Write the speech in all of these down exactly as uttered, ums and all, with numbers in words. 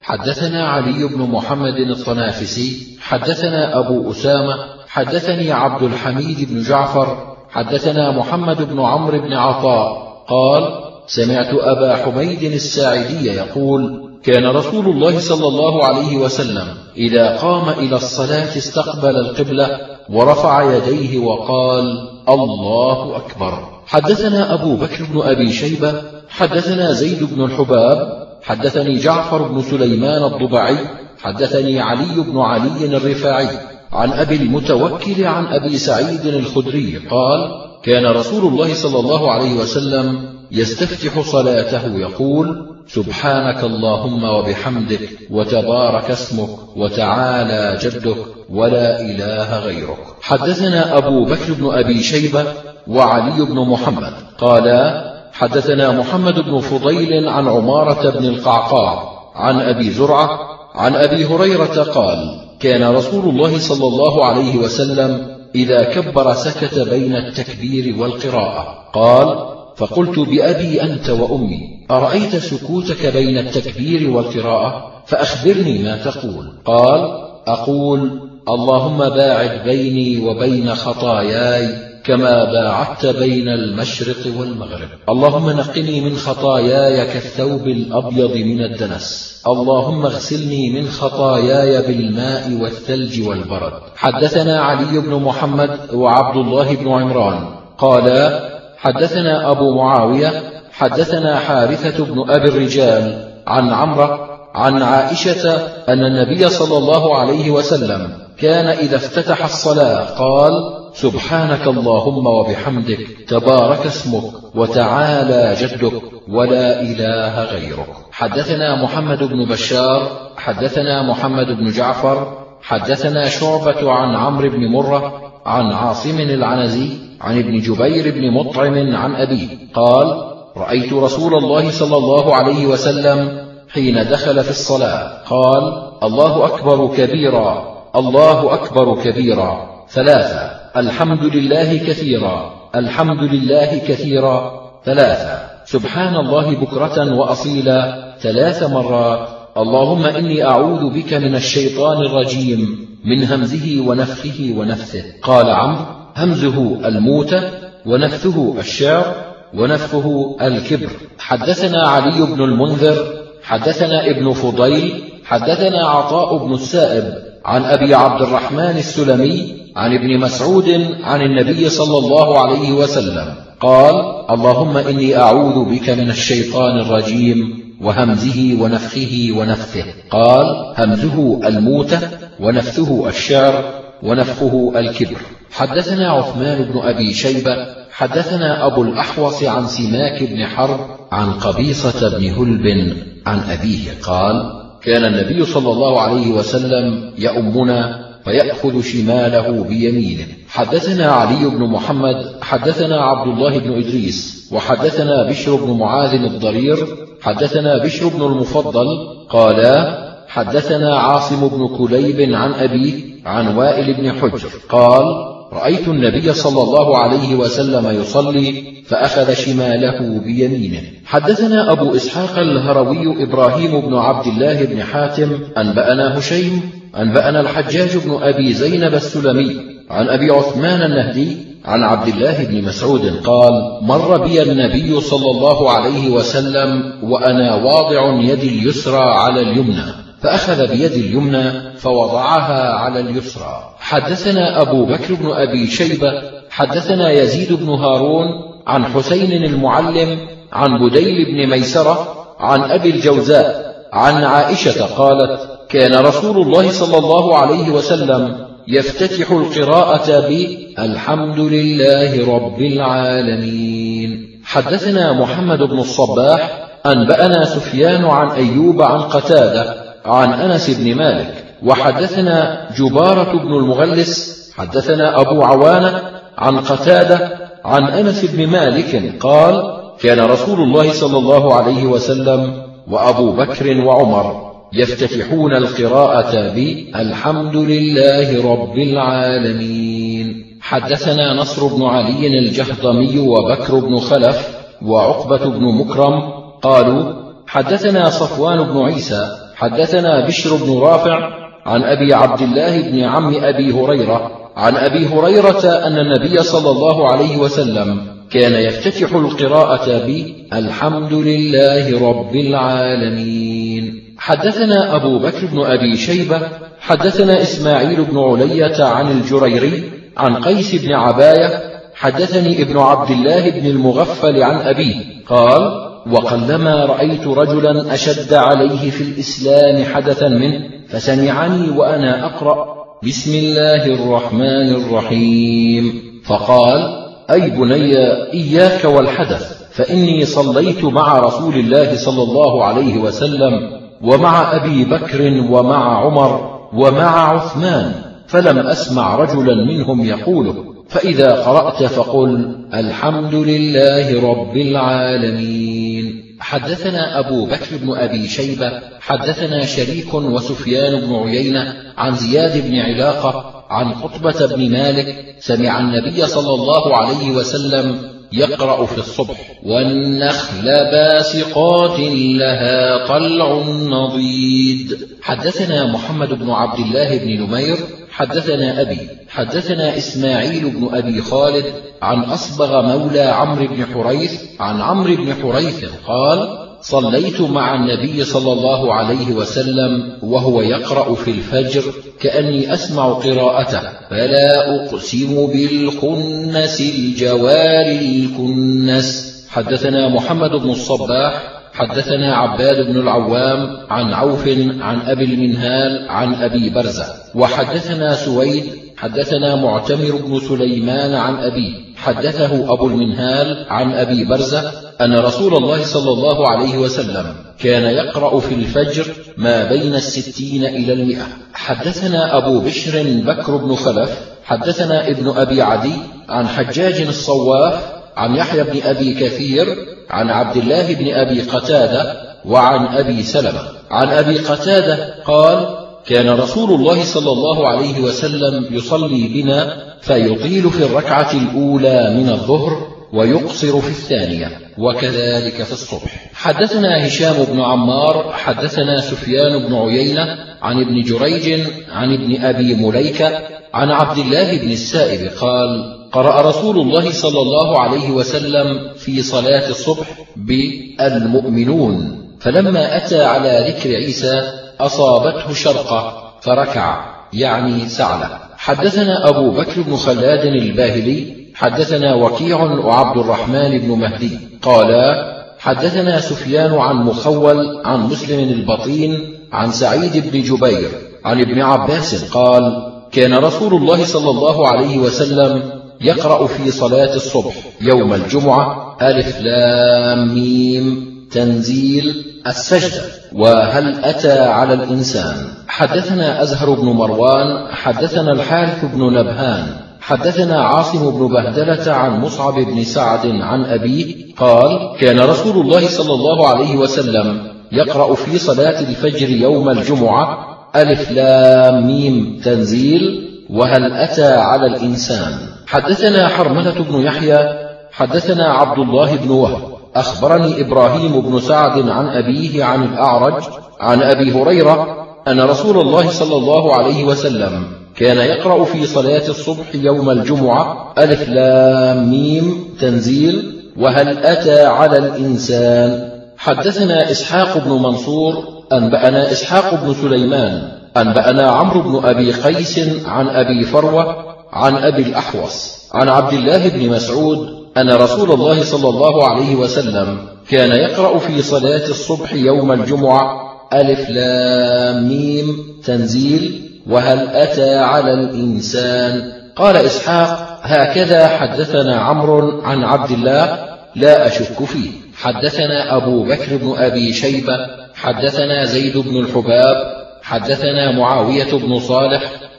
حدثنا علي بن محمد الطنافسي حدثنا أبو أسامة حدثني عبد الحميد بن جعفر حدثنا محمد بن عمرو بن عطاء قال سمعت أبا حميد الساعدي يقول كان رسول الله صلى الله عليه وسلم إذا قام إلى الصلاة استقبل القبلة ورفع يديه وقال الله أكبر. حدثنا أبو بكر بن أبي شيبة حدثنا زيد بن الحباب حدثني جعفر بن سليمان الضبعي حدثني علي بن علي الرفاعي عن أبي المتوكل عن أبي سعيد الخدري قال كان رسول الله صلى الله عليه وسلم يستفتح صلاته يقول سبحانك اللهم وبحمدك وتبارك اسمك وتعالى جدك ولا إله غيرك. حدثنا أبو بكر بن أبي شيبة وعلي بن محمد قالا حدثنا محمد بن فضيل عن عمارة بن القعقاع عن أبي زرعة عن أبي هريرة قال كان رسول الله صلى الله عليه وسلم إذا كبر سكت بين التكبير والقراءة. قال فقلت بأبي أنت وأمي أرأيت سكوتك بين التكبير والقراءة فأخبرني ما تقول. قال أقول اللهم باعد بيني وبين خطاياي كما باعدت بين المشرق والمغرب. اللهم نقني من خطاياي كالثوب الأبيض من الدنس. اللهم اغسلني من خطاياي بالماء والثلج والبرد. حدثنا علي بن محمد وعبد الله بن عمران قالا حدثنا أبو معاوية حدثنا حارثة بن أبي الرجال عن عمرو عن عائشة أن النبي صلى الله عليه وسلم كان إذا افتتح الصلاة قال سبحانك اللهم وبحمدك تبارك اسمك وتعالى جدك ولا إله غيرك. حدثنا محمد بن بشار حدثنا محمد بن جعفر حدثنا شعبة عن عمرو بن مرة عن عاصم العنزي عن ابن جبير بن مطعم عن أبيه قال رأيت رسول الله صلى الله عليه وسلم حين دخل في الصلاة قال الله أكبر كبيرا الله أكبر كبيرا ثلاثة الحمد لله كثيرا الحمد لله كثيرا ثلاثة سبحان الله بكرة وأصيلا ثلاث مرات اللهم إني أعوذ بك من الشيطان الرجيم من همزه ونفخه ونفثه. قال عمرو همزه الموتة ونفثه الشعر ونفخه الكبر. حدثنا علي بن المنذر حدثنا ابن فضيل حدثنا عطاء بن السائب عن أبي عبد الرحمن السلمي عن ابن مسعود عن النبي صلى الله عليه وسلم قال اللهم إني أعوذ بك من الشيطان الرجيم وهمزه ونفخه ونفثه. قال همزه الموتة ونفثه الشعر ونفخه الكبر. حدثنا عثمان بن أبي شيبة حدثنا أبو الأحوص عن سماك بن حرب عن قبيصة بن هلب عن أبيه قال كان النبي صلى الله عليه وسلم يؤمنا فيأخذ شماله بيمينه. حدثنا علي بن محمد حدثنا عبد الله بن إدريس وحدثنا بشر بن معاذ الضرير حدثنا بشر بن المفضل قالا حدثنا عاصم بن كليب عن أبيه عن وائل بن حجر قال رأيت النبي صلى الله عليه وسلم يصلي فأخذ شماله بيمينه. حدثنا أبو إسحاق الهروي إبراهيم بن عبد الله بن حاتم أنبأنا هشيم أنبأنا الحجاج بن أبي زينب السلمي عن أبي عثمان النهدي عن عبد الله بن مسعود قال مر بي النبي صلى الله عليه وسلم وأنا واضع يدي اليسرى على اليمنى فأخذ بيد اليمنى فوضعها على اليسرى. حدثنا أبو بكر بن أبي شيبة حدثنا يزيد بن هارون عن حسين المعلم عن بديل بن ميسرة عن أبي الجوزاء عن عائشة قالت كان رسول الله صلى الله عليه وسلم يفتتح القراءة بالحمد لله رب العالمين. حدثنا محمد بن الصباح أنبأنا سفيان عن أيوب عن قتادة عن أنس بن مالك وحدثنا جبارة بن المغلس حدثنا أبو عوانة عن قتادة عن أنس بن مالك قال كان رسول الله صلى الله عليه وسلم وأبو بكر وعمر يفتتحون القراءة بالحمد لله رب العالمين. حدثنا نصر بن علي الجهضمي وبكر بن خلف وعقبة بن مكرم قالوا حدثنا صفوان بن عيسى حدثنا بشر بن رافع عن أبي عبد الله بن عم أبي هريرة عن أبي هريرة أن النبي صلى الله عليه وسلم كان يفتتح القراءة بالحمد لله رب العالمين. حدثنا أبو بكر بن أبي شيبة حدثنا إسماعيل بن علية عن الجريري عن قيس بن عباية حدثني ابن عبد الله بن المغفل عن أبيه قال: وقلما رأيت رجلا أشد عليه في الإسلام حدثا منه فسمعني وأنا أقرأ بسم الله الرحمن الرحيم فقال: أي بني إياك والحدث، فإني صليت مع رسول الله صلى الله عليه وسلم ومع أبي بكر ومع عمر ومع عثمان، فلم أسمع رجلا منهم يقوله، فإذا قرأت فقل الحمد لله رب العالمين. حدثنا أبو بكر بن أبي شيبة حدثنا شريك وسفيان بن عيينة عن زياد بن علاقة عن قطبة بن مالك سمع النبي صلى الله عليه وسلم يقرأ في الصبح: والنخل باسقات لها طلع نضيد. حدثنا محمد بن عبد الله بن نمير حدثنا أبي حدثنا إسماعيل بن أبي خالد عن أصبغ مولى عمرو بن حريث عن عمرو بن حريث قال: صليت مع النبي صلى الله عليه وسلم وهو يقرأ في الفجر كأني أسمع قراءته: فلا أقسم بالخنس الجوار الكنس. حدثنا محمد بن الصباح حدثنا عباد بن العوام عن عوف عن أبي المنهال عن أبي برزة. وحدثنا سويد حدثنا معتمر بن سليمان عن أبيه حدثه أبو المنهال عن أبي برزة أن رسول الله صلى الله عليه وسلم كان يقرأ في الفجر ما بين الستين إلى المئة. حدثنا أبو بشر بكر بن خلف حدثنا ابن أبي عدي عن حجاج الصواف عن يحيى بن أبي كثير عن عبد الله بن أبي قتادة وعن أبي سلمة عن أبي قتادة قال: كان رسول الله صلى الله عليه وسلم يصلي بنا فيطيل في الركعة الأولى من الظهر ويقصر في الثانية، وكذلك في الصبح. حدثنا هشام بن عمار حدثنا سفيان بن عيينة عن ابن جريج عن ابن أبي مليكة عن عبد الله بن السائب قال: قرأ رسول الله صلى الله عليه وسلم في صلاة الصبح بالمؤمنون، فلما أتى على ذكر عيسى أصابته شرقة فركع، يعني سعلة. حدثنا أبو بكر بن خلاد الباهلي حدثنا وكيع وعبد الرحمن بن مهدي قالا: حدثنا سفيان عن مخول عن مسلم البطين عن سعيد بن جبير عن ابن عباس قال: كان رسول الله صلى الله عليه وسلم يقرأ في صلاة الصبح يوم الجمعة ألف لام ميم تنزيل السجدة وهل أتى على الإنسان. حدثنا أزهر بن مروان حدثنا الحارث بن نبهان حدثنا عاصم بن بهدلة عن مصعب بن سعد عن أبيه قال: كان رسول الله صلى الله عليه وسلم يقرأ في صلاة الفجر يوم الجمعة ألف لام ميم تنزيل وهل أتى على الإنسان. حدثنا حرملة بن يحيى حدثنا عبد الله بن وهب أخبرني إبراهيم بن سعد عن أبيه عن الأعرج عن أبي هريرة أن رسول الله صلى الله عليه وسلم كان يقرأ في صلاة الصبح يوم الجمعة ألف لام ميم تنزيل وهل أتى على الإنسان. حدثنا إسحاق بن منصور أنبأنا إسحاق بن سليمان أنبأنا عمرو بن أبي قيس عن أبي فروة عن أبي الأحوص عن عبد الله بن مسعود أن رسول الله صلى الله عليه وسلم كان يقرأ في صلاة الصبح يوم الجمعة ألف لام ميم تنزيل وهل أتى على الإنسان. قال إسحاق: هكذا حدثنا عمرو عن عبد الله لا أشك فيه. حدثنا أبو بكر بن أبي شيبة حدثنا زيد بن الحباب حدثنا معاوية بن صالح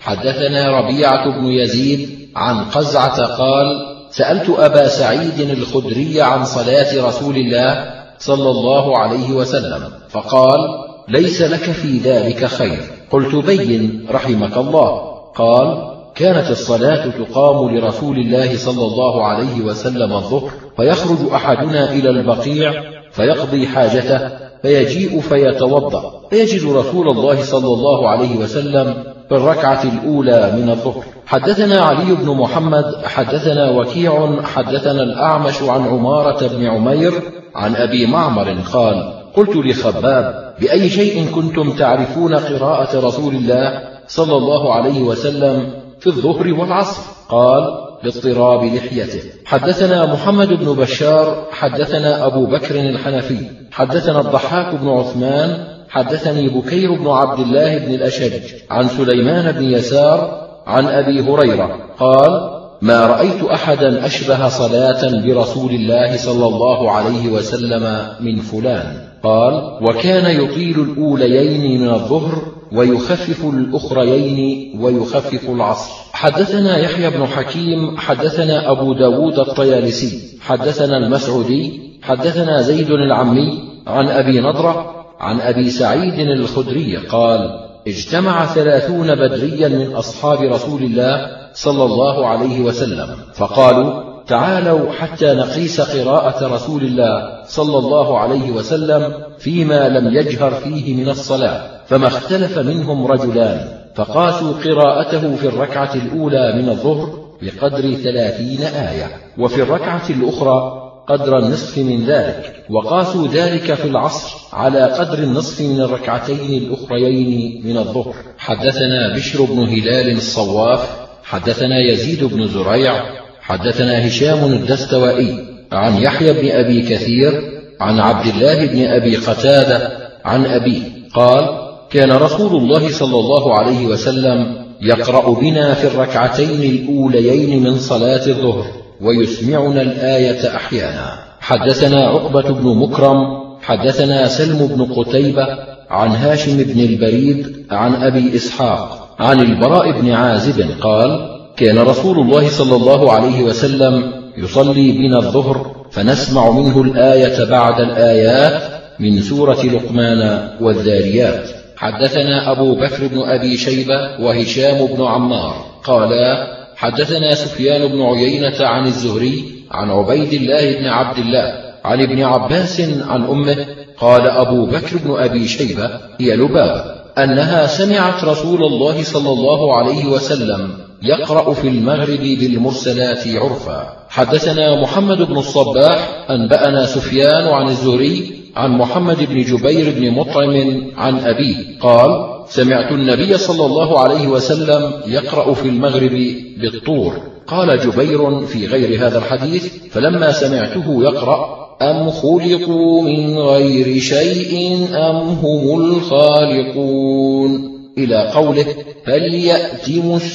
حدثنا ربيعة بن يزيد عن قزعة قال: سألت أبا سعيد الخدري عن صلاة رسول الله صلى الله عليه وسلم فقال: ليس لك في ذلك خير. قلت: بين رحمك الله. قال: كانت الصلاة تقام لرسول الله صلى الله عليه وسلم الظهر فيخرج أحدنا إلى البقيع فيقضي حاجته فيجيء فيتوضأ فيجد رسول الله صلى الله عليه وسلم في الركعة الأولى من الظهر. حدثنا علي بن محمد حدثنا وكيع حدثنا الأعمش عن عمارة بن عمير عن أبي معمر قال: قلت لخباب: بأي شيء كنتم تعرفون قراءة رسول الله صلى الله عليه وسلم في الظهر والعصر؟ قال: لاضطراب لحيته. حدثنا محمد بن بشار حدثنا أبو بكر الحنفي حدثنا الضحاك بن عثمان حدثني بكير بن عبد الله بن الأشج عن سليمان بن يسار عن أبي هريرة قال: ما رأيت أحدا أشبه صلاة برسول الله صلى الله عليه وسلم من فلان. قال: وكان يطيل الأوليين من الظهر ويخفف الأخريين ويخفف العصر. حدثنا يحيى بن حكيم حدثنا أبو داود الطيالسي حدثنا المسعودي حدثنا زيد العمي عن أبي نضرة عن أبي سعيد الخدري قال: اجتمع ثلاثون بدريا من أصحاب رسول الله صلى الله عليه وسلم فقالوا: تعالوا حتى نقيس قراءة رسول الله صلى الله عليه وسلم فيما لم يجهر فيه من الصلاة. فما اختلف منهم رجلان فقاسوا قراءته في الركعة الأولى من الظهر بقدر ثلاثين آية، وفي الركعة الأخرى قدر النصف من ذلك، وقاسوا ذلك في العصر على قدر النصف من الركعتين الأخريين من الظهر. حدثنا بشر بن هلال الصواف حدثنا يزيد بن زريع حدثنا هشام الدستوائي عن يحيى بن أبي كثير عن عبد الله بن أبي قتادة عن أبيه قال: كان رسول الله صلى الله عليه وسلم يقرأ بنا في الركعتين الأوليين من صلاة الظهر ويسمعنا الآية أحيانا. حدثنا عقبة بن مكرم حدثنا سلم بن قتيبة عن هاشم بن البريد عن أبي إسحاق عن البراء بن عازب قال: كان رسول الله صلى الله عليه وسلم يصلي بنا الظهر فنسمع منه الآية بعد الآيات من سورة لقمان والذاريات. حدثنا أبو بكر بن أبي شيبة وهشام بن عمار قالا: حدثنا سفيان بن عيينة عن الزهري عن عبيد الله بن عبد الله عن ابن عباس عن أمه قال أبو بكر بن أبي شيبة: هي لبابة أنها سمعت رسول الله صلى الله عليه وسلم يقرأ في المغرب بالمرسلات عرفا. حدثنا محمد بن الصباح أنبأنا سفيان عن الزهري عن محمد بن جبير بن مطعم عن أبيه قال: سمعت النبي صلى الله عليه وسلم يقرأ في المغرب بالطور. قال جبير في غير هذا الحديث: فلما سمعته يقرأ: أم خلقوا من غير شيء أم هم الخالقون، إلى قوله: فليأت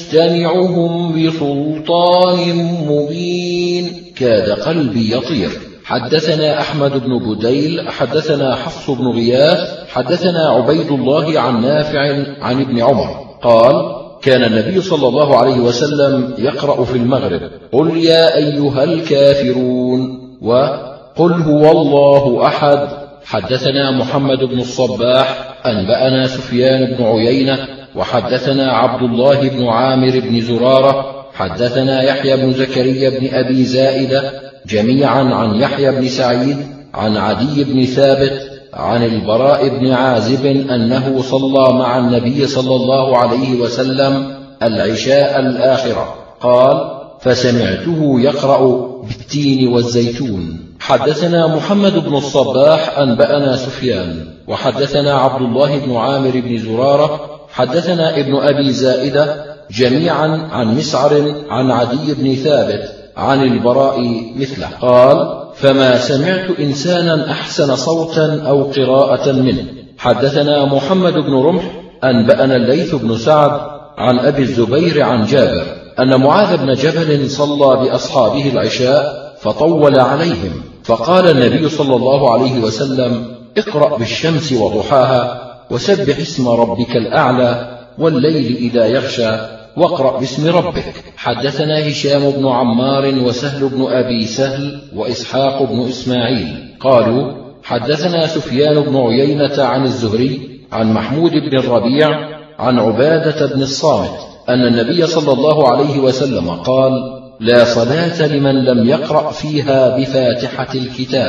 مستمعهم بسلطان مبين، كاد قلبي يطير. حدثنا أحمد بن بديل حدثنا حفص بن غياث حدثنا عبيد الله عن نافع عن ابن عمر قال: كان النبي صلى الله عليه وسلم يقرأ في المغرب: قل يا أيها الكافرون وقل هو الله أحد. حدثنا محمد بن الصباح أنبأنا سفيان بن عيينة وحدثنا عبد الله بن عامر بن زرارة حدثنا يحيى بن زكريا بن أبي زائدة جميعا عن يحيى بن سعيد عن عدي بن ثابت عن البراء بن عازب أنه صلى مع النبي صلى الله عليه وسلم العشاء الآخرة قال: فسمعته يقرأ بالتين والزيتون. حدثنا محمد بن الصباح أنبأنا سفيان وحدثنا عبد الله بن عامر بن زرارة حدثنا ابن أبي زائدة جميعا عن مسعر عن عدي بن ثابت عن البراء مثله قال: فما سمعت إنسانا أحسن صوتا أو قراءة منه. حدثنا محمد بن رمح أنبأنا الليث بن سعد عن أبي الزبير عن جابر أن معاذ بن جبل صلى بأصحابه العشاء فطول عليهم، فقال النبي صلى الله عليه وسلم: اقرأ بالشمس وضحاها وسبح اسم ربك الأعلى والليل إذا يغشى واقرأ باسم ربك. حدثنا هشام بن عمار وسهل بن أبي سهل وإسحاق بن إسماعيل قالوا: حدثنا سفيان بن عيينة عن الزهري عن محمود بن الربيع عن عبادة بن الصامت أن النبي صلى الله عليه وسلم قال: لا صلاة لمن لم يقرأ فيها بفاتحة الكتاب.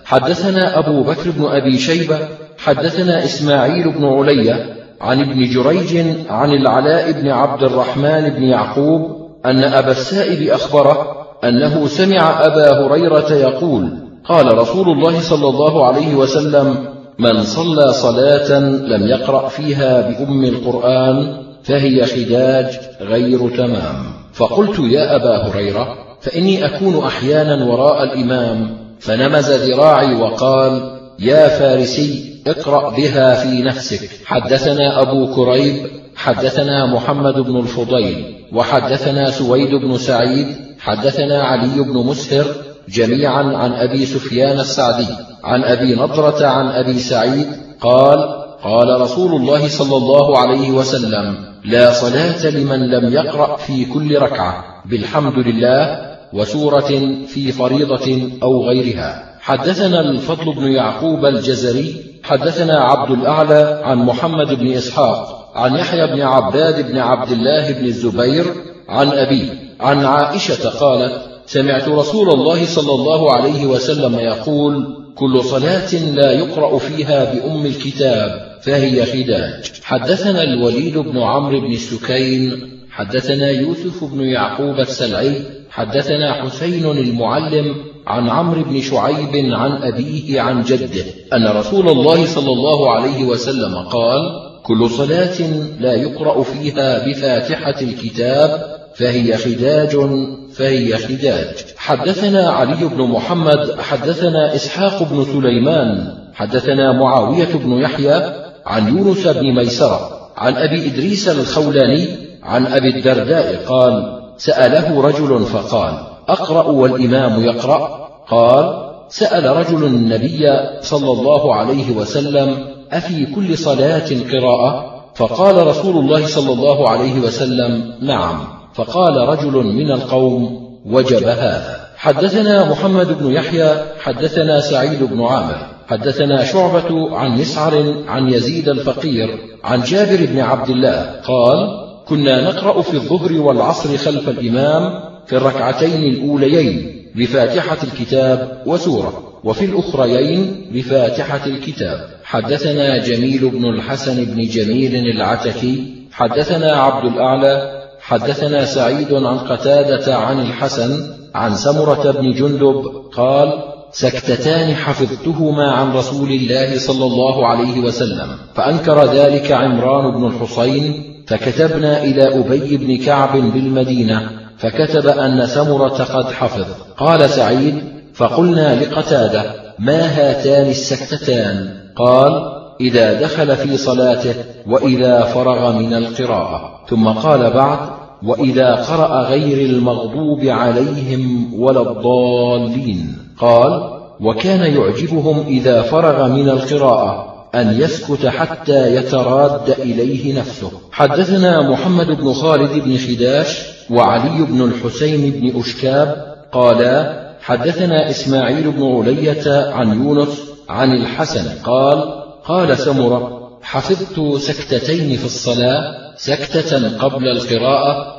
حدثنا أبو بكر بن أبي شيبة حدثنا إسماعيل بن علية عن ابن جريج عن العلاء بن عبد الرحمن بن يعقوب أن أبا السائب أخبره أنه سمع أبا هريرة يقول قال رسول الله صلى الله عليه وسلم من صلى صلاة لم يقرأ فيها بأم القرآن فهي خداج غير تمام. فقلت يا أبا هريرة فإني أكون أحيانا وراء الإمام، فنمز ذراعي وقال يا فارسي اقرأ بها في نفسك. حدثنا أبو كريب حدثنا محمد بن الفضيل وحدثنا سويد بن سعيد حدثنا علي بن مسهر جميعا عن أبي سفيان السعدي عن أبي نضرة عن أبي سعيد قال قال رسول الله صلى الله عليه وسلم لا صلاة لمن لم يقرأ في كل ركعة بالحمد لله وسورة في فريضة أو غيرها. حدثنا الفضل بن يعقوب الجزري حدثنا عبد الأعلى عن محمد بن إسحاق عن يحيى بن عباد بن عبد الله بن الزبير عن أبيه عن عائشة قالت سمعت رسول الله صلى الله عليه وسلم يقول كل صلاة لا يقرأ فيها بأم الكتاب فهي خداج. حدثنا الوليد بن عمرو بن السكين حدثنا يوسف بن يعقوب السلعي حدثنا حسين المعلم عن عمرو بن شعيب عن أبيه عن جده أن رسول الله صلى الله عليه وسلم قال كل صلاة لا يقرأ فيها بفاتحة الكتاب فهي خداج فهي خداج. حدثنا علي بن محمد حدثنا إسحاق بن سليمان حدثنا معاوية بن يحيى عن يونس بن ميسرة عن أبي إدريس الخولاني عن أبي الدرداء قال سأله رجل فقال أقرأ والإمام يقرأ؟ قال سأل رجل النبي صلى الله عليه وسلم أفي كل صلاة قراءة؟ فقال رسول الله صلى الله عليه وسلم نعم. فقال رجل من القوم وجب هذا. حدثنا محمد بن يحيى حدثنا سعيد بن عامر حدثنا شعبة عن مسعر عن يزيد الفقير عن جابر بن عبد الله قال كنا نقرأ في الظهر والعصر خلف الإمام في الركعتين الأوليين بفاتحة الكتاب وسورة وفي الأخريين بفاتحة الكتاب. حدثنا جميل بن الحسن بن جميل العتكي حدثنا عبد الأعلى حدثنا سعيد عن قتادة عن الحسن عن سمرة بن جندب قال سكتتان حفظتهما عن رسول الله صلى الله عليه وسلم فأنكر ذلك عمران بن الحصين فكتبنا إلى أبي بن كعب بالمدينة فكتب أن سمرة قد حفظ. قال سعيد فقلنا لقتادة ما هاتان السكتتان؟ قال إذا دخل في صلاته وإذا فرغ من القراءة. ثم قال بعد وإذا قرأ غير المغضوب عليهم ولا الضالين. قال وكان يعجبهم إذا فرغ من القراءة أن يسكت حتى يتراد إليه نفسه. حدثنا محمد بن خالد بن خداش وعلي بن الحسين بن أشكاب قالا حدثنا إسماعيل بن علية عن يونس عن الحسن قال قال سمرة حفظت سكتتين في الصلاة سكتة قبل القراءة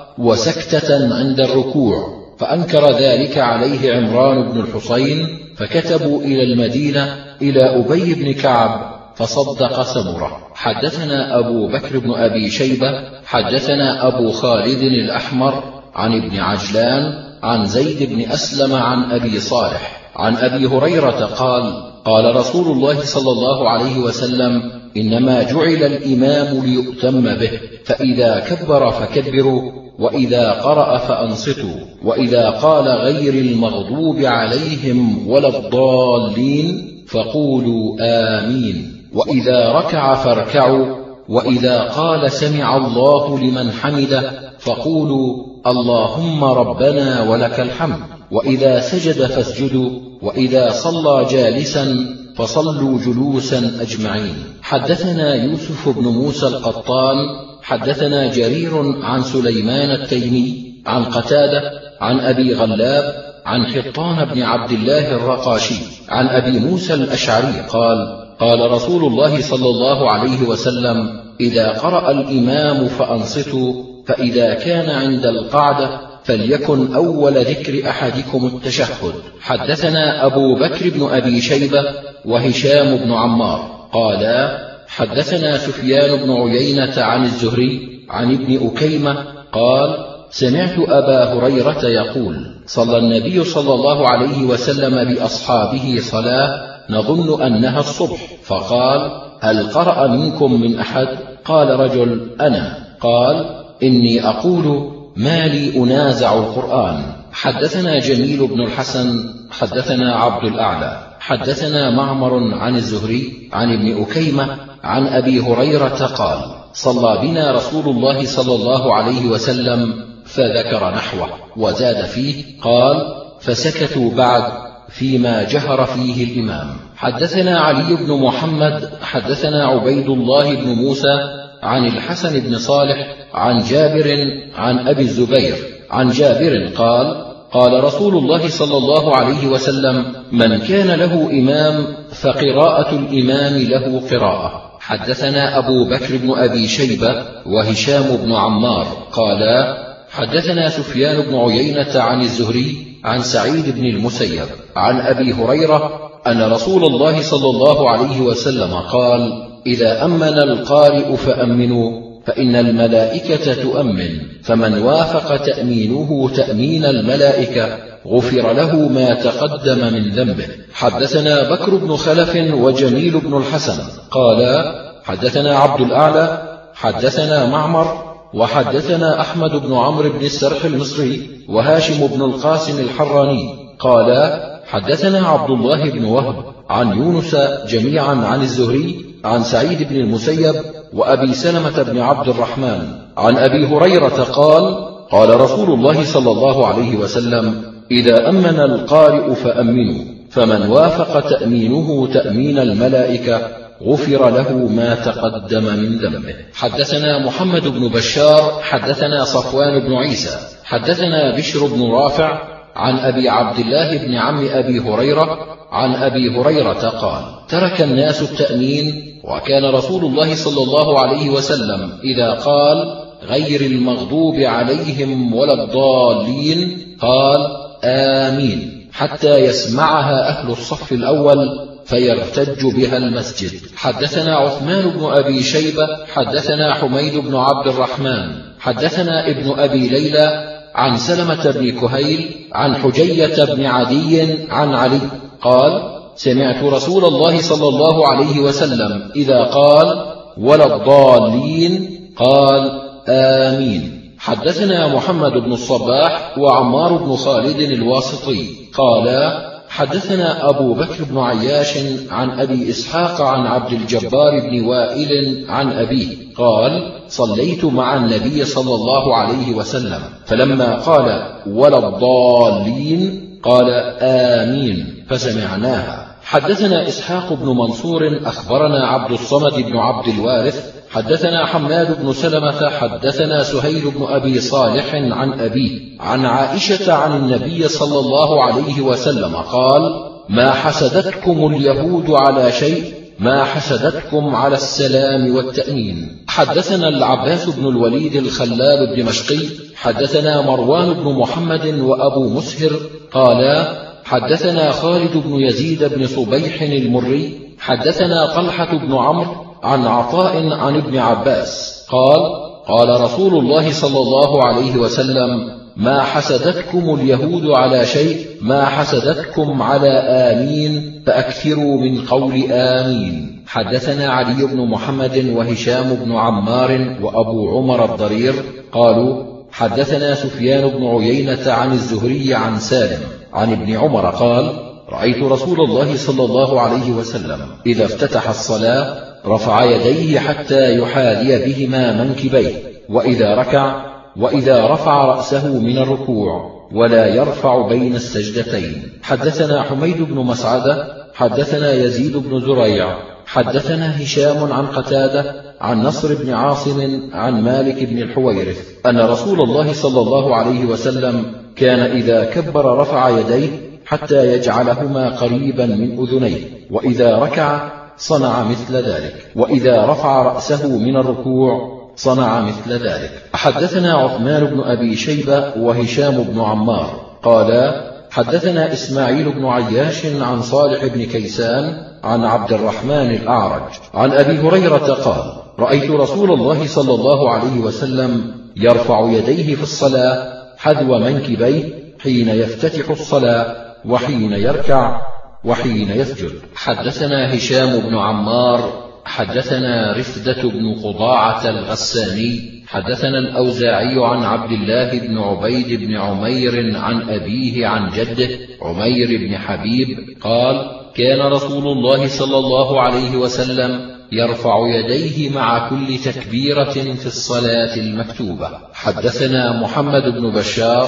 وسكتة عند الركوع فأنكر ذلك عليه عمران بن الحصين فكتبوا إلى المدينة إلى أبي بن كعب فصدق سمرة. حدثنا أبو بكر بن أبي شيبة حدثنا أبو خالد الأحمر عن ابن عجلان عن زيد بن أسلم عن أبي صالح عن أبي هريرة قال قال رسول الله صلى الله عليه وسلم إنما جعل الإمام ليؤتم به فإذا كبر فكبروا وإذا قرأ فأنصتوا وإذا قال غير المغضوب عليهم ولا الضالين فقولوا آمين وإذا ركع فاركعوا وإذا قال سمع الله لمن حمده فقولوا اللهم ربنا ولك الحمد وإذا سجد فاسجدوا وإذا صلى جالسا فصلوا جلوسا أجمعين. حدثنا يوسف بن موسى القطان حدثنا جرير عن سليمان التيمي عن قتادة عن أبي غلاب عن حطان بن عبد الله الرقاشي عن أبي موسى الأشعري قال قال رسول الله صلى الله عليه وسلم إذا قرأ الإمام فأنصتوا فإذا كان عند القعدة فليكن أول ذكر أحدكم التشهد. حدثنا أبو بكر بن أبي شيبة وهشام بن عمار قالا حدثنا سفيان بن عيينة عن الزهري عن ابن أكيمة قال سمعت أبا هريرة يقول صلى النبي صلى الله عليه وسلم بأصحابه صلاة نظن أنها الصبح، فقال هل قرأ منكم من أحد؟ قال رجل أنا. قال إني أقول ما لي أنازع القرآن. حدثنا جميل بن الحسن حدثنا عبد الأعلى حدثنا معمر عن الزهري عن ابن أكيمة عن أبي هريرة قال صلى بنا رسول الله صلى الله عليه وسلم فذكر نحوه وزاد فيه قال فسكتوا بعد فيما جهر فيه الإمام. حدثنا علي بن محمد حدثنا عبيد الله بن موسى عن الحسن بن صالح عن جابر عن أبي الزبير عن جابر قال قال رسول الله صلى الله عليه وسلم من كان له إمام فقراءة الإمام له قراءة. حدثنا أبو بكر بن أبي شيبة وهشام بن عمار قالا حدثنا سفيان بن عيينة عن الزهري عن سعيد بن المسيب عن أبي هريرة أن رسول الله صلى الله عليه وسلم قال إذا أمن القارئ فأمنوا فإن الملائكة تؤمن، فمن وافق تأمينه تأمين الملائكة غفر له ما تقدم من ذنبه. حدثنا بكر بن خلف وجميل بن الحسن قالا حدثنا عبد الأعلى حدثنا معمر وحدثنا أحمد بن عمرو بن السرح المصري وهاشم بن القاسم الحراني قالا حدثنا عبد الله بن وهب عن يونس جميعا عن الزهري عن سعيد بن المسيب وأبي سلمة بن عبد الرحمن عن أبي هريرة قال قال رسول الله صلى الله عليه وسلم إذا أمن القارئ فأمنوا، فمن وافق تأمينه تأمين الملائكة غفر له ما تقدم من ذنبه. حدثنا محمد بن بشار حدثنا صفوان بن عيسى حدثنا بشر بن رافع عن أبي عبد الله بن عم أبي هريرة عن أبي هريرة قال ترك الناس التأمين، وكان رسول الله صلى الله عليه وسلم إذا قال غير المغضوب عليهم ولا الضالين قال آمين حتى يسمعها أهل الصف الأول فيرتج بها المسجد. حدثنا عثمان بن أبي شيبة حدثنا حميد بن عبد الرحمن حدثنا ابن أبي ليلى عن سلمة بن كهيل عن حجية بن عدي عن علي قال سمعت رسول الله صلى الله عليه وسلم إذا قال ولا الضالين قال آمين. حدثنا محمد بن الصباح وعمار بن خالد الواسطي قالا حدثنا أبو بكر بن عياش عن أبي إسحاق عن عبد الجبار بن وائل عن أبيه قال صليت مع النبي صلى الله عليه وسلم فلما قال ولا الضالين قال آمين فسمعناها. حدثنا إسحاق بن منصور أخبرنا عبد الصمد بن عبد الوارث حدثنا حماد بن سلمة حدثنا سهيل بن أبي صالح عن أبيه عن عائشة عن النبي صلى الله عليه وسلم قال ما حسدتكم اليهود على شيء ما حسدتكم على السلام والتأمين. حدثنا العباس بن الوليد الخلاب الدمشقي حدثنا مروان بن محمد وأبو مسهر قالا حدثنا خالد بن يزيد بن صبيح المري حدثنا طلحة بن عمرو عن عطاء عن ابن عباس قال قال رسول الله صلى الله عليه وسلم ما حسدتكم اليهود على شيء ما حسدتكم على آمين فأكثروا من قول آمين. حدثنا علي بن محمد وهشام بن عمار وأبو عمر الضرير قالوا حدثنا سفيان بن عيينة عن الزهري عن سالم عن ابن عمر قال رأيت رسول الله صلى الله عليه وسلم إذا افتتح الصلاة رفع يديه حتى يحاذي بهما منكبيه، وإذا ركع وإذا رفع رأسه من الركوع ولا يرفع بين السجدتين. حدثنا حميد بن مسعدة حدثنا يزيد بن زريع حدثنا هشام عن قتادة عن نصر بن عاصم عن مالك بن الحويرث أن رسول الله صلى الله عليه وسلم كان إذا كبر رفع يديه حتى يجعلهما قريبا من أذنيه، وإذا ركع صنع مثل ذلك، وإذا رفع رأسه من الركوع صنع مثل ذلك. حدثنا عثمان بن أبي شيبة وهشام بن عمار قالا حدثنا إسماعيل بن عياش عن صالح بن كيسان عن عبد الرحمن الأعرج عن أبي هريرة قال رأيت رسول الله صلى الله عليه وسلم يرفع يديه في الصلاة حذو منكبيه حين يفتتح الصلاة وحين يركع وحين يسجد. حدثنا هشام بن عمار حدثنا رفدة بن قضاعة الغساني حدثنا الأوزاعي عن عبد الله بن عبيد بن عمير عن أبيه عن جده عمير بن حبيب قال كان رسول الله صلى الله عليه وسلم يرفع يديه مع كل تكبيرة في الصلاة المكتوبة. حدثنا محمد بن بشار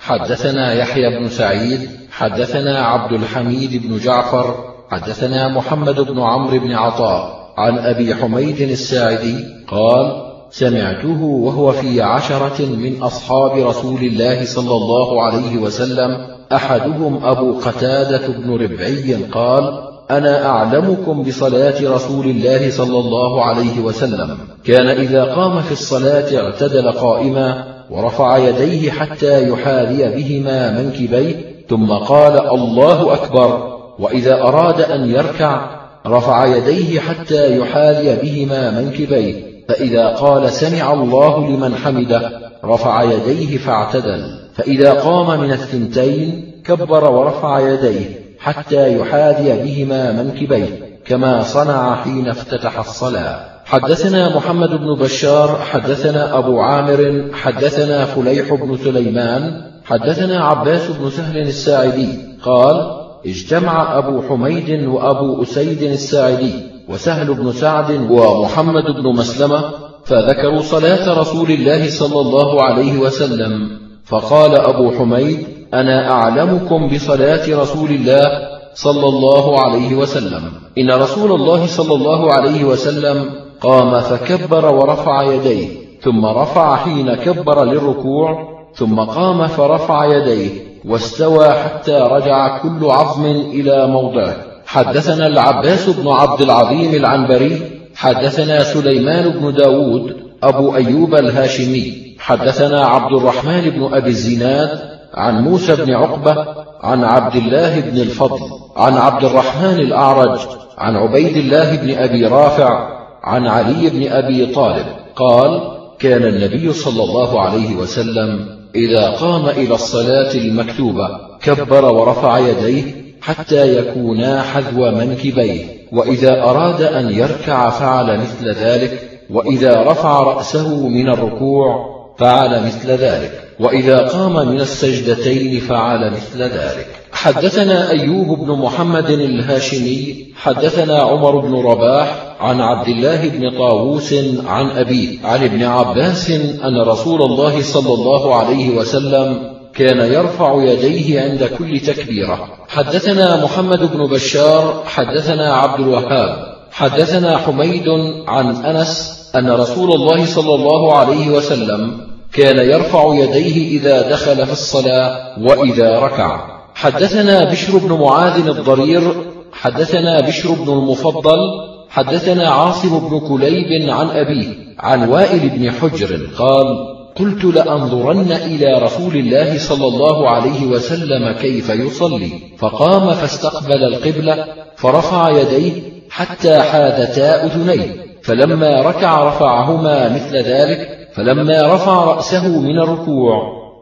حدثنا يحيى بن سعيد حدثنا عبد الحميد بن جعفر حدثنا محمد بن عمرو بن عطاء عن أبي حميد الساعدي قال سمعته وهو في عشرة من أصحاب رسول الله صلى الله عليه وسلم أحدهم أبو قتادة بن ربعي قال أنا أعلمكم بصلاة رسول الله صلى الله عليه وسلم كان إذا قام في الصلاة اعتدل قائما ورفع يديه حتى يحاذي بهما منكبيه ثم قال الله أكبر، وإذا أراد أن يركع رفع يديه حتى يحاذي بهما منكبيه، فإذا قال سمع الله لمن حمده رفع يديه فاعتدل، فإذا قام من الثنتين كبر ورفع يديه حتى يحاذي بهما منكبيه كما صنع حين افتتح الصلاة. حدثنا محمد بن بشار حدثنا أبو عامر حدثنا فليح بن سليمان حدثنا عباس بن سهل الساعدي قال اجتمع أبو حميد وأبو أسيد الساعدي وسهل بن سعد ومحمد بن مسلمة فذكروا صلاة رسول الله صلى الله عليه وسلم، فقال أبو حميد أنا أعلمكم بصلاة رسول الله صلى الله عليه وسلم، إن رسول الله صلى الله عليه وسلم قام فكبر ورفع يديه ثم رفع حين كبر للركوع ثم قام فرفع يديه واستوى حتى رجع كل عظم إلى موضعه. حدثنا العباس بن عبد العظيم العنبري حدثنا سليمان بن داود أبو أيوب الهاشمي حدثنا عبد الرحمن بن أبي الزناد عن موسى بن عقبة عن عبد الله بن الفضل عن عبد الرحمن الأعرج عن عبيد الله بن أبي رافع عن علي بن أبي طالب قال كان النبي صلى الله عليه وسلم إذا قام إلى الصلاة المكتوبة كبر ورفع يديه حتى يكونا حذو منكبيه، وإذا أراد أن يركع فعل مثل ذلك، وإذا رفع رأسه من الركوع فعل مثل ذلك، وإذا قام من السجدتين فعل مثل ذلك. حدثنا أيوب بن محمد الهاشمي حدثنا عمر بن رباح عن عبد الله بن طاووس عن أبيه عن ابن عباس أن رسول الله صلى الله عليه وسلم كان يرفع يديه عند كل تكبيرة. حدثنا محمد بن بشار حدثنا عبد الوهاب حدثنا حميد عن أنس أن رسول الله صلى الله عليه وسلم كان يرفع يديه إذا دخل في الصلاة وإذا ركع. حدثنا بشر بن معاذ الضرير حدثنا بشر بن المفضل حدثنا عاصم بن كليب عن أبيه عن وائل بن حجر قال قلت لأنظرن إلى رسول الله صلى الله عليه وسلم كيف يصلي، فقام فاستقبل القبلة فرفع يديه حتى حاذتا أذنيه، فلما ركع رفعهما مثل ذلك، فلما رفع رأسه من الركوع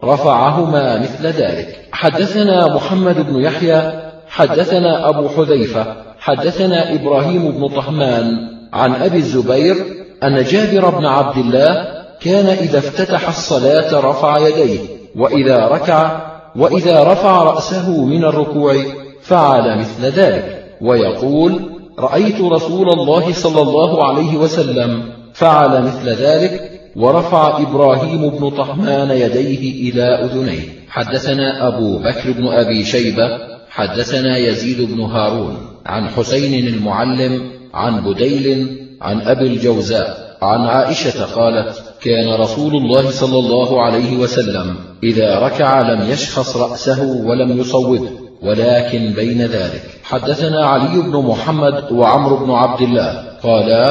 رفعهما مثل ذلك. حدثنا محمد بن يحيى حدثنا أبو حذيفة حدثنا إبراهيم بن طهمان عن أبي الزبير أن جابر بن عبد الله كان إذا افتتح الصلاة رفع يديه، وإذا ركع وإذا رفع رأسه من الركوع فعل مثل ذلك، ويقول رأيت رسول الله صلى الله عليه وسلم فعل مثل ذلك، ورفع إبراهيم بن طهمان يديه إلى أذنيه. حدثنا أبو بكر بن أبي شيبة حدثنا يزيد بن هارون عن حسين المعلم عن بديل عن أبي الجوزاء عن عائشة قالت كان رسول الله صلى الله عليه وسلم إذا ركع لم يشخص رأسه ولم يصوبه، ولكن بين ذلك. حدثنا علي بن محمد وعمر بن عبد الله قالا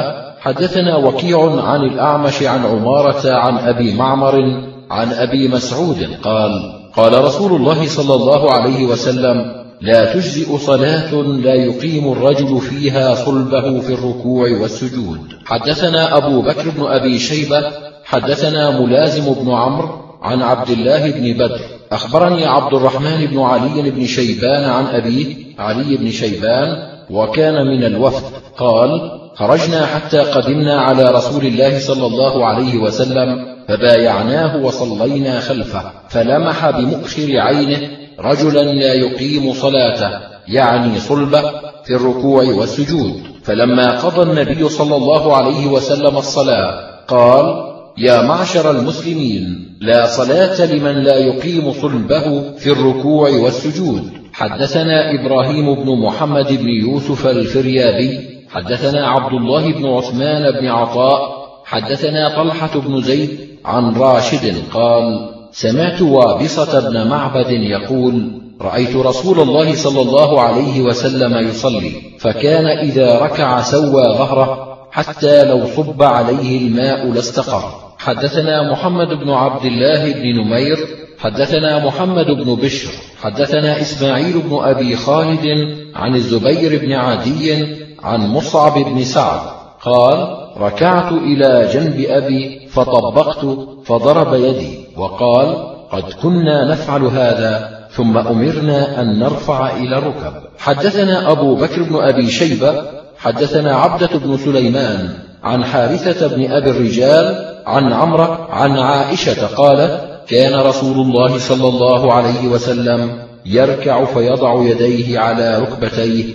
حدثنا وكيع عن الأعمش عن عمارة عن أبي معمر عن أبي مسعود قال قال رسول الله صلى الله عليه وسلم لا تجزئ صلاة لا يقيم الرجل فيها صلبه في الركوع والسجود. حدثنا أبو بكر بن أبي شيبة حدثنا ملازم بن عمرو عن عبد الله بن بدر أخبرني عبد الرحمن بن علي بن شيبان عن أبيه علي بن شيبان وكان من الوفد قال خرجنا حتى قدمنا على رسول الله صلى الله عليه وسلم فبايعناه وصلينا خلفه فلمح بمؤخر عينه رجلا لا يقيم صلاته يعني صلبه في الركوع والسجود. فلما قضى النبي صلى الله عليه وسلم الصلاة قال يا معشر المسلمين لا صلاة لمن لا يقيم صلبه في الركوع والسجود. حدثنا إبراهيم بن محمد بن يوسف الفريابي حدثنا عبد الله بن عثمان بن عطاء حدثنا طلحة بن زيد عن راشد قال سمعت وابصة بن معبد يقول رأيت رسول الله صلى الله عليه وسلم يصلي فكان إذا ركع سوى ظهره حتى لو صب عليه الماء لاستقر. حدثنا محمد بن عبد الله بن نمير حدثنا محمد بن بشر حدثنا إسماعيل بن أبي خالد عن الزبير بن عدي عن مصعب بن سعد قال ركعت إلى جنب أبي فطبقت فضرب يدي وقال قد كنا نفعل هذا ثم أمرنا أن نرفع إلى الركب. حدثنا أبو بكر بن أبي شيبة حدثنا عبدة بن سليمان عن حارثة بن أبي الرجال عن عمرو عن عائشة قالت كان رسول الله صلى الله عليه وسلم يركع فيضع يديه على ركبتيه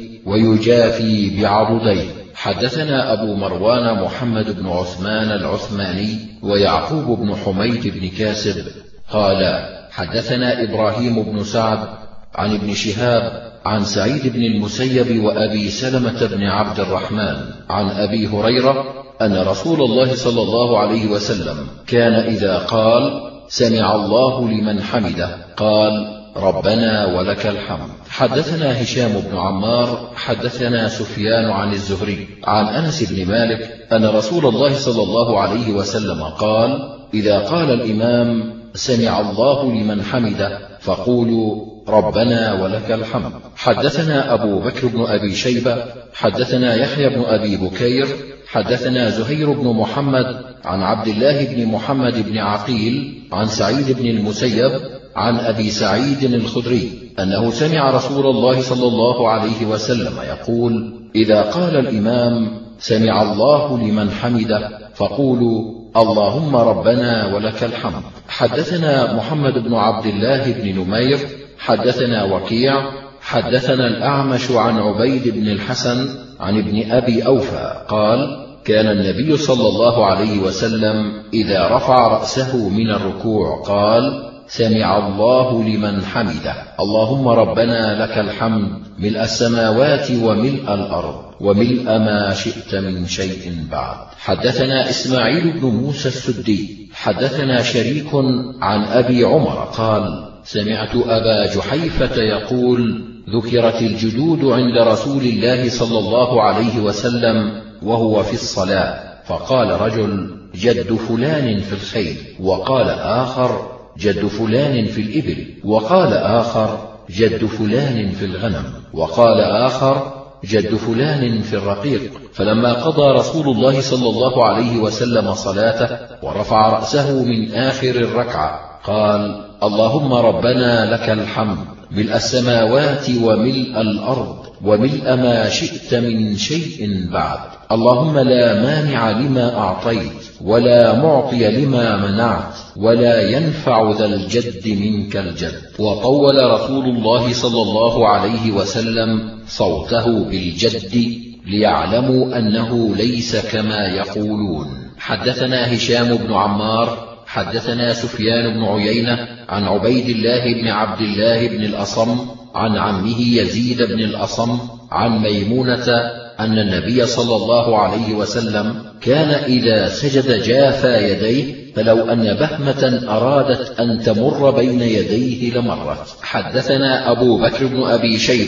ويجافي بعضديه. حدثنا أبو مروان محمد بن عثمان العثماني ويعقوب بن حميد بن كاسب قال حدثنا إبراهيم بن سعد عن ابن شهاب عن سعيد بن المسيب وأبي سلمة بن عبد الرحمن عن أبي هريرة أن رسول الله صلى الله عليه وسلم كان إذا قال سمع الله لمن حمده قال ربنا ولك الحمد. حدثنا هشام بن عمار حدثنا سفيان عن الزهري عن أنس بن مالك أن رسول الله صلى الله عليه وسلم قال إذا قال الإمام سمع الله لمن حمده فقولوا ربنا ولك الحمد. حدثنا أبو بكر بن أبي شيبة حدثنا يحيى بن أبي بكير حدثنا زهير بن محمد عن عبد الله بن محمد بن عقيل عن سعيد بن المسيب عن أبي سعيد الخدري أنه سمع رسول الله صلى الله عليه وسلم يقول إذا قال الإمام سمع الله لمن حمده فقولوا اللهم ربنا ولك الحمد. حدثنا محمد بن عبد الله بن نمير حدثنا وكيع حدثنا الأعمش عن عبيد بن الحسن عن ابن أبي أوفى قال كان النبي صلى الله عليه وسلم إذا رفع رأسه من الركوع قال سمع الله لمن حمده اللهم ربنا لك الحمد ملء السماوات وملء الأرض وملء ما شئت من شيء بعد. حدثنا إسماعيل بن موسى السدي حدثنا شريك عن أبي عمر قال سمعت أبا جحيفة يقول ذكرت الجدود عند رسول الله صلى الله عليه وسلم وهو في الصلاة فقال رجل جد فلان في الخيل وقال آخر جد فلان في الإبل وقال آخر جد فلان في الغنم وقال آخر جد فلان في الرقيق. فلما قضى رسول الله صلى الله عليه وسلم صلاته ورفع رأسه من آخر الركعة قال اللهم ربنا لك الحمد ملء السماوات وملء الأرض وملء ما شئت من شيء بعد اللهم لا مانع لما أعطيت ولا معطي لما منعت ولا ينفع ذا الجد منك الجد. وطول رسول الله صلى الله عليه وسلم صوته بالجد ليعلموا أنه ليس كما يقولون. حدثنا هشام بن عمار حدثنا سفيان بن عيينة عن عبيد الله بن عبد الله بن الأصم عن عمه يزيد بن الأصم عن ميمونة أن النبي صلى الله عليه وسلم كان إذا سجد جافى يديه فلو أن بهمة أرادت أن تمر بين يديه لمرت. حدثنا أبو بكر بن أبي شيبة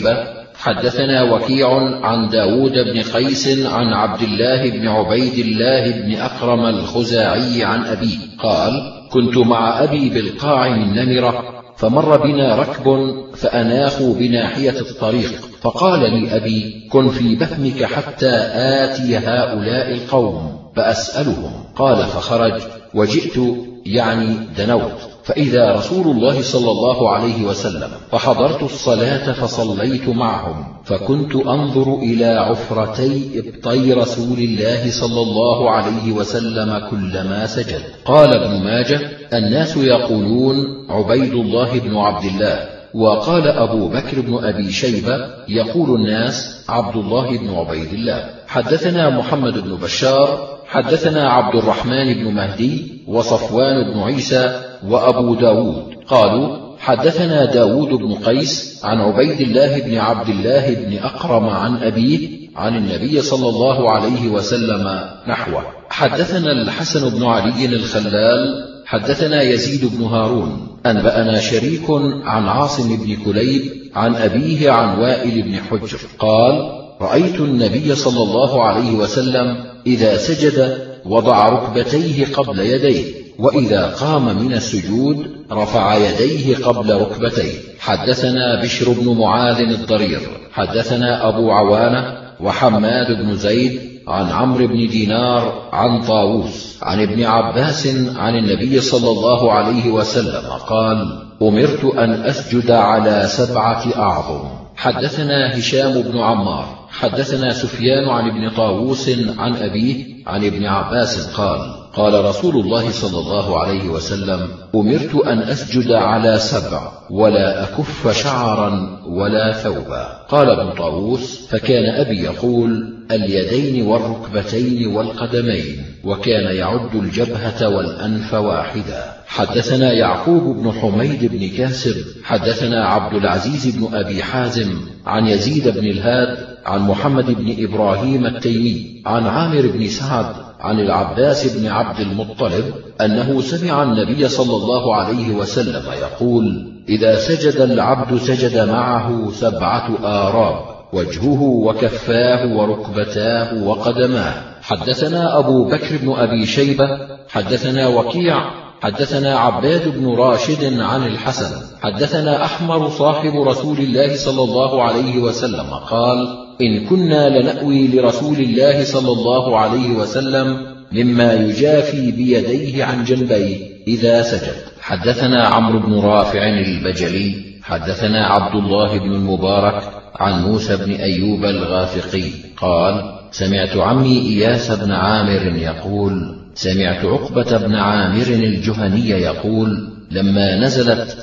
حدثنا وكيع عن داود بن قيس عن عبد الله بن عبيد الله بن أكرم الخزاعي عن أبيه قال: كنت مع أبي بالقاع من نمرة، فمر بنا ركب فأناخوا بناحية الطريق، فقال لي أبي: كن في بهمك حتى آتي هؤلاء القوم فأسألهم. قال: فخرج وجئت، يعني دنوت، فإذا رسول الله صلى الله عليه وسلم، فحضرت الصلاة فصليت معهم، فكنت أنظر إلى عفرتي إبطي رسول الله صلى الله عليه وسلم كلما سجد. قال ابن ماجه: الناس يقولون عبيد الله بن عبد الله، وقال أبو بكر بن أبي شيبة: يقول الناس عبد الله بن عبيد الله. حدثنا محمد بن بشار حدثنا عبد الرحمن بن مهدي وصفوان بن عيسى وأبو داود قالوا: حدثنا داود بن قيس عن عبيد الله بن عبد الله بن أقرم عن أبيه عن النبي صلى الله عليه وسلم نحوه. حدثنا الحسن بن علي الخلال حدثنا يزيد بن هارون أنبأنا شريك عن عاصم بن كليب عن أبيه عن وائل بن حجر قال: رأيت النبي صلى الله عليه وسلم إذا سجد وضع ركبتيه قبل يديه، وإذا قام من السجود رفع يديه قبل ركبتيه. حدثنا بشر بن معاذ الضرير حدثنا أبو عوانة وحماد بن زيد عن عمرو بن دينار عن طاووس عن ابن عباس عن النبي صلى الله عليه وسلم قال: أمرت أن أسجد على سبعة أعظم. حدثنا هشام بن عمار حدثنا سفيان عن ابن طاووس عن أبيه عن ابن عباس قال: قال رسول الله صلى الله عليه وسلم: أمرت أن أسجد على سبع ولا أكف شعرا ولا ثوبا. قال ابن طاووس: فكان أبي يقول: اليدين والركبتين والقدمين، وكان يعد الجبهة والأنف واحدا. حدثنا يعقوب بن حميد بن كاسب حدثنا عبد العزيز بن أبي حازم عن يزيد بن الهاد عن محمد بن إبراهيم التيمي عن عامر بن سعد عن العباس بن عبد المطلب أنه سمع النبي صلى الله عليه وسلم يقول: إذا سجد العبد سجد معه سبعة آراب، وجهه وكفاه وركبتاه وقدماه. حدثنا أبو بكر بن أبي شيبة حدثنا وكيع حدثنا عباد بن راشد عن الحسن حدثنا أحمر صاحب رسول الله صلى الله عليه وسلم قال: إن كنا لنأوي لرسول الله صلى الله عليه وسلم مما يجافي بيديه عن جنبيه إذا سجد. حدثنا عمرو بن رافع البجلي حدثنا عبد الله بن المبارك عن موسى بن أيوب الغافقي قال: سمعت عمي إياس بن عامر يقول: سمعت عقبة بن عامر الجهني يقول: لما نزلت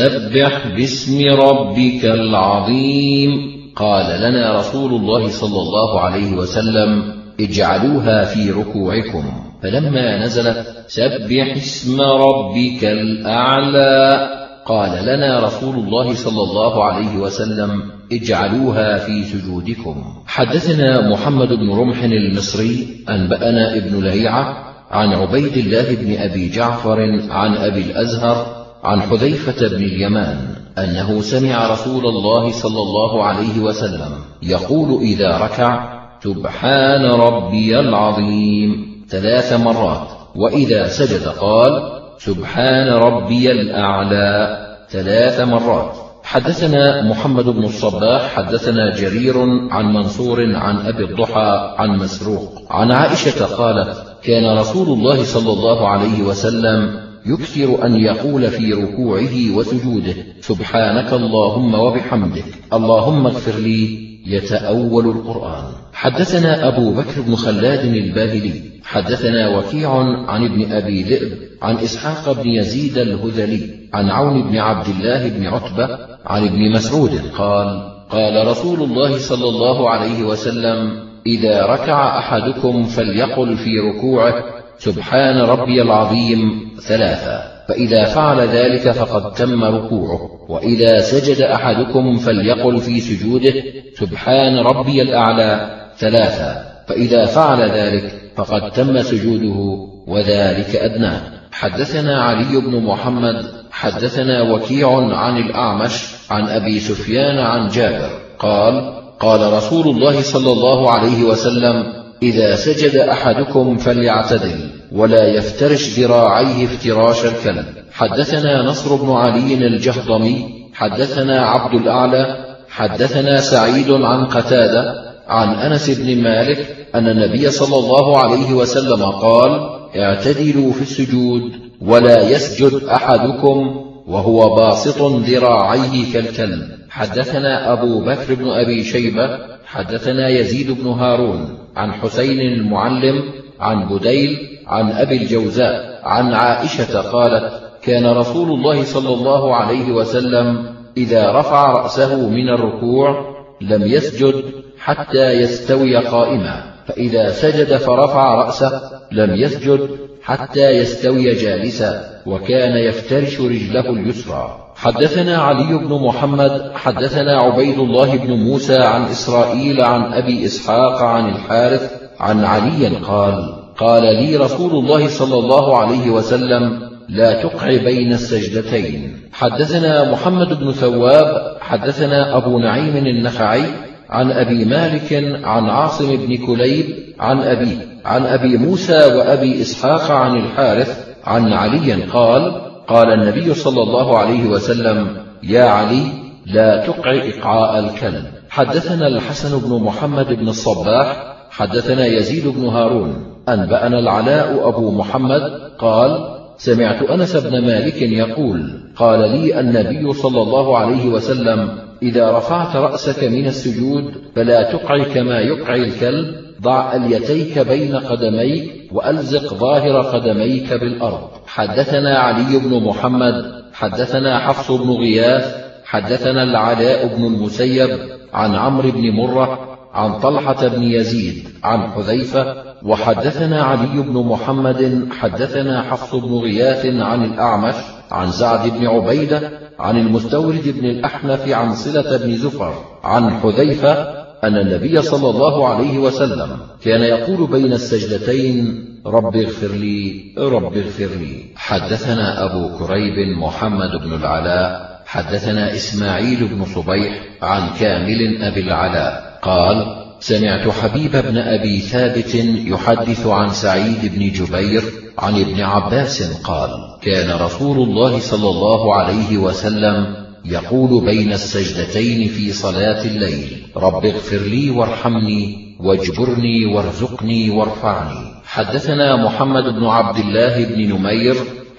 فسبح باسم ربك العظيم قال لنا رسول الله صلى الله عليه وسلم: اجعلوها في ركوعكم. فلما نزلت سبح اسم ربك الأعلى قال لنا رسول الله صلى الله عليه وسلم: اجعلوها في سجودكم. حدثنا محمد بن رمح المصري أنبأنا ابن لهيعة عن عبيد الله بن أبي جعفر عن أبي الأزهر عن حذيفة بن اليمان أنه سمع رسول الله صلى الله عليه وسلم يقول إذا ركع: سبحان ربي العظيم ثلاث مرات، وإذا سجد قال: سبحان ربي الأعلى ثلاث مرات. حدثنا محمد بن الصباح حدثنا جرير عن منصور عن أبي الضحى عن مسروق عن عائشة قالت: كان رسول الله صلى الله عليه وسلم يكثر أن يقول في ركوعه وسجوده: سبحانك اللهم وبحمدك اللهم اغفر لي، يتأول القرآن. حدثنا أبو بكر بن خلاد الباهلي حدثنا وكيع عن ابن أبي ذئب عن إسحاق بن يزيد الهذلي عن عون بن عبد الله بن عتبة عن ابن مسعود قال: قال رسول الله صلى الله عليه وسلم: إذا ركع أحدكم فليقل في ركوعه: سبحان ربي العظيم ثلاثا، فإذا فعل ذلك فقد تم ركوعه. وإذا سجد أحدكم فليقل في سجوده: سبحان ربي الأعلى ثلاثا، فإذا فعل ذلك فقد تم سجوده، وذلك أدناه. حدثنا علي بن محمد حدثنا وكيع عن الأعمش عن أبي سفيان عن جابر قال: قال رسول الله صلى الله عليه وسلم: إذا سجد أحدكم فليعتدل ولا يفترش ذراعيه افتراش الكلب. حدثنا نصر بن علي الجهضمي حدثنا عبد الأعلى حدثنا سعيد عن قتادة عن أنس بن مالك أن النبي صلى الله عليه وسلم قال: اعتدلوا في السجود ولا يسجد أحدكم وهو باسط ذراعيه كالكلب. حدثنا أبو بكر بن أبي شيبة حدثنا يزيد بن هارون عن حسين المعلم عن بديل عن أبي الجوزاء عن عائشة قالت: كان رسول الله صلى الله عليه وسلم إذا رفع رأسه من الركوع لم يسجد حتى يستوي قائما، فإذا سجد فرفع رأسه لم يسجد حتى يستوي جالسا، وكان يفترش رجله اليسرى. حدثنا علي بن محمد حدثنا عبيد الله بن موسى عن إسرائيل عن أبي إسحاق عن الحارث عن علي قال: قال لي رسول الله صلى الله عليه وسلم: لا تقع بين السجدتين. حدثنا محمد بن ثواب حدثنا أبو نعيم النخعي عن أبي مالك عن عاصم بن كليب عن أبي عن أبي موسى وأبي إسحاق عن الحارث عن علي قال: قال النبي صلى الله عليه وسلم: يا علي لا تقع إقعاء الكلب. حدثنا الحسن بن محمد بن الصباح حدثنا يزيد بن هارون أنبأنا العلاء أبو محمد قال: سمعت أنس بن مالك يقول: قال لي النبي صلى الله عليه وسلم: إذا رفعت رأسك من السجود فلا تقع كما يقع الكلب، ضع اليتيك بين قدميك وألزق ظاهر قدميك بالأرض. حدثنا علي بن محمد حدثنا حفص بن غياث حدثنا العلاء بن المسيب عن عمرو بن مرة عن طلحة بن يزيد عن حذيفة. وحدثنا علي بن محمد حدثنا حفص بن غياث عن الأعمش عن سعد بن عبيدة عن المستورد بن الأحنف عن صلة بن زفر عن حذيفة أن النبي صلى الله عليه وسلم كان يقول بين السجدتين: رب اغفر لي رب اغفر لي. حدثنا أبو كريب محمد بن العلاء حدثنا إسماعيل بن صبيح عن كامل أبي العلاء قال: سمعت حبيب بن أبي ثابت يحدث عن سعيد بن جبير عن ابن عباس قال: كان رسول الله صلى الله عليه وسلم يقول بين السجدتين في صلاة الليل: رب اغفر لي وارحمني واجبرني وارزقني وارفعني. حدثنا محمد بن عبد الله بن نمير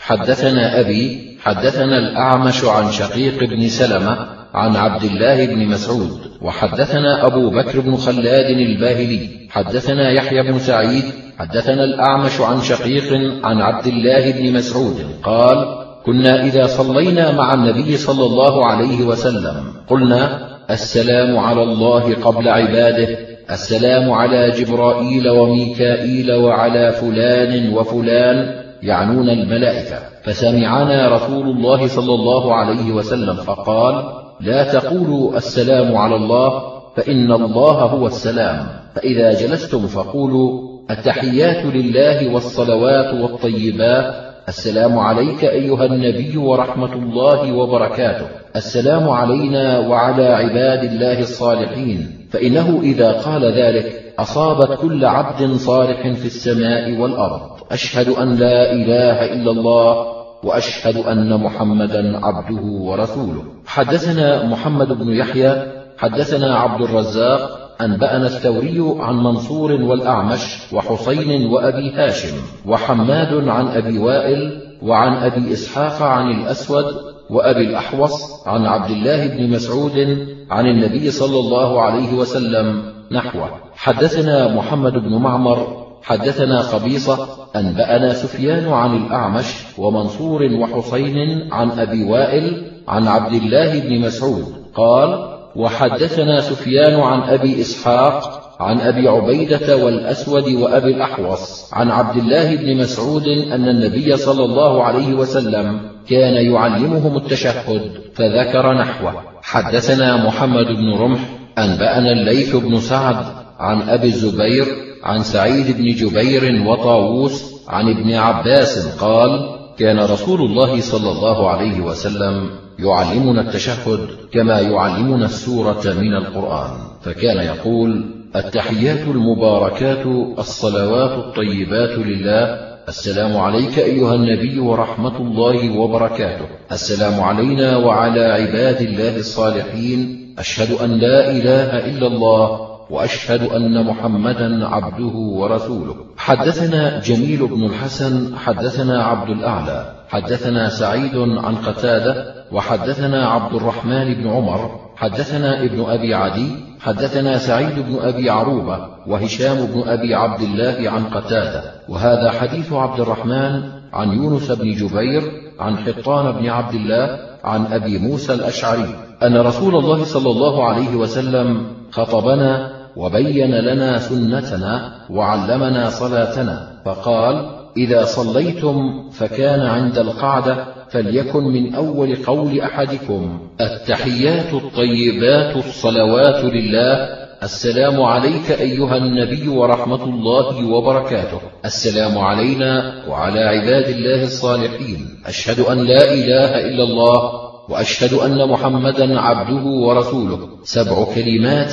حدثنا أبي حدثنا الأعمش عن شقيق بن سلمة عن عبد الله بن مسعود. وحدثنا أبو بكر بن خلاد الباهلي حدثنا يحيى بن سعيد حدثنا الأعمش عن شقيق عن عبد الله بن مسعود قال: كنا إذا صلينا مع النبي صلى الله عليه وسلم قلنا: السلام على الله قبل عباده، السلام على جبرائيل وميكائيل وعلى فلان وفلان، يعنون الملائكة. فسمعنا رسول الله صلى الله عليه وسلم فقال: لا تقولوا السلام على الله، فإن الله هو السلام. فإذا جلستم فقولوا: التحيات لله والصلوات والطيبات، السلام عليك أيها النبي ورحمة الله وبركاته، السلام علينا وعلى عباد الله الصالحين. فإنه إذا قال ذلك أصابت كل عبد صالح في السماء والأرض. أشهد أن لا إله إلا الله وأشهد أن محمدا عبده ورسوله. حدثنا محمد بن يحيى حدثنا عبد الرزاق أنبأنا الثوري عن منصور والأعمش وحسين وأبي هاشم وحماد عن أبي وائل وعن أبي إسحاق عن الأسود وأبي الأحوص عن عبد الله بن مسعود عن النبي صلى الله عليه وسلم نحوه. حدثنا محمد بن معمر حدثنا قبيصة أنبأنا سفيان عن الأعمش ومنصور وحسين عن أبي وائل عن عبد الله بن مسعود قال: وحدثنا سفيان عن أبي إسحاق عن أبي عبيدة والأسود وأبي الأحوص عن عبد الله بن مسعود أن النبي صلى الله عليه وسلم كان يعلمهم التشهد، فذكر نحوه. حدثنا محمد بن رمح أنبأنا الليث بن سعد عن أبي الزبير عن سعيد بن جبير وطاووس عن ابن عباس قال: كان رسول الله صلى الله عليه وسلم يعلمنا التشهد كما يعلمنا السورة من القرآن، فكان يقول: التحيات المباركات الصلوات الطيبات لله، السلام عليك أيها النبي ورحمة الله وبركاته، السلام علينا وعلى عباد الله الصالحين، أشهد أن لا إله إلا الله وأشهد أن محمدا عبده ورسوله. حدثنا جميل بن الحسن حدثنا عبد الأعلى حدثنا سعيد عن قتادة وحدثنا عبد الرحمن بن عمر حدثنا ابن أبي عدي حدثنا سعيد بن أبي عروبة وهشام بن أبي عبد الله عن قتادة. وهذا حديث عبد الرحمن عن يونس بن جبير عن حطان بن عبد الله عن أبي موسى الأشعري أن رسول الله صلى الله عليه وسلم خطبنا وبين لنا سنتنا وعلمنا صلاتنا، فقال: إذا صليتم فكان عند القعدة فليكن من أول قول أحدكم: التحيات الطيبات الصلوات لله، السلام عليك أيها النبي ورحمة الله وبركاته، السلام علينا وعلى عباد الله الصالحين، أشهد أن لا إله إلا الله وأشهد أن محمدا عبده ورسوله، سبع كلمات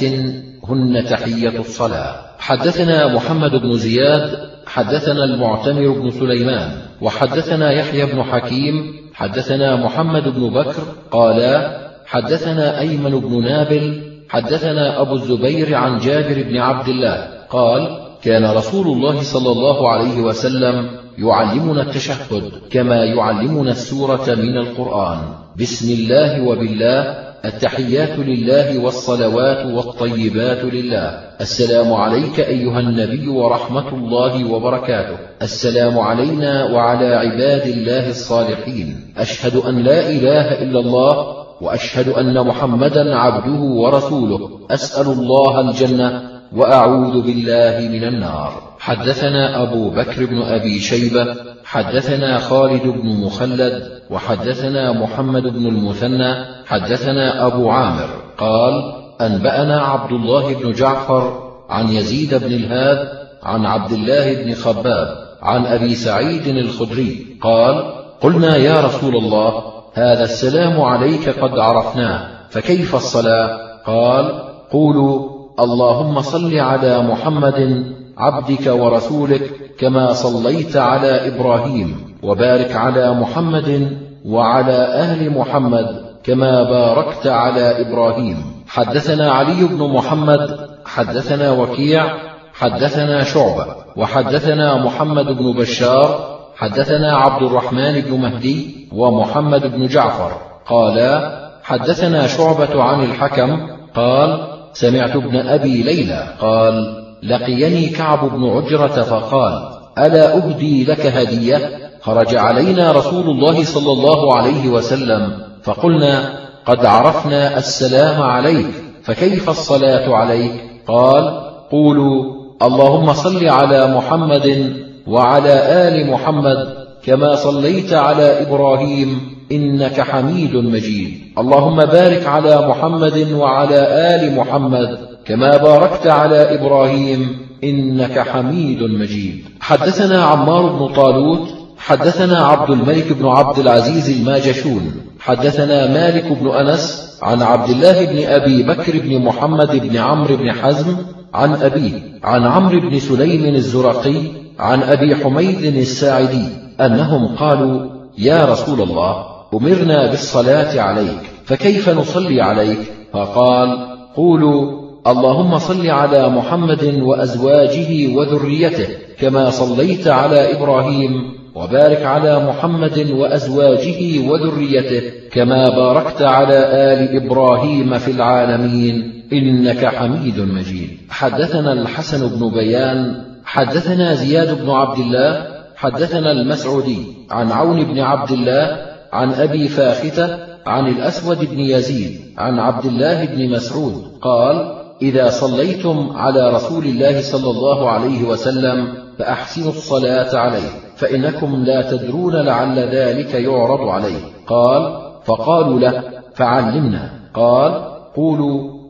هن تحية الصلاة. حدثنا محمد بن زياد حدثنا المعتمر بن سليمان وحدثنا يحيى بن حكيم حدثنا محمد بن بكر قالا: حدثنا أيمن بن نابل حدثنا أبو الزبير عن جابر بن عبد الله قال: كان رسول الله صلى الله عليه وسلم يعلمنا التشهد كما يعلمنا السورة من القرآن: بسم الله وبالله، التحيات لله والصلوات والطيبات لله، السلام عليك أيها النبي ورحمة الله وبركاته، السلام علينا وعلى عباد الله الصالحين، أشهد أن لا إله إلا الله وأشهد أن محمدا عبده ورسوله، أسأل الله الجنة وأعوذ بالله من النار. حدثنا أبو بكر بن أبي شيبة حدثنا خالد بن مخلد وحدثنا محمد بن المثنى حدثنا أبو عامر قال: أنبأنا عبد الله بن جعفر عن يزيد بن الهاد عن عبد الله بن خباب عن أبي سعيد الخدري قال: قلنا يا رسول الله، هذا السلام عليك قد عرفناه، فكيف الصلاة؟ قال: قولوا: اللهم صل على محمد عبدك ورسولك كما صليت على إبراهيم، وبارك على محمد وعلى أهل محمد كما باركت على إبراهيم. حدثنا علي بن محمد حدثنا وكيع حدثنا شعبة وحدثنا محمد بن بشار حدثنا عبد الرحمن بن مهدي ومحمد بن جعفر قالا: حدثنا شعبة عن الحكم قال: سمعت ابن أبي ليلى قال: لقيني كعب بن عجرة فقال: ألا أهدي لك هدية؟ خرج علينا رسول الله صلى الله عليه وسلم فقلنا: قد عرفنا السلام عليك، فكيف الصلاة عليك؟ قال: قولوا: اللهم صل على محمد وعلى آل محمد كما صليت على إبراهيم إنك حميد مجيد، اللهم بارك على محمد وعلى آل محمد كما باركت على إبراهيم إنك حميد مجيد. حدثنا عمار بن طالوت حدثنا عبد الملك بن عبد العزيز الماجشون حدثنا مالك بن أنس عن عبد الله بن أبي بكر بن محمد بن عمرو بن حزم عن أبيه عن عمرو بن سليم الزرقي عن أبي حميد الساعدي أنهم قالوا: يا رسول الله، أمرنا بالصلاة عليك، فكيف نصلي عليك؟ فقال: قولوا: اللهم صل على محمد وأزواجه وذريته كما صليت على إبراهيم، وبارك على محمد وأزواجه وذريته كما باركت على آل إبراهيم في العالمين إنك حميد مجيد. حدثنا الحسن بن بيان حدثنا زياد بن عبد الله حدثنا المسعودي عن عون بن عبد الله عن أبي فاختة عن الأسود بن يزيد عن عبد الله بن مسعود قال: إذا صليتم على رسول الله صلى الله عليه وسلم فأحسنوا الصلاة عليه، فإنكم لا تدرون لعل ذلك يعرض عليه. قال: فقالوا له: فعلمنا. قال: قولوا: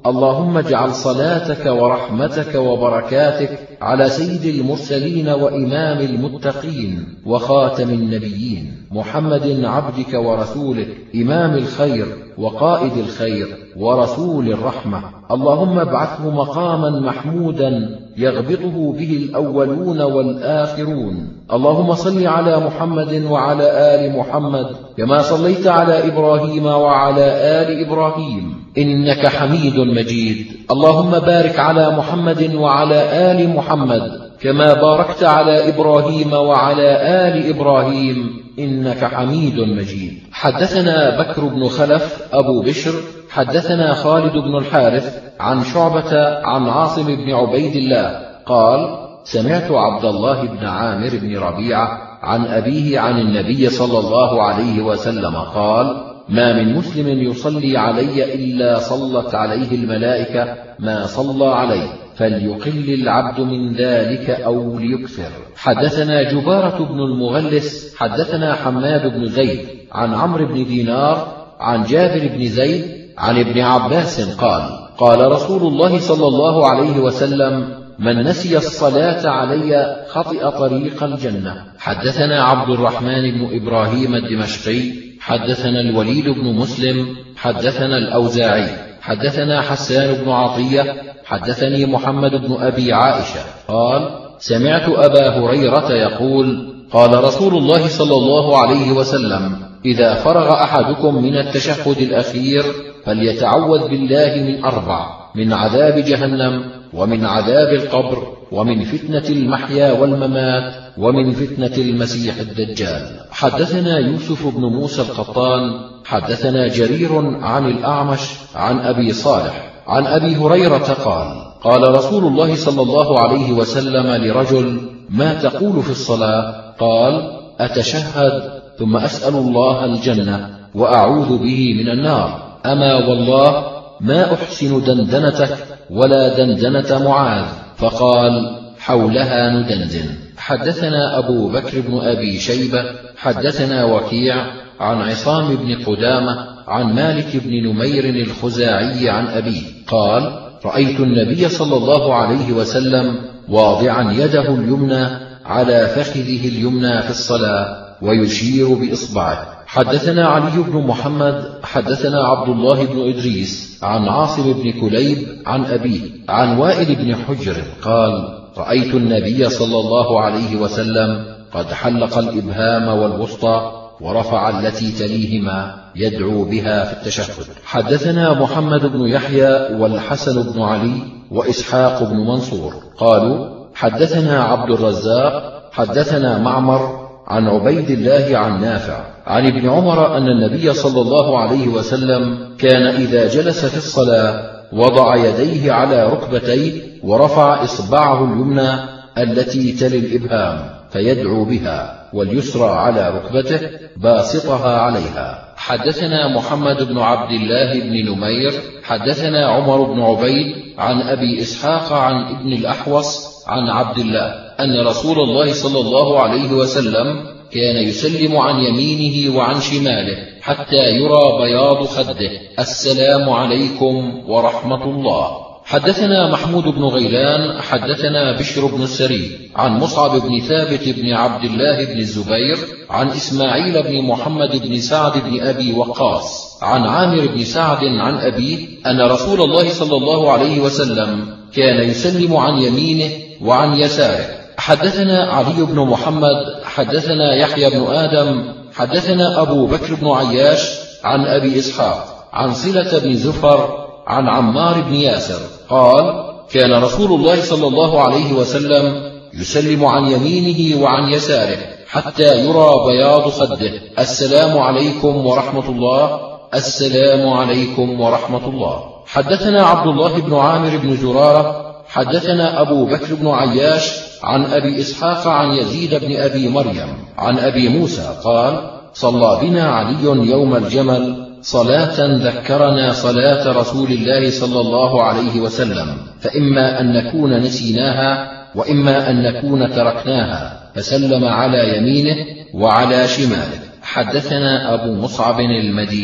اللهم اجعل صلاتك ورحمتك وبركاتك على سيد المرسلين وإمام المتقين وخاتم النبيين محمد عبدك ورسولك إمام الخير وقائد الخير ورسول الرحمة. اللهم ابعثه مقاما محمودا يغبطه به الأولون والآخرون. اللهم صل على محمد وعلى آل محمد كما صليت على إبراهيم وعلى آل إبراهيم إنك حميد مجيد. اللهم بارك على محمد وعلى آل محمد كما باركت على إبراهيم وعلى آل إبراهيم إنك حميد مجيد. حدثنا بكر بن خلف أبو بشر حدثنا خالد بن الحارث عن شعبة عن عاصم بن عبيد الله قال سمعت عبد الله بن عامر بن ربيعة عن أبيه عن النبي صلى الله عليه وسلم قال ما من مسلم يصلي علي إلا صلت عليه الملائكة ما صلى عليه فليقل العبد من ذلك أو ليكثر. حدثنا جبارة بن المغلس حدثنا حماد بن زيد عن عمرو بن دينار عن جابر بن زيد عن ابن عباس قال قال رسول الله صلى الله عليه وسلم من نسي الصلاة علي خطئ طريق الجنة. حدثنا عبد الرحمن بن إبراهيم الدمشقي حدثنا الوليد بن مسلم حدثنا الأوزاعي حدثنا حسان بن عطية حدثني محمد بن أبي عائشة قال سمعت أبا هريرة يقول قال رسول الله صلى الله عليه وسلم إذا فرغ أحدكم من التشهد الأخير فليتعوذ بالله من أربع من عذاب جهنم ومن عذاب القبر ومن فتنة المحيا والممات ومن فتنة المسيح الدجال. حدثنا يوسف بن موسى القطان حدثنا جرير عن الأعمش عن أبي صالح عن أبي هريرة قال قال رسول الله صلى الله عليه وسلم لرجل ما تقول في الصلاة؟ قال أتشهد ثم أسأل الله الجنة وأعوذ به من النار. أما والله ما أحسن دندنتك ولا دندنة معاذ. فقال حولها ندندن. حدثنا أبو بكر بن أبي شيبة حدثنا وكيع عن عصام بن قدامة عن مالك بن نمير الخزاعي عن أبيه قال رأيت النبي صلى الله عليه وسلم واضعا يده اليمنى على فخذه اليمنى في الصلاة ويشير بإصبعه. حدثنا علي بن محمد حدثنا عبد الله بن إدريس عن عاصم بن كليب عن أبيه عن وائل بن حجر قال رأيت النبي صلى الله عليه وسلم قد حلق الإبهام والوسطى ورفع التي تليهما يدعو بها في التشهد. حدثنا محمد بن يحيى والحسن بن علي وإسحاق بن منصور قالوا حدثنا عبد الرزاق حدثنا معمر عن عبيد الله عن نافع عن ابن عمر أن النبي صلى الله عليه وسلم كان إذا جلس في الصلاة وضع يديه على ركبتيه ورفع إصبعه اليمنى التي تلي الإبهام فيدعو بها واليسرى على ركبته باسطها عليها. حدثنا محمد بن عبد الله بن نمير حدثنا عمر بن عبيد عن أبي إسحاق عن ابن الأحوص عن عبد الله أن رسول الله صلى الله عليه وسلم كان يسلم عن يمينه وعن شماله حتى يرى بياض خده السلام عليكم ورحمة الله. حدثنا محمود بن غيلان حدثنا بشر بن السري عن مصعب بن ثابت بن عبد الله بن الزبير عن إسماعيل بن محمد بن سعد بن أبي وقاص عن عامر بن سعد عن أبيه أن رسول الله صلى الله عليه وسلم كان يسلم عن يمينه وعن يساره. حدثنا علي بن محمد حدثنا يحيى بن آدم حدثنا أبو بكر بن عياش عن أبي إسحاق عن صلة بن زفر عن عمار بن ياسر قال كان رسول الله صلى الله عليه وسلم يسلم عن يمينه وعن يساره حتى يرى بياض خده السلام عليكم ورحمة الله السلام عليكم ورحمة الله. حدثنا عبد الله بن عامر بن زرارة حدثنا أبو بكر بن عياش عن أبي إسحاق عن يزيد بن أبي مريم عن أبي موسى قال صلى بنا علي يوم الجمل صلاة ذكرنا صلاة رسول الله صلى الله عليه وسلم فإما أن نكون نسيناها وإما أن نكون تركناها فسلم على يمينه وعلى شماله. حدثنا أبو مصعب المديني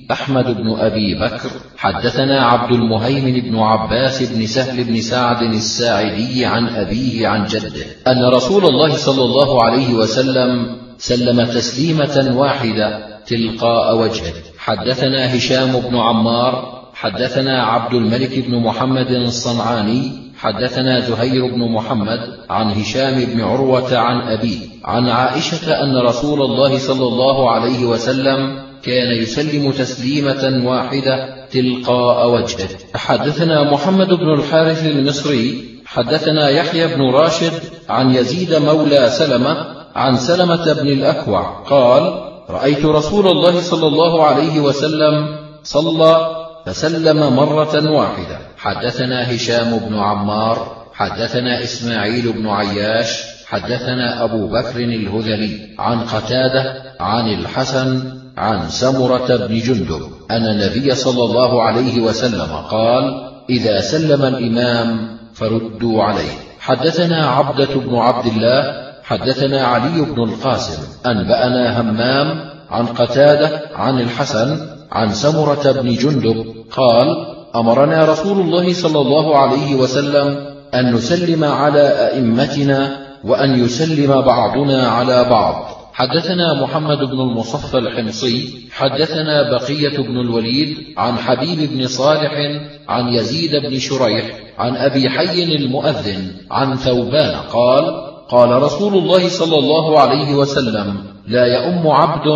أحمد بن أبي بكر حدثنا عبد المهيمن بن عباس بن سهل بن سعد الساعدي عن أبيه عن جده أن رسول الله صلى الله عليه وسلم سلم تسليمة واحدة تلقاء وجهه. حدثنا هشام بن عمار حدثنا عبد الملك بن محمد الصنعاني حدثنا زهير بن محمد عن هشام بن عروة عن أبيه عن عائشة أن رسول الله صلى الله عليه وسلم كان يسلم تسليمة واحدة تلقاء وجهه. حدثنا محمد بن الحارث المصري حدثنا يحيى بن راشد عن يزيد مولى سلمة عن سلمة بن الأكوع قال: رأيت رسول الله صلى الله عليه وسلم صلى فسلم مرة واحدة. حدثنا هشام بن عمار حدثنا إسماعيل بن عياش حدثنا أبو بكر الهذلي عن قتادة عن الحسن عن سمرة بن جندب أن النبي صلى الله عليه وسلم قال: إذا سلم الإمام فردوا عليه. حدثنا عبدة بن عبد الله حدثنا علي بن القاسم أنبأنا همام عن قتادة عن الحسن عن سمرة بن جندب قال: أمرنا رسول الله صلى الله عليه وسلم أن نسلم على أئمتنا وأن يسلم بعضنا على بعض. حدثنا محمد بن المصفى الحمصي حدثنا بقية بن الوليد عن حبيب بن صالح عن يزيد بن شريح عن أبي حي المؤذن عن ثوبان قال: قال رسول الله صلى الله عليه وسلم: لا يؤم عبد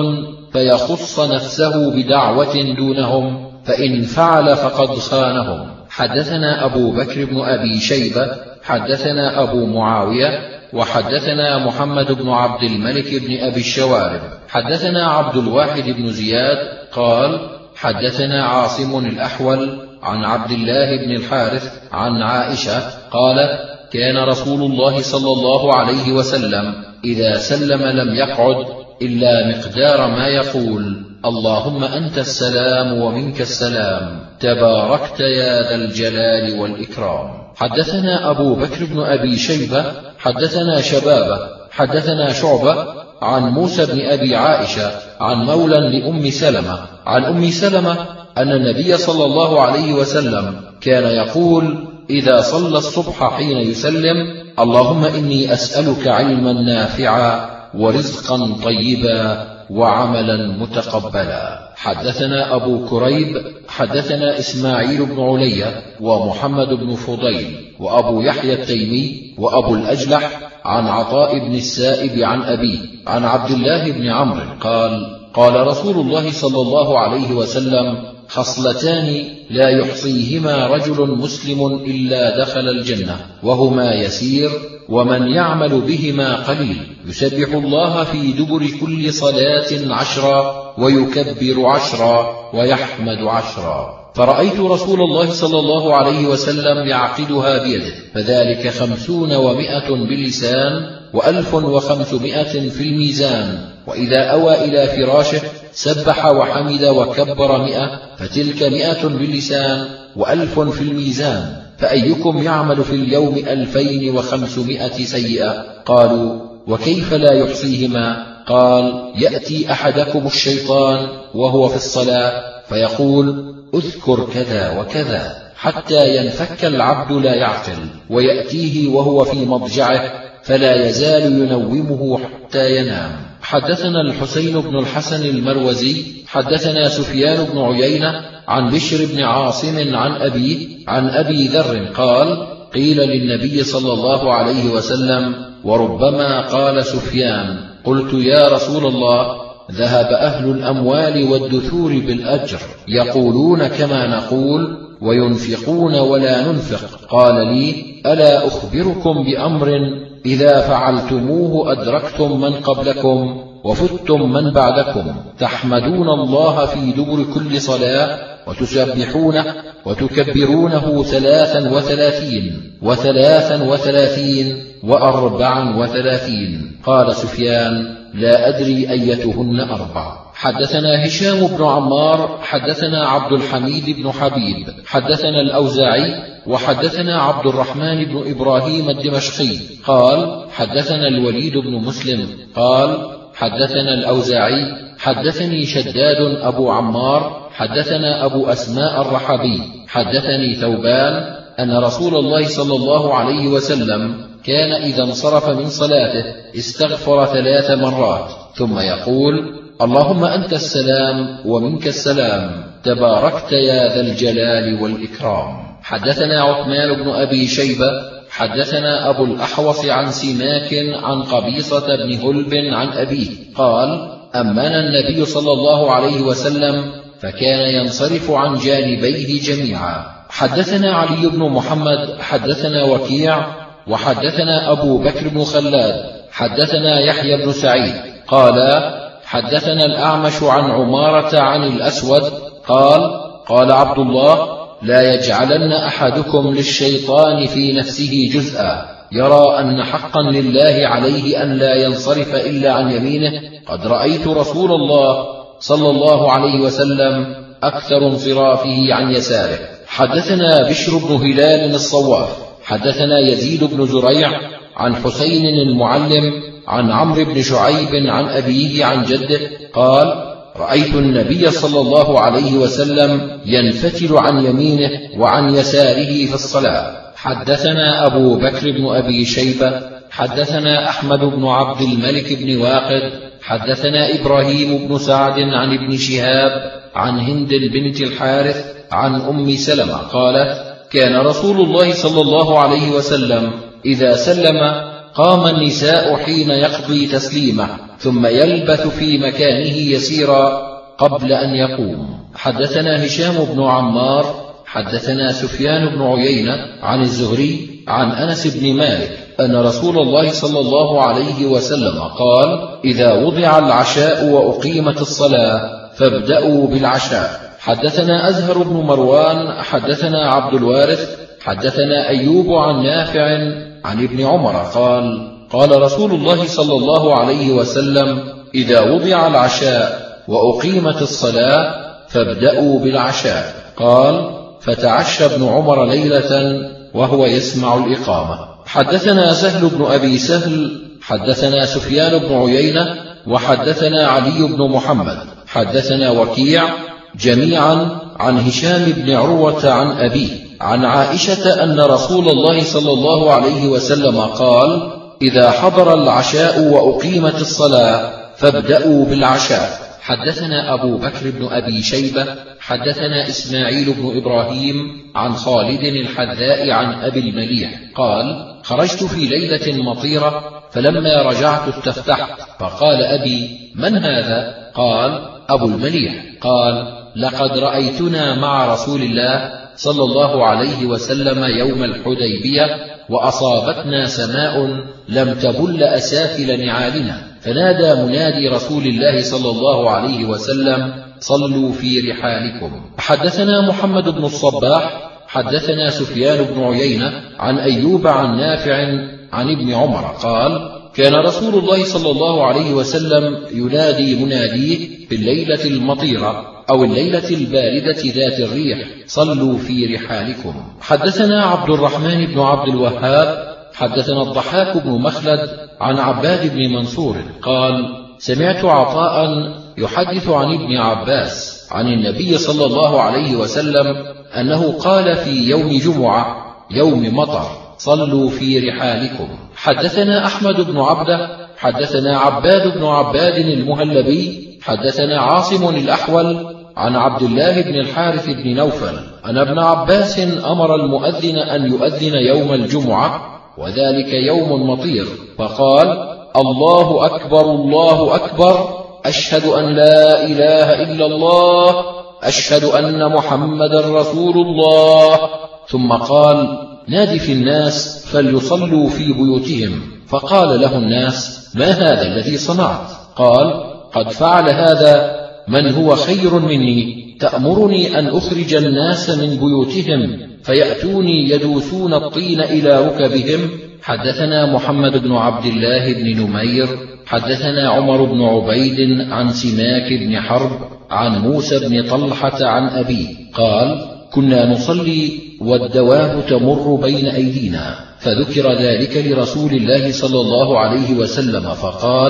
فيخص نفسه بدعوة دونهم، فإن فعل فقد خانهم. حدثنا أبو بكر بن أبي شيبة حدثنا أبو معاوية وحدثنا محمد بن عبد الملك بن أبي الشوارب حدثنا عبد الواحد بن زياد قال: حدثنا عاصم الأحول عن عبد الله بن الحارث عن عائشة قالت: كان رسول الله صلى الله عليه وسلم إذا سلم لم يقعد إلا مقدار ما يقول: اللهم أنت السلام ومنك السلام، تباركت يا ذا الجلال والإكرام. حدثنا أبو بكر بن أبي شيبة حدثنا شبابة حدثنا شعبة عن موسى بن أبي عائشة عن مولى لأم سلمة عن أم سلمة أن النبي صلى الله عليه وسلم كان يقول إذا صلى الصبح حين يسلم: اللهم إني أسألك علما نافعا ورزقا طيبا وعملا متقبلا. حدثنا أبو كريب حدثنا إسماعيل بن علية ومحمد بن فضيل وأبو يحيى التيمي وأبو الأجلح عن عطاء بن السائب عن أبيه عن عبد الله بن عمرو قال: قال رسول الله صلى الله عليه وسلم: خصلتان لا يحصيهما رجل مسلم إلا دخل الجنة، وهما يسير ومن يعمل بهما قليل: يسبح الله في دبر كل صلاة عشرا ويكبر عشرا ويحمد عشرا. فرأيت رسول الله صلى الله عليه وسلم يعقدها بيده، فذلك خمسون ومائة باللسان وألف وخمسمائة في الميزان. وإذا أوى إلى فراشه سبح وحمد وكبر مئة، فتلك مئة باللسان وألف في الميزان. فأيكم يعمل في اليوم ألفين وخمسمائة سيئة؟ قالوا: وكيف لا يحصيهما؟ قال: يأتي أحدكم الشيطان وهو في الصلاة فيقول: اذكر كذا وكذا، حتى ينفك العبد لا يعقل، ويأتيه وهو في مضجعه فلا يزال ينومه حتى ينام. حدثنا الحسين بن الحسن المروزي حدثنا سفيان بن عيينة عن بشر بن عاصم عن أبيه عن أبي ذر قال: قيل للنبي صلى الله عليه وسلم، وربما قال سفيان: قلت يا رسول الله، ذهب أهل الأموال والدثور بالأجر، يقولون كما نقول وينفقون ولا ننفق. قال لي: ألا أخبركم بأمر إذا فعلتموه أدركتم من قبلكم وفتم من بعدكم، تحمدون الله في دبر كل صلاة وتسبحونه وتكبرونه ثلاثا وثلاثين وثلاثا وثلاثين وأربعا وثلاثين. قال سفيان: لا أدري أيتهن أربع. حدثنا هشام بن عمار حدثنا عبد الحميد بن حبيب حدثنا الأوزاعي وحدثنا عبد الرحمن بن إبراهيم الدمشقي قال: حدثنا الوليد بن مسلم قال: حدثنا الأوزاعي حدثني شداد أبو عمار حدثنا أبو أسماء الرحبي حدثني ثوبان أن رسول الله صلى الله عليه وسلم كان إذا انصرف من صلاته استغفر ثلاث مرات ثم يقول: اللهم أنت السلام ومنك السلام، تباركت يا ذا الجلال والإكرام. حدثنا عثمان بن أبي شيبة حدثنا أبو الأحوص عن سماك عن قبيصة بن هلب عن أبيه قال: أمنا النبي صلى الله عليه وسلم فكان ينصرف عن جانبيه جميعا. حدثنا علي بن محمد حدثنا وكيع وحدثنا أبو بكر بن خلاد حدثنا يحيى بن سعيد قال: حدثنا الأعمش عن عمارة عن الأسود قال: قال عبد الله: لا يجعلن أحدكم للشيطان في نفسه جزءا يرى أن حقا لله عليه أن لا ينصرف إلا عن يمينه، قد رأيت رسول الله صلى الله عليه وسلم أكثر انصرافه عن يساره. حدثنا بشر بن هلال الصواف حدثنا يزيد بن زريع عن حسين المعلم عن عمرو بن شعيب عن أبيه عن جده قال: رأيت النبي صلى الله عليه وسلم ينفتل عن يمينه وعن يساره في الصلاة. حدثنا أبو بكر بن أبي شيبة حدثنا أحمد بن عبد الملك بن واقد حدثنا إبراهيم بن سعد عن ابن شهاب عن هند بنت الحارث عن أم سلمة قالت: كان رسول الله صلى الله عليه وسلم إذا سلم قام النساء حين يقضي تسليمه ثم يلبث في مكانه يسيرا قبل أن يقوم. حدثنا هشام بن عمار حدثنا سفيان بن عيينة عن الزهري عن أنس بن مالك أن رسول الله صلى الله عليه وسلم قال: إذا وضع العشاء وأقيمت الصلاة فابدأوا بالعشاء. حدثنا أزهر بن مروان حدثنا عبد الوارث حدثنا أيوب عن نافع عن ابن عمر قال: قال رسول الله صلى الله عليه وسلم: إذا وضع العشاء وأقيمت الصلاة فابدأوا بالعشاء. قال: فتعشى ابن عمر ليلة وهو يسمع الإقامة. حدثنا سهل بن أبي سهل حدثنا سفيان بن عيينة وحدثنا علي بن محمد حدثنا وكيع جميعا عن هشام بن عروة عن أبيه عن عائشة أن رسول الله صلى الله عليه وسلم قال: إذا حضر العشاء وأقيمت الصلاة فابدأوا بالعشاء. حدثنا أبو بكر بن أبي شيبة حدثنا إسماعيل بن إبراهيم عن خالد الحذاء عن أبي المليح قال: خرجت في ليلة مطيرة فلما رجعت استفتحت فقال أبي: من هذا؟ قال: أبو المليح. قال: لقد رأيتنا مع رسول الله صلى الله عليه وسلم يوم الحديبية وأصابتنا سماء لم تبل أسافل نعالنا، فنادى منادي رسول الله صلى الله عليه وسلم: صلوا في رحالكم. حدثنا محمد بن الصباح حدثنا سفيان بن عيينة عن أيوب عن نافع عن ابن عمر قال: كان رسول الله صلى الله عليه وسلم ينادي مناديه في الليلة المطيرة أو الليلة الباردة ذات الريح: صلوا في رحالكم. حدثنا عبد الرحمن بن عبد الوهاب حدثنا الضحاك بن مخلد عن عباد بن منصور قال: سمعت عطاء يحدث عن ابن عباس عن النبي صلى الله عليه وسلم أنه قال في يوم جمعة يوم مطر: صلوا في رحالكم. حدثنا أحمد بن عبده حدثنا عباد بن عباد المهلبي حدثنا عاصم الأحول عن عبد الله بن الحارث بن نوفل أن ابن عباس أمر المؤذن أن يؤذن يوم الجمعة وذلك يوم مطير، فقال: الله أكبر الله أكبر، أشهد أن لا إله إلا الله، أشهد أن محمدا رسول الله. ثم قال: نادي في الناس فليصلوا في بيوتهم. فقال له الناس: ما هذا الذي صنعت؟ قال: قد فعل هذا من هو خير مني، تأمرني أن أخرج الناس من بيوتهم فيأتوني يدوسون الطين إلى ركبهم. حدثنا محمد بن عبد الله بن نمير حدثنا عمر بن عبيد عن سماك بن حرب عن موسى بن طلحة عن أبيه قال: كنا نصلي والدواب تمر بين أيدينا، فذكر ذلك لرسول الله صلى الله عليه وسلم فقال: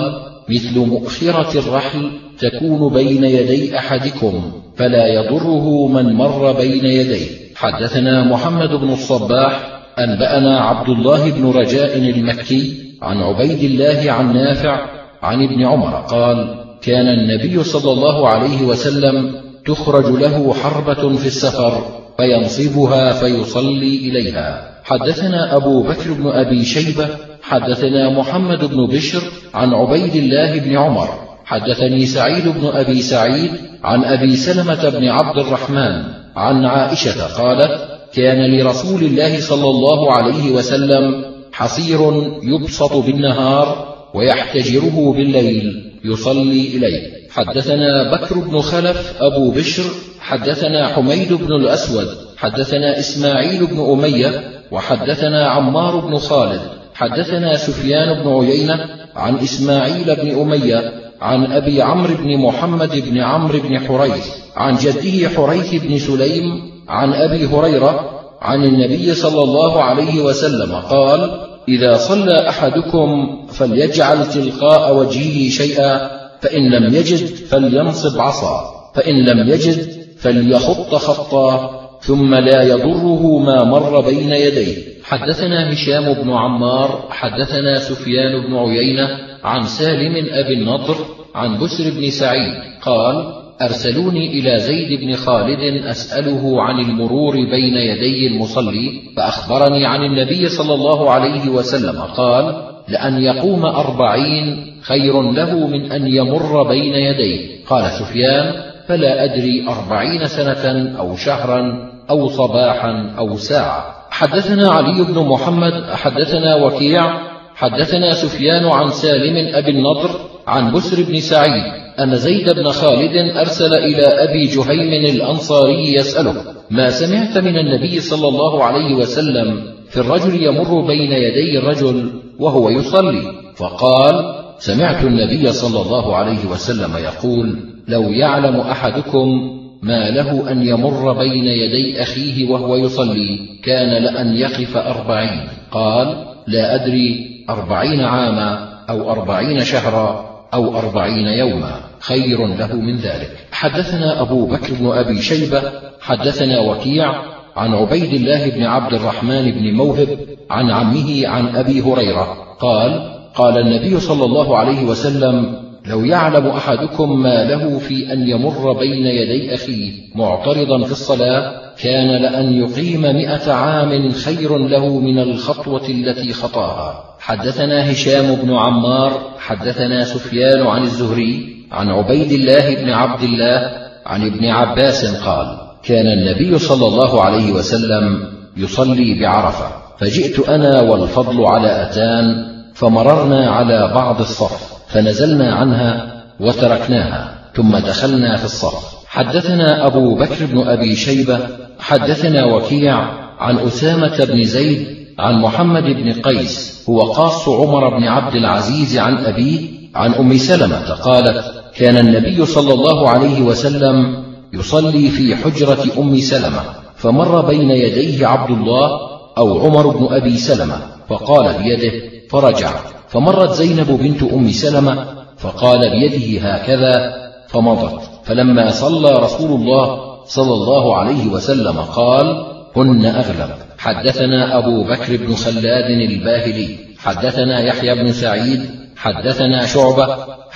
مثل مؤخرة الرحل تكون بين يدي أحدكم فلا يضره من مر بين يديه. حدثنا محمد بن الصباح أنبأنا عبد الله بن رجاء المكي عن عبيد الله عن نافع عن ابن عمر قال: كان النبي صلى الله عليه وسلم تخرج له حربة في السفر فينصبها فيصلي إليها. حدثنا أبو بكر بن أبي شيبة حدثنا محمد بن بشر عن عبيد الله بن عمر حدثني سعيد بن أبي سعيد عن أبي سلمة بن عبد الرحمن عن عائشة قالت: كان لرسول الله صلى الله عليه وسلم حصير يبسط بالنهار ويحتجره بالليل يصلي إليه. حدثنا بكر بن خلف أبو بشر حدثنا حميد بن الأسود حدثنا إسماعيل بن أمية وحدثنا عمار بن خالد حدثنا سفيان بن عيينة عن إسماعيل بن أمية عن أبي عمرو بن محمد بن عمرو بن حريث عن جده حريث بن سليم عن أبي هريرة عن النبي صلى الله عليه وسلم قال: إذا صلى أحدكم فليجعل تلقاء وجهه شيئا، فإن لم يجد فلينصب عصا، فإن لم يجد فليخط خطا، ثم لا يضره ما مر بين يديه. حدثنا هشام بن عمار حدثنا سفيان بن عيينة عن سالم أبي النضر عن بسر بن سعيد قال: أرسلوني إلى زيد بن خالد أسأله عن المرور بين يدي المصلي، فأخبرني عن النبي صلى الله عليه وسلم قال: لأن يقوم أربعين خير له من أن يمر بين يديه. قال سفيان: فلا أدري أربعين سنة أو شهرا أو صباحا أو ساعة. حدثنا علي بن محمد حدثنا وكيع حدثنا سفيان عن سالم أبي النضر عن بسر بن سعيد أن زيد بن خالد أرسل إلى أبي جهيم الأنصاري يسأله: ما سمعت من النبي صلى الله عليه وسلم في الرجل يمر بين يدي الرجل وهو يصلي؟ فقال: سمعت النبي صلى الله عليه وسلم يقول: لو يعلم أحدكم ما له أن يمر بين يدي أخيه وهو يصلي كان لأن يقف أربعين. قال: لا أدري أربعين عاما أو أربعين شهرا أو أربعين يوما خير له من ذلك. حدثنا أبو بكر بن أبي شيبة حدثنا وكيع عن عبيد الله بن عبد الرحمن بن موهب عن عمه عن أبي هريرة قال: قال النبي صلى الله عليه وسلم: لو يعلم أحدكم ما له في أن يمر بين يدي أخيه معترضا في الصلاة كان لأن يقيم مئة عام خير له من الخطوة التي خطاها. حدثنا هشام بن عمار حدثنا سفيان عن الزهري عن عبيد الله بن عبد الله عن ابن عباس قال: كان النبي صلى الله عليه وسلم يصلي بعرفة، فجئت أنا والفضل على أتان فمررنا على بعض الصف فنزلنا عنها وتركناها ثم دخلنا في الصف. حدثنا أبو بكر بن أبي شيبة حدثنا وكيع عن أسامة بن زيد عن محمد بن قيس هو قاص عمر بن عبد العزيز عن أبيه عن أم سلمة قالت: كان النبي صلى الله عليه وسلم يصلي في حجرة أم سلمة، فمر بين يديه عبد الله أو عمر بن أبي سلمة فقال بيده فرجع، فمرت زينب بنت أم سلمة فقال بيده هكذا فمضت، فلما صلى رسول الله صلى الله عليه وسلم قال: هن أغلب. حدثنا أبو بكر بن خلاد الباهلي حدثنا يحيى بن سعيد حدثنا شعبة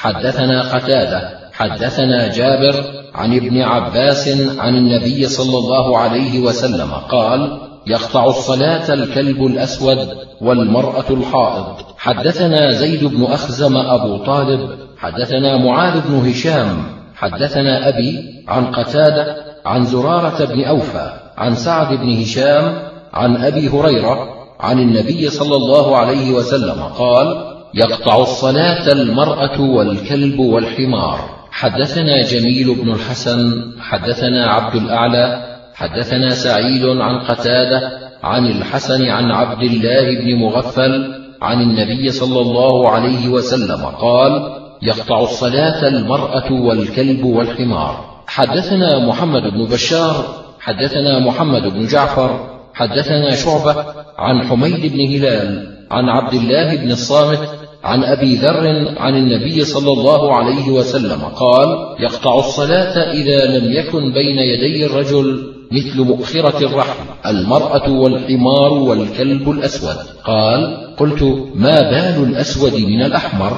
حدثنا قتادة حدثنا جابر عن ابن عباس عن النبي صلى الله عليه وسلم قال: يقطع الصلاة الكلب الأسود والمرأة الحائض. حدثنا زيد بن أخزم أبو طالب حدثنا معاذ بن هشام حدثنا أبي عن قتادة عن زرارة بن أوفى عن سعد بن هشام عن أبي هريرة عن النبي صلى الله عليه وسلم قال: يقطع الصلاة المرأة والكلب والحمار. حدثنا جميل بن الحسن حدثنا عبد الأعلى حدثنا سعيد عن قتادة عن الحسن عن عبد الله بن مغفل عن النبي صلى الله عليه وسلم قال: يقطع الصلاة المرأة والكلب والحمار. حدثنا محمد بن بشار حدثنا محمد بن جعفر حدثنا شعبة عن حميد بن هلال عن عبد الله بن الصامت عن أبي ذر عن النبي صلى الله عليه وسلم قال: يقطع الصلاة إذا لم يكن بين يدي الرجل مثل مؤخرة الرحل المرأة والحمار والكلب الأسود. قال: قلت: ما بال الأسود من الأحمر؟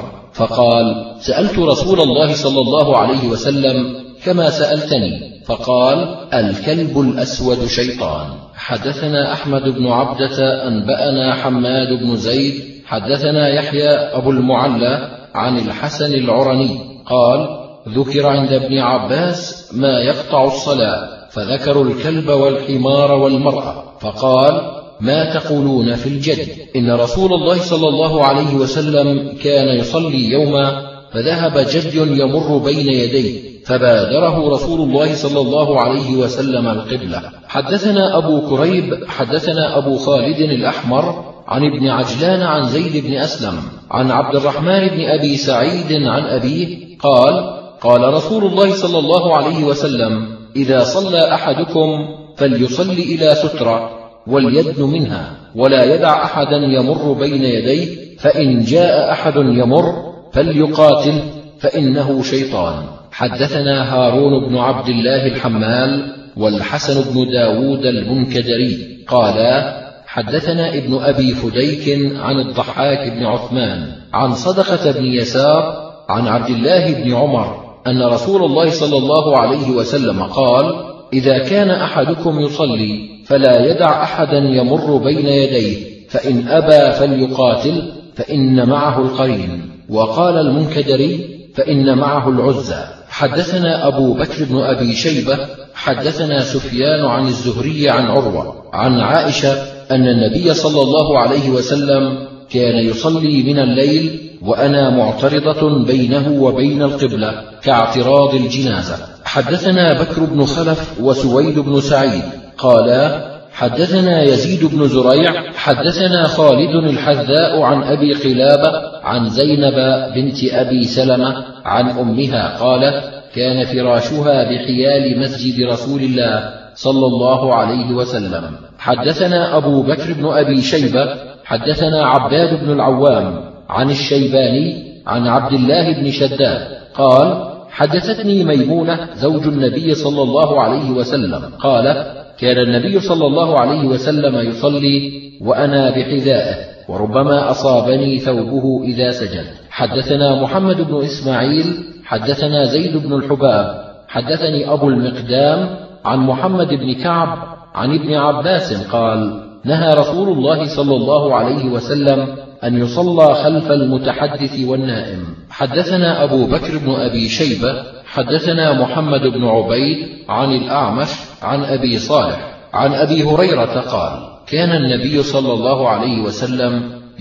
فقال: سألت رسول الله صلى الله عليه وسلم كما سألتني، فقال: الكلب الأسود شيطان. حدثنا أحمد بن عبدة أنبأنا حماد بن زيد حدثنا يحيى أبو المعلى عن الحسن العرني قال: ذكر عند ابن عباس ما يقطع الصلاة، فذكروا الكلب والحمار والمرأة، فقال: ما تقولون في الجد؟ إن رسول الله صلى الله عليه وسلم كان يصلي يوما فذهب جد يمر بين يديه فبادره رسول الله صلى الله عليه وسلم القبلة. حدثنا أبو كريب حدثنا أبو خالد الأحمر عن ابن عجلان عن زيد بن أسلم عن عبد الرحمن بن أبي سعيد عن أبيه قال: قال رسول الله صلى الله عليه وسلم: إذا صلى أحدكم فليصل إلى سترة وليدن منها، ولا يدع أحدا يمر بين يديه، فإن جاء أحد يمر فليقاتل فإنه شيطان. حدثنا هارون بن عبد الله الحمال والحسن بن داود المنكدري قالا: حدثنا ابن أبي فديك عن الضحاك بن عثمان عن صدقة بن يسار عن عبد الله بن عمر أن رسول الله صلى الله عليه وسلم قال: إذا كان أحدكم يصلي فلا يدع أحدا يمر بين يديه، فإن أبى فليقاتل فإن معه القرين. وقال المنكدري: فإن معه العزى. حدثنا أبو بكر بن أبي شيبة حدثنا سفيان عن الزهري عن عروة عن عائشة أن النبي صلى الله عليه وسلم كان يصلي من الليل وأنا معترضة بينه وبين القبلة كاعتراض الجنازة. حدثنا بكر بن خلف وسويد بن سعيد قالا: حدثنا يزيد بن زريع حدثنا خالد الحذاء عن أبي قلابة عن زينب بنت أبي سلمة عن أمها قالت: كان فراشها بحيال مسجد رسول الله صلى الله عليه وسلم. حدثنا أبو بكر بن أبي شيبة حدثنا عباد بن العوام عن الشيباني عن عبد الله بن شداد قال: حدثتني ميمونة زوج النبي صلى الله عليه وسلم قال: كان النبي صلى الله عليه وسلم يصلي وأنا بحذائه، وربما أصابني ثوبه إذا سجد. حدثنا محمد بن إسماعيل حدثنا زيد بن الحباب حدثني أبو المقدام عن محمد بن كعب عن ابن عباس قال: نهى رسول الله صلى الله عليه وسلم أن يصلى خلف المتحدث والنائم. حدثنا أبو بكر بن أبي شيبة حدثنا محمد بن عبيد عن الأعمش عن أبي صالح عن أبي هريرة قال: كان النبي صلى الله عليه وسلم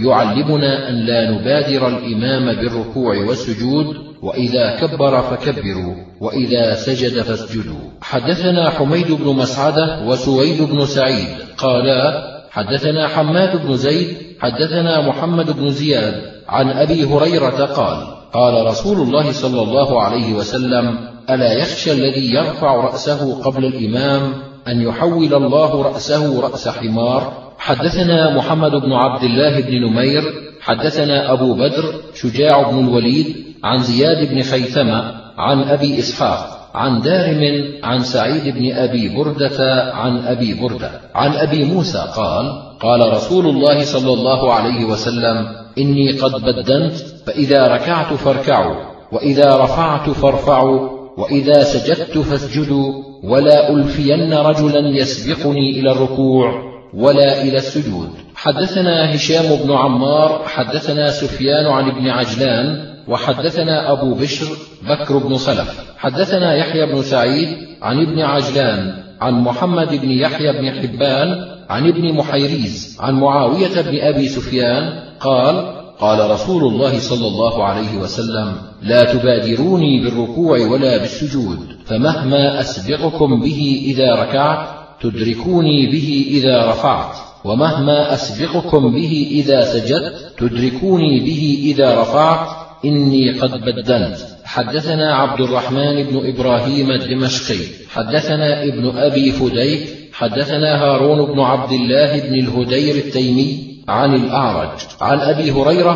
يعلمنا أن لا نبادر الإمام بالركوع والسجود، وإذا كبر فكبروا، وإذا سجد فاسجدوا. حدثنا حميد بن مسعدة وسويد بن سعيد قالا: حدثنا حماد بن زيد حدثنا محمد بن زياد عن أبي هريرة قال: قال رسول الله صلى الله عليه وسلم: ألا يخشى الذي يرفع رأسه قبل الإمام أن يحول الله رأسه رأس حمار. حدثنا محمد بن عبد الله بن نمير حدثنا أبو بدر شجاع بن الوليد عن زياد بن خيثمة عن أبي إسحاق عن دارم عن سعيد بن أبي بردة عن أبي بردة عن أبي موسى قال: قال رسول الله صلى الله عليه وسلم: إني قد بدنت، فإذا ركعت فاركعوا، وإذا رفعت فارفعوا، وإذا سجدت فاسجدوا، ولا ألفين رجلا يسبقني إلى الركوع ولا إلى السجود. حدثنا هشام بن عمار حدثنا سفيان عن ابن عجلان وحدثنا أبو بشر بكر بن خلف حدثنا يحيى بن سعيد عن ابن عجلان عن محمد بن يحيى بن حبان عن ابن محيريز عن معاوية بن أبي سفيان قال: قال رسول الله صلى الله عليه وسلم: لا تبادروني بالركوع ولا بالسجود، فمهما أسبقكم به إذا ركعت تدركوني به إذا رفعت، ومهما أسبقكم به إذا سجدت تدركوني به إذا رفعت، إني قد بدنت. حدثنا عبد الرحمن بن إبراهيم الدمشقي حدثنا ابن أبي فديك حدثنا هارون بن عبد الله بن الهدير التيمي عن الأعرج عن أبي هريرة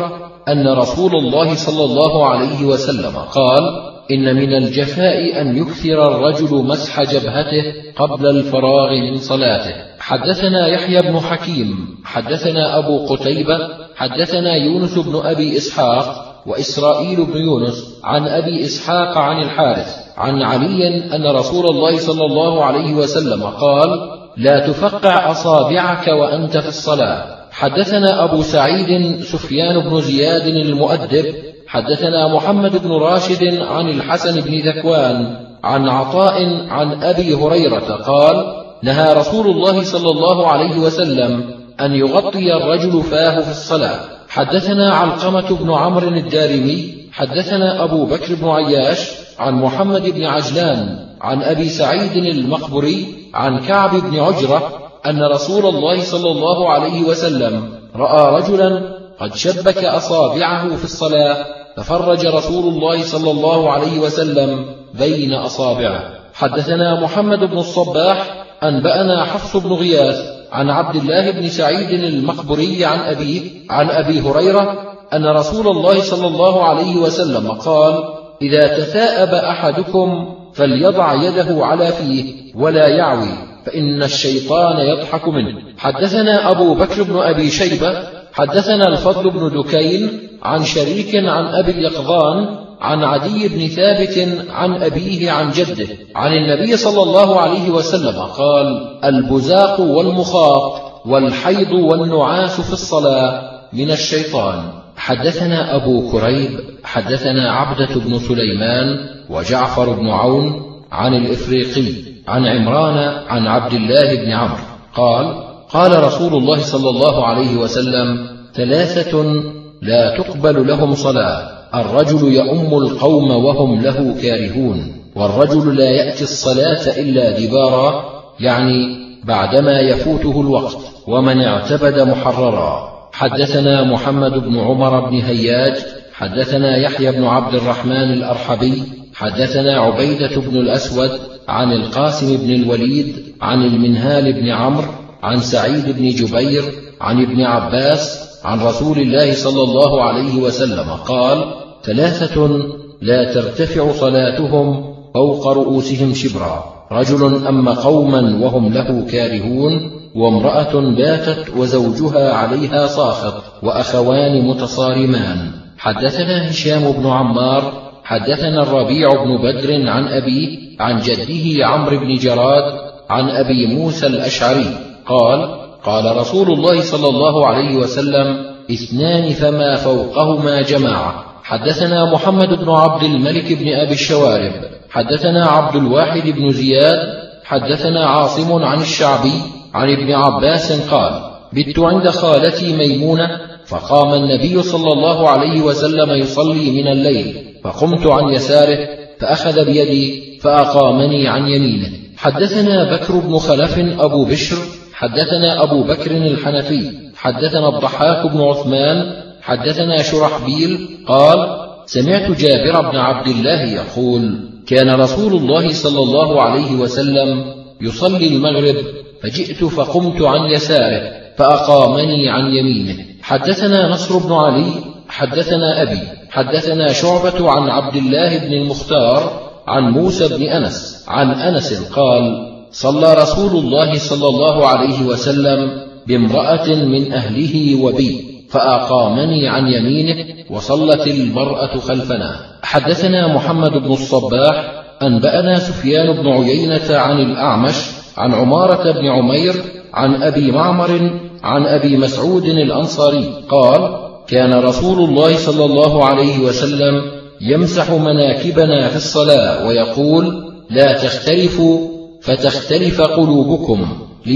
أن رسول الله صلى الله عليه وسلم قال: إن من الجفاء أن يكثر الرجل مسح جبهته قبل الفراغ من صلاته. حدثنا يحيى بن حكيم حدثنا أبو قتيبة حدثنا يونس بن أبي إسحاق وإسرائيل بن يونس عن أبي إسحاق عن الحارث عن علي أن رسول الله صلى الله عليه وسلم قال: لا تفقع أصابعك وأنت في الصلاة. حدثنا أبو سعيد سفيان بن زياد المؤدب حدثنا محمد بن راشد عن الحسن بن ذكوان عن عطاء عن أبي هريرة قال: نهى رسول الله صلى الله عليه وسلم أن يغطي الرجل فاه في الصلاة. حدثنا علقمة بن عمرو الدارمي حدثنا أبو بكر بن عياش عن محمد بن عجلان عن أبي سعيد المقبري عن كعب بن عجرة أن رسول الله صلى الله عليه وسلم رأى رجلا قد شبك أصابعه في الصلاة ففرج رسول الله صلى الله عليه وسلم بين أصابعه. حدثنا محمد بن الصباح أنبأنا حفص بن غياث عن عبد الله بن سعيد المقبري عن أبيه عن أبي هريرة أن رسول الله صلى الله عليه وسلم قال: إذا تثاءب أحدكم فليضع يده على فيه ولا يعوي فإن الشيطان يضحك منه. حدثنا أبو بكر بن أبي شيبة حدثنا الفضل بن دكين عن شريك عن أبي اليقظان عن عدي بن ثابت عن أبيه عن جده عن النبي صلى الله عليه وسلم قال: البزاق والمخاط والحيض والنعاس في الصلاة من الشيطان. حدثنا أبو كريب حدثنا عبدة بن سليمان وجعفر بن عون عن الإفريقي عن عمران عن عبد الله بن عمرو قال: قال رسول الله صلى الله عليه وسلم: ثلاثة لا تقبل لهم صلاة: الرجل يؤم القوم وهم له كارهون، والرجل لا يأتي الصلاة إلا دبارا، يعني بعدما يفوته الوقت، ومن اعتبد محررا. حدثنا محمد بن عمر بن هياج حدثنا يحيى بن عبد الرحمن الأرحبي حدثنا عبيدة بن الأسود عن القاسم بن الوليد عن المنهال بن عمرو عن سعيد بن جبير عن ابن عباس عن رسول الله صلى الله عليه وسلم قال: ثلاثة لا ترتفع صلاتهم فوق رؤوسهم شبرا: رجل أم قوما وهم له كارهون، وامرأة باتت وزوجها عليها ساخط، وأخوان متصارمان. حدثنا هشام بن عمار حدثنا الربيع بن بدر عن أبيه عن جده عمرو بن جراد عن أبي موسى الأشعري قال: قال رسول الله صلى الله عليه وسلم: اثنان فما فوقهما جماعة. حدثنا محمد بن عبد الملك بن أبي الشوارب حدثنا عبد الواحد بن زياد حدثنا عاصم عن الشعبي عن ابن عباس قال: بت عند خالتي ميمونة فقام النبي صلى الله عليه وسلم يصلي من الليل، فقمت عن يساره فأخذ بيدي فأقامني عن يمينه. حدثنا بكر بن خلف أبو بشر حدثنا أبو بكر الحنفي حدثنا الضحاك بن عثمان حدثنا شرحبيل قال: سمعت جابر بن عبد الله يقول: كان رسول الله صلى الله عليه وسلم يصلي المغرب فجئت فقمت عن يساره فأقامني عن يمينه. حدثنا نصر بن علي حدثنا أبي حدثنا شعبة عن عبد الله بن المختار عن موسى بن أنس عن أنس قال: صلى رسول الله صلى الله عليه وسلم بامرأة من أهله وبي فأقامني عن يمينه وصلت المرأة خلفنا. حدثنا محمد بن الصباح أنبأنا سفيان بن عيينة عن الأعمش عن عمارة بن عمير عن أبي معمر عن أبي مسعود الأنصاري قال: كان رسول الله صلى الله عليه وسلم يمسح مناكبنا في الصلاة ويقول: لا تختلفوا فتختلف قلوبكم،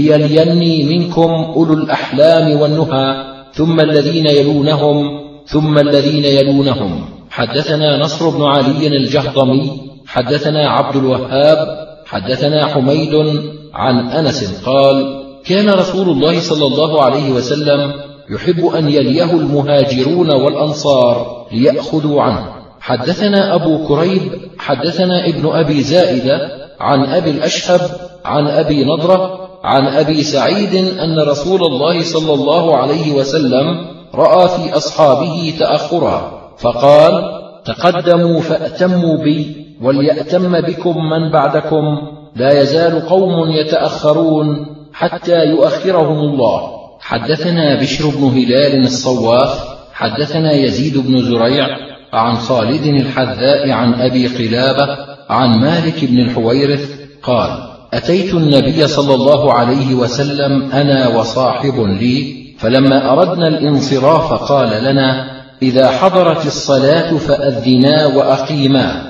ليليني منكم أولو الأحلام والنهى، ثم الذين يلونهم ثم الذين يلونهم. حدثنا نصر بن علي الجهضمي حدثنا عبد الوهاب حدثنا حميد عن أنس قال: كان رسول الله صلى الله عليه وسلم يحب أن يليه المهاجرون والأنصار ليأخذوا عنه. حدثنا أبو كريب حدثنا ابن أبي زائدة عن أبي الأشهب عن أبي نضرة عن أبي سعيد أن رسول الله صلى الله عليه وسلم رأى في أصحابه تأخرا فقال: تقدموا فأتموا بي وليأتم بكم من بعدكم، لا يزال قوم يتأخرون حتى يؤخرهم الله. حدثنا بشر بن هلال الصواف حدثنا يزيد بن زريع عن خالد الحذاء عن أبي قلابة عن مالك بن الحويرث قال: أتيت النبي صلى الله عليه وسلم أنا وصاحب لي، فلما أردنا الانصراف قال لنا: إذا حضرت الصلاة فأذنا وأقيما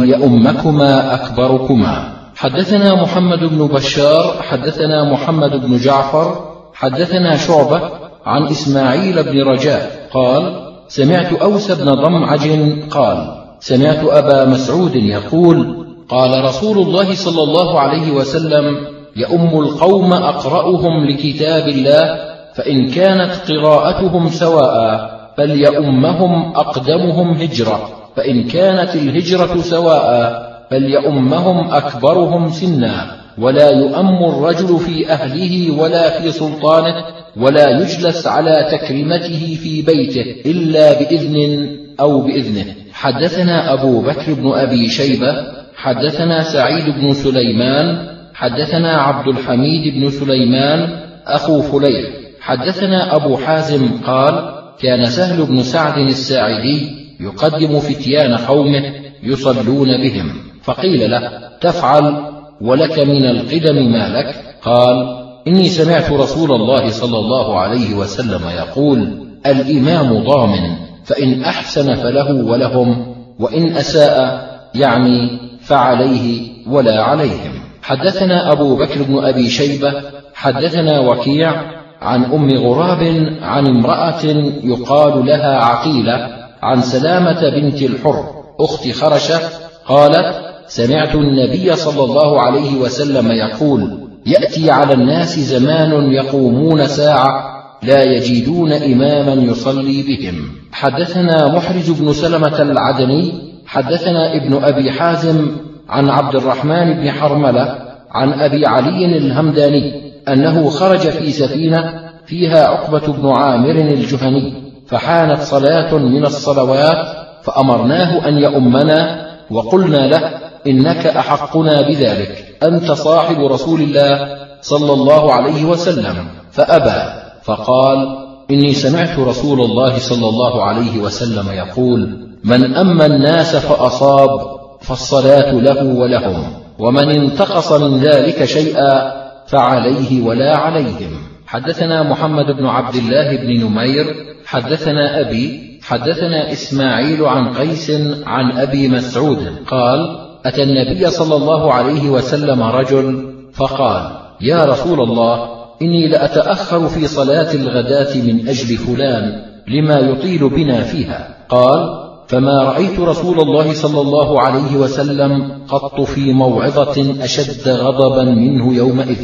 وليؤمكما أكبركما. حدثنا محمد بن بشار حدثنا محمد بن جعفر حدثنا شعبة عن إسماعيل بن رجاء قال: سمعت أوس بن ضمعج قال: سمعت أبا مسعود يقول: قال رسول الله صلى الله عليه وسلم: يؤم القوم أقرأهم لكتاب الله، فإن كانت قراءتهم سواء فليؤمهم أقدمهم هجرة، فإن كانت الهجرة سواء فليؤمهم أكبرهم سنا، ولا يؤم الرجل في أهله ولا في سلطانه، ولا يجلس على تكريمته في بيته إلا بإذن أو بإذنه. حدثنا أبو بكر بن أبي شيبة حدثنا سعيد بن سليمان حدثنا عبد الحميد بن سليمان أخو فليح حدثنا أبو حازم قال: كان سهل بن سعد الساعدي يقدم فتيان قومه يصلون بهم، فقيل له: تفعل ولك من القدم ما لك؟ قال: إني سمعت رسول الله صلى الله عليه وسلم يقول: الإمام ضامن، فإن أحسن فله ولهم، وإن أساء يعني فعليه ولا عليهم. حدثنا أبو بكر بن أبي شيبة حدثنا وكيع عن أم غراب عن امرأة يقال لها عقيلة عن سلامة بنت الحر أخت خرشة قالت: سمعت النبي صلى الله عليه وسلم يقول: يأتي على الناس زمان يقومون ساعة لا يجدون إماما يصلي بهم. حدثنا محرز بن سلمة العدني حدثنا ابن أبي حازم عن عبد الرحمن بن حرملة عن أبي علي الهمداني أنه خرج في سفينة فيها عقبة بن عامر الجهني، فحانت صلاة من الصلوات فأمرناه أن يؤمنا، وقلنا له: إنك أحقنا بذلك، أنت صاحب رسول الله صلى الله عليه وسلم، فأبى، فقال: إني سمعت رسول الله صلى الله عليه وسلم يقول: من أما الناس فأصاب فالصلاة له ولهم، ومن انتقص من ذلك شيئا فعليه ولا عليهم. حدثنا محمد بن عبد الله بن نمير حدثنا أبي حدثنا إسماعيل عن قيس عن أبي مسعود قال: أتى النبي صلى الله عليه وسلم رجل فقال: يا رسول الله، إني لأتأخر في صلاة الغداة من أجل فلان لما يطيل بنا فيها. قال: فما رأيت رسول الله صلى الله عليه وسلم قط في موعظة أشد غضبا منه يومئذ.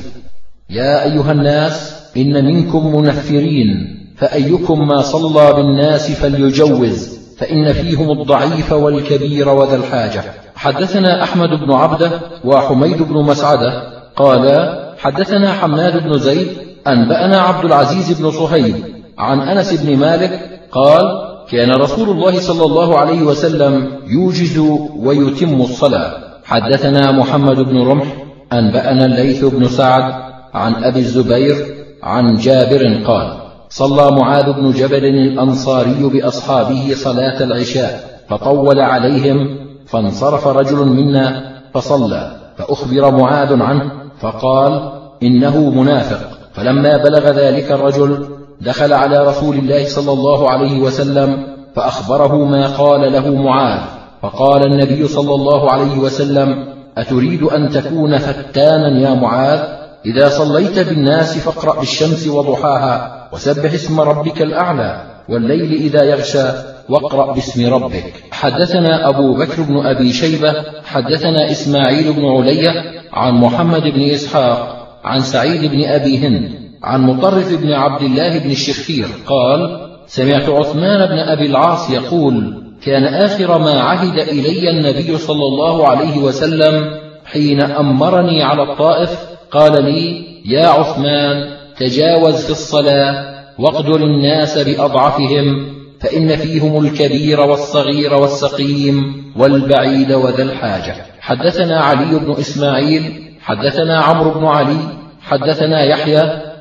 يا أيها الناس، إن منكم منفرين، فأيكم ما صلى بالناس فليجوز، فإن فيهم الضعيف والكبير وذا الحاجة. حدثنا أحمد بن عبده وحميد بن مسعدة قالا: حدثنا حماد بن زيد أنبأنا عبد العزيز بن صهيب عن أنس بن مالك قال: كان رسول الله صلى الله عليه وسلم يوجز ويتم الصلاة. حدثنا محمد بن رمح أنبأنا الليث بن سعد عن أبي الزبير عن جابر قال: صلى معاذ بن جبل الأنصاري بأصحابه صلاة العشاء فطول عليهم، فانصرف رجل منا فصلى، فأخبر معاذ عنه فقال: إنه منافق. فلما بلغ ذلك الرجل دخل على رسول الله صلى الله عليه وسلم فأخبره ما قال له معاذ، فقال النبي صلى الله عليه وسلم: أتريد أن تكون فتانا يا معاذ؟ إذا صليت بالناس فاقرأ بالشمس وضحاها، وسبح اسم ربك الأعلى، والليل إذا يغشى، واقرأ باسم ربك. حدثنا أبو بكر بن أبي شيبة حدثنا إسماعيل بن علية عن محمد بن إسحاق عن سعيد بن أبي هند عن مطرف بن عبد الله بن الشخير قال: سمعت عثمان بن أبي العاص يقول: كان آخر ما عهد إلي النبي صلى الله عليه وسلم حين أمرني على الطائف، قال لي: يا عثمان، تجاوز في الصلاة واقدر الناس بأضعفهم، فإن فيهم الكبير والصغير والسقيم والبعيد وذا الحاجة. حدثنا علي بن إسماعيل حدثنا عمرو بن علي حدثنا يحيى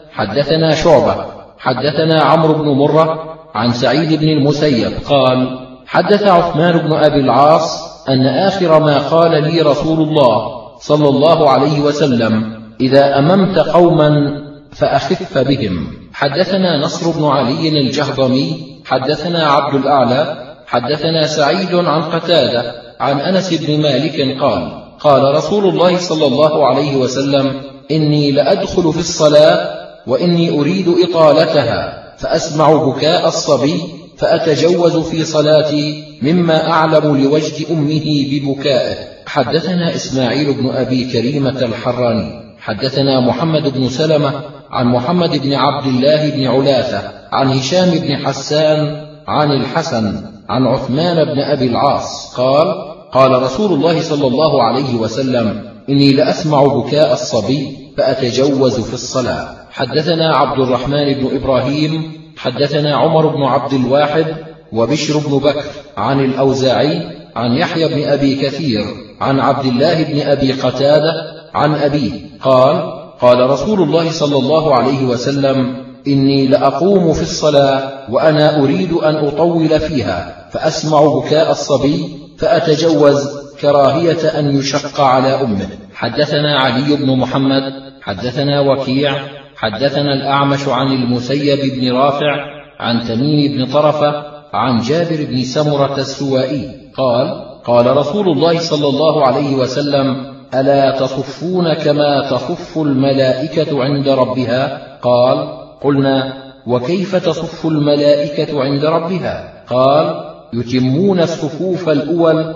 حدثنا شعبة حدثنا عمرو بن مرة عن سعيد بن المسيب قال: حدث عثمان بن أبي العاص أن آخر ما قال لي رسول الله صلى الله عليه وسلم: إذا أممت قوما فأخف بهم. حدثنا نصر بن علي الجهضمي حدثنا عبد الأعلى حدثنا سعيد عن قتادة عن أنس بن مالك قال: قال رسول الله صلى الله عليه وسلم: إني لأدخل في الصلاة وإني أريد إطالتها، فأسمع بكاء الصبي فأتجوز في صلاتي مما أعلم لوجد أمه ببكائه. حدثنا إسماعيل بن أبي كريمة الحراني حدثنا محمد بن سلمة عن محمد بن عبد الله بن علاثة عن هشام بن حسان عن الحسن عن عثمان بن أبي العاص قال: قال رسول الله صلى الله عليه وسلم: إني لأسمع بكاء الصبي فأتجوز في الصلاة. حدثنا عبد الرحمن بن إبراهيم حدثنا عمر بن عبد الواحد وبشر بن بكر عن الأوزاعي عن يحيى بن أبي كثير عن عبد الله بن أبي قتادة عن أبيه قال: قال رسول الله صلى الله عليه وسلم: إني لأقوم في الصلاة وأنا أريد أن أطول فيها، فأسمع بكاء الصبي فأتجوز كراهية أن يشق على أمه. حدثنا علي بن محمد حدثنا وكيع حدثنا الأعمش عن المسيب بن رافع عن تميم بن طرفة عن جابر بن سمرة السوائي قال: قال رسول الله صلى الله عليه وسلم: ألا تصفون كما تصف الملائكة عند ربها؟ قال: قلنا: وكيف تصف الملائكة عند ربها؟ قال: يتمون الصفوف الأول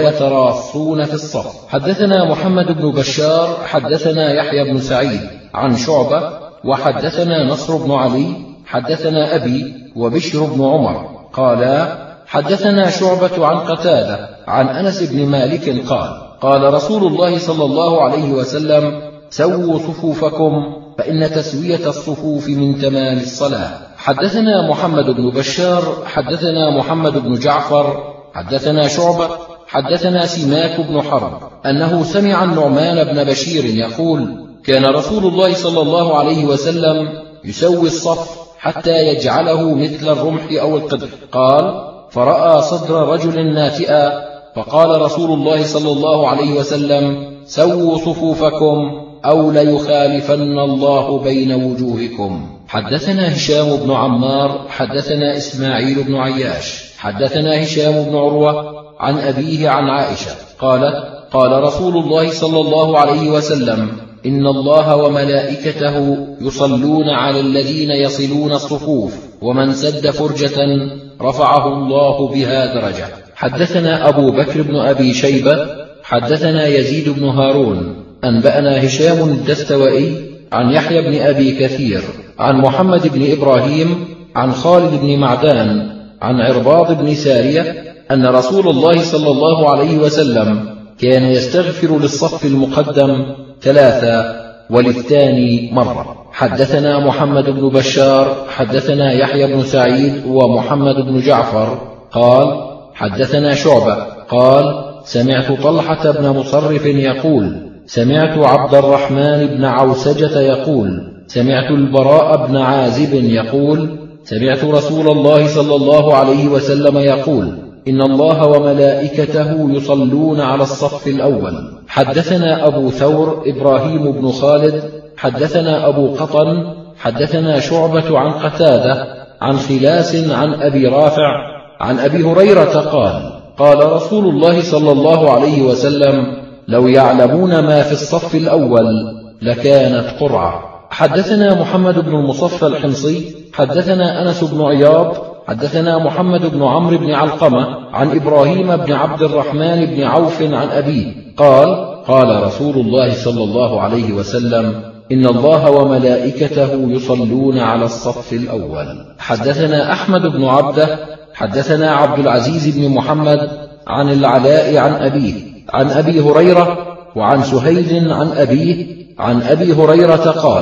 ويتراصون في الصف. حدثنا محمد بن بشار حدثنا يحيى بن سعيد عن شعبة وحدثنا نصر بن علي حدثنا أبي وبشر بن عمر قالا: حدثنا شعبة عن قتادة عن أنس بن مالك قال: قال رسول الله صلى الله عليه وسلم: سووا صفوفكم فإن تسوية الصفوف من تمام الصلاة. حدثنا محمد بن بشار حدثنا محمد بن جعفر حدثنا شعبة حدثنا سماك بن حرب أنه سمع النعمان بن بشير يقول: كان رسول الله صلى الله عليه وسلم يسوي الصف حتى يجعله مثل الرمح أو القدر. قال: فرأى صدر رجل ناتئا، فقال رسول الله صلى الله عليه وسلم: سووا صفوفكم أو ليخالفن الله بين وجوهكم. حدثنا هشام بن عمار حدثنا إسماعيل بن عياش حدثنا هشام بن عروة عن أبيه عن عائشة قالت: قال رسول الله صلى الله عليه وسلم: إن الله وملائكته يصلون على الذين يصلون الصفوف، ومن سد فرجة رفعه الله بها درجة. حدثنا أبو بكر بن أبي شيبة حدثنا يزيد بن هارون أنبأنا هشام الدستوائي عن يحيى بن أبي كثير عن محمد بن إبراهيم عن خالد بن معدان عن عرباض بن سارية أن رسول الله صلى الله عليه وسلم كان يستغفر للصف المقدم ثلاثة وللثاني مرة. حدثنا محمد بن بشار حدثنا يحيى بن سعيد ومحمد بن جعفر قال: حدثنا شعبة قال: سمعت طلحة بن مصرف يقول: سمعت عبد الرحمن بن عوسجة يقول: سمعت البراء بن عازب يقول: سمعت رسول الله صلى الله عليه وسلم يقول: إن الله وملائكته يصلون على الصف الأول. حدثنا أبو ثور إبراهيم بن خالد حدثنا أبو قطن حدثنا شعبة عن قتادة عن خلاس عن أبي رافع عن أبي هريرة قال: قال رسول الله صلى الله عليه وسلم: لو يعلمون ما في الصف الأول لكانت قرعة. حدثنا محمد بن المصفى الحمصي حدثنا أنس بن عياض حدثنا محمد بن عمرو بن علقمة عن إبراهيم بن عبد الرحمن بن عوف عن أبيه قال: قال رسول الله صلى الله عليه وسلم: إن الله وملائكته يصلون على الصف الأول. حدثنا أحمد بن عبده حدثنا عبد العزيز بن محمد عن العلاء عن أبيه عن أبي هريرة وعن سهيل عن أبيه عن أبي هريرة قال: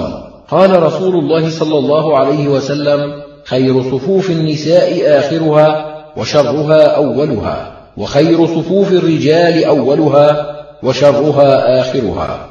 قال رسول الله صلى الله عليه وسلم: خير صفوف النساء آخرها وشرها أولها، وخير صفوف الرجال أولها وشرها آخرها.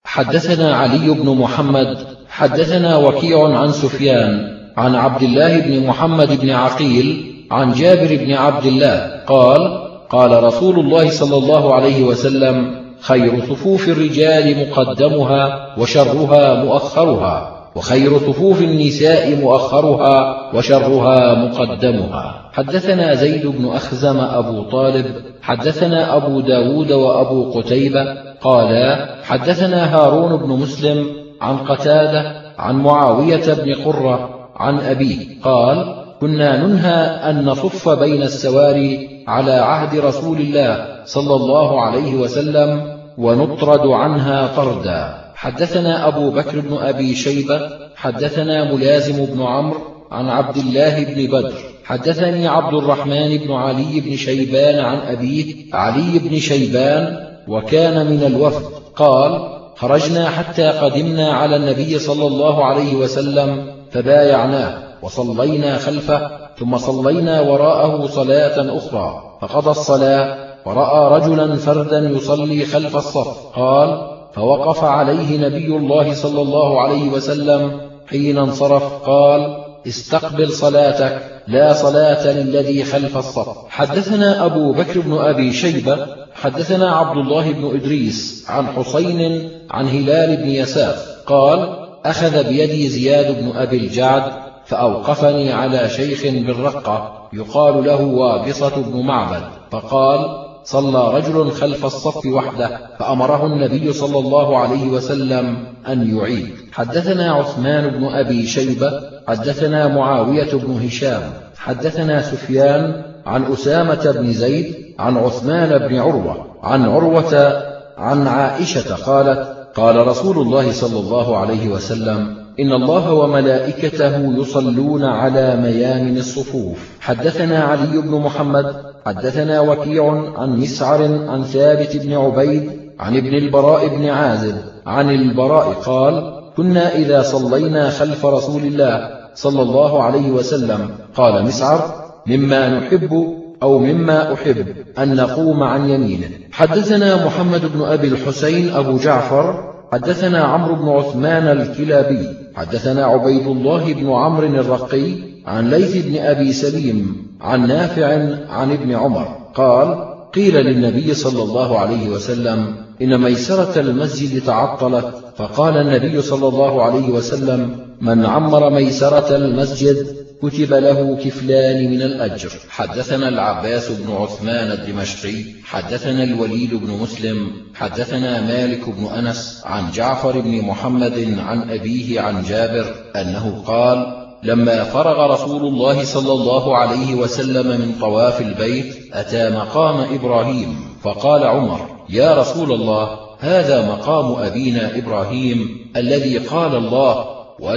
حدثنا علي بن محمد حدثنا وكيع عن سفيان عن عبد الله بن محمد بن عقيل عن جابر بن عبد الله قال: قال رسول الله صلى الله عليه وسلم: خير صفوف الرجال مقدمها وشرها مؤخرها، وخير صفوف النساء مؤخرها وشرها مقدمها. حدثنا زيد بن أخزم أبو طالب حدثنا أبو داود وأبو قتيبة قالا: حدثنا هارون بن مسلم عن قتادة عن معاوية بن قرة عن أبيه قال: كنا ننهى أن نصف بين السواري على عهد رسول الله صلى الله عليه وسلم ونطرد عنها طردا. حدثنا أبو بكر بن أبي شيبة حدثنا ملازم بن عمرو عن عبد الله بن بدر حدثني عبد الرحمن بن علي بن شيبان عن أبيه علي بن شيبان وكان من الوفد قال: خرجنا حتى قدمنا على النبي صلى الله عليه وسلم فبايعناه وصلينا خلفه، ثم صلينا وراءه صلاة أخرى، فقضى الصلاة ورأى رجلا فردا يصلي خلف الصف قال: فوقف عليه نبي الله صلى الله عليه وسلم حين انصرف قال: استقبل صلاتك، لا صلاة للذي خلف الصف. حدثنا أبو بكر بن أبي شيبة حدثنا عبد الله بن إدريس عن حسين عن هلال بن يساف قال: أخذ بيدي زياد بن أبي الجعد فأوقفني على شيخ بالرقة يقال له وابصة بن معبد، فقال: صلى رجل خلف الصف وحده، فأمره النبي صلى الله عليه وسلم أن يعيد. حدثنا عثمان بن أبي شيبة حدثنا معاوية بن هشام حدثنا سفيان عن أسامة بن زيد عن عثمان بن عروة عن عروة عن عائشة قالت: قال رسول الله صلى الله عليه وسلم: إن الله وملائكته يصلون على ميامن الصفوف. حدثنا علي بن محمد حدثنا وكيع عن مسعر عن ثابت بن عبيد عن ابن البراء بن عازب عن البراء قال: كنا إذا صلينا خلف رسول الله صلى الله عليه وسلم قال مسعر: مما نحب أو مما أحب أن نقوم عن يمينه. حدثنا محمد بن أبي الحسين أبو جعفر حدثنا عمرو بن عثمان الكلابي حدثنا عبيد الله بن عمرو الرقي عن ليث بن أبي سليم عن نافع عن ابن عمر قال: قيل للنبي صلى الله عليه وسلم: إن ميسرة المسجد تعطلت، فقال النبي صلى الله عليه وسلم: من عمر ميسرة المسجد كتب له كفلان من الأجر. حدثنا العباس بن عثمان الدمشقي حدثنا الوليد بن مسلم حدثنا مالك بن أنس عن جعفر بن محمد عن أبيه عن جابر أنه قال: لما فرغ رسول الله صلى الله عليه وسلم من طواف البيت أتى مقام إبراهيم، فقال عمر: يا رسول الله، هذا مقام أبينا إبراهيم الذي قال الله: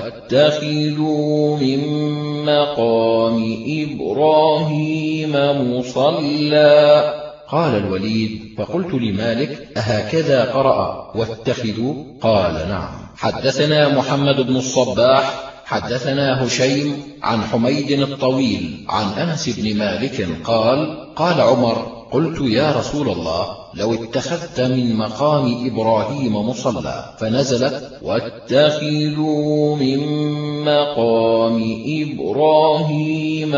واتخذوا من مقام إبراهيم مصلى. قال الوليد: فقلت لمالك: أهكذا قرأ واتخذوا؟ قال: نعم. حدثنا محمد بن الصباح حدثنا هشيم عن حميد الطويل عن أنس بن مالك قال: قال عمر: قلت يا رسول الله، لو اتخذت من مقام إبراهيم مصلى، فنزلت: واتخذوا من مقام إبراهيم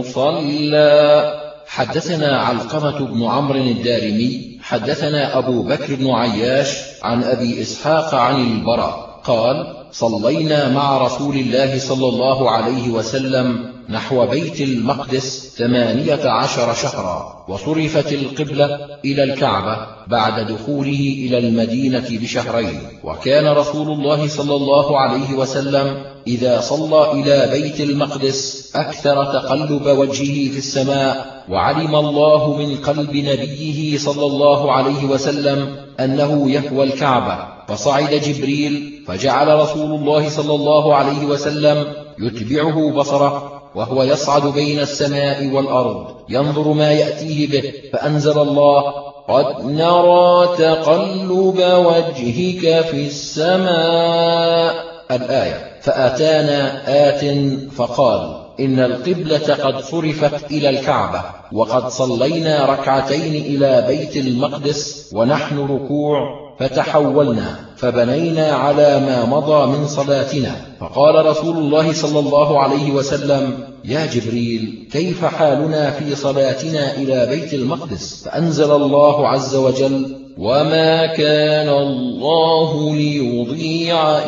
مصلى. حدثنا علقمة بن عمرو الدارمي حدثنا أبو بكر بن عياش عن أبي إسحاق عن البراء قال: صلينا مع رسول الله صلى الله عليه وسلم نحو بيت المقدس ثمانية عشر شهرا، وصرفت القبلة إلى الكعبة بعد دخوله إلى المدينة بشهرين. وكان رسول الله صلى الله عليه وسلم إذا صلى إلى بيت المقدس أكثر تقلب وجهه في السماء، وعلم الله من قلب نبيه صلى الله عليه وسلم أنه يهوى الكعبة، فصعد جبريل فجعل رسول الله صلى الله عليه وسلم يتبعه بصره وهو يصعد بين السماء والأرض ينظر ما يأتيه به، فأنزل الله: قد نرى تقلب وجهك في السماء، الآية. فأتانا آت فقال: إن القبلة قد صرفت إلى الكعبة، وقد صلينا ركعتين إلى بيت المقدس ونحن ركوع، فتحولنا فبنينا على ما مضى من صلاتنا. فقال رسول الله صلى الله عليه وسلم: يا جبريل، كيف حالنا في صلاتنا إلى بيت المقدس؟ فأنزل الله عز وجل: وما كان الله ليضيع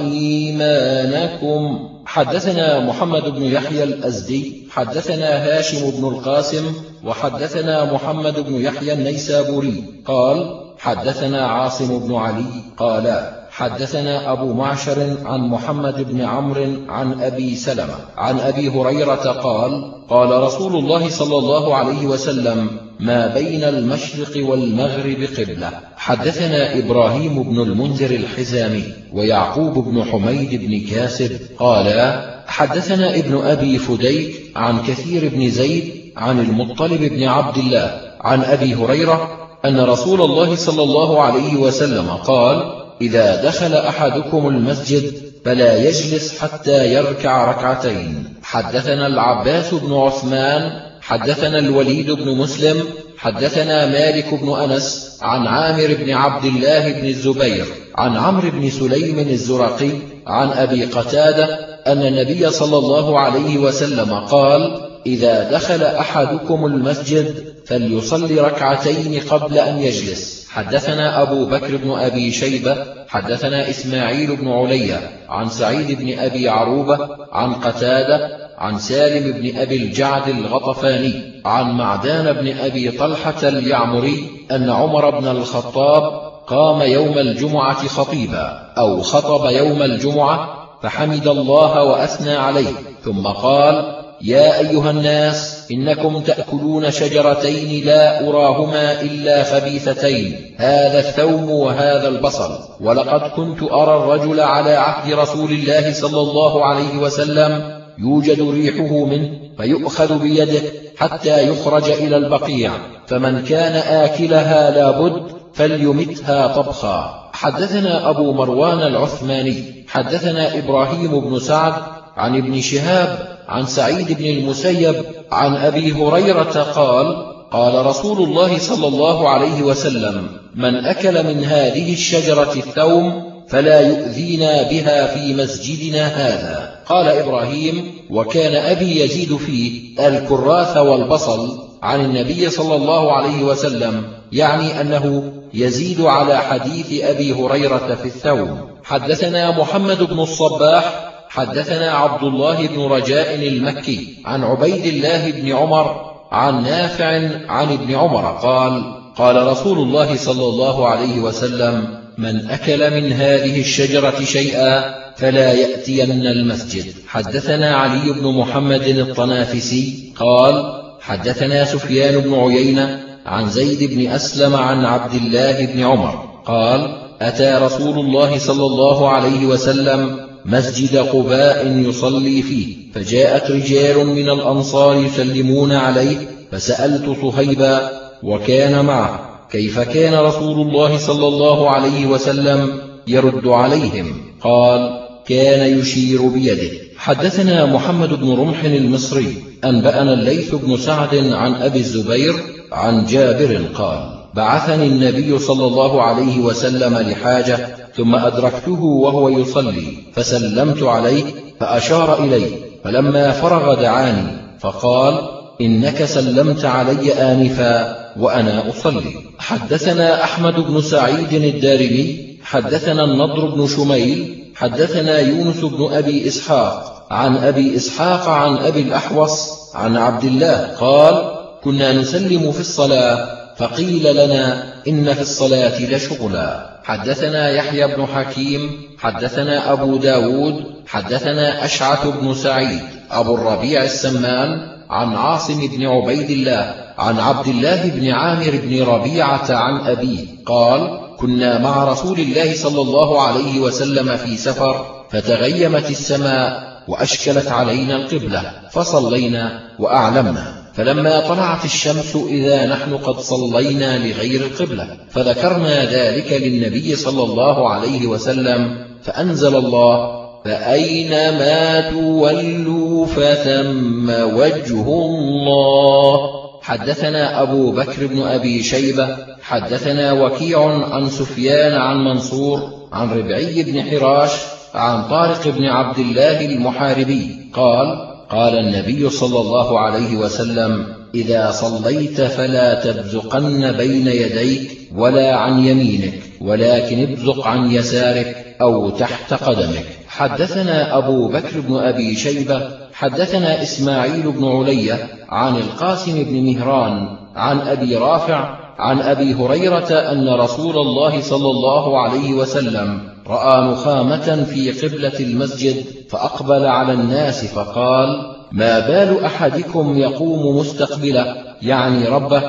إيمانكم. حدثنا محمد بن يحيى الأزدي حدثنا هاشم بن القاسم وحدثنا محمد بن يحيى النيسابوري قال: حدثنا عاصم بن علي قال: حدثنا أبو معشر عن محمد بن عمرو عن أبي سلمة عن أبي هريرة قال: قال رسول الله صلى الله عليه وسلم: ما بين المشرق والمغرب قبلة. حدثنا إبراهيم بن المنذر الحزامي ويعقوب بن حميد بن كاسب قال: حدثنا ابن أبي فديك عن كثير بن زيد عن المطلب بن عبد الله عن أبي هريرة أن رسول الله صلى الله عليه وسلم قال: إذا دخل أحدكم المسجد فلا يجلس حتى يركع ركعتين. حدثنا العباس بن عثمان حدثنا الوليد بن مسلم حدثنا مالك بن أنس عن عامر بن عبد الله بن الزبير عن عمرو بن سليم الزرقي عن أبي قتادة أن النبي صلى الله عليه وسلم قال: إذا دخل أحدكم المسجد فليصلي ركعتين قبل أن يجلس. حدثنا أبو بكر بن أبي شيبة حدثنا إسماعيل بن عليا عن سعيد بن أبي عروبة عن قتادة عن سالم بن أبي الجعد الغطفاني عن معدان بن أبي طلحة اليعمري أن عمر بن الخطاب قام يوم الجمعة خطيبا أو خطب يوم الجمعة فحمد الله وأثنى عليه، ثم قال: يا أيها الناس، إنكم تأكلون شجرتين لا أراهما إلا خبيثتين، هذا الثوم وهذا البصل، ولقد كنت أرى الرجل على عهد رسول الله صلى الله عليه وسلم يوجد ريحه منه فيؤخذ بيده حتى يخرج إلى البقيع، فمن كان آكلها لابد فليمتها طبخا. حدثنا أبو مروان العثماني حدثنا إبراهيم بن سعد عن ابن شهاب عن سعيد بن المسيب عن أبي هريرة قال: قال رسول الله صلى الله عليه وسلم: من أكل من هذه الشجرة الثوم فلا يؤذينا بها في مسجدنا هذا. قال إبراهيم: وكان أبي يزيد فيه الكراث والبصل عن النبي صلى الله عليه وسلم، يعني أنه يزيد على حديث أبي هريرة في الثوم. حدثنا محمد بن الصباح حدثنا عبد الله بن رجاء المكي عن عبيد الله بن عمر عن نافع عن ابن عمر قال: قال رسول الله صلى الله عليه وسلم: من أكل من هذه الشجرة شيئا فلا يأتين المسجد. حدثنا علي بن محمد الطنافسي قال: حدثنا سفيان بن عيينة عن زيد بن أسلم عن عبد الله بن عمر قال: أتى رسول الله صلى الله عليه وسلم مسجد قباء يصلي فيه، فجاءت رجال من الأنصار يسلمون عليه، فسألت صهيبا وكان معه كيف كان رسول الله صلى الله عليه وسلم يرد عليهم؟ قال: كان يشير بيده. حدثنا محمد بن رمح المصري أنبأنا الليث بن سعد عن أبي الزبير عن جابر قال: بعثني النبي صلى الله عليه وسلم لحاجة، ثم أدركته وهو يصلي فسلمت عليه فأشار إلي، فلما فرغ دعاني فقال: إنك سلمت علي آنفا وأنا أصلي. حدثنا أحمد بن سعيد الدارمي حدثنا النضر بن شميل حدثنا يونس بن أبي إسحاق عن أبي إسحاق عن أبي الأحوص عن عبد الله قال: كنا نسلم في الصلاة فقيل لنا إن في الصلاة لشغلا. حدثنا يحيى بن حكيم حدثنا أبو داود حدثنا أشعث بن سعيد أبو الربيع السمان عن عاصم بن عبيد الله عن عبد الله بن عامر بن ربيعة عن أبيه قال: كنا مع رسول الله صلى الله عليه وسلم في سفر، فتغيمت السماء وأشكلت علينا القبلة، فصلينا وأعلمنا، فلما طلعت الشمس إذا نحن قد صلينا لغير القبلة، فذكرنا ذلك للنبي صلى الله عليه وسلم، فأنزل الله: فأينما تولوا فثم وجه الله. حدثنا أبو بكر بن أبي شيبة حدثنا وكيع عن سفيان عن منصور عن ربعي بن حراش عن طارق بن عبد الله المحاربي قال: قال النبي صلى الله عليه وسلم: إذا صليت فلا تبزقن بين يديك ولا عن يمينك، ولكن ابزق عن يسارك أو تحت قدمك. حدثنا أبو بكر بن أبي شيبة حدثنا إسماعيل بن علية عن القاسم بن مهران عن أبي رافع عن أبي هريرة أن رسول الله صلى الله عليه وسلم رأى نخامة في قبلة المسجد فأقبل على الناس فقال: ما بال أحدكم يقوم مستقبله، يعني ربه،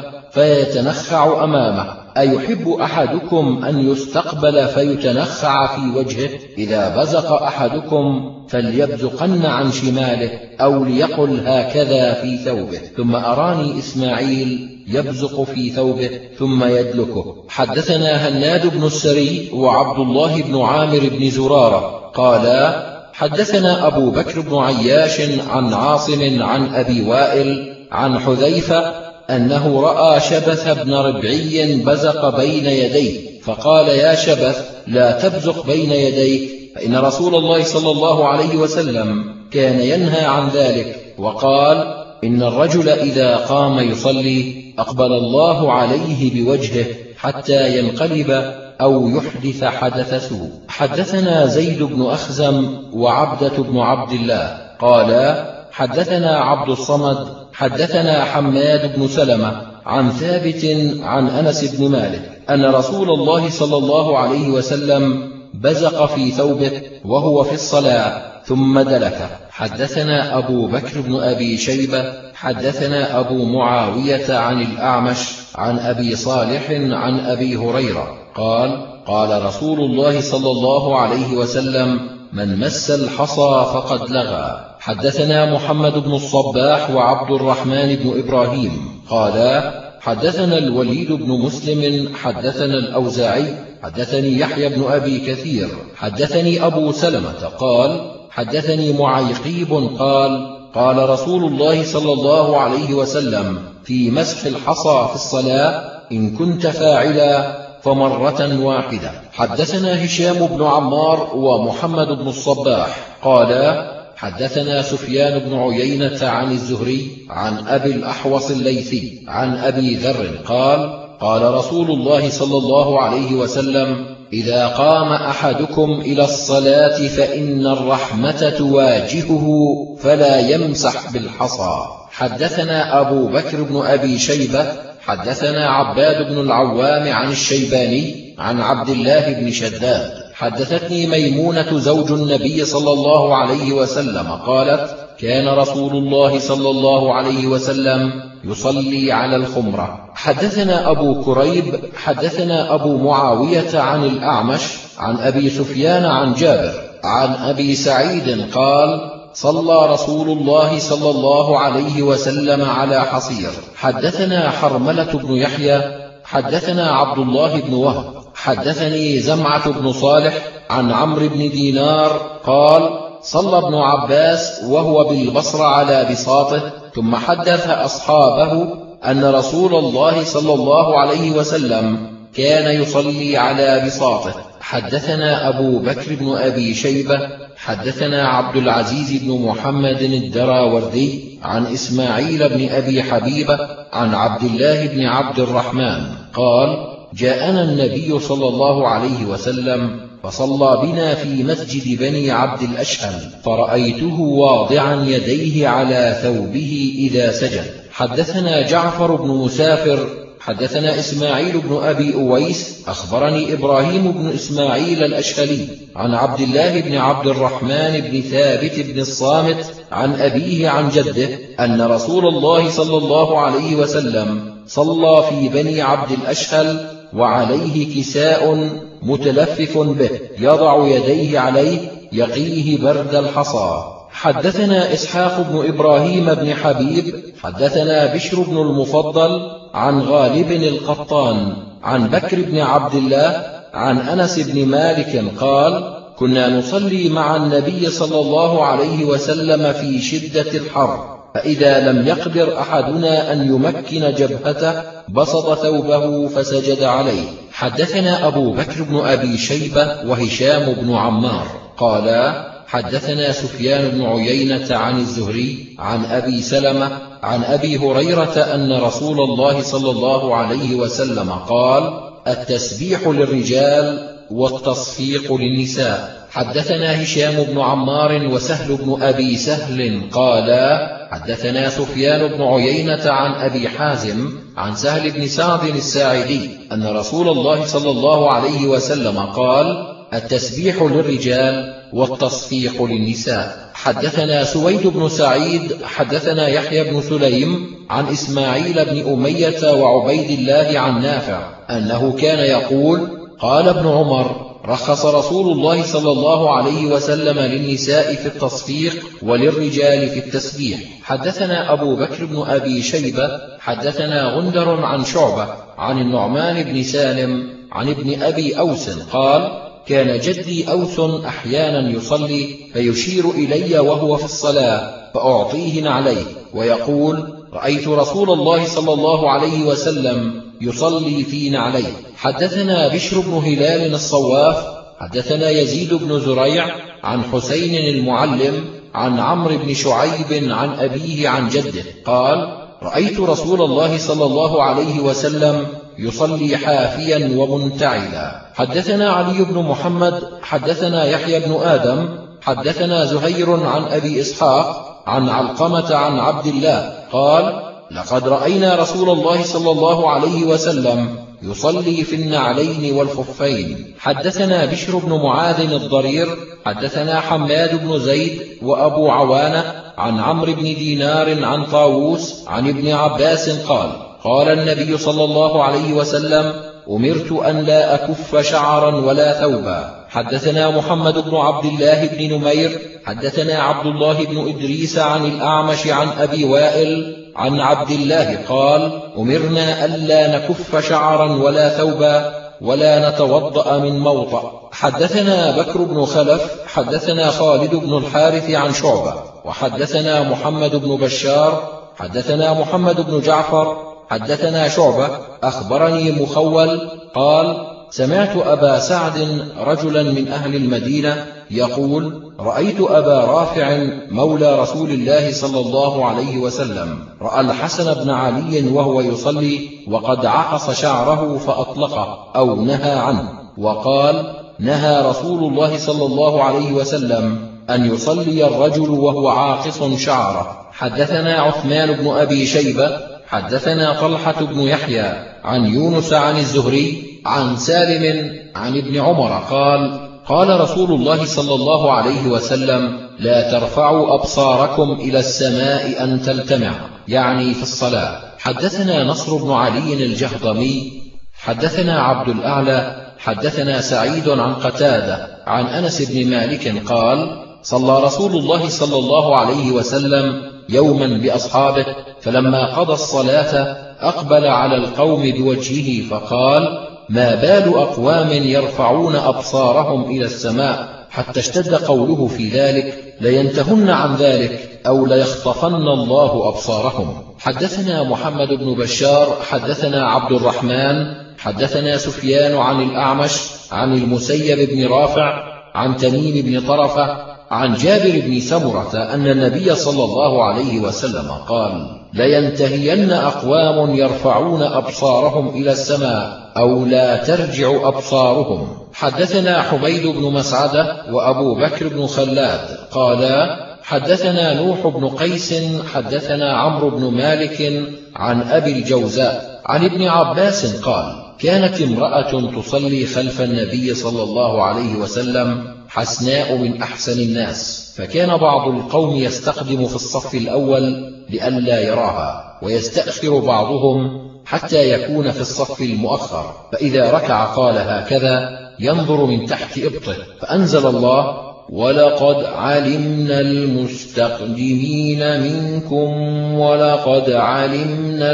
فيتنخع أمامه؟ أيحب أحدكم أن يستقبل فيتنخع في وجهه؟ إذا بزق أحدكم فليبزقن عن شماله، أو ليقل هكذا في ثوبه. ثم أراني إسماعيل يبزق في ثوبه ثم يدلكه. حدثنا هناد بن السري وعبد الله بن عامر بن زرارة قالا: حدثنا أبو بكر بن عياش عن عاصم عن أبي وائل عن حذيفة أنه رأى شبث بن ربعي بزق بين يديه فقال: يا شبث، لا تبزق بين يديك، فإن رسول الله صلى الله عليه وسلم كان ينهى عن ذلك، وقال: إن الرجل إذا قام يصلي أقبل الله عليه بوجهه حتى ينقلب أو يحدث حدث سوء. حدثنا زيد بن أخزم وعبدة بن عبد الله قالا: حدثنا عبد الصمد حدثنا حماد بن سلمة عن ثابت عن أنس بن مالك أن رسول الله صلى الله عليه وسلم بزق في ثوبه وهو في الصلاة ثم دلك. حدثنا أبو بكر بن أبي شيبة حدثنا أبو معاوية عن الأعمش عن أبي صالح عن أبي هريرة قال: قال رسول الله صلى الله عليه وسلم: من مس الحصى فقد لغى. حدثنا محمد بن الصباح وعبد الرحمن بن إبراهيم قالا: حدثنا الوليد بن مسلم حدثنا الأوزاعي حدثني يحيى بن أبي كثير حدثني أبو سلمة قال: حدثني معيقيب قال: قال رسول الله صلى الله عليه وسلم في مسح الحصى في الصلاة: إن كنت فاعلا فمرة واحدة. حدثنا هشام بن عمار ومحمد بن الصباح قالا: حدثنا سفيان بن عيينة عن الزهري عن أبي الأحوص الليثي عن أبي ذر قال: قال رسول الله صلى الله عليه وسلم: إذا قام أحدكم إلى الصلاة فإن الرحمة تواجهه فلا يمسح بالحصى. حدثنا أبو بكر بن أبي شيبة حدثنا عباد بن العوام عن الشيباني عن عبد الله بن شداد حدثتني ميمونة زوج النبي صلى الله عليه وسلم قالت: كان رسول الله صلى الله عليه وسلم يصلي على الخمرة. حدثنا أبو كريب حدثنا أبو معاوية عن الأعمش عن أبي سفيان عن جابر عن أبي سعيد قال: صلى رسول الله صلى الله عليه وسلم على حصير. حدثنا حرملة بن يحيى حدثنا عبد الله بن وهب حدثني زمعة بن صالح عن عمرو بن دينار قال: صلى ابن عباس وهو بالبصرة على بساطه، ثم حدث أصحابه أن رسول الله صلى الله عليه وسلم كان يصلي على بساطه. حدثنا أبو بكر بن أبي شيبة حدثنا عبد العزيز بن محمد الدراوردي عن إسماعيل بن أبي حبيبة عن عبد الله بن عبد الرحمن قال: جاءنا النبي صلى الله عليه وسلم فصلى بنا في مسجد بني عبد الأشهل، فرأيته واضعا يديه على ثوبه إذا سجد. حدثنا جعفر بن مسافر حدثنا إسماعيل بن أبي أويس أخبرني إبراهيم بن إسماعيل الأشهلي عن عبد الله بن عبد الرحمن بن ثابت بن الصامت عن أبيه عن جده أن رسول الله صلى الله عليه وسلم صلى في بني عبد الأشهل وعليه كساء متلفف به يضع يديه عليه يقيه برد الحصى. حدثنا إسحاق بن إبراهيم بن حبيب حدثنا بشر بن المفضل عن غالب القطان عن بكر بن عبد الله عن أنس بن مالك قال: كنا نصلي مع النبي صلى الله عليه وسلم في شدة الحر، فإذا لم يقدر أحدنا أن يمكن جبهته بسط ثوبه فسجد عليه. حدثنا أبو بكر بن أبي شيبة وهشام بن عمار قالا حدثنا سفيان بن عيينة عن الزهري عن أبي سلمة عن أبي هريرة أن رسول الله صلى الله عليه وسلم قال: التسبيح للرجال والتصفيق للنساء. حدثنا هشام بن عمار وسهل بن أبي سهل قالا حدثنا سفيان بن عيينة عن أبي حازم عن سهل بن سعد الساعدي أن رسول الله صلى الله عليه وسلم قال: التسبيح للرجال والتصفيق للنساء. حدثنا سويد بن سعيد حدثنا يحيى بن سليم عن إسماعيل بن أمية وعبيد الله عن نافع أنه كان يقول: قال ابن عمر: رخص رسول الله صلى الله عليه وسلم للنساء في التصفيق وللرجال في التسبيح. حدثنا أبو بكر بن أبي شيبة حدثنا غندر عن شعبة عن النعمان بن سالم عن ابن أبي أوس قال: كان جدي أوس أحيانا يصلي فيشير إلي وهو في الصلاة فأعطيه نعليه ويقول: رأيت رسول الله صلى الله عليه وسلم يصلي في نعليه. حدثنا بشر بن هلال الصواف حدثنا يزيد بن زريع عن حسين المعلم عن عمرو بن شعيب عن أبيه عن جده قال: رأيت رسول الله صلى الله عليه وسلم يصلي حافيا ومنتعلا. حدثنا علي بن محمد حدثنا يحيى بن آدم حدثنا زهير عن أبي إسحاق عن علقمة عن عبد الله قال: لقد رأينا رسول الله صلى الله عليه وسلم يصلي في النعلين والخفين. حدثنا بشر بن معاذ الضرير حدثنا حماد بن زيد وأبو عوانة عن عمرو بن دينار عن طاووس عن ابن عباس قال: قال النبي صلى الله عليه وسلم: أمرت أن لا أكف شعرا ولا ثوبا. حدثنا محمد بن عبد الله بن نمير حدثنا عبد الله بن إدريس عن الأعمش عن أبي وائل عن عبد الله قال: أمرنا ألا نكف شعرا ولا ثوبا ولا نتوضأ من موطأ. حدثنا بكر بن خلف حدثنا خالد بن الحارث عن شعبة وحدثنا محمد بن بشار حدثنا محمد بن جعفر حدثنا شعبة أخبرني مخول قال: سمعت أبا سعد رجلا من أهل المدينة يقول: رأيت أبا رافع مولى رسول الله صلى الله عليه وسلم رأى الحسن بن علي وهو يصلي وقد عقص شعره فأطلقه أو نهى عنه، وقال: نهى رسول الله صلى الله عليه وسلم أن يصلي الرجل وهو عاقص شعره. حدثنا عثمان بن أبي شيبة حدثنا طلحة بن يحيى عن يونس عن الزهري عن سالم عن ابن عمر قال: قال رسول الله صلى الله عليه وسلم: لا ترفعوا أبصاركم إلى السماء أن تلتمع، يعني في الصلاة. حدثنا نصر بن علي الجهضمي حدثنا عبد الأعلى حدثنا سعيد عن قتادة عن أنس بن مالك قال: صلى رسول الله صلى الله عليه وسلم يوما بأصحابه، فلما قضى الصلاة أقبل على القوم بوجهه فقال: ما بال أقوام يرفعون أبصارهم إلى السماء، حتى اشتد قوله في ذلك: لينتهن عن ذلك أو ليخطفن الله أبصارهم. حدثنا محمد بن بشار حدثنا عبد الرحمن حدثنا سفيان عن الأعمش عن المسيب بن رافع عن تميم بن طرفة عن جابر بن سمرة أن النبي صلى الله عليه وسلم قال: لينتهين أقوام يرفعون أبصارهم إلى السماء أو لا ترجع أبصارهم. حدثنا حميد بن مسعدة وأبو بكر بن خلاد قالا: حدثنا نوح بن قيس حدثنا عمرو بن مالك عن أبي الجوزاء عن ابن عباس قال: كانت امرأة تصلي خلف النبي صلى الله عليه وسلم حسناء من أحسن الناس، فكان بعض القوم يستقدم في الصف الأول لئلا يراها، ويستأخر بعضهم حتى يكون في الصف المؤخر، فإذا ركع قال هكذا ينظر من تحت إبطه، فأنزل الله: ولقد علمنا المستقدمين منكم ولقد علمنا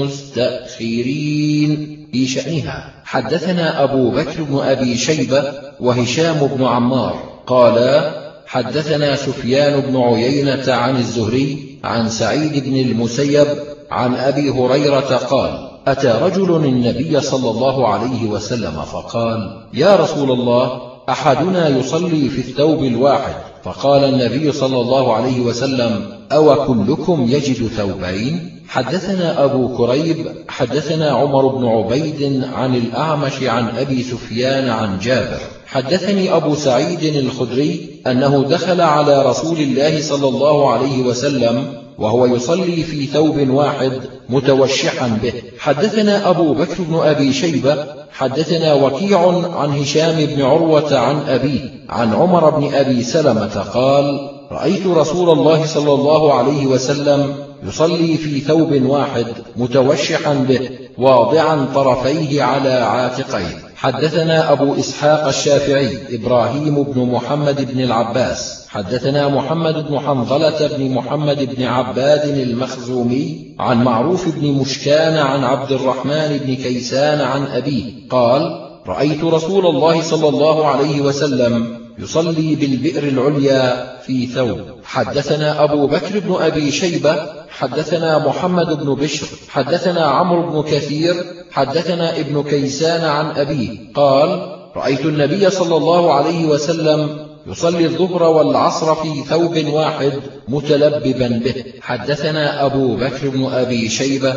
المستأخرين في شأنها. حدثنا أبو بكر بن أبي شيبة وهشام بن عمار قالا: حدثنا سفيان بن عيينة عن الزهري عن سعيد بن المسيب عن أبي هريرة قال: أتى رجل النبي صلى الله عليه وسلم فقال: يا رسول الله، أحدنا يصلي في الثوب الواحد. فقال النبي صلى الله عليه وسلم: أو كلكم يجد ثوبين؟ حدثنا أبو كريب حدثنا عمر بن عبيد عن الأعمش عن أبي سفيان عن جابر. حدثني أبو سعيد الخدري أنه دخل على رسول الله صلى الله عليه وسلم وهو يصلي في ثوب واحد متوشحا به. حدثنا أبو بكر بن أبي شيبة حدثنا وكيع عن هشام بن عروة عن أبيه عن عمر بن أبي سلمة قال: رأيت رسول الله صلى الله عليه وسلم يصلي في ثوب واحد متوشحا به واضعا طرفيه على عاتقيه. حدثنا أبو إسحاق الشافعي إبراهيم بن محمد بن العباس حدثنا محمد بن حنظلة بن محمد بن عباد المخزومي عن معروف بن مشكان عن عبد الرحمن بن كيسان عن أبيه قال: رأيت رسول الله صلى الله عليه وسلم يصلي بالبئر العليا في ثوب. حدثنا أبو بكر بن أبي شيبة حدثنا محمد بن بشر حدثنا عمرو بن كثير حدثنا ابن كيسان عن أبيه قال: رأيت النبي صلى الله عليه وسلم يصلي الظهر والعصر في ثوب واحد متلببا به. حدثنا أبو بكر بن أبي شيبة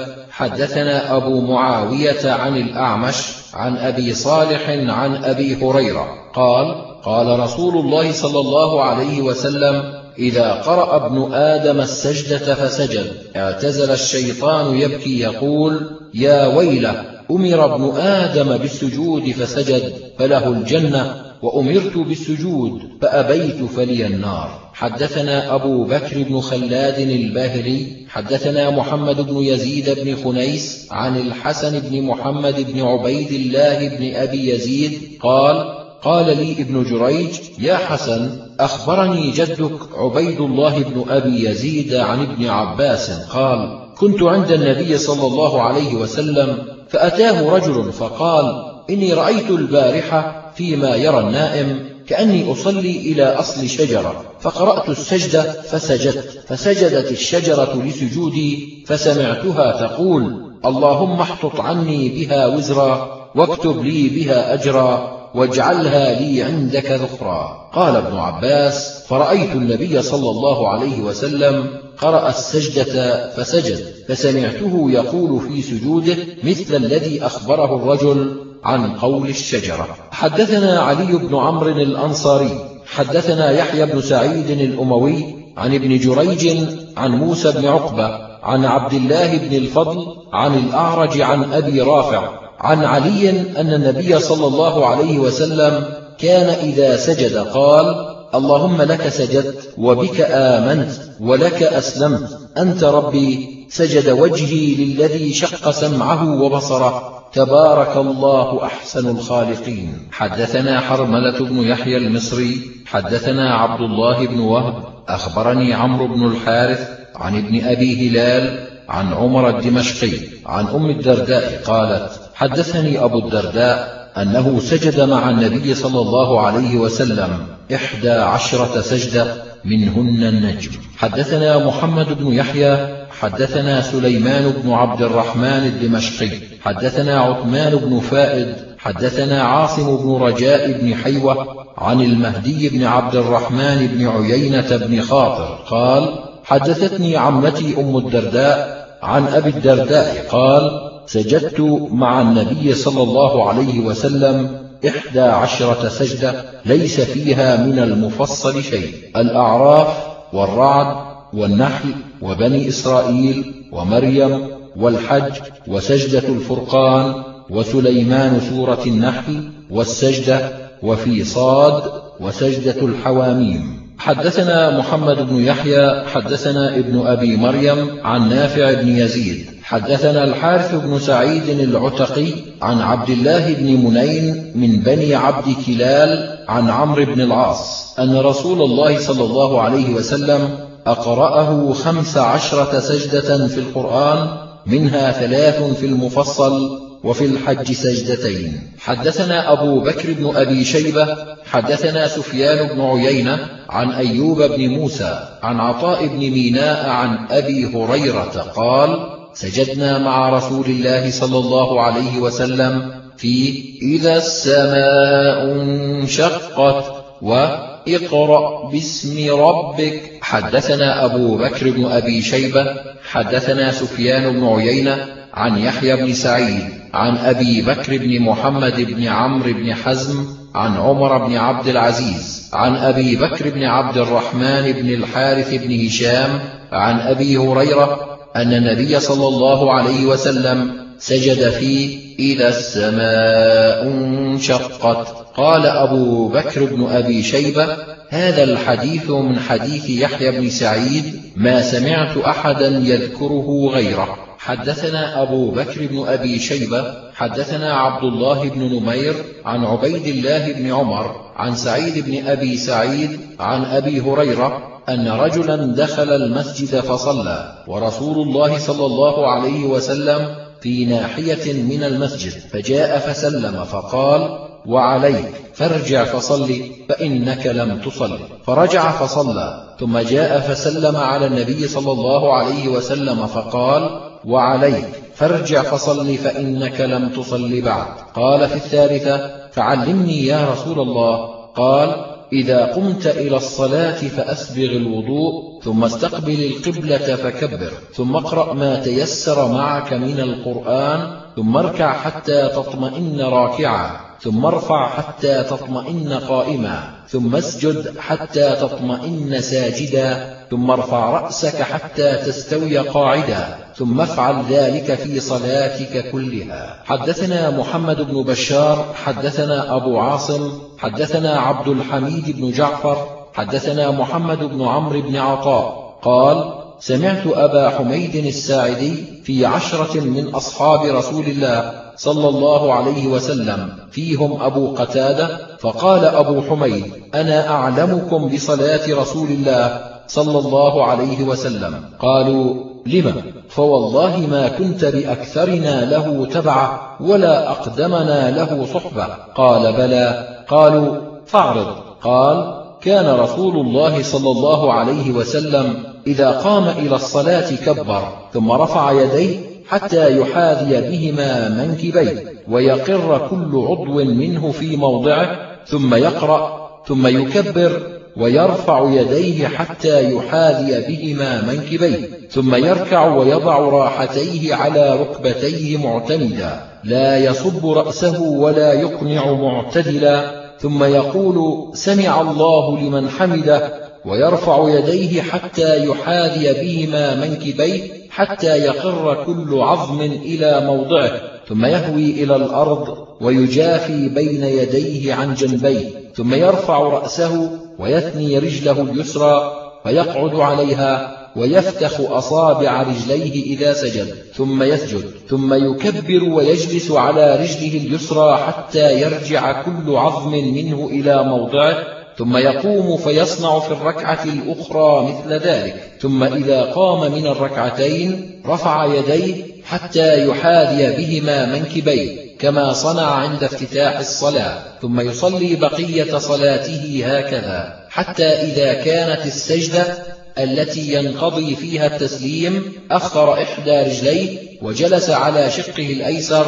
حدثنا أبو معاوية عن الأعمش عن أبي صالح عن أبي هريرة قال: قال رسول الله صلى الله عليه وسلم: إذا قرأ ابن آدم السجدة فسجد اعتزل الشيطان يبكي يقول: يا ويله، أمر ابن آدم بالسجود فسجد فله الجنة، وأمرت بالسجود فأبيت فلي النار. حدثنا أبو بكر بن خلاد الباهلي حدثنا محمد بن يزيد بن خنيس عن الحسن بن محمد بن عبيد الله بن أبي يزيد قال: قال لي ابن جريج: يا حسن، أخبرني جدك عبيد الله بن أبي يزيد عن ابن عباس قال: كنت عند النبي صلى الله عليه وسلم فأتاه رجل فقال: إني رأيت البارحة فيما يرى النائم كأني أصلي إلى أصل شجرة، فقرأت السجدة فسجدت، فسجدت الشجرة لسجودي، فسمعتها تقول: اللهم احطط عني بها وزرا واكتب لي بها أجرا واجعلها لي عندك ذخرا. قال ابن عباس: فرأيت النبي صلى الله عليه وسلم قرأ السجدة فسجد، فسمعته يقول في سجوده مثل الذي أخبره الرجل عن قول الشجرة. حدثنا علي بن عمرو الأنصاري حدثنا يحيى بن سعيد الأموي عن ابن جريج عن موسى بن عقبة عن عبد الله بن الفضل عن الأعرج عن أبي رافع عن علي أن النبي صلى الله عليه وسلم كان إذا سجد قال: اللهم لك سجدت وبك آمنت ولك أسلمت، أنت ربي، سجد وجهي للذي شق سمعه وبصره، تبارك الله أحسن الخالقين. حدثنا حرملة بن يحيى المصري حدثنا عبد الله بن وهب أخبرني عمرو بن الحارث عن ابن أبي هلال عن عمر الدمشقي عن أم الدرداء قالت: حدثني أبو الدرداء أنه سجد مع النبي صلى الله عليه وسلم إحدى عشرة سجدة منهن النجم. حدثنا محمد بن يحيى حدثنا سليمان بن عبد الرحمن الدمشقي حدثنا عثمان بن فائد حدثنا عاصم بن رجاء بن حيوة عن المهدي بن عبد الرحمن بن عيينة بن خاطر قال: حدثتني عمتي أم الدرداء عن أبي الدرداء قال: سجدت مع النبي صلى الله عليه وسلم إحدى عشرة سجدة ليس فيها من المفصل شيء: الأعراف والرعد والنحل وبني إسرائيل ومريم والحج وسجدة الفرقان وسليمان سورة النحل والسجدة وفي صاد وسجدة الحواميم. حدثنا محمد بن يحيى حدثنا ابن أبي مريم عن نافع بن يزيد حدثنا الحارث بن سعيد العتقي عن عبد الله بن منين من بني عبد كلال عن عمرو بن العاص أن رسول الله صلى الله عليه وسلم أقرأه خمس عشرة سجدة في القرآن، منها ثلاث في المفصل وفي الحج سجدتين. حدثنا أبو بكر بن أبي شيبة حدثنا سفيان بن عيينة عن أيوب بن موسى عن عطاء بن ميناء عن أبي هريرة قال: سجدنا مع رسول الله صلى الله عليه وسلم في إذا السماء انشقت وإقرأ باسم ربك. حدثنا أبو بكر بن أبي شيبة حدثنا سفيان بن عيينة عن يحيى بن سعيد عن أبي بكر بن محمد بن عمرو بن حزم عن عمر بن عبد العزيز عن أبي بكر بن عبد الرحمن بن الحارث بن هشام عن أبي هريرة أن النبي صلى الله عليه وسلم سجد في إذا السماء انشقت. قال أبو بكر بن أبي شيبة: هذا الحديث من حديث يحيى بن سعيد ما سمعت أحدا يذكره غيره. حدثنا أبو بكر بن أبي شيبة حدثنا عبد الله بن نمير عن عبيد الله بن عمر عن سعيد بن أبي سعيد عن أبي هريرة أن رجلا دخل المسجد فصلى ورسول الله صلى الله عليه وسلم في ناحية من المسجد، فجاء فسلم فقال: وعليك فارجع فصل فإنك لم تصل. فرجع فصلى ثم جاء فسلم على النبي صلى الله عليه وسلم فقال: وعليك فارجع فصل فإنك لم تصل بعد. قال في الثالثة: فعلمني يا رسول الله. قال: إذا قمت إلى الصلاة فأسبغ الوضوء ثم استقبل القبلة فكبر ثم اقرأ ما تيسر معك من القرآن ثم اركع حتى تطمئن راكعا ثم ارفع حتى تطمئن قائما ثم اسجد حتى تطمئن ساجدا ثم ارفع رأسك حتى تستوي قاعدا ثم افعل ذلك في صلاتك كلها. حدثنا محمد بن بشار حدثنا أبو عاصم حدثنا عبد الحميد بن جعفر حدثنا محمد بن عمرو بن عطاء قال: سمعت أبا حميد الساعدي في عشرة من أصحاب رسول الله صلى الله عليه وسلم فيهم أبو قتادة، فقال أبو حميد: أنا أعلمكم بصلاة رسول الله صلى الله عليه وسلم. قالوا: لم؟ فوالله ما كنت بأكثرنا له تبعا ولا أقدمنا له صحبة. قال: بلى. قالوا: فاعرض. قال: كان رسول الله صلى الله عليه وسلم إذا قام إلى الصلاة كبر ثم رفع يديه حتى يحاذي بهما منكبيه ويقر كل عضو منه في موضعه ثم يقرأ ثم يكبر ويرفع يديه حتى يحاذي بهما منكبيه ثم يركع ويضع راحتيه على ركبتيه معتمدا لا يصب رأسه ولا يقنع معتدلا ثم يقول: سمع الله لمن حمده، ويرفع يديه حتى يحاذي بهما منكبيه حتى يقر كل عظم إلى موضعه ثم يهوي إلى الأرض ويجافي بين يديه عن جنبيه ثم يرفع رأسه ويثني رجله اليسرى فيقعد عليها ويفتح أصابع رجليه إذا سجد ثم يسجد ثم يكبر ويجلس على رجله اليسرى حتى يرجع كل عظم منه إلى موضعه ثم يقوم فيصنع في الركعة الأخرى مثل ذلك ثم إذا قام من الركعتين رفع يديه حتى يحاذي بهما منكبيه كما صنع عند افتتاح الصلاة ثم يصلي بقية صلاته هكذا حتى إذا كانت السجدة التي ينقضي فيها التسليم أخر إحدى رجليه وجلس على شقه الأيسر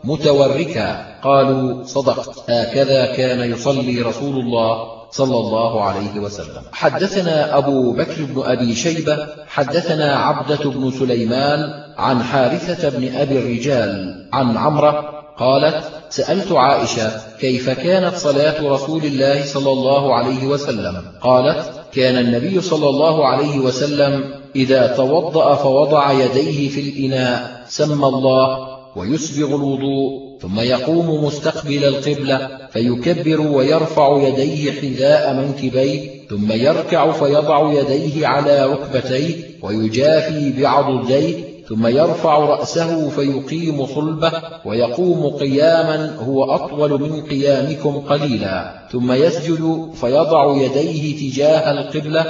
متوركا. قالوا: صدقت، هكذا كان يصلي رسول الله صلى الله عليه وسلم. حدثنا أبو بكر بن أبي شيبة حدثنا عبدة بن سليمان عن حارثة بن أبي الرجال عن عمرة قالت: سألت عائشة كيف كانت صلاة رسول الله صلى الله عليه وسلم؟ قالت: كان النبي صلى الله عليه وسلم إذا توضأ فوضع يديه في الإناء سمى الله ويسبغ الوضوء ثم يقوم مستقبل القبلة فيكبر ويرفع يديه حذاء منكبيه ثم يركع فيضع يديه على ركبتيه ويجافي بعضديه ثم يرفع رأسه فيقيم صلبه ويقوم قياما هو أطول من قيامكم قليلا، ثم يسجد فيضع يديه تجاه القبلة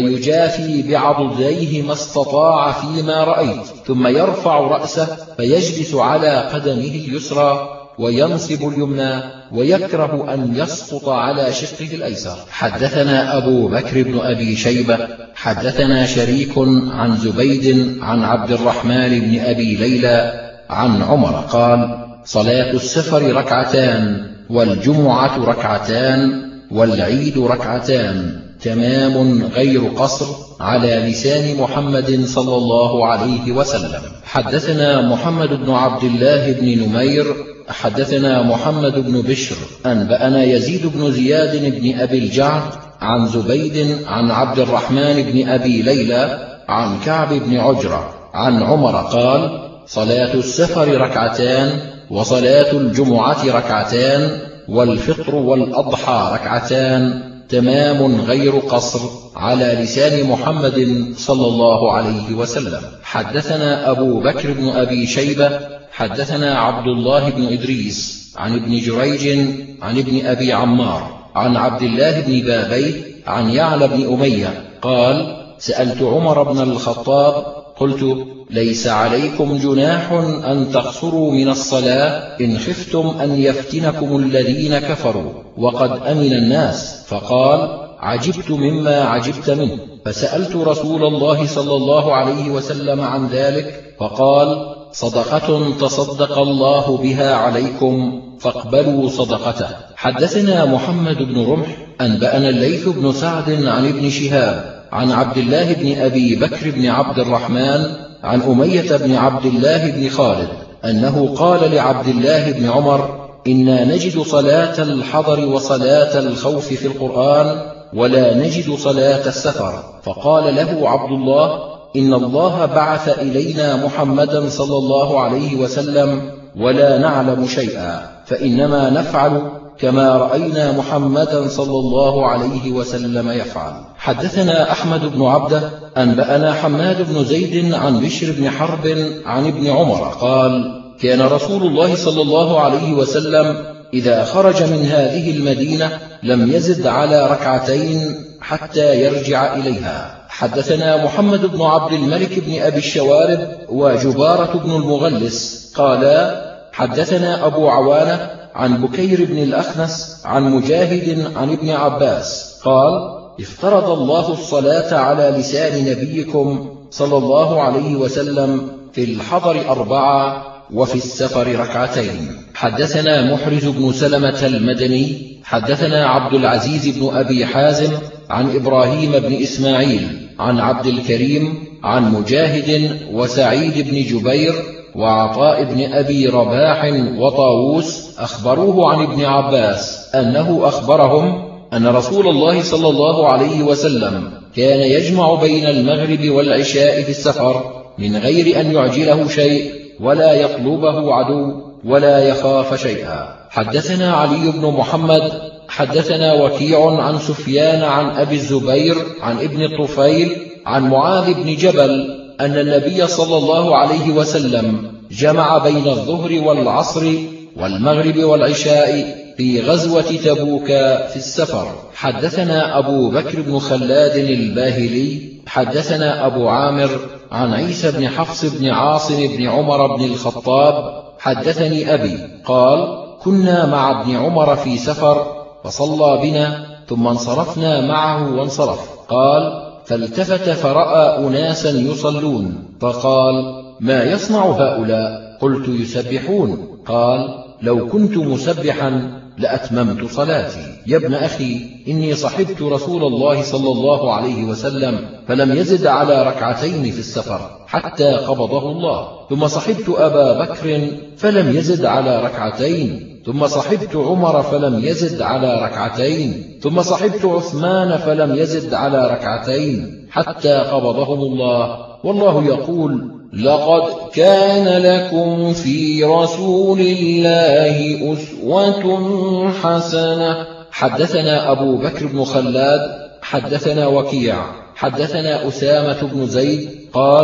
ويجافي بعضديه ما استطاع فيما رأيت، ثم يرفع رأسه فيجلس على قدمه اليسرى وينصب اليمنى ويكره أن يسقط على شقه الأيسر. حدثنا أبو بكر بن أبي شيبة حدثنا شريك عن زبيد عن عبد الرحمن بن أبي ليلى عن عمر قال: صلاة السفر ركعتان، والجمعة ركعتان، والعيد ركعتان، تمام غير قصر، على لسان محمد صلى الله عليه وسلم. حدثنا محمد بن عبد الله بن نمير حدثنا محمد بن بشر أنبأنا يزيد بن زياد بن أبي الجعد عن زبيد عن عبد الرحمن بن أبي ليلى عن كعب بن عجرة عن عمر قال: صلاة السفر ركعتان، وصلاة الجمعة ركعتان، والفطر والأضحى ركعتان، تمام غير قصر، على لسان محمد صلى الله عليه وسلم. حدثنا أبو بكر بن أبي شيبة حدثنا عبد الله بن إدريس عن ابن جريج عن ابن أبي عمار عن عبد الله بن بابيه عن يعلى بن أمية قال: سألت عمر بن الخطاب قلت: ليس عليكم جناح أن تقصروا من الصلاة إن خفتم أن يفتنكم الذين كفروا وقد أمن الناس؟ فقال: عجبت مما عجبت منه، فسألت رسول الله صلى الله عليه وسلم عن ذلك فقال: صدقة تصدق الله بها عليكم فاقبلوا صدقته. حدثنا محمد بن رمح أنبأنا الليث بن سعد عن ابن شهاب عن عبد الله بن أبي بكر بن عبد الرحمن عن أمية بن عبد الله بن خالد أنه قال لعبد الله بن عمر: إنا نجد صلاة الحضر وصلاة الخوف في القرآن ولا نجد صلاة السفر. فقال له عبد الله: إن الله بعث إلينا محمدا صلى الله عليه وسلم ولا نعلم شيئا، فإنما نفعل كما رأينا محمدا صلى الله عليه وسلم يفعل. حدثنا أحمد بن عبده أنبأنا حماد بن زيد عن بشر بن حرب عن ابن عمر قال: كان رسول الله صلى الله عليه وسلم إذا خرج من هذه المدينة لم يزد على ركعتين حتى يرجع إليها. حدثنا محمد بن عبد الملك بن أبي الشوارب وجبارة بن المغلس قالا: حدثنا أبو عوانة عن بكير بن الأخنس عن مجاهد عن ابن عباس قال: افترض الله الصلاة على لسان نبيكم صلى الله عليه وسلم في الحضر أربعة وفي السفر ركعتين. حدثنا محرز بن سلمة المدني حدثنا عبد العزيز بن أبي حازم عن إبراهيم بن إسماعيل عن عبد الكريم عن مجاهد وسعيد بن جبير وعطاء بن أبي رباح وطاووس أخبروه عن ابن عباس أنه أخبرهم أن رسول الله صلى الله عليه وسلم كان يجمع بين المغرب والعشاء في السفر من غير أن يعجله شيء ولا يطلبه عدو ولا يخاف شيئا. حدثنا علي بن محمد حدثنا وكيع عن سفيان عن أبي الزبير عن ابن الطفيل عن معاذ بن جبل أن النبي صلى الله عليه وسلم جمع بين الظهر والعصر والمغرب والعشاء في غزوة تبوك في السفر. حدثنا أبو بكر بن خلاد الباهلي حدثنا أبو عامر عن عيسى بن حفص بن عاصم بن عمر بن الخطاب حدثني أبي قال: كنا مع ابن عمر في سفر فصلى بنا ثم انصرفنا معه وانصرف. قال: فالتفت فرأى أناسا يصلون فقال: ما يصنع هؤلاء؟ قلت: يسبحون. قال: لو كنت مسبحا لأتممت صلاتي. يا ابن أخي، إني صحبت رسول الله صلى الله عليه وسلم فلم يزد على ركعتين في السفر حتى قبضه الله، ثم صحبت أبا بكر فلم يزد على ركعتين، ثم صحبت عمر فلم يزد على ركعتين، ثم صحبت عثمان فلم يزد على ركعتين حتى قبضهم الله. والله يقول: لقد كان لكم في رسول الله أسوة حسنة. حدثنا أبو بكر بن خلاد حدثنا وكيع حدثنا أسامة بن زيد قال: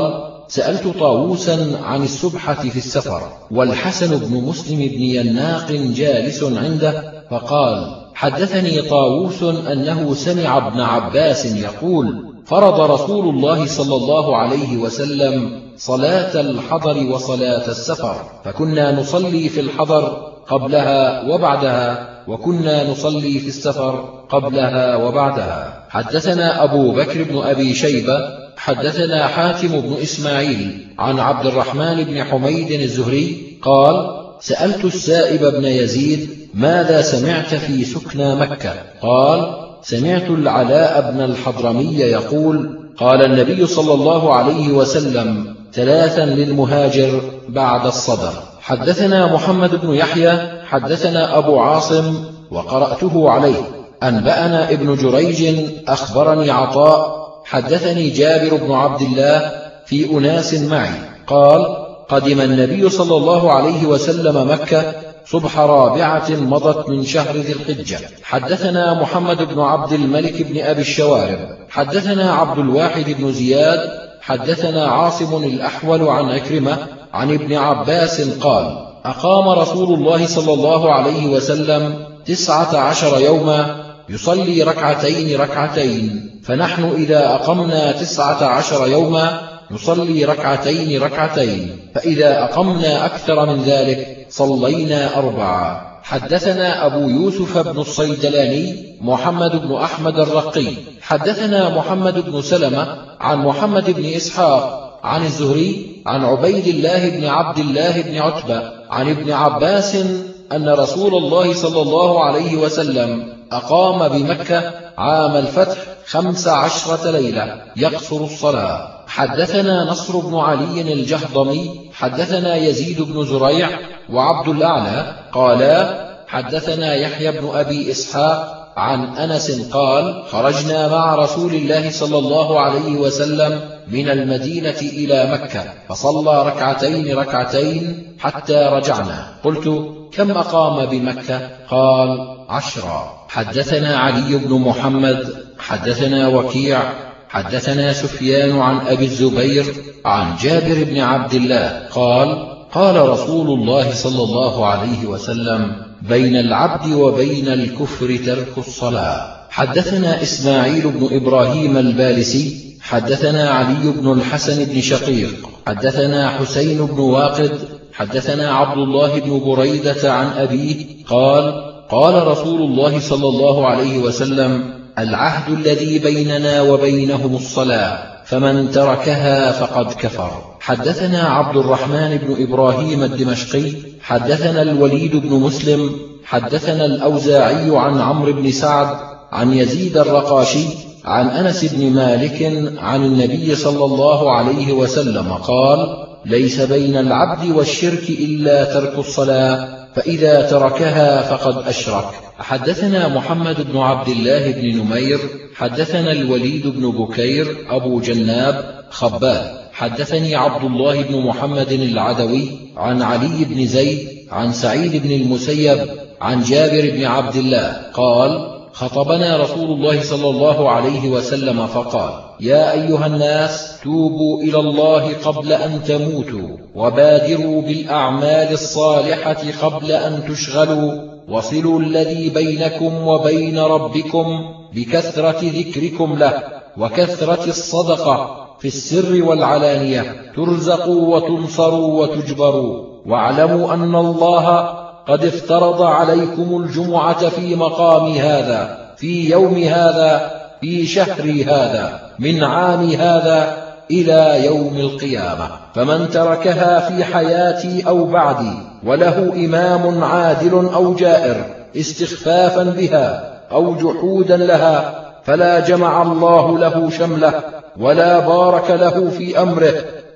سألت طاووسا عن السبحة في السفر، والحسن بن مسلم بن يناق جالس عنده، فقال: حدثني طاووس أنه سمع ابن عباس يقول: فرض رسول الله صلى الله عليه وسلم صلاة الحضر وصلاة السفر، فكنا نصلي في الحضر قبلها وبعدها، وكنا نصلي في السفر قبلها وبعدها. حدثنا أبو بكر بن أبي شيبة حدثنا حاتم بن إسماعيل عن عبد الرحمن بن حميد الزهري قال: سألت السائب بن يزيد: ماذا سمعت في سكنى مكة؟ قال: سمعت العلاء بن الحضرمي يقول: قال النبي صلى الله عليه وسلم: ثلاثا للمهاجر بعد الصدر. حدثنا محمد بن يحيى حدثنا أبو عاصم وقرأته عليه. أنبأنا ابن جريج أخبرني عطاء حدثني جابر بن عبد الله في أناس معي قال: قدم النبي صلى الله عليه وسلم مكة صبح رابعة مضت من شهر ذي الحجة. حدثنا محمد بن عبد الملك بن أبي الشوارب حدثنا عبد الواحد بن زياد حدثنا عاصم الأحول عن عكرمة عن ابن عباس قال: أقام رسول الله صلى الله عليه وسلم تسعة عشر يوما يصلي ركعتين ركعتين، فنحن إذا أقمنا تسعة عشر يوما نصلي ركعتين ركعتين، فإذا أقمنا أكثر من ذلك صلينا أربعة. حدثنا أبو يوسف بن الصيدلاني محمد بن أحمد الرقي حدثنا محمد بن سلمة عن محمد بن إسحاق عن الزهري عن عبيد الله بن عبد الله بن عتبة عن ابن عباس أن رسول الله صلى الله عليه وسلم أقام بمكة عام الفتح خمس عشرة ليلة يقصر الصلاة. حدثنا نصر بن علي الجهضمي حدثنا يزيد بن زريع وعبد الأعلى قالا: حدثنا يحيى بن أبي إسحاق عن أنس قال: خرجنا مع رسول الله صلى الله عليه وسلم من المدينة إلى مكة فصلى ركعتين ركعتين حتى رجعنا. قلت: كم أقام بمكة؟ قال: عشرا. حدثنا علي بن محمد حدثنا وكيع حدثنا سفيان عن أبي الزبير عن جابر بن عبد الله قال: قال رسول الله صلى الله عليه وسلم: بين العبد وبين الكفر ترك الصلاة. حدثنا إسماعيل بن إبراهيم البالسي حدثنا علي بن الحسن بن شقيق حدثنا حسين بن واقد حدثنا عبد الله بن بريدة عن أبيه قال: قال رسول الله صلى الله عليه وسلم: العهد الذي بيننا وبينهم الصلاة، فمن تركها فقد كفر. حدثنا عبد الرحمن بن إبراهيم الدمشقي حدثنا الوليد بن مسلم حدثنا الأوزاعي عن عمرو بن سعد عن يزيد الرقاشي عن أنس بن مالك عن النبي صلى الله عليه وسلم قال: ليس بين العبد والشرك إلا ترك الصلاة، فإذا تركها فقد أشرك. حدثنا محمد بن عبد الله بن نمير حدثنا الوليد بن بكير أبو جناب خباب حدثني عبد الله بن محمد العدوي عن علي بن زيد عن سعيد بن المسيب عن جابر بن عبد الله قال: خطبنا رسول الله صلى الله عليه وسلم فقال: يا أيها الناس، توبوا إلى الله قبل أن تموتوا، وبادروا بالأعمال الصالحة قبل أن تشغلوا، وصلوا الذي بينكم وبين ربكم بكثرة ذكركم له وكثرة الصدقة في السر والعلانية، ترزقوا وتنصروا وتجبروا، واعلموا أن الله قد افترض عليكم الجمعة في مقام هذا في يوم هذا في شهر هذا من عام هذا إلى يوم القيامة، فمن تركها في حياتي أو بعدي وله إمام عادل أو جائر استخفافا بها أو جحودا لها فلا جمع الله له شمله ولا بارك له في أمره،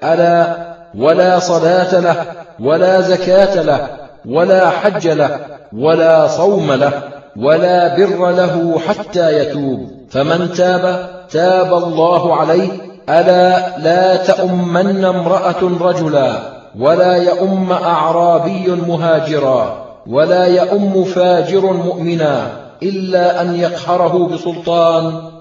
ألا ولا صلاة له ولا زكاة له ولا حج له ولا صوم له ولا بر له حتى يتوب، فمن تاب تاب الله عليه. ألا لا تؤمن امرأة رجلا ولا يؤم أعرابي مهاجرا ولا يؤم فاجر مؤمنا إلا أن يقهره بسلطان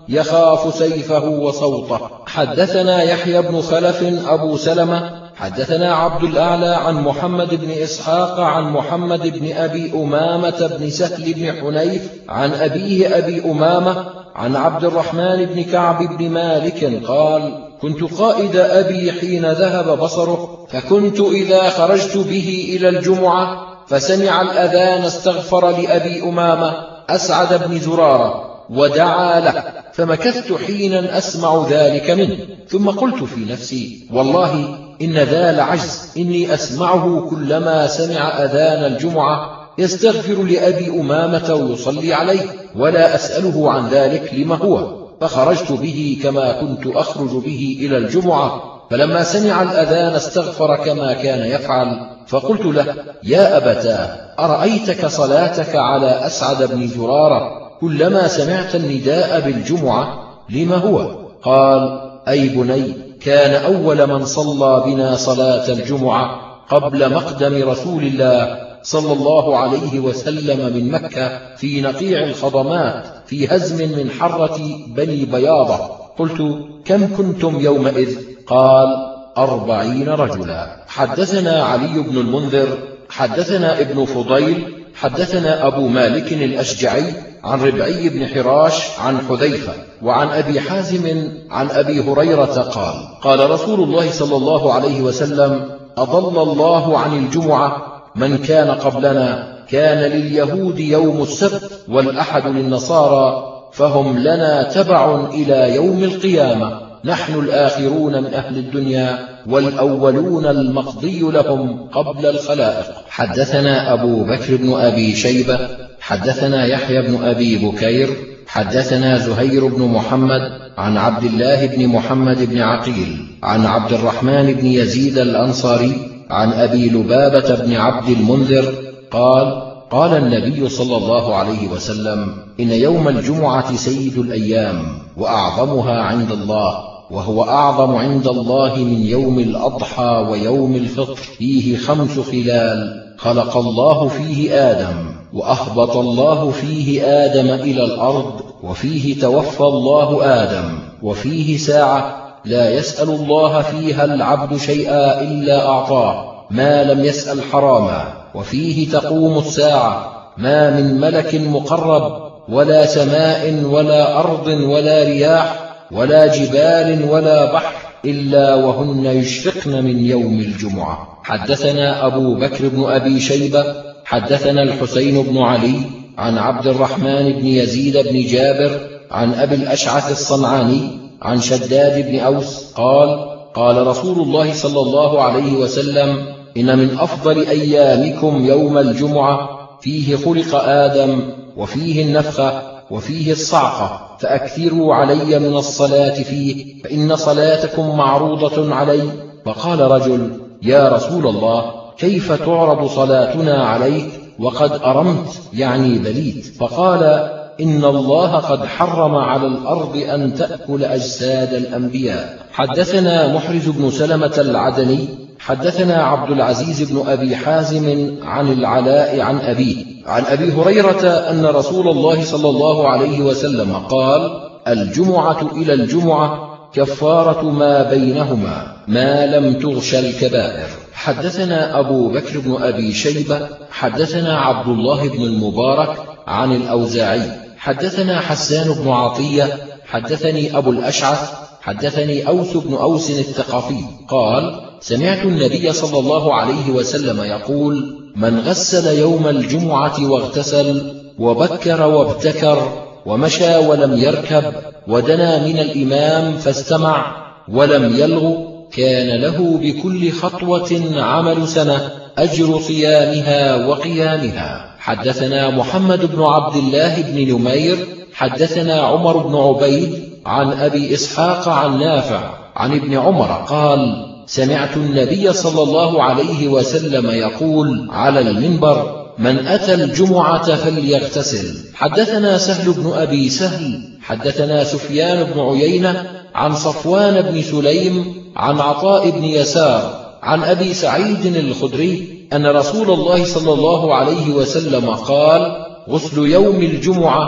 يخاف سيفه وصوته. حدثنا يحيى بن خلف أبو سلمة حدثنا عبد الأعلى عن محمد بن إسحاق عن محمد بن أبي أمامة بن سهل بن حنيف عن أبيه أبي أمامة عن عبد الرحمن بن كعب بن مالك قال: كنت قائد أبي حين ذهب بصره، فكنت إذا خرجت به إلى الجمعة فسمع الأذان استغفر لأبي أمامة أسعد بن زرارة ودعا له، فمكثت حينا أسمع ذلك منه، ثم قلت في نفسي: والله إن ذا لعجز، إني أسمعه كلما سمع أذان الجمعة يستغفر لأبي أمامة ويصلي عليه، ولا أسأله عن ذلك لما هو. فخرجت به كما كنت أخرج به إلى الجمعة، فلما سمع الأذان استغفر كما كان يفعل، فقلت له: يا أبتاه، أرأيتك صلاتك على أسعد بن زرارة كلما سمعت النداء بالجمعة لما هو؟ قال: أي بني، كان أول من صلى بنا صلاة الجمعة قبل مقدم رسول الله صلى الله عليه وسلم من مكة في نقيع الخضمات في هزم من حرة بني بياضة. قلت: كم كنتم يومئذ؟ قال: أربعين رجلا. حدثنا علي بن المنذر حدثنا ابن فضيل حدثنا أبو مالك الأشجعي عن ربعي بن حراش عن حذيفة وعن أبي حازم عن أبي هريرة قال: قال رسول الله صلى الله عليه وسلم: أضل الله عن الجمعة من كان قبلنا، كان لليهود يوم السبت والأحد للنصارى، فهم لنا تبع إلى يوم القيامة، نحن الآخرون من أهل الدنيا والأولون المقضي لهم قبل الخلائق. حدثنا أبو بكر بن أبي شيبة حدثنا يحيى بن أبي بكير حدثنا زهير بن محمد عن عبد الله بن محمد بن عقيل عن عبد الرحمن بن يزيد الأنصاري عن أبي لبابة بن عبد المنذر قال: قال النبي صلى الله عليه وسلم: إن يوم الجمعة سيد الأيام وأعظمها عند الله، وهو أعظم عند الله من يوم الأضحى ويوم الفطر، فيه خمس خلال: خلق الله فيه آدم، وأهبط الله فيه آدم إلى الأرض، وفيه توفى الله آدم، وفيه ساعة لا يسأل الله فيها العبد شيئا إلا أعطاه ما لم يسأل حراما، وفيه تقوم الساعة، ما من ملك مقرب ولا سماء ولا أرض ولا رياح ولا جبال ولا بحر إلا وهن يشفقن من يوم الجمعة. حدثنا أبو بكر بن أبي شيبة حدثنا الحسين بن علي عن عبد الرحمن بن يزيد بن جابر عن أبي الأشعث الصنعاني عن شداد بن أوس قال: قال رسول الله صلى الله عليه وسلم: إن من أفضل أيامكم يوم الجمعة، فيه خلق آدم، وفيه النفخة، وفيه الصعقة، فأكثروا علي من الصلاة فيه، فإن صلاتكم معروضة علي. فقال رجل: يا رسول الله، كيف تعرض صلاتنا عليك وقد أرمت، يعني بليت؟ فقال: إن الله قد حرم على الأرض أن تأكل أجساد الأنبياء. حدثنا محرز بن سلمة العدني حدثنا عبد العزيز بن أبي حازم عن العلاء عن أبيه عن أبي هريرة أن رسول الله صلى الله عليه وسلم قال: الجمعة إلى الجمعة كفارة ما بينهما ما لم تغش الكبائر. حدثنا أبو بكر بن أبي شيبة حدثنا عبد الله بن المبارك عن الأوزاعي حدثنا حسان بن عطية حدثني أبو الأشعث حدثني أوس بن أوس الثقفي قال: سمعت النبي صلى الله عليه وسلم يقول: من غسل يوم الجمعة واغتسل وبكر وابتكر ومشى ولم يركب ودنا من الإمام فاستمع ولم يلغ، كان له بكل خطوة عمل سنة أجر صيامها وقيامها. حدثنا محمد بن عبد الله بن نمير حدثنا عمر بن عبيد عن أبي إسحاق عن نافع عن ابن عمر قال: سمعت النبي صلى الله عليه وسلم يقول على المنبر: من أتى الجمعة فليغتسل. حدثنا سهل بن أبي سهل حدثنا سفيان بن عيينة عن صفوان بن سليم عن عطاء بن يسار عن أبي سعيد الخدري أن رسول الله صلى الله عليه وسلم قال: غسل يوم الجمعة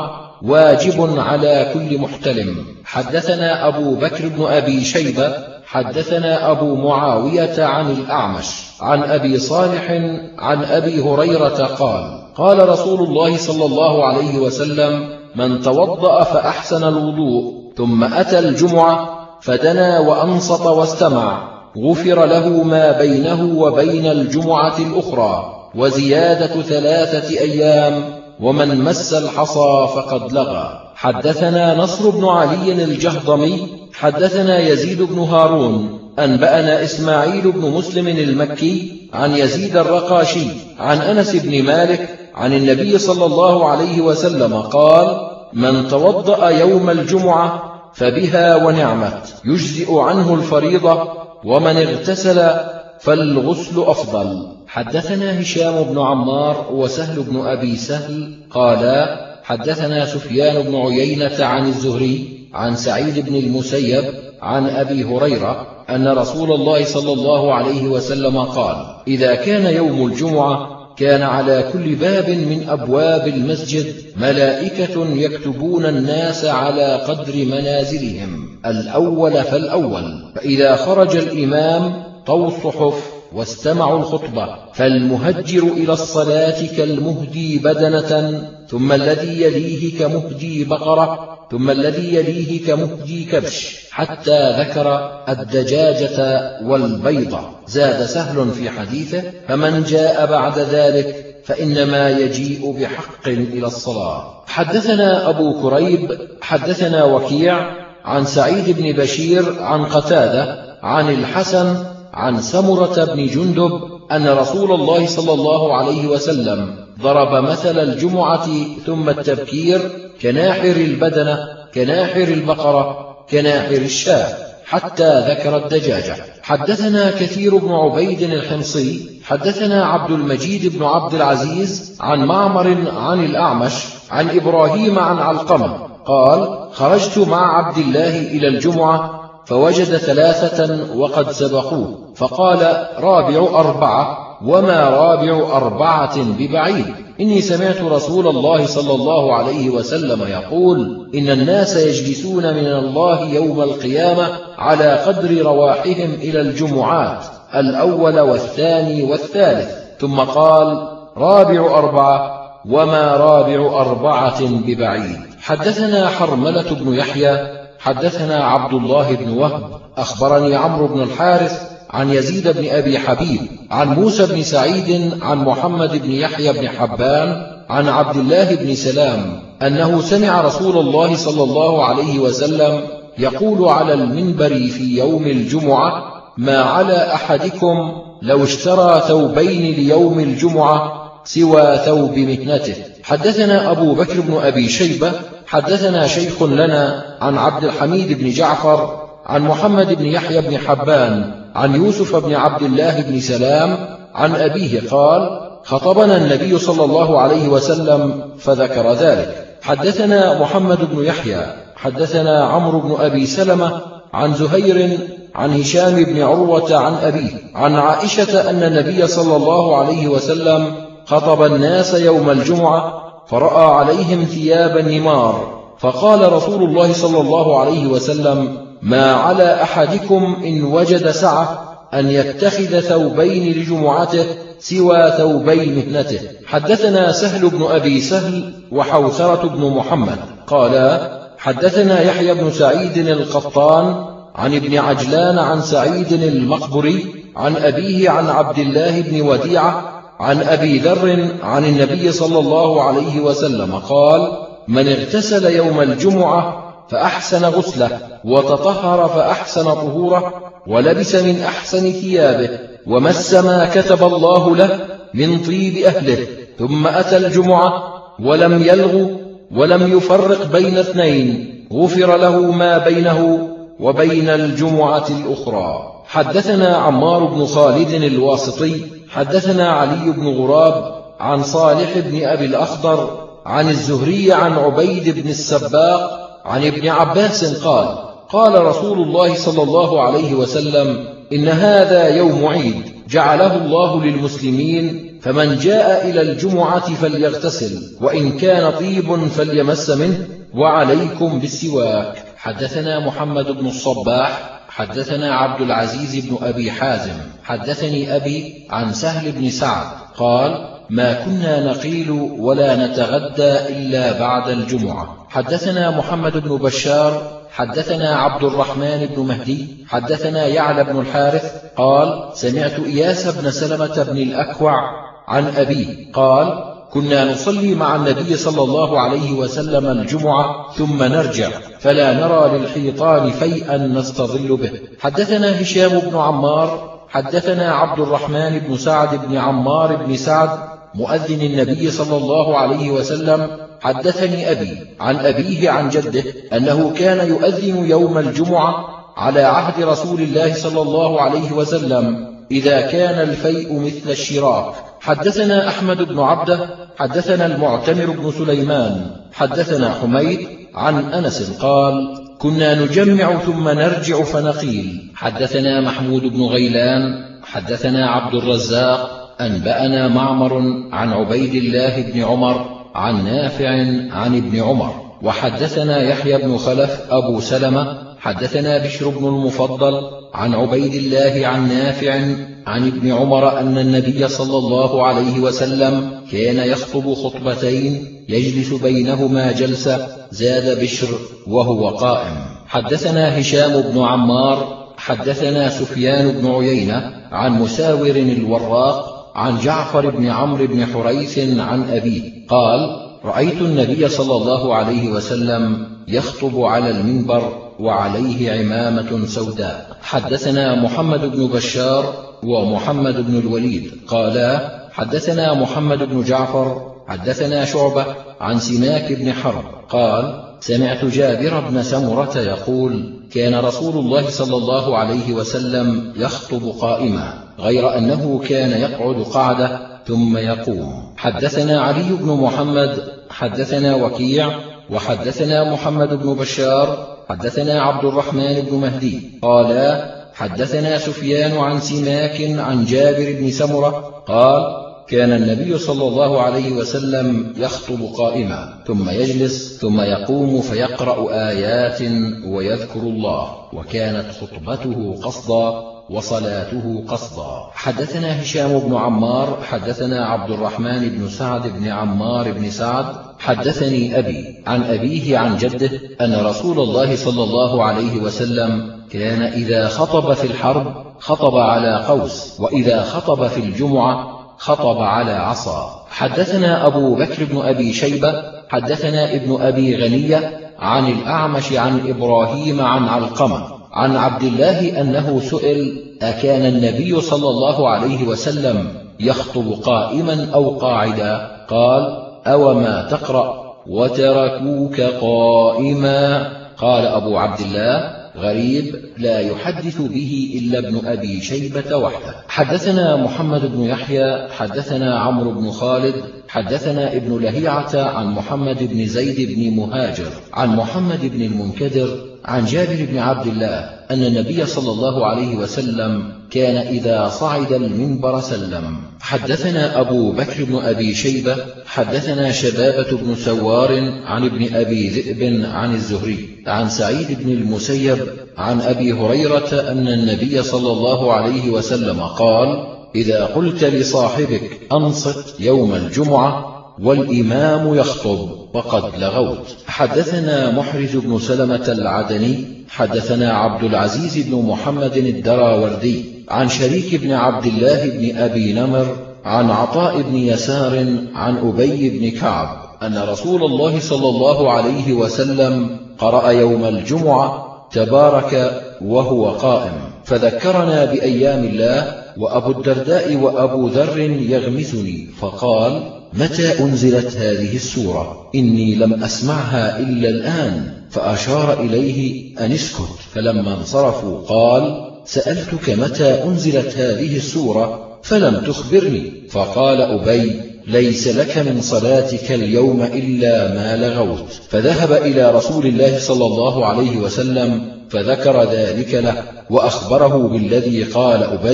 واجب على كل محتلم. حدثنا أبو بكر بن أبي شيبة حدثنا أبو معاوية عن الأعمش عن أبي صالح عن أبي هريرة قال قال رسول الله صلى الله عليه وسلم من توضأ فأحسن الوضوء ثم أتى الجمعة فدنا وأنصت واستمع غفر له ما بينه وبين الجمعة الأخرى وزيادة ثلاثة أيام ومن مس الحصى فقد لغى. حدثنا نصر بن علي الجهضمي حدثنا يزيد بن هارون أنبأنا إسماعيل بن مسلم المكي عن يزيد الرقاشي عن أنس بن مالك عن النبي صلى الله عليه وسلم قال من توضأ يوم الجمعة فبها ونعمت يجزئ عنه الفريضة ومن اغتسل فالغسل أفضل. حدثنا هشام بن عمار وسهل بن أبي سهل قالا حدثنا سفيان بن عيينة عن الزهري عن سعيد بن المسيب عن أبي هريرة أن رسول الله صلى الله عليه وسلم قال إذا كان يوم الجمعة كان على كل باب من أبواب المسجد ملائكة يكتبون الناس على قدر منازلهم الأول فالأول، فإذا خرج الإمام طووا الصحف واستمعوا الخطبة، فالمهجر إلى الصلاة كالمهدي بدنة ثم الذي يليه كمهدي بقرة ثم الذي يليه كمهدي كبش، حتى ذكر الدجاجة والبيضة. زاد سهل في حديثه فمن جاء بعد ذلك فإنما يجيء بحق إلى الصلاة. حدثنا أبو كريب حدثنا وكيع عن سعيد بن بشير عن قتادة عن الحسن عن سمرة بن جندب أن رسول الله صلى الله عليه وسلم ضرب مثل الجمعة ثم التبكير كناحر البدنة كناحر البقرة كناحر الشاة، حتى ذكر الدجاجة. حدثنا كثير بن عبيد الحمصي حدثنا عبد المجيد بن عبد العزيز عن معمر عن الأعمش عن إبراهيم عن علقمة قال خرجت مع عبد الله إلى الجمعة فوجد ثلاثة وقد سبقوه فقال رابع أربعة وما رابع أربعة ببعيد، إني سمعت رسول الله صلى الله عليه وسلم يقول إن الناس يجلسون من الله يوم القيامة على قدر رواحهم إلى الجمعات الأول والثاني والثالث، ثم قال رابع أربعة وما رابع أربعة ببعيد. حدثنا حرملة بن يحيى حدثنا عبد الله بن وهب أخبرني عمرو بن الحارث عن يزيد بن أبي حبيب عن موسى بن سعيد عن محمد بن يحيى بن حبان عن عبد الله بن سلام أنه سمع رسول الله صلى الله عليه وسلم يقول على المنبر في يوم الجمعة ما على أحدكم لو اشترى ثوبين ليوم الجمعة سوى ثوب مهنته. حدثنا أبو بكر بن أبي شيبة حدثنا شيخ لنا عن عبد الحميد بن جعفر عن محمد بن يحيى بن حبان عن يوسف بن عبد الله بن سلام عن أبيه قال خطبنا النبي صلى الله عليه وسلم فذكر ذلك. حدثنا محمد بن يحيى حدثنا عمرو بن أبي سلمة عن زهير عن هشام بن عروة عن أبيه عن عائشة أن النبي صلى الله عليه وسلم خطب الناس يوم الجمعة فرأى عليهم ثيابا نمار، فقال رسول الله صلى الله عليه وسلم ما على أحدكم إن وجد سعة أن يتخذ ثوبين لجمعته سوى ثوبي مهنته. حدثنا سهل بن أبي سهل وحوثرة بن محمد قالا حدثنا يحيى بن سعيد القطان عن ابن عجلان عن سعيد المقبري عن أبيه عن عبد الله بن وديعة عن أبي ذر عن النبي صلى الله عليه وسلم قال من اغتسل يوم الجمعة فأحسن غسله وتطهر فأحسن طهوره ولبس من أحسن ثيابه ومس ما كتب الله له من طيب أهله ثم أتى الجمعة ولم يلغ ولم يفرق بين اثنين غفر له ما بينه وبين الجمعة الأخرى. حدثنا عمار بن خالد الواسطي حدثنا علي بن غراب عن صالح بن أبي الأخضر عن الزهري عن عبيد بن السباق عن ابن عباس قال قال رسول الله صلى الله عليه وسلم إن هذا يوم عيد جعله الله للمسلمين فمن جاء إلى الجمعة فليغتسل، وإن كان طيب فليمس منه، وعليكم بالسواك. حدثنا محمد بن الصباح حدثنا عبد العزيز بن أبي حازم حدثني أبي عن سهل بن سعد قال: ما كنا نقيل ولا نتغدى إلا بعد الجمعة. حدثنا محمد بن بشار حدثنا عبد الرحمن بن مهدي حدثنا يعلى بن الحارث قال: سمعت إياس بن سلمة بن الأكوع عن أبيه قال: كنا نصلي مع النبي صلى الله عليه وسلم الجمعة ثم نرجع، فلا نرى للحيطان فيئا نستظل به. حدثنا هشام بن عمار حدثنا عبد الرحمن بن سعد بن عمار بن سعد مؤذن النبي صلى الله عليه وسلم حدثني أبي عن أبيه عن جده أنه كان يؤذن يوم الجمعة على عهد رسول الله صلى الله عليه وسلم إذا كان الفيء مثل الشراك. حدثنا أحمد بن عبده حدثنا المعتمر بن سليمان حدثنا حميد عن أنس قال: كنا نجمع ثم نرجع فنقيل. حدثنا محمود بن غيلان حدثنا عبد الرزاق أنبأنا معمر عن عبيد الله بن عمر عن نافع عن ابن عمر. وحدثنا يحيى بن خلف أبو سلمة حدثنا بشر بن المفضل عن عبيد الله عن نافع عن ابن عمر أن النبي صلى الله عليه وسلم كان يخطب خطبتين يجلس بينهما جلسة، زاد بشر وهو قائم. حدثنا هشام بن عمار حدثنا سفيان بن عيينة عن مساور الوراق عن جعفر بن عمرو بن حريث عن أبيه قال: رأيت النبي صلى الله عليه وسلم يخطب على المنبر وعليه عمامة سوداء. حدثنا محمد بن بشار ومحمد بن الوليد قالا: حدثنا محمد بن جعفر حدثنا شعبة عن سماك بن حرب قال: سمعت جابر بن سمرة يقول: كان رسول الله صلى الله عليه وسلم يخطب قائما، غير أنه كان يقعد قعدة ثم يقوم. حدثنا علي بن محمد حدثنا وكيع وحدثنا محمد بن بشار حدثنا عبد الرحمن بن مهدي قالا: حدثنا سفيان عن سماك عن جابر بن سمرة قال: كان النبي صلى الله عليه وسلم يخطب قائما ثم يجلس ثم يقوم فيقرأ آيات ويذكر الله، وكانت خطبته قصدا وصلاته قصدا. حدثنا هشام بن عمار حدثنا عبد الرحمن بن سعد بن عمار بن سعد حدثني أبي عن أبيه عن جده أن رسول الله صلى الله عليه وسلم كان إذا خطب في الحرب خطب على قوس، وإذا خطب في الجمعة خطب على عصا. حدثنا أبو بكر بن أبي شيبة حدثنا ابن أبي غنية عن الأعمش عن إبراهيم عن علقمة عن عبد الله أنه سئل: أكان النبي صلى الله عليه وسلم يخطب قائما أو قاعدا؟ قال: أوما تقرأ وتركوك قائما؟ قال أبو عبد الله: غريب لا يحدث به إلا ابن أبي شيبة وحده. حدثنا محمد بن يحيى حدثنا عمرو بن خالد حدثنا ابن لهيعة عن محمد بن زيد بن مهاجر عن محمد بن المنكدر عن جابر بن عبد الله أن النبي صلى الله عليه وسلم كان إذا صعد المنبر سلم. حدثنا أبو بكر بن أبي شيبة حدثنا شبابة بن سوار عن ابن أبي ذئب عن الزهري عن سعيد بن المسيب عن أبي هريرة أن النبي صلى الله عليه وسلم قال: إذا قلت لصاحبك أنصت يوم الجمعة والإمام يخطب وقد لغوت. حدثنا محرز بن سلمة العدني حدثنا عبد العزيز بن محمد الدراوردي عن شريك بن عبد الله بن أبي نمر عن عطاء بن يسار عن أبي بن كعب أن رسول الله صلى الله عليه وسلم قرأ يوم الجمعة تبارك وهو قائم، فذكرنا بأيام الله، وأبو الدرداء وأبو ذر يغمزني فقال: متى أنزلت هذه السورة؟ إني لم أسمعها إلا الآن. فأشار إليه أن اسكت، فلما انصرفوا قال: سألتك متى أنزلت هذه السورة فلم تخبرني. فقال أبي: ليس لك من صلاتك اليوم إلا ما لغوت. فذهب إلى رسول الله صلى الله عليه وسلم فذكر ذلك له وأخبره بالذي قال أبي،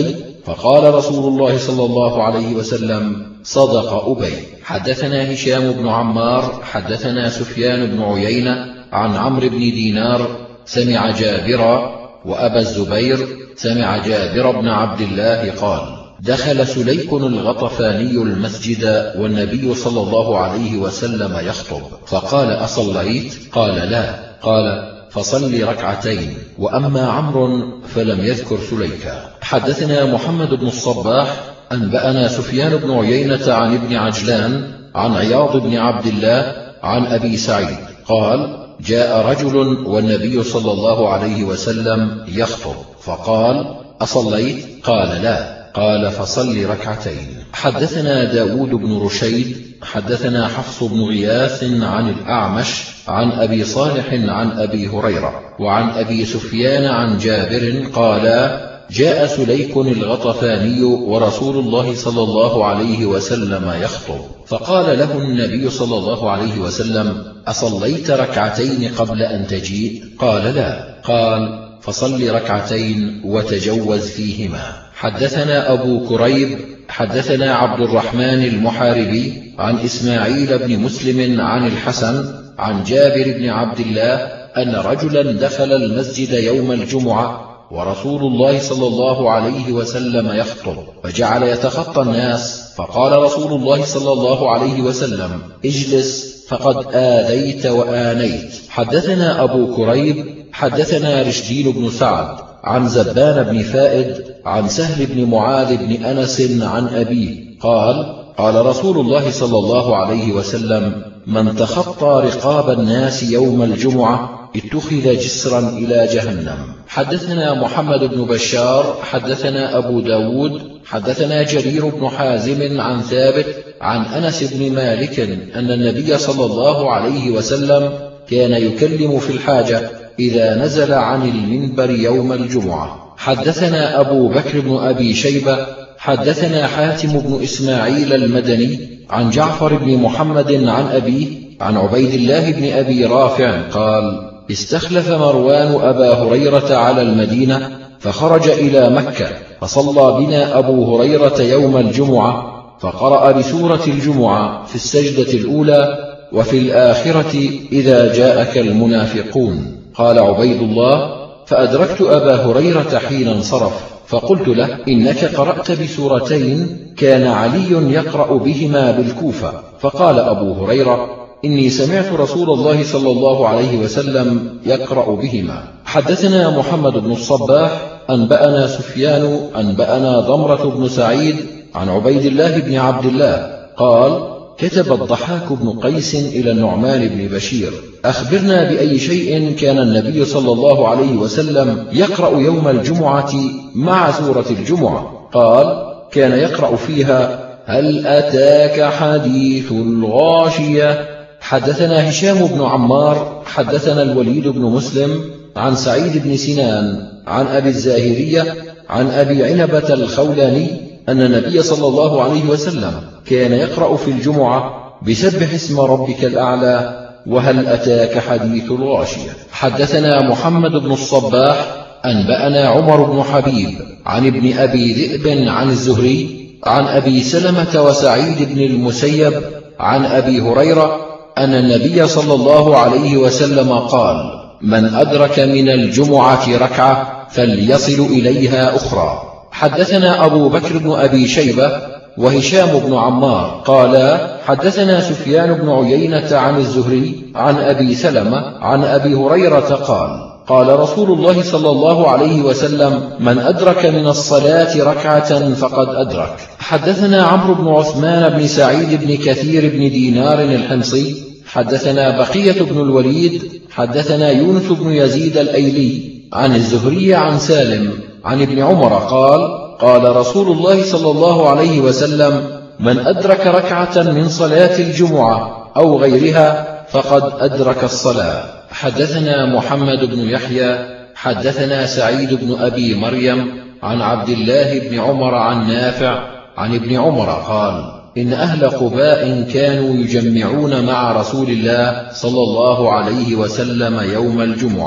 فقال رسول الله صلى الله عليه وسلم: صدق أبي. حدثنا هشام بن عمار حدثنا سفيان بن عيينة عن عمرو بن دينار سمع جابرا وأبا الزبير سمع جابر بن عبد الله قال: دخل سليك الغطفاني المسجد والنبي صلى الله عليه وسلم يخطب، فقال: أصليت؟ قال: لا. قال: فصل ركعتين. وأما عمرو فلم يذكر سليكا. حدثنا محمد بن الصباح أنبأنا سفيان بن عيينة عن ابن عجلان عن عياض بن عبد الله عن أبي سعيد قال: جاء رجل والنبي صلى الله عليه وسلم يخطب، فقال: أصليت؟ قال: لا. قال: فصل ركعتين. حدثنا داود بن رشيد حدثنا حفص بن غياث عن الأعمش عن أبي صالح عن أبي هريرة وعن أبي سفيان عن جابر قالا: جاء سليك الغطفاني ورسول الله صلى الله عليه وسلم يخطب، فقال له النبي صلى الله عليه وسلم: أصليت ركعتين قبل أن تجيء؟ قال: لا. قال: فصل ركعتين وتجوز فيهما. حدثنا أبو كريب حدثنا عبد الرحمن المحاربي عن إسماعيل بن مسلم عن الحسن عن جابر بن عبد الله أن رجلا دخل المسجد يوم الجمعة ورسول الله صلى الله عليه وسلم يخطب، فجعل يتخطى الناس، فقال رسول الله صلى الله عليه وسلم: اجلس فقد آذيت وآنيت. حدثنا أبو كريب حدثنا رشدين بن سعد عن زبان بن فائد عن سهل بن معاذ بن أنس عن أبيه قال: قال رسول الله صلى الله عليه وسلم: من تخطى رقاب الناس يوم الجمعة اتخذ جسرا إلى جهنم. حدثنا محمد بن بشار حدثنا أبو داود حدثنا جرير بن حازم عن ثابت عن أنس بن مالك أن النبي صلى الله عليه وسلم كان يكلم في الحاجة إذا نزل عن المنبر يوم الجمعة. حدثنا أبو بكر بن أبي شيبة حدثنا حاتم بن إسماعيل المدني عن جعفر بن محمد عن أبيه عن عبيد الله بن أبي رافع قال: استخلف مروان أبا هريرة على المدينة فخرج إلى مكة، فصلى بنا أبو هريرة يوم الجمعة، فقرأ بسورة الجمعة في السجدة الأولى وفي الآخرة إذا جاءك المنافقون. قال عبيد الله: فأدركت أبا هريرة حين انصرف، فقلت له: إنك قرأت بسورتين كان علي يقرأ بهما بالكوفة. فقال أبو هريرة: إني سمعت رسول الله صلى الله عليه وسلم يقرأ بهما. حدثنا محمد بن الصباح أنبأنا سفيان أنبأنا ضمرة بن سعيد عن عبيد الله بن عبد الله قال: كتب الضحاك بن قيس إلى النعمان بن بشير: أخبرنا بأي شيء كان النبي صلى الله عليه وسلم يقرأ يوم الجمعة مع سورة الجمعة. قال: كان يقرأ فيها: هل أتاك حديث الغاشية. حدثنا هشام بن عمار حدثنا الوليد بن مسلم عن سعيد بن سنان عن أبي الزاهرية عن أبي عنبة الخولاني أن النبي صلى الله عليه وسلم كان يقرأ في الجمعة بسبح اسم ربك الأعلى وهل أتاك حديث الغاشية. حدثنا محمد بن الصباح أنبأنا عمر بن حبيب عن ابن أبي ذئب عن الزهري عن أبي سلمة وسعيد بن المسيب عن أبي هريرة أن النبي صلى الله عليه وسلم قال: من أدرك من الجمعة ركعة فليصل إليها أخرى. حدثنا أبو بكر بن أبي شيبة وهشام بن عمار قالا: حدثنا سفيان بن عيينة عن الزهري عن أبي سلمة عن أبي هريرة قال: قال رسول الله صلى الله عليه وسلم: من أدرك من الصلاة ركعة فقد أدرك. حدثنا عمرو بن عثمان بن سعيد بن كثير بن دينار الحمصي حدثنا بقية بن الوليد حدثنا يونس بن يزيد الأيلي عن الزهري عن سالم عن ابن عمر قال: قال رسول الله صلى الله عليه وسلم: من أدرك ركعة من صلاة الجمعة أو غيرها فقد أدرك الصلاة. حدثنا محمد بن يحيى حدثنا سعيد بن أبي مريم عن عبد الله بن عمر عن نافع عن ابن عمر قال: إن أهل قباء كانوا يجمعون مع رسول الله صلى الله عليه وسلم يوم الجمعة،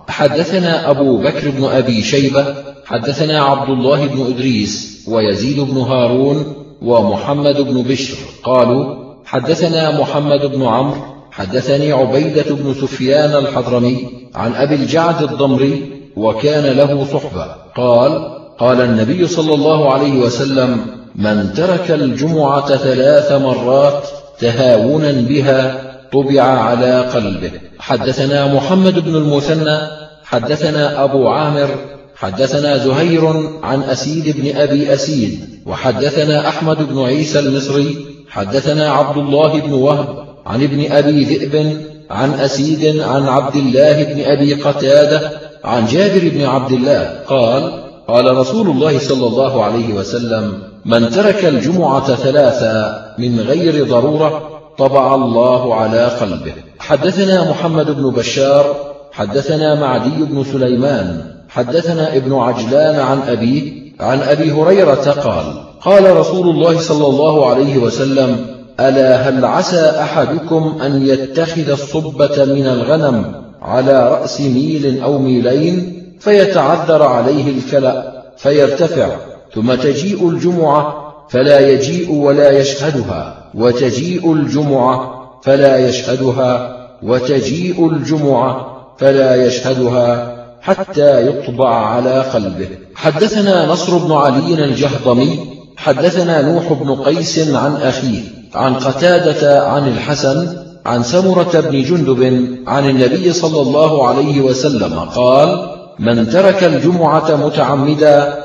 حدثنا أبو بكر بن أبي شيبة حدثنا عبد الله بن إدريس ويزيد بن هارون ومحمد بن بشر قالوا حدثنا محمد بن عمرو حدثني عبيدة بن سفيان الحضرمي عن أبي الجعد الضمري وكان له صحبة قال قال النبي صلى الله عليه وسلم من ترك الجمعة ثلاث مرات تهاونا بها طبع على قلبه. حدثنا محمد بن المثنى حدثنا أبو عامر حدثنا زهير عن أسيد بن أبي أسيد وحدثنا أحمد بن عيسى المصري حدثنا عبد الله بن وهب عن ابن أبي ذئب عن أسيد عن عبد الله بن أبي قتادة عن جابر بن عبد الله قال قال رسول الله صلى الله عليه وسلم من ترك الجمعة ثلاثا من غير ضرورة طبع الله على قلبه. حدثنا محمد بن بشار حدثنا معدي بن سليمان حدثنا ابن عجلان عن أبيه عن أبي هريرة قال قال رسول الله صلى الله عليه وسلم ألا هل عسى أحدكم أن يتخذ الصبة من الغنم على رأس ميل أو ميلين فيتعذر عليه الكلأ فيرتفع ثم تجيء الجمعة فلا يجيء ولا يشهدها وتجيء الجمعة فلا يشهدها وتجيء الجمعة فلا يشهدها حتى يطبع على قلبه. حدثنا نصر بن علي الجهضمي حدثنا نوح بن قيس عن أخيه عن قتادة عن الحسن عن سمرة بن جندب عن النبي صلى الله عليه وسلم قال من ترك الجمعة متعمدا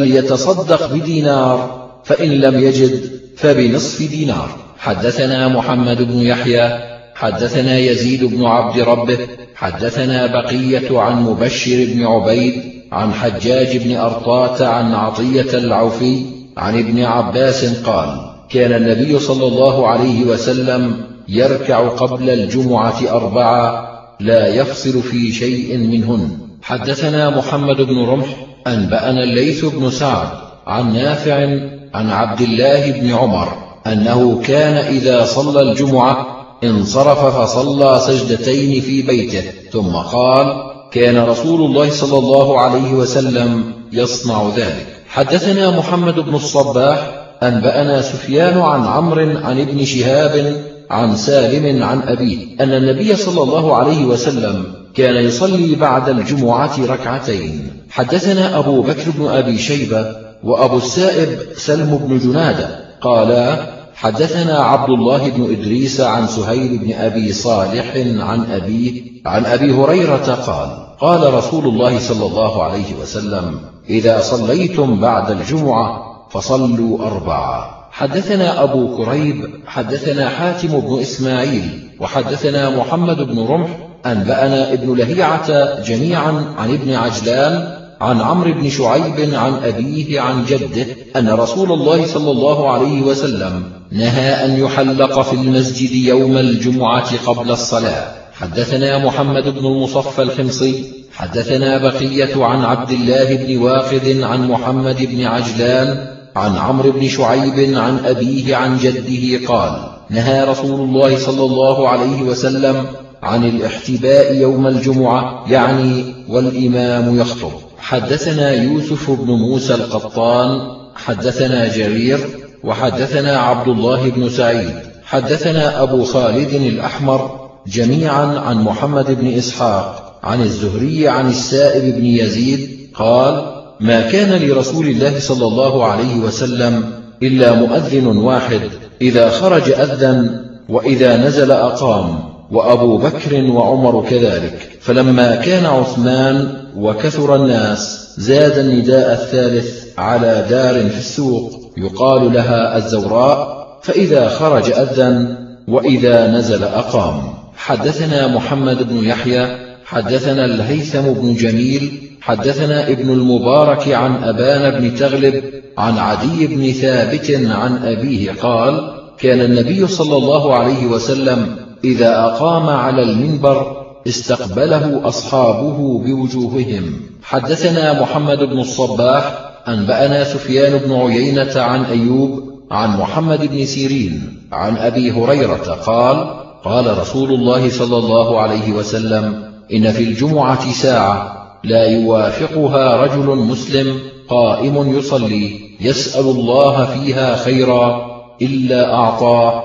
فليتصدق بدينار فإن لم يجد فبنصف دينار. حدثنا محمد بن يحيى حدثنا يزيد بن عبد ربه حدثنا بقية عن مبشر بن عبيد عن حجاج بن أرطاة عن عطية العوفي عن ابن عباس قال كان النبي صلى الله عليه وسلم يركع قبل الجمعة أربعة لا يفصل في شيء منهن. حدثنا محمد بن رمح أنبأنا الليث بن سعد عن نافع عن عبد الله بن عمر أنه كان إذا صلى الجمعة انصرف فصلى سجدتين في بيته ثم قال كان رسول الله صلى الله عليه وسلم يصنع ذلك. حدثنا محمد بن الصباح أنبأنا سفيان عن عمرو عن ابن شهاب عن سالم عن أبيه أن النبي صلى الله عليه وسلم كان يصلي بعد الجمعة ركعتين. حدثنا أبو بكر بن أبي شيبة وأبو السائب سلم بن جنادة قالا حدثنا عبد الله بن إدريس عن سهيل بن أبي صالح عن أبيه عن أبي هريرة قال قال رسول الله صلى الله عليه وسلم إذا صليتم بعد الجمعة فصلوا أربعة. حدثنا أبو كريب حدثنا حاتم بن إسماعيل وحدثنا محمد بن رمح أنبأنا ابن لهيعة جميعا عن ابن عجلان عن عمرو بن شعيب عن أبيه عن جده أن رسول الله صلى الله عليه وسلم نهى أن يحلق في المسجد يوم الجمعة قبل الصلاة. حدثنا محمد بن المصفى الحمصي حدثنا بقية عن عبد الله بن واقد عن محمد بن عجلان عن عمرو بن شعيب عن أبيه عن جده قال نهى رسول الله صلى الله عليه وسلم عن الاحتباء يوم الجمعة يعني والإمام يخطب. حدثنا يوسف بن موسى القطان حدثنا جرير وحدثنا عبد الله بن سعيد حدثنا أبو خالد الأحمر جميعا عن محمد بن إسحاق عن الزهري عن السائب بن يزيد قال ما كان لرسول الله صلى الله عليه وسلم إلا مؤذن واحد إذا خرج أذن وإذا نزل أقام وأبو بكر وعمر كذلك فلما كان عثمان وكثر الناس زاد النداء الثالث على دار في السوق يقال لها الزوراء فإذا خرج أذن وإذا نزل أقام. حدثنا محمد بن يحيى حدثنا الهيثم بن جميل حدثنا ابن المبارك عن أبان بن تغلب عن عدي بن ثابت عن أبيه قال كان النبي صلى الله عليه وسلم إذا أقام على المنبر استقبله أصحابه بوجوههم. حدثنا محمد بن الصباح أنبأنا سفيان بن عيينة عن أيوب عن محمد بن سيرين عن أبي هريرة قال قال رسول الله صلى الله عليه وسلم إن في الجمعة ساعة لا يوافقها رجل مسلم قائم يصلي يسأل الله فيها خيرا إلا أعطاه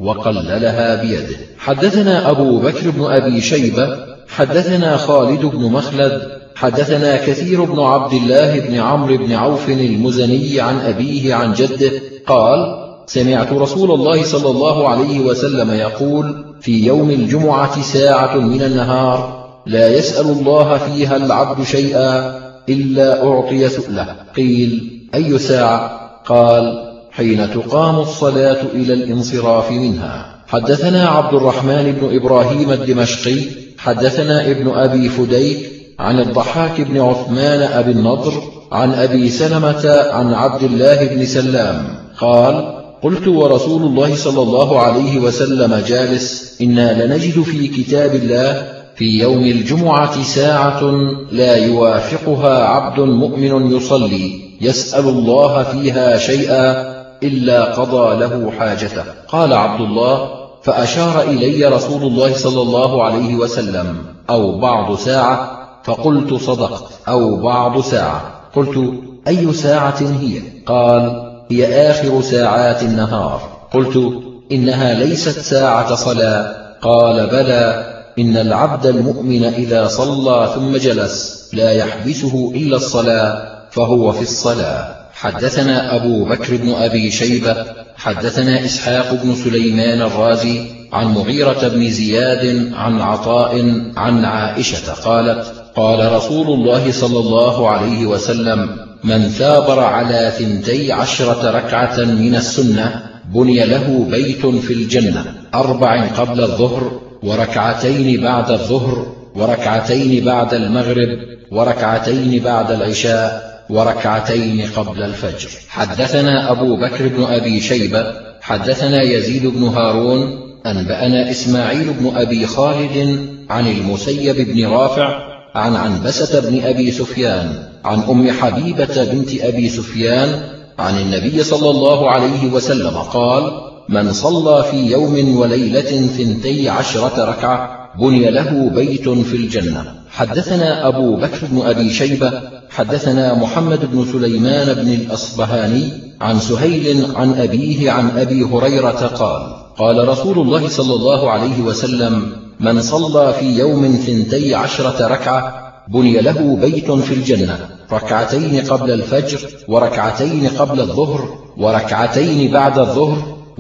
وقللها بيده. حدثنا أبو بكر بن أبي شيبة حدثنا خالد بن مخلد حدثنا كثير بن عبد الله بن عمرو بن عوف المزني عن أبيه عن جده قال: سمعت رسول الله صلى الله عليه وسلم يقول: في يوم الجمعة ساعة من النهار لا يسأل الله فيها العبد شيئا إلا أعطي سؤله. قيل: أي ساعة؟ قال: حين تقام الصلاة إلى الانصراف منها. حدثنا عبد الرحمن بن إبراهيم الدمشقي حدثنا ابن أبي فديك عن الضحاك بن عثمان أبي النضر عن أبي سلمة عن عبد الله بن سلام قال: قلت ورسول الله صلى الله عليه وسلم جالس: إنا لنجد في كتاب الله في يوم الجمعة ساعة لا يوافقها عبد مؤمن يصلي يسأل الله فيها شيئا إلا قضى له حاجته. قال عبد الله: فأشار إلي رسول الله صلى الله عليه وسلم: أو بعض ساعة؟ فقلت: صدقت، أو بعض ساعة. قلت: أي ساعة هي؟ قال: هي آخر ساعات النهار. قلت: إنها ليست ساعة صلاة. قال: بلى، إن العبد المؤمن إذا صلى ثم جلس لا يحبسه إلا الصلاة فهو في الصلاة. حدثنا أبو بكر بن أبي شيبة حدثنا إسحاق بن سليمان الرازي عن مغيرة بن زياد عن عطاء عن عائشة قالت: قال رسول الله صلى الله عليه وسلم: من ثابر على ثنتي عشرة ركعة من السنة بني له بيت في الجنة، أربع قبل الظهر وركعتين بعد الظهر وركعتين بعد المغرب وركعتين بعد العشاء وركعتين قبل الفجر. حدثنا أبو بكر بن أبي شيبة حدثنا يزيد بن هارون أنبأنا إسماعيل بن أبي خالد عن المسيب بن رافع عن عنبسة بن أبي سفيان عن أم حبيبة بنت أبي سفيان عن النبي صلى الله عليه وسلم قال: من صلى في يوم وليلة ثنتي عشرة ركعة بني له بيت في الجنة. حدثنا أبو بكر بن أبي شيبة حدثنا محمد بن سليمان بن الأصبهاني عن سهيل عن أبيه عن أبي هريرة قال: قال رسول الله صلى الله عليه وسلم: من صلى في يوم ثنتي عشرة ركعة بني له بيت في الجنة، ركعتين قبل الفجر وركعتين قبل الظهر وركعتين بعد الظهر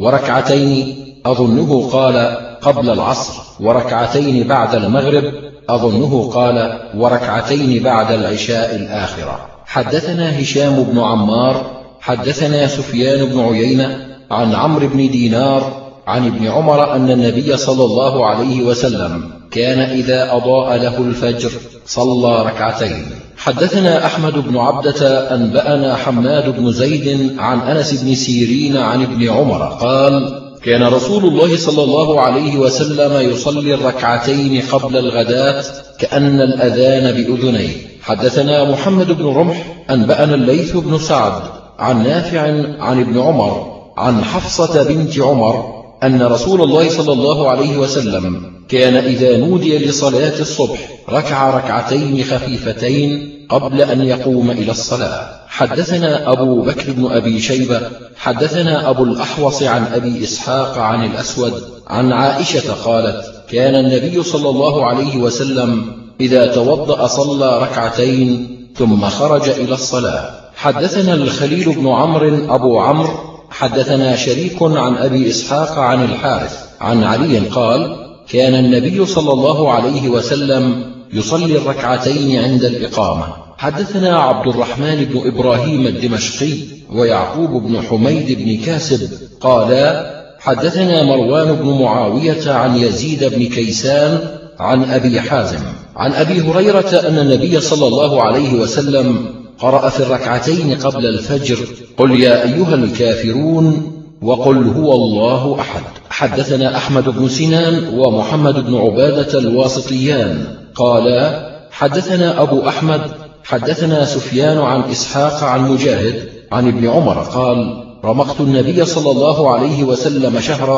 وركعتين أظنه قال قبل العصر وركعتين بعد المغرب أظنه قال وركعتين بعد العشاء الآخرة. حدثنا هشام بن عمار حدثنا سفيان بن عيينة عن عمرو بن دينار عن ابن عمر أن النبي صلى الله عليه وسلم كان إذا أضاء له الفجر صلى ركعتين. حدثنا أحمد بن عبدة أنبأنا حماد بن زيد عن أنس بن سيرين عن ابن عمر قال: كان رسول الله صلى الله عليه وسلم يصلي الركعتين قبل الغداة كأن الأذان بأذنيه. حدثنا محمد بن رمح أنبأنا الليث بن سعد عن نافع عن ابن عمر عن حفصة بنت عمر أن رسول الله صلى الله عليه وسلم كان إذا نودي لصلاة الصبح ركع ركعتين خفيفتين قبل أن يقوم إلى الصلاة. حدثنا أبو بكر بن أبي شيبة حدثنا أبو الأحوص عن أبي إسحاق عن الأسود عن عائشة قالت: كان النبي صلى الله عليه وسلم إذا توضأ صلى ركعتين ثم خرج إلى الصلاة. حدثنا الخليل بن عمرو أبو عمرو حدثنا شريك عن أبي إسحاق عن الحارث عن علي قال: كان النبي صلى الله عليه وسلم يصلي الركعتين عند الإقامة. حدثنا عبد الرحمن بن إبراهيم الدمشقي ويعقوب بن حميد بن كاسب قالا: حدثنا مروان بن معاوية عن يزيد بن كيسان عن أبي حازم عن أبي هريرة أن النبي صلى الله عليه وسلم قرأ في الركعتين قبل الفجر: قل يا أيها الكافرون وقل هو الله أحد. حدثنا أحمد بن سنان ومحمد بن عبادة الواسطيان قالا: حدثنا أبو أحمد حدثنا سفيان عن إسحاق عن مجاهد عن ابن عمر قال: رمقت النبي صلى الله عليه وسلم شهرا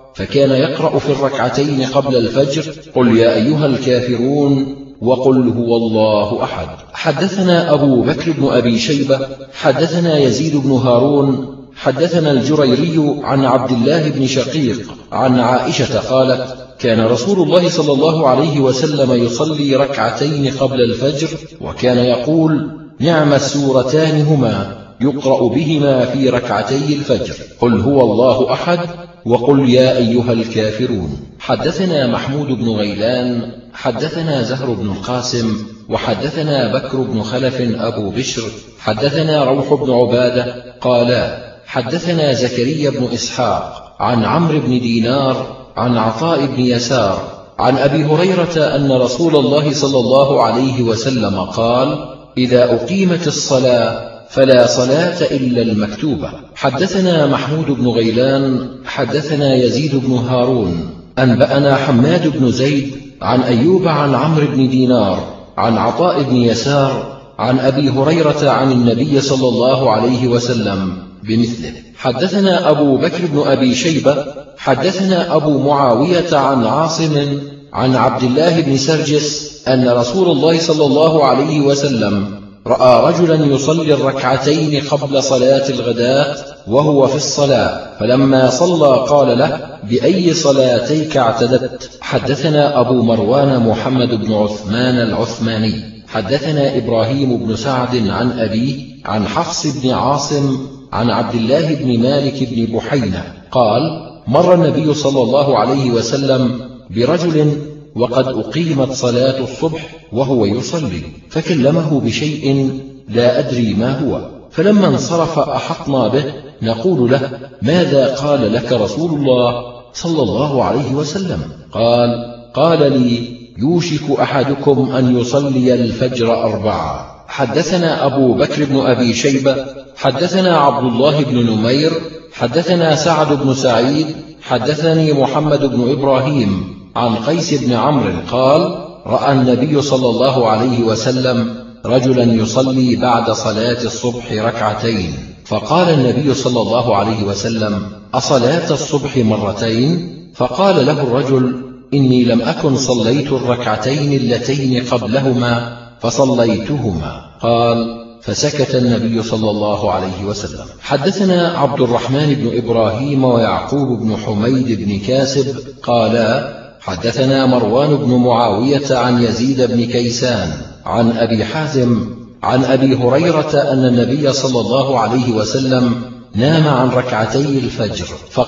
فكان يقرأ في الركعتين قبل الفجر قل يا أيها الكافرون وقل هو الله أحد. حدثنا أبو بكر بن أبي شيبة حدثنا يزيد بن هارون حدثنا الجريري عن عبد الله بن شقيق عن عائشة قالت كان رسول الله صلى الله عليه وسلم يصلي ركعتين قبل الفجر وكان يقول نعم السورتان هما يقرأ بهما في ركعتي الفجر قل هو الله أحد وقل يا أيها الكافرون. حدثنا محمود بن غيلان حدثنا زهر بن القاسم وحدثنا بكر بن خلف أبو بشر حدثنا روح بن عبادة قالا حدثنا زكريا بن إسحاق عن عمرو بن دينار عن عطاء بن يسار عن أبي هريرة أن رسول الله صلى الله عليه وسلم قال إذا أقيمت الصلاة فلا صلاة إلا المكتوبة. حدثنا محمود بن غيلان حدثنا يزيد بن هارون أنبأنا حماد بن زيد عن أيوب عن عمرو بن دينار عن عطاء بن يسار عن أبي هريرة عن النبي صلى الله عليه وسلم بمثله. حدثنا أبو بكر بن أبي شيبة حدثنا أبو معاوية عن عاصم عن عبد الله بن سرجس أن رسول الله صلى الله عليه وسلم رأى رجلا يصلي الركعتين قبل صلاة الغداة وهو في الصلاة فلما صلى قال له بأي صلاتيك اعتدت. حدثنا أبو مروان محمد بن عثمان العثماني حدثنا إبراهيم بن سعد عن أبيه عن حفص بن عاصم عن عبد الله بن مالك بن بحينة قال مر النبي صلى الله عليه وسلم برجل وقد أقيمت صلاة الصبح وهو يصلي فكلمه بشيء لا أدري ما هو فلما انصرف أحطنا به نقول له ماذا قال لك رسول الله صلى الله عليه وسلم؟ قال قال لي يوشك أحدكم أن يصلي الفجر أربعة. حدثنا أبو بكر بن أبي شيبة حدثنا عبد الله بن نمير حدثنا سعد بن سعيد حدثني محمد بن إبراهيم عن قيس بن عمرو قال رأى النبي صلى الله عليه وسلم رجلا يصلي بعد صلاة الصبح ركعتين فقال النبي صلى الله عليه وسلم أصلاة الصبح مرتين؟ فقال له الرجل إني لم أكن صليت الركعتين اللتين قبلهما فصليتهما. قال فسكت النبي صلى الله عليه وسلم. حدثنا عبد الرحمن بن إبراهيم ويعقوب بن حميد بن كاسب قالا حدثنا مروان بن معاوية عن يزيد بن كيسان عن أبي حازم عن أبي هريرة أن النبي صلى الله عليه وسلم نام عن ركعتي الفجر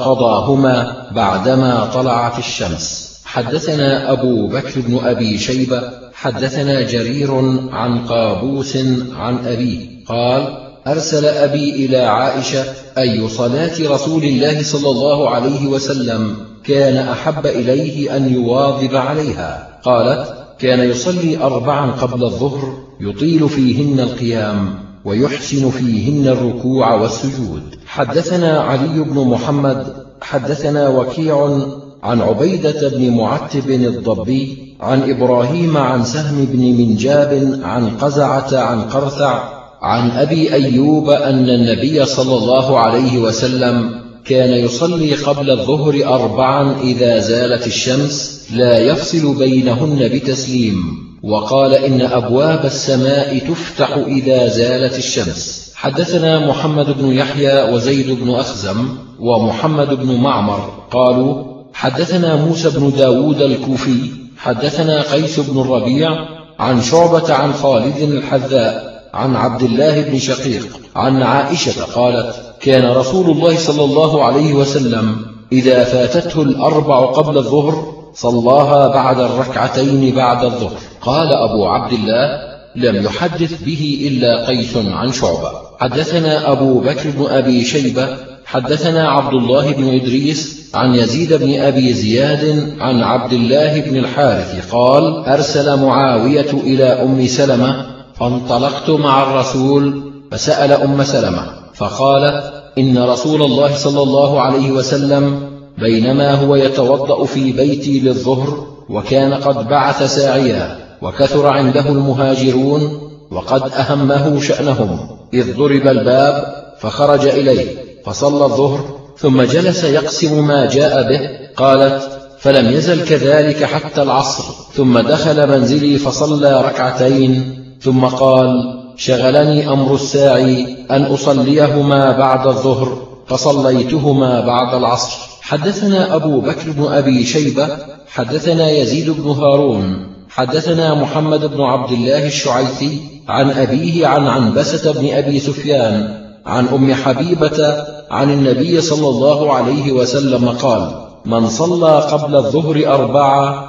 فقضاهما بعدما طلعت الشمس. حدثنا أبو بكر بن أبي شيبة حدثنا جرير عن قابوس عن أبيه قال أرسل أبي إلى عائشة أي صلاة رسول الله صلى الله عليه وسلم كان أحب إليه أن يواظب عليها؟ قالت كان يصلي أربعا قبل الظهر يطيل فيهن القيام ويحسن فيهن الركوع والسجود. حدثنا علي بن محمد حدثنا وكيع عن عبيدة بن معتب الضبي عن إبراهيم عن سهم بن منجاب عن قزعة عن قرثع عن أبي أيوب أن النبي صلى الله عليه وسلم كان يصلي قبل الظهر أربعا إذا زالت الشمس لا يفصل بينهن بتسليم وقال إن أبواب السماء تفتح إذا زالت الشمس. حدثنا محمد بن يحيى وزيد بن أخزم ومحمد بن معمر قالوا حدثنا موسى بن داود الكوفي حدثنا قيس بن الربيع عن شعبة عن خالد الحذاء عن عبد الله بن شقيق عن عائشة قالت كان رسول الله صلى الله عليه وسلم إذا فاتته الأربع قبل الظهر صلاها بعد الركعتين بعد الظهر. قال أبو عبد الله لم يحدث به إلا قيس عن شعبة. حدثنا أبو بكر بن أبي شيبة حدثنا عبد الله بن إدريس عن يزيد بن أبي زياد عن عبد الله بن الحارث قال أرسل معاوية إلى أم سلمة فانطلقت مع الرسول فسأل أم سلمة فقالت إن رسول الله صلى الله عليه وسلم بينما هو يتوضأ في بيتي للظهر وكان قد بعث ساعيا وكثر عنده المهاجرون وقد أهمه شأنهم إذ ضرب الباب فخرج إليه فصلى الظهر ثم جلس يقسم ما جاء به قالت: فلم يزل كذلك حتى العصر، ثم دخل منزلي فصلى ركعتين، ثم قال: شغلني أمر الساعي أن أصليهما بعد الظهر، فصليتهما بعد العصر. حدثنا أبو بكر بن أبي شيبة حدثنا يزيد بن هارون حدثنا محمد بن عبد الله الشعيثي عن أبيه عن عنبسة بن أبي سفيان عن أم حبيبة عن النبي صلى الله عليه وسلم قال: من صلى قبل الظهر أربعة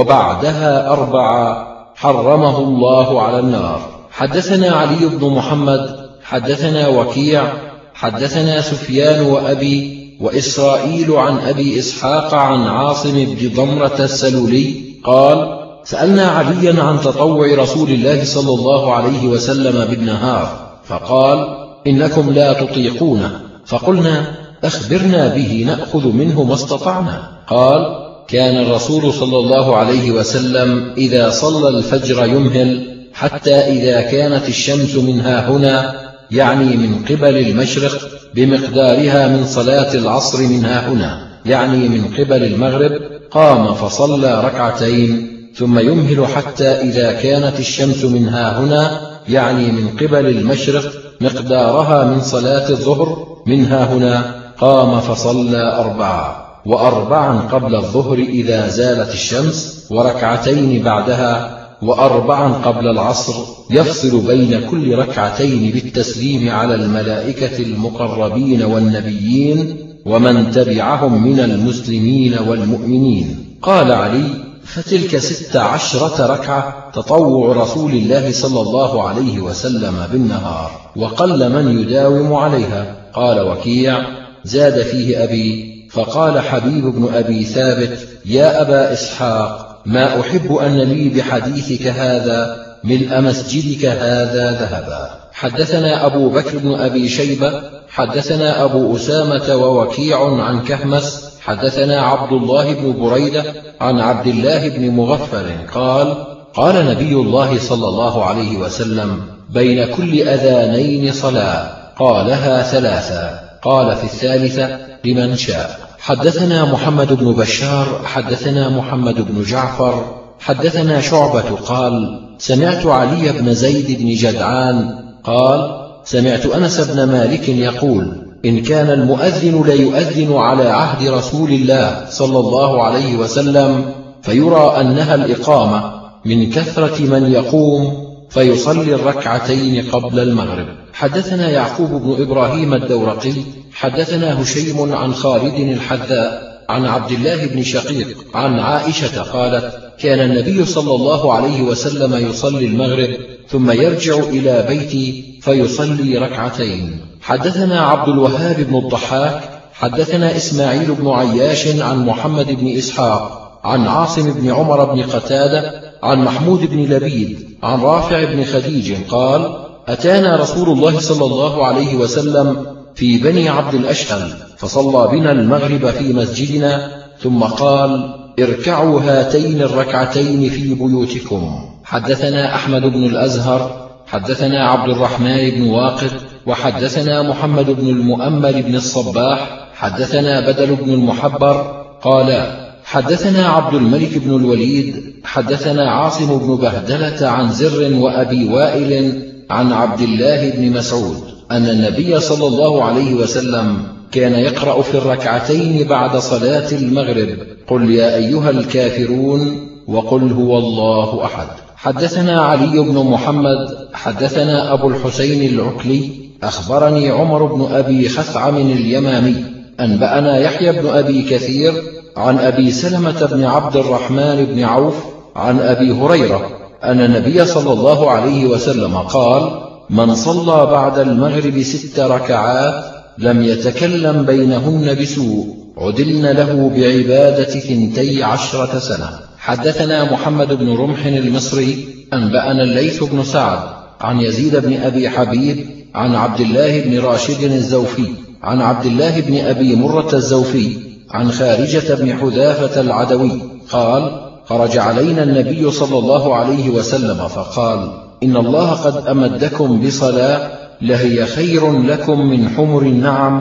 وبعدها أربعة حرمه الله على النار. حدثنا علي بن محمد حدثنا وكيع حدثنا سفيان وأبي وإسرائيل عن أبي إسحاق عن عاصم بن ضمرة السلولي قال: سألنا عليا عن تطوع رسول الله صلى الله عليه وسلم بالنهار، فقال: إنكم لا تطيقونه، فقلنا: أخبرنا به نأخذ منه ما استطعنا. قال: كان الرسول صلى الله عليه وسلم إذا صلى الفجر يمهل حتى إذا كانت الشمس منها هنا، يعني من قبل المشرق، بمقدارها من صلاة العصر منها هنا، يعني من قبل المغرب، قام فصلى ركعتين، ثم يمهل حتى إذا كانت الشمس منها هنا، يعني من قبل المشرق، مقدارها من صلاة الظهر منها هنا، قام فصلى أربعة، وأربعا قبل الظهر إذا زالت الشمس، وركعتين بعدها، وأربعا قبل العصر، يفصل بين كل ركعتين بالتسليم على الملائكة المقربين والنبيين ومن تبعهم من المسلمين والمؤمنين. قال علي: فتلك ست عشرة ركعة تطوع رسول الله صلى الله عليه وسلم بالنهار، وقل من يداوم عليها. قال وكيع: زاد فيه أبي، فقال حبيب بن أبي ثابت: يا أبا إسحاق، ما أحب أن لي بحديثك هذا ملء مسجدك هذا ذهبا. حدثنا أبو بكر بن أبي شيبة حدثنا أبو أسامة ووكيع عن كهمس حدثنا عبد الله بن بريدة عن عبد الله بن مغفر قال: قال نبي الله صلى الله عليه وسلم: بين كل أذانين صلاة، قالها ثلاثا، قال في الثالثة: لمن شاء. حدثنا محمد بن بشار حدثنا محمد بن جعفر حدثنا شعبة قال: سمعت علي بن زيد بن جدعان قال: سمعت أنس بن مالك يقول: إن كان المؤذن ليؤذن على عهد رسول الله صلى الله عليه وسلم، فيرى أنها الإقامة من كثرة من يقوم، فيصلي الركعتين قبل المغرب. حدثنا يعقوب بن إبراهيم الدورقي حدثنا هشيم عن خالد الحذاء عن عبد الله بن شقيق عن عائشة قالت: كان النبي صلى الله عليه وسلم يصلي المغرب ثم يرجع إلى بيتي فيصلي ركعتين. حدثنا عبد الوهاب بن الضحاك حدثنا إسماعيل بن عياش عن محمد بن إسحاق عن عاصم بن عمر بن قتادة عن محمود بن لبيد عن رافع بن خديج قال: أتانا رسول الله صلى الله عليه وسلم في بني عبد الأشهل، فصلى بنا المغرب في مسجدنا، ثم قال: اركعوا هاتين الركعتين في بيوتكم. حدثنا أحمد بن الأزهر حدثنا عبد الرحمن بن واقد وحدثنا محمد بن المؤمل بن الصباح حدثنا بدل بن المحبر قال: حدثنا عبد الملك بن الوليد حدثنا عاصم بن بهدلة عن زر وأبي وائل عن عبد الله بن مسعود أن النبي صلى الله عليه وسلم كان يقرأ في الركعتين بعد صلاة المغرب: قل يا أيها الكافرون وقل هو الله أحد. حدثنا علي بن محمد حدثنا أبو الحسين العكلي أخبرني عمر بن أبي خثعم اليمامي أنبأنا يحيى بن أبي كثير عن أبي سلمة بن عبد الرحمن بن عوف عن أبي هريرة أن النبي صلى الله عليه وسلم قال: من صلى بعد المغرب ست ركعات لم يتكلم بينهن بسوء عدلن له بعبادة ثنتي عشرة سنة. حدثنا محمد بن رمح المصري أنبأنا الليث بن سعد عن يزيد بن أبي حبيب عن عبد الله بن راشد الزوفي عن عبد الله بن أبي مرة الزوفي عن خارجة بن حذافة العدوي قال: خرج علينا النبي صلى الله عليه وسلم فقال: إن الله قد أمدكم بصلاة لهي خير لكم من حمر النعم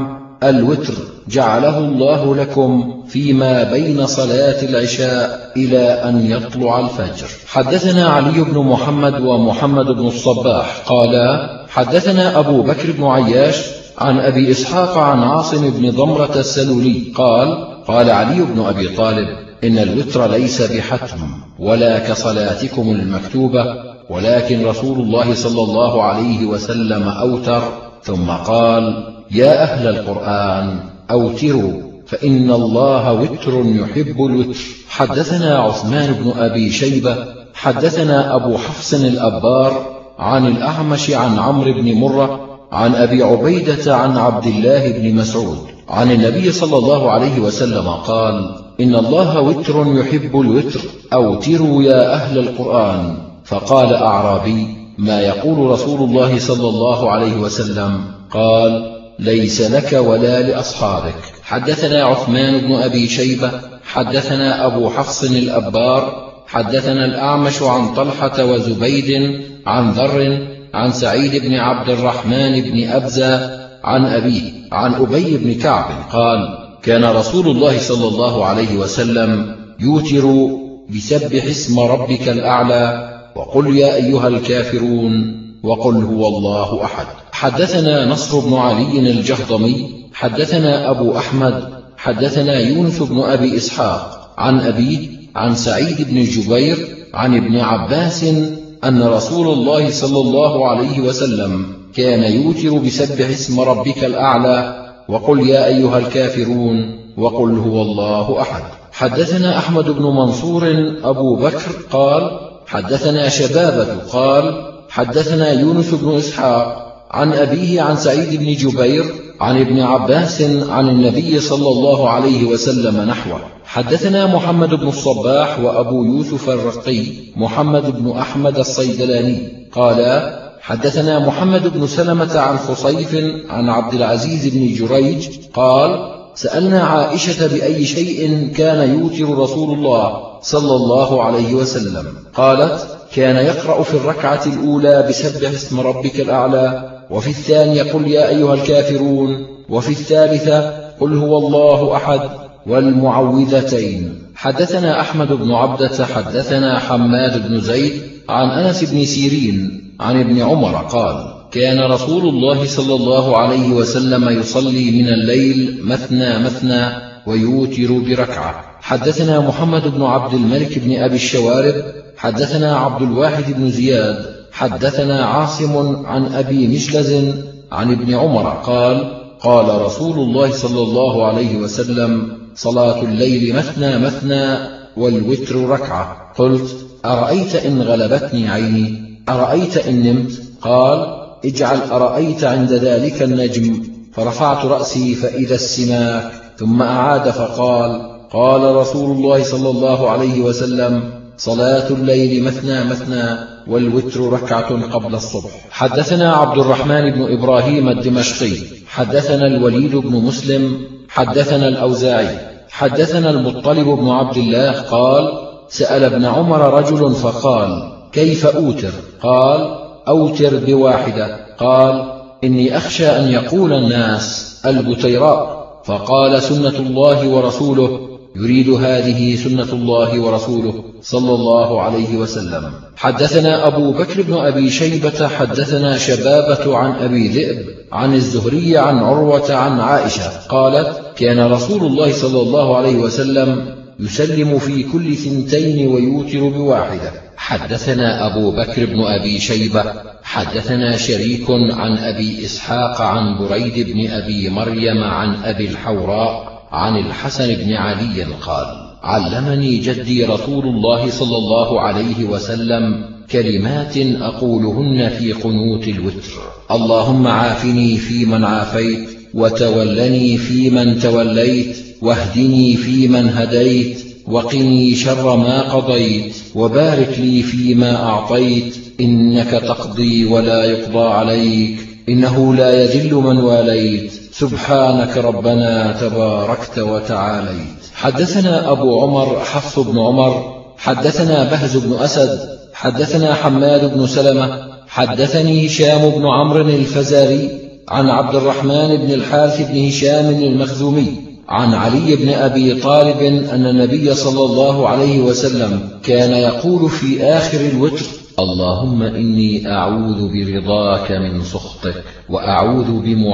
الوتر جعله الله لكم فيما بين صلاة العشاء إلى أن يطلع الفجر. حدثنا علي بن محمد ومحمد بن الصباح قالا حدثنا أبو بكر بن عياش عن أبي إسحاق عن عاصم بن ضمرة السلولي قال قال علي بن أبي طالب إن الوتر ليس بحتم ولا كصلاتكم المكتوبة، ولكن رسول الله صلى الله عليه وسلم أوتر ثم قال يا أهل القرآن أوتروا فإن الله وتر يحب الوتر. حدثنا عثمان بن أبي شيبة حدثنا أبو حفص الأبار عن الأعمش عن عمرو بن مرة عن أبي عبيدة عن عبد الله بن مسعود عن النبي صلى الله عليه وسلم قال إن الله وتر يحب الوتر أوتروا يا أهل القرآن. فقال أعرابي ما يقول رسول الله صلى الله عليه وسلم؟ قال ليس لك ولا لأصحابك. حدثنا عثمان بن أبي شيبة حدثنا أبو حفص الأبار حدثنا الأعمش عن طلحة وزبيد عن ذر عن سعيد بن عبد الرحمن بن أبزة عن أبيه عن أبي بن كعب قال كان رسول الله صلى الله عليه وسلم يوتر بسبح اسم ربك الأعلى وقل يا أيها الكافرون وقل هو الله أحد. حدثنا نصر بن علي الجهضمي حدثنا أبو أحمد حدثنا يونس بن أبي إسحاق عن أبيه عن سعيد بن جبير عن ابن عباس أن رسول الله صلى الله عليه وسلم كان يوتر بسبح اسم ربك الأعلى وقل يا أيها الكافرون وقل هو الله أحد. حدثنا أحمد بن منصور أبو بكر قال حدثنا شبابة قال حدثنا يونس بن إسحاق عن أبيه عن سعيد بن جبير عن ابن عباس عن النبي صلى الله عليه وسلم نحوه. حدثنا محمد بن الصباح وأبو يوسف الرقي محمد بن أحمد الصيدلاني قال حدثنا محمد بن سلمة عن خصيف عن عبد العزيز بن جريج قال سألنا عائشة بأي شيء كان يوتر رسول الله صلى الله عليه وسلم؟ قالت كان يقرأ في الركعة الأولى بسبح اسم ربك الأعلى، وفي الثانية قل يا أيها الكافرون، وفي الثالثة قل هو الله أحد والمعوذتين. حدثنا أحمد بن عبدة حدثنا حماد بن زيد عن أنس بن سيرين عن ابن عمر قال كان رسول الله صلى الله عليه وسلم يصلي من الليل مثنى مثنى ويوتر بركعة. حدثنا محمد بن عبد الملك بن أبي الشوارب حدثنا عبد الواحد بن زياد حدثنا عاصم عن أبي مشلز عن ابن عمر قال قال رسول الله صلى الله عليه وسلم صلاة الليل مثنى مثنى والوتر ركعة. قلت أرأيت إن غلبتني عيني؟ أرأيت إن نمت؟ قال اجعل أرأيت عند ذلك النجم. فرفعت رأسي فإذا السماك، ثم أعاد فقال قال رسول الله صلى الله عليه وسلم صلاة الليل مثنى مثنى والوتر ركعة قبل الصبح. حدثنا عبد الرحمن بن إبراهيم الدمشقي حدثنا الوليد بن مسلم حدثنا الأوزاعي حدثنا المطلب بن عبد الله قال سأل ابن عمر رجل فقال كيف أوتر؟ قال أوتر بواحدة. قال إني أخشى أن يقول الناس البتيراء، فقال سنة الله ورسوله، يريد هذه سنة الله ورسوله صلى الله عليه وسلم. حدثنا أبو بكر بن أبي شيبة حدثنا شبابة عن أبي ذئب عن الزهري عن عروة عن عائشة قالت كان رسول الله صلى الله عليه وسلم يسلم في كل ثنتين ويوتر بواحدة. حدثنا أبو بكر بن أبي شيبة حدثنا شريك عن أبي إسحاق عن بريد بن أبي مريم عن أبي الحوراء عن الحسن بن علي قال علمني جدي رسول الله صلى الله عليه وسلم كلمات أقولهن في قنوت الوتر: اللهم عافني فيمن عافيت، وتولني فيمن توليت، واهدني فيمن هديت، وقني شر ما قضيت، وبارك لي فيما أعطيت، إنك تقضي ولا يقضى عليك، إنه لا يذل من واليت، سبحانك ربنا تباركت وتعاليت. حدثنا أبو عمر حفص بن عمر حدثنا بهز بن أسد حدثنا حماد بن سلمة حدثني هشام بن عمرو الفزاري عن عبد الرحمن بن الحارث بن هشام المخزومي عن علي بن أبي طالب أن النبي صلى الله عليه وسلم كان يقول في آخر الوتر: اللهم إني أعوذ برضاك من سخطك، وأعوذ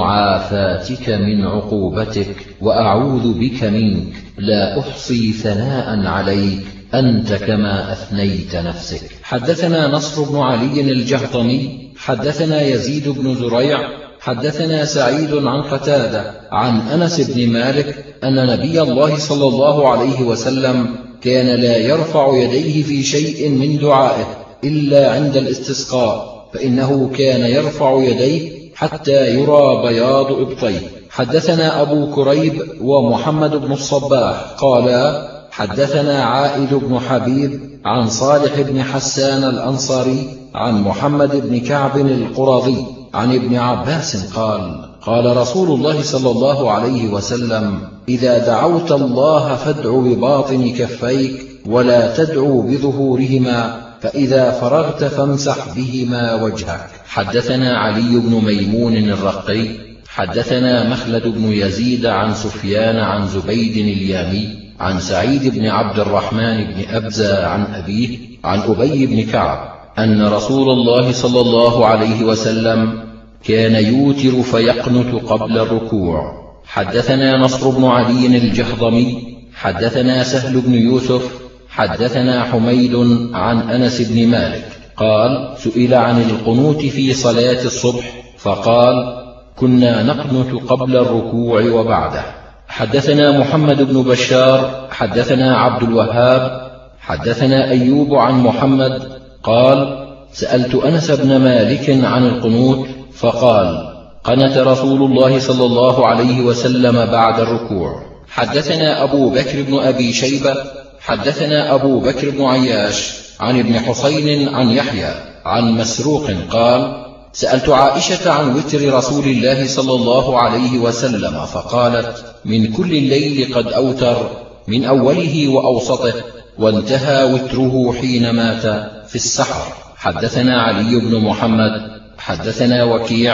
بمعافاتك من عقوبتك، وأعوذ بك منك، لا أحصي ثناء عليك أنت كما أثنيت نفسك. حدثنا نصر بن علي الجهضمي حدثنا يزيد بن زريع حدثنا سعيد عن قتادة عن أنس بن مالك أن نبي الله صلى الله عليه وسلم كان لا يرفع يديه في شيء من دعائه إلا عند الاستسقاء، فإنه كان يرفع يديه حتى يرى بياض إبطيه. حدثنا أبو كريب ومحمد بن الصباح قالا حدثنا عائد بن حبيب عن صالح بن حسان الأنصاري عن محمد بن كعب القرظي عن ابن عباس قال: قال رسول الله صلى الله عليه وسلم: إذا دعوت الله فادع بباطن كفيك ولا تدعو بظهورهما، فإذا فرغت فامسح بهما وجهك. حدثنا علي بن ميمون الرقي حدثنا مخلد بن يزيد عن سفيان عن زبيد اليامي عن سعيد بن عبد الرحمن بن أبزة عن أبيه عن أبي بن كعب أن رسول الله صلى الله عليه وسلم كان يوتر فيقنت قبل الركوع. حدثنا نصر بن علي الجهضمي حدثنا سهل بن يوسف حدثنا حميد عن أنس بن مالك قال: سئل عن القنوت في صلاة الصبح فقال: كنا نقنت قبل الركوع وبعده. حدثنا محمد بن بشار حدثنا عبد الوهاب حدثنا أيوب عن محمد قال: سألت أنس بن مالك عن القنوت فقال: قنت رسول الله صلى الله عليه وسلم بعد الركوع. حدثنا أبو بكر بن أبي شيبة حدثنا أبو بكر بن عياش عن ابن حسين عن يحيى عن مسروق قال: سألت عائشة عن وتر رسول الله صلى الله عليه وسلم فقالت: من كل الليل قد أوتر، من أوله وأوسطه، وانتهى وتره حين مات في السحر. حدثنا علي بن محمد حدثنا وكيع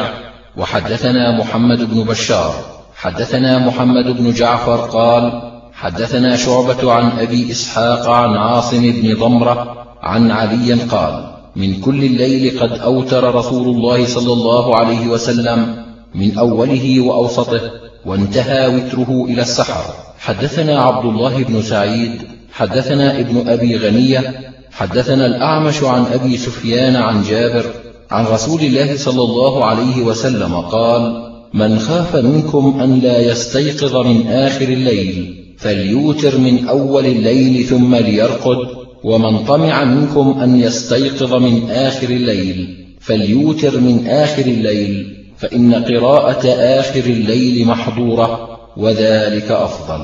وحدثنا محمد بن بشار حدثنا محمد بن جعفر قال: حدثنا شعبة عن أبي إسحاق عن عاصم بن ضمرة عن علي قال: من كل الليل قد أوتر رسول الله صلى الله عليه وسلم من أوله وأوسطه، وانتهى وتره إلى السحر. حدثنا عبد الله بن سعيد حدثنا ابن أبي غنية حدثنا الأعمش عن أبي سفيان عن جابر عن رسول الله صلى الله عليه وسلم قال: من خاف منكم أن لا يستيقظ من آخر الليل فليوتر من أول الليل ثم ليرقد، ومن طمع منكم أن يستيقظ من آخر الليل فليوتر من آخر الليل، فإن قراءة آخر الليل محظورة وذلك أفضل.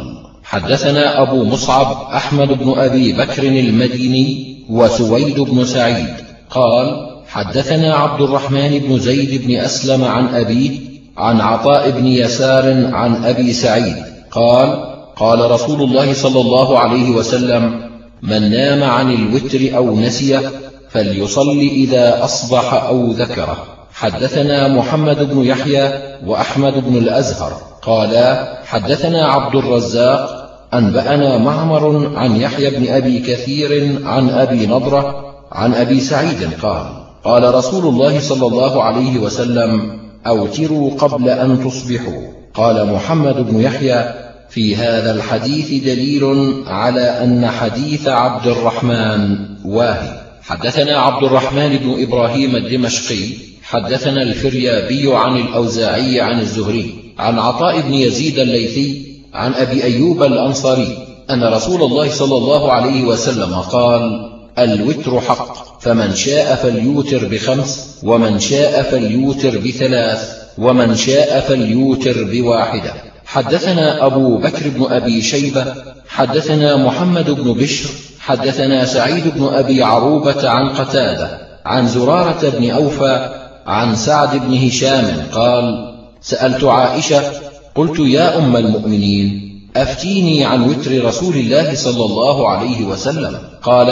حدثنا أبو مصعب أحمد بن أبي بكر المديني وسويد بن سعيد قال: حدثنا عبد الرحمن بن زيد بن أسلم عن أبيه عن عطاء بن يسار عن أبي سعيد قال: قال رسول الله صلى الله عليه وسلم: من نام عن الوتر أو نسيه فليصلي إذا أصبح أو ذكره. حدثنا محمد بن يحيى وأحمد بن الأزهر قالا: حدثنا عبد الرزاق أنبأنا معمر عن يحيى بن أبي كثير عن أبي نضرة عن أبي سعيد قال: قال رسول الله صلى الله عليه وسلم: أوتروا قبل أن تصبحوا. قال محمد بن يحيى: في هذا الحديث دليل على أن حديث عبد الرحمن واهي. حدثنا عبد الرحمن بن إبراهيم الدمشقي حدثنا الفريابي عن الأوزاعي عن الزهري عن عطاء بن يزيد الليثي عن أبي أيوب الأنصاري أن رسول الله صلى الله عليه وسلم قال: الوتر حق، فمن شاء فليوتر بخمس، ومن شاء فليوتر بثلاث، ومن شاء فليوتر بواحدة. حدثنا أبو بكر بن أبي شيبة حدثنا محمد بن بشر حدثنا سعيد بن أبي عروبة عن قتادة عن زرارة بن أوفى عن سعد بن هشام قال: سألت عائشة قلت: يا أم المؤمنين، أفتيني عن وتر رسول الله صلى الله عليه وسلم. قالت: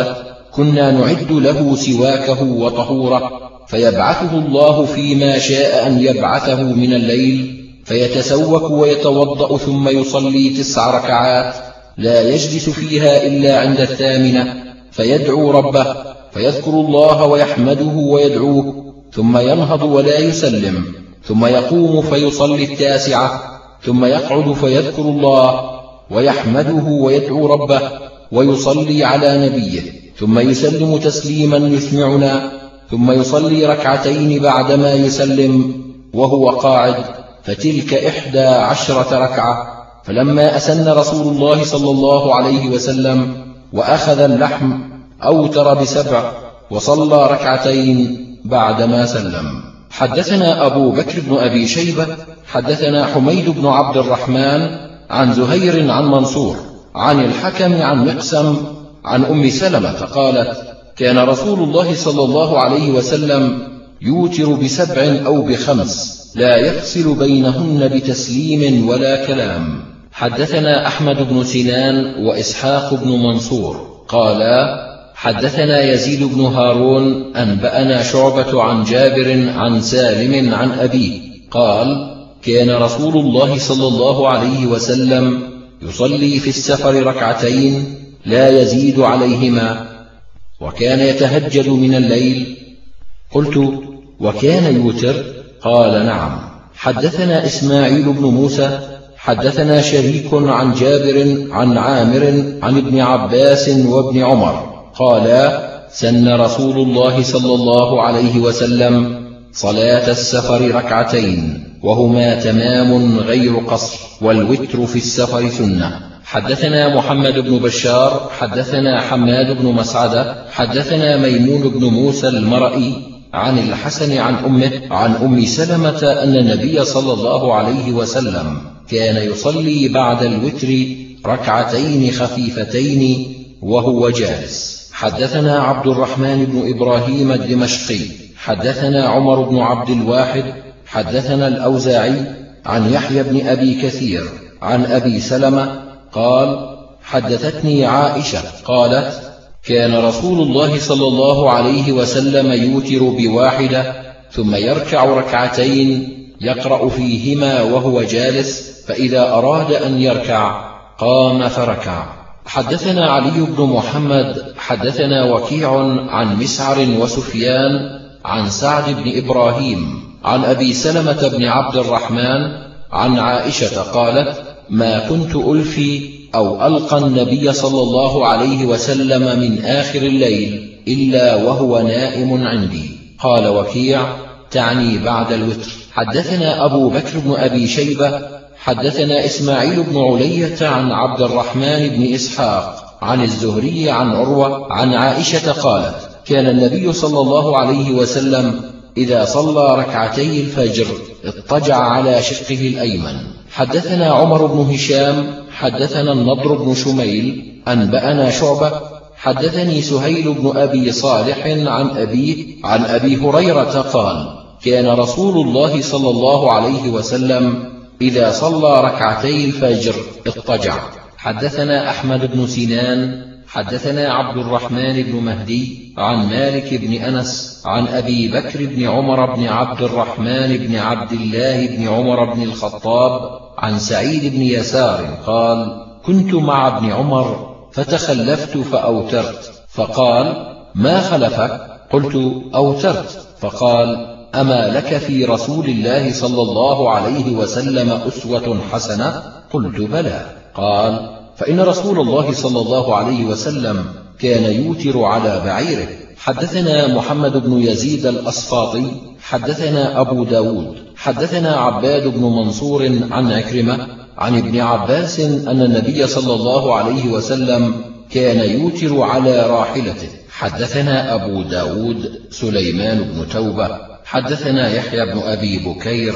كنا نعد له سواكه وطهوره، فيبعثه الله فيما شاء أن يبعثه من الليل، فيتسوك ويتوضأ ثم يصلي تسع ركعات لا يجلس فيها إلا عند الثامنة، فيدعو ربه فيذكر الله ويحمده ويدعوه، ثم ينهض ولا يسلم، ثم يقوم فيصلي التاسعة، ثم يقعد فيذكر الله ويحمده ويدعو ربه ويصلي على نبيه، ثم يسلم تسليما يسمعنا، ثم يصلي ركعتين بعدما يسلم وهو قاعد، فتلك إحدى عشرة ركعة. فلما أسن رسول الله صلى الله عليه وسلم وأخذ اللحم أوتر بسبع وصلى ركعتين بعدما سلم. حدثنا أبو بكر بن أبي شيبة حدثنا حميد بن عبد الرحمن عن زهير عن منصور عن الحكم عن مقسم عن أم سلمة قالت: كان رسول الله صلى الله عليه وسلم يوتر بسبع أو بخمس لا يفصل بينهن بتسليم ولا كلام. حدثنا أحمد بن سنان وإسحاق بن منصور قالا: حدثنا يزيد بن هارون أنبأنا شعبة عن جابر عن سالم عن أبيه قال: كان رسول الله صلى الله عليه وسلم يصلي في السفر ركعتين لا يزيد عليهما، وكان يتهجد من الليل. قلت: وكان يوتر؟ قال: نعم. حدثنا إسماعيل بن موسى حدثنا شريك عن جابر عن عامر عن ابن عباس وابن عمر قالا: سن رسول الله صلى الله عليه وسلم صلاة السفر ركعتين وهما تمام غير قصر، والوتر في السفر سنة. حدثنا محمد بن بشار حدثنا حماد بن مسعدة حدثنا ميمون بن موسى المرئي عن الحسن عن أمه عن أم سلمة أن النبي صلى الله عليه وسلم كان يصلي بعد الوتر ركعتين خفيفتين وهو جالس. حدثنا عبد الرحمن بن إبراهيم الدمشقي حدثنا عمر بن عبد الواحد حدثنا الأوزاعي عن يحيى بن أبي كثير عن أبي سلمة قال: حدثتني عائشة قالت: كان رسول الله صلى الله عليه وسلم يوتر بواحدة ثم يركع ركعتين يقرأ فيهما وهو جالس، فإذا أراد أن يركع قام فركع. حدثنا علي بن محمد حدثنا وكيع عن مسعر وسفيان عن سعد بن إبراهيم عن أبي سلمة بن عبد الرحمن عن عائشة قالت: ما كنت ألفي أو ألقى النبي صلى الله عليه وسلم من آخر الليل إلا وهو نائم عندي. قال وكيع: تعني بعد الوتر. حدثنا أبو بكر بن أبي شيبة حدثنا إسماعيل بن علية عن عبد الرحمن بن إسحاق عن الزهري عن عروة عن عائشة قالت: كان النبي صلى الله عليه وسلم إذا صلى ركعتي الفجر اضطجع على شقه الأيمن. حدثنا عمر بن هشام حدثنا النضر بن شميل أنبأنا شعبة حدثني سهيل بن أبي صالح عن أبيه عن أبي هريرة قال: كان رسول الله صلى الله عليه وسلم إذا صلى ركعتي الفجر اضطجع. حدثنا أحمد بن سنان حدثنا عبد الرحمن بن مهدي عن مالك بن أنس عن أبي بكر بن عمر بن عبد الرحمن بن عبد الله بن عمر بن الخطاب عن سعيد بن يسار قال: كنت مع ابن عمر فتخلفت فأوترت، فقال: ما خلفك؟ قلت: أوترت. فقال: أما لك في رسول الله صلى الله عليه وسلم أسوة حسنة؟ قلت: بلى. قال: فإن رسول الله صلى الله عليه وسلم كان يوتر على بعيره. حدثنا محمد بن يزيد الأصفاطي حدثنا أبو داود حدثنا عباد بن منصور عن عكرمة عن ابن عباس أن النبي صلى الله عليه وسلم كان يوتر على راحلته. حدثنا أبو داود سليمان بن توبة حدثنا يحيى بن أبي بكير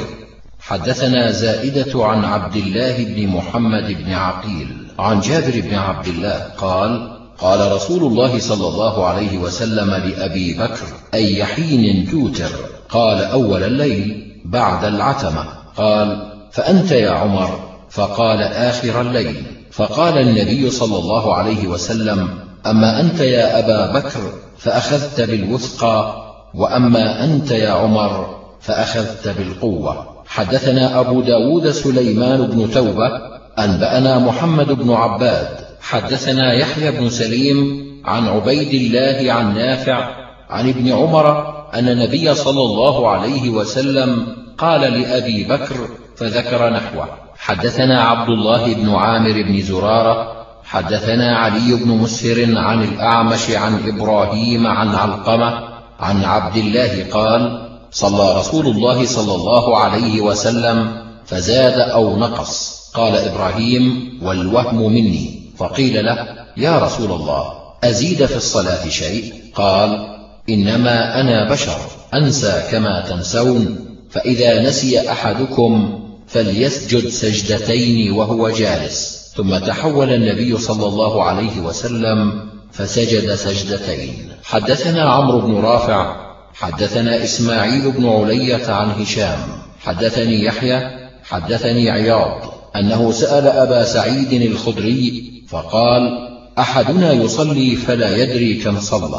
حدثنا زائدة عن عبد الله بن محمد بن عقيل عن جابر بن عبد الله قال: قال رسول الله صلى الله عليه وسلم لأبي بكر: أي حين توتر؟ قال: أول الليل بعد العتمة. قال: فأنت يا عمر؟ فقال: آخر الليل. فقال النبي صلى الله عليه وسلم: أما أنت يا أبا بكر فأخذت بالوثقى، وأما أنت يا عمر فأخذت بالقوة. حدثنا أبو داود سليمان بن توبة أنبأنا محمد بن عباد حدثنا يحيى بن سليم عن عبيد الله عن نافع عن ابن عمر أن النبي صلى الله عليه وسلم قال لأبي بكر فذكر نحوه. حدثنا عبد الله بن عامر بن زرارة حدثنا علي بن مسهر عن الأعمش عن إبراهيم عن علقمة عن عبد الله قال صلى رسول الله صلى الله عليه وسلم فزاد أو نقص. قال إبراهيم والوهم مني، فقيل له يا رسول الله أزيد في الصلاة شيء؟ قال إنما أنا بشر أنسى كما تنسون، فإذا نسي أحدكم فليسجد سجدتين وهو جالس. ثم تحول النبي صلى الله عليه وسلم فسجد سجدتين. حدثنا عمرو بن رافع حدثنا إسماعيل بن علية عن هشام حدثني يحيى حدثني عياض أنه سأل أبا سعيد الخدري فقال أحدنا يصلي فلا يدري كم صلى،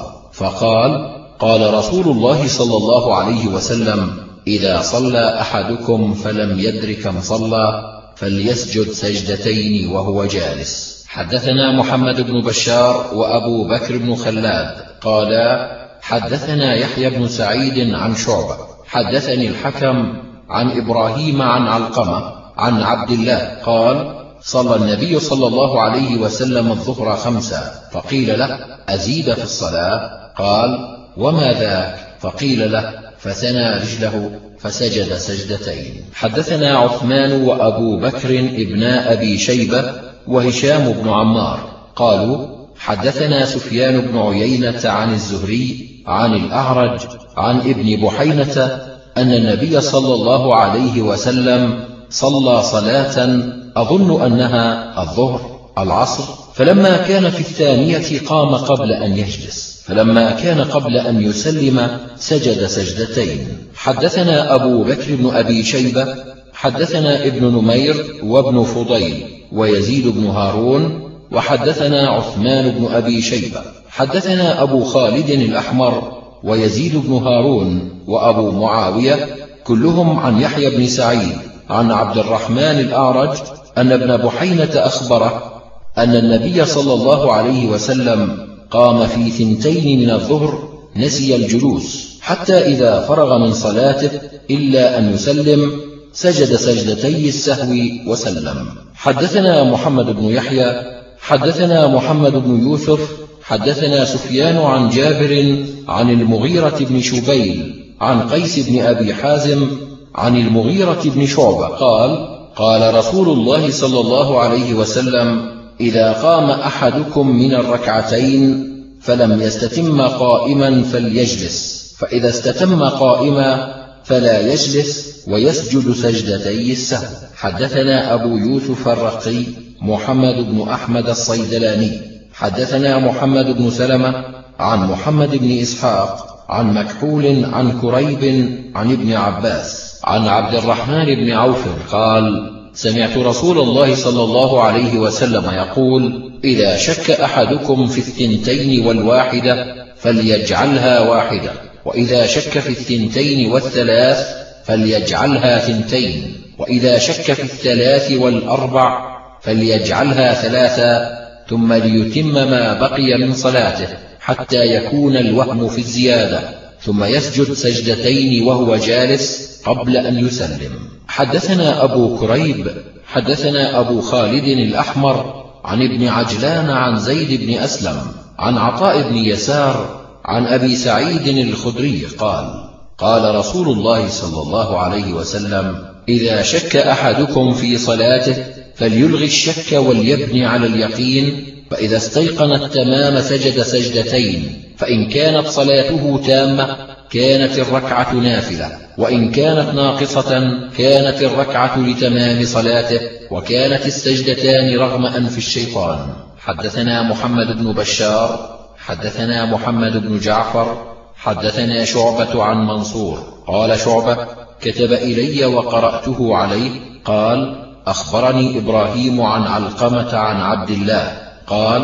فقال قال رسول الله صلى الله عليه وسلم إذا صلى أحدكم فلم يدر كم صلى فليسجد سجدتين وهو جالس. حدثنا محمد بن بشار وأبو بكر بن خلاد قالا حدثنا يحيى بن سعيد عن شعبة حدثني الحكم عن إبراهيم عن علقمة عن عبد الله قال صلى النبي صلى الله عليه وسلم الظهر خمسة، فقيل له أزيد في الصلاة؟ قال وما ذاك؟ فقيل له فثنى رجله فسجد سجدتين. حدثنا عثمان وأبو بكر ابنا أبي شيبة وهشام بن عمار قالوا حدثنا سفيان بن عيينة عن الزهري عن الأعرج عن ابن بحينة أن النبي صلى الله عليه وسلم صلى صلاة أظن أنها الظهر العصر، فلما كان في الثانية قام قبل أن يجلس، فلما كان قبل أن يسلم سجد سجدتين. حدثنا أبو بكر بن أبي شيبة حدثنا ابن نمير وابن فضيل ويزيد بن هارون وحدثنا عثمان بن أبي شيبة حدثنا أبو خالد الأحمر ويزيد بن هارون وأبو معاوية كلهم عن يحيى بن سعيد عن عبد الرحمن الأعرج أن ابن بحينة أخبره أن النبي صلى الله عليه وسلم قام في ثنتين من الظهر نسي الجلوس حتى إذا فرغ من صلاته إلا أن يسلم سجد سجدتي السهو وسلم. حدثنا محمد بن يحيى حدثنا محمد بن يوسف حدثنا سفيان عن جابر عن المغيرة بن شبيل عن قيس بن أبي حازم عن المغيرة بن شعبة قال قال رسول الله صلى الله عليه وسلم إذا قام أحدكم من الركعتين فلم يستتم قائما فليجلس، فإذا استتم قائما فلا يجلس ويسجد سجدتي السهو. حدثنا أبو يوسف الرقي محمد بن أحمد الصيدلاني حدثنا محمد بن سلمة عن محمد بن إسحاق عن مكحول عن كريب عن ابن عباس عن عبد الرحمن بن عوف قال سمعت رسول الله صلى الله عليه وسلم يقول إذا شك أحدكم في الثنتين والواحدة فليجعلها واحدة، وإذا شك في الثنتين والثلاث فليجعلها ثنتين، وإذا شك في الثلاث والأربع فليجعلها ثلاثا، ثم ليتم ما بقي من صلاته حتى يكون الوهم في الزيادة، ثم يسجد سجدتين وهو جالس قبل أن يسلم. حدثنا أبو كريب حدثنا أبو خالد الأحمر عن ابن عجلان عن زيد بن أسلم عن عطاء بن يسار عن أبي سعيد الخدري قال قال رسول الله صلى الله عليه وسلم إذا شك أحدكم في صلاته فليلغي الشك وليبني على اليقين، فإذا استيقن التمام سجد سجدتين، فإن كانت صلاته تامة كانت الركعة نافلة، وإن كانت ناقصة كانت الركعة لتمام صلاته، وكانت السجدتان رغم أنف الشيطان. حدثنا محمد بن بشار حدثنا محمد بن جعفر حدثنا شعبة عن منصور قال شعبة كتب إلي وقرأته عليه قال أخبرني إبراهيم عن علقمة عن عبد الله قال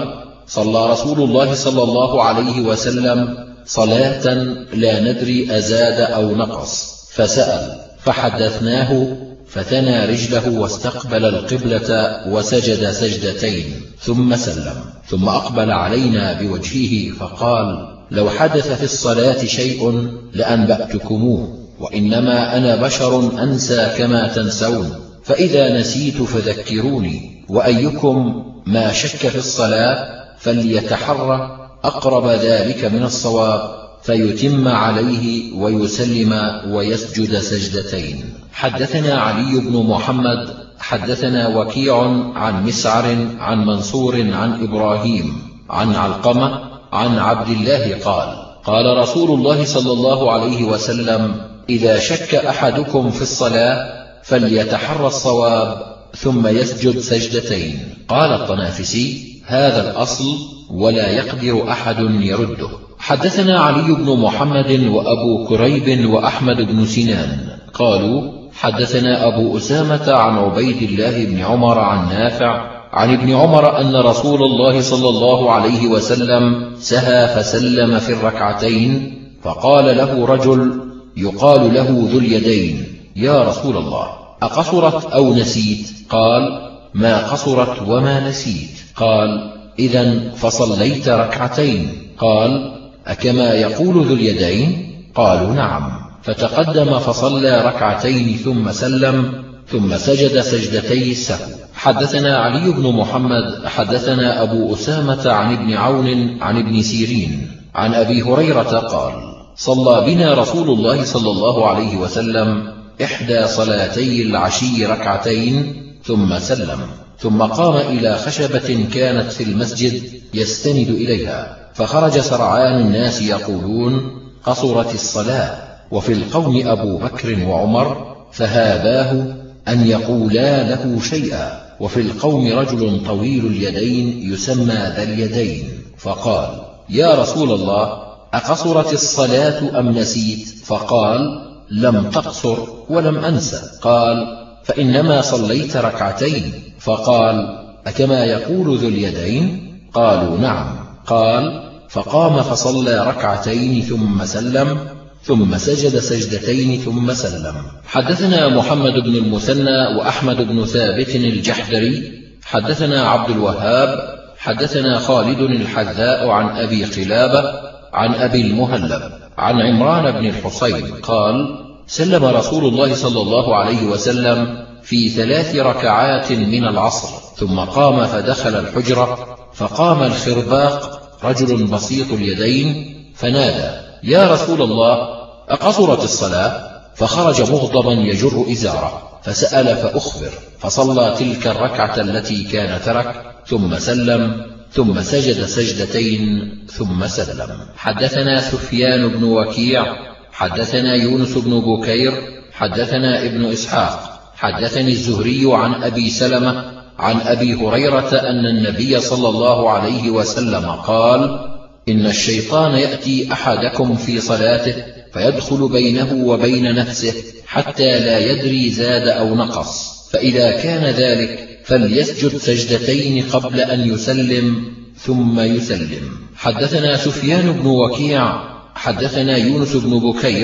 صلى رسول الله صلى الله عليه وسلم صلاة لا ندري أزاد أو نقص، فسأل فحدثناه، فثنى رجله واستقبل القبلة وسجد سجدتين ثم سلم، ثم أقبل علينا بوجهه فقال: لو حدث في الصلاة شيء لأنبأتكموه، وإنما أنا بشر أنسى كما تنسون، فإذا نسيت فذكروني، وأيكم ما شك في الصلاة فليتحرى أقرب ذلك من الصواب، فيتم عليه ويسلم ويسجد سجدتين. حدثنا علي بن محمد حدثنا وكيع عن مسعر عن منصور عن إبراهيم عن علقمة عن عبد الله قال: قال رسول الله صلى الله عليه وسلم: إذا شك أحدكم في الصلاة فليتحرى الصواب ثم يسجد سجدتين. قال الطنافسي: هذا الأصل ولا يقدر أحد يرده. حدثنا علي بن محمد وأبو كريب وأحمد بن سنان قالوا: حدثنا أبو أسامة عن عبيد الله بن عمر عن نافع عن ابن عمر أن رسول الله صلى الله عليه وسلم سهى فسلم في الركعتين، فقال له رجل يقال له ذو اليدين: يا رسول الله، أقصرت أو نسيت؟ قال: ما قصرت وما نسيت. قال: إذن فصليت ركعتين. قال: أكما يقول ذو اليدين؟ قالوا: نعم. فتقدم فصلى ركعتين ثم سلم، ثم سجد سجدتي السهو. حدثنا علي بن محمد حدثنا أبو أسامة عن ابن عون عن ابن سيرين عن أبي هريرة قال: صلى بنا رسول الله صلى الله عليه وسلم إحدى صلاتي العشي ركعتين ثم سلم، ثم قام إلى خشبة كانت في المسجد يستند إليها، فخرج سرعان الناس يقولون: قصرت الصلاة، وفي القوم أبو بكر وعمر، فهاباه أن يقولا له شيئا، وفي القوم رجل طويل اليدين يسمى ذا اليدين، فقال: يا رسول الله، أقصرت الصلاة أم نسيت؟ فقال: لم تقصر ولم أنسى. قال: فإنما صليت ركعتين. فقال: أكما يقول ذو اليدين؟ قالوا: نعم. قال: فقام فصلى ركعتين ثم سلم، ثم سجد سجدتين ثم سلم. حدثنا محمد بن المثنى وأحمد بن ثابت الجحدري حدثنا عبد الوهاب حدثنا خالد الحذاء عن أبي قلابة عن أبي المهلب عن عمران بن الحصين قال: سلم رسول الله صلى الله عليه وسلم في ثلاث ركعات من العصر، ثم قام فدخل الحجرة، فقام الخرباق رجل بسيط اليدين فنادى: يا رسول الله، أقصرت الصلاة؟ فخرج مغضبا يجر إزاره، فسأل فأخبر، فصلى تلك الركعة التي كان ترك، ثم سلم، ثم سجد سجدتين ثم سلم. حدثنا سفيان بن وكيع حدثنا يونس بن بكير حدثنا ابن إسحاق حدثني الزهري عن أبي سلمة عن أبي هريرة أن النبي صلى الله عليه وسلم قال: إن الشيطان يأتي أحدكم في صلاته فيدخل بينه وبين نفسه حتى لا يدري زاد أو نقص، فإذا كان ذلك فليسجد سجدتين قبل أن يسلم ثم يسلم. حدثنا سفيان بن وكيع حدثنا يونس بن بكير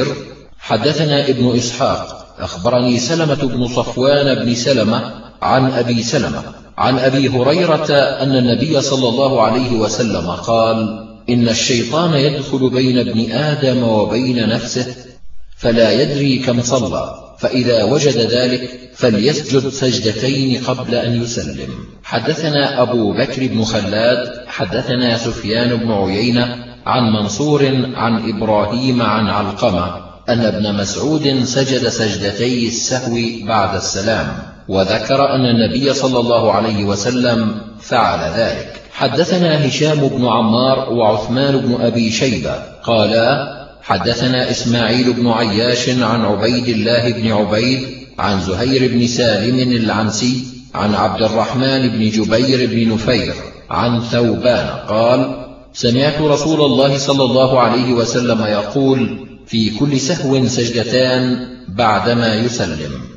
حدثنا ابن إسحاق أخبرني سلمة بن صفوان بن سلمة عن أبي سلمة عن أبي هريرة أن النبي صلى الله عليه وسلم قال: إن الشيطان يدخل بين ابن آدم وبين نفسه فلا يدري كم صلى، فإذا وجد ذلك فليسجد سجدتين قبل أن يسلم. حدثنا أبو بكر بن خلاد حدثنا سفيان بن عيينة عن منصور عن إبراهيم عن علقمة أن ابن مسعود سجد سجدتي السهو بعد السلام، وذكر أن النبي صلى الله عليه وسلم فعل ذلك. حدثنا هشام بن عمار وعثمان بن أبي شيبة قالا: حدثنا إسماعيل بن عياش عن عبيد الله بن عبيد عن زهير بن سالم العنسي عن عبد الرحمن بن جبير بن نفير عن ثوبان قال: سمعت رسول الله صلى الله عليه وسلم يقول: في كل سهو سجدتان بعدما يسلم.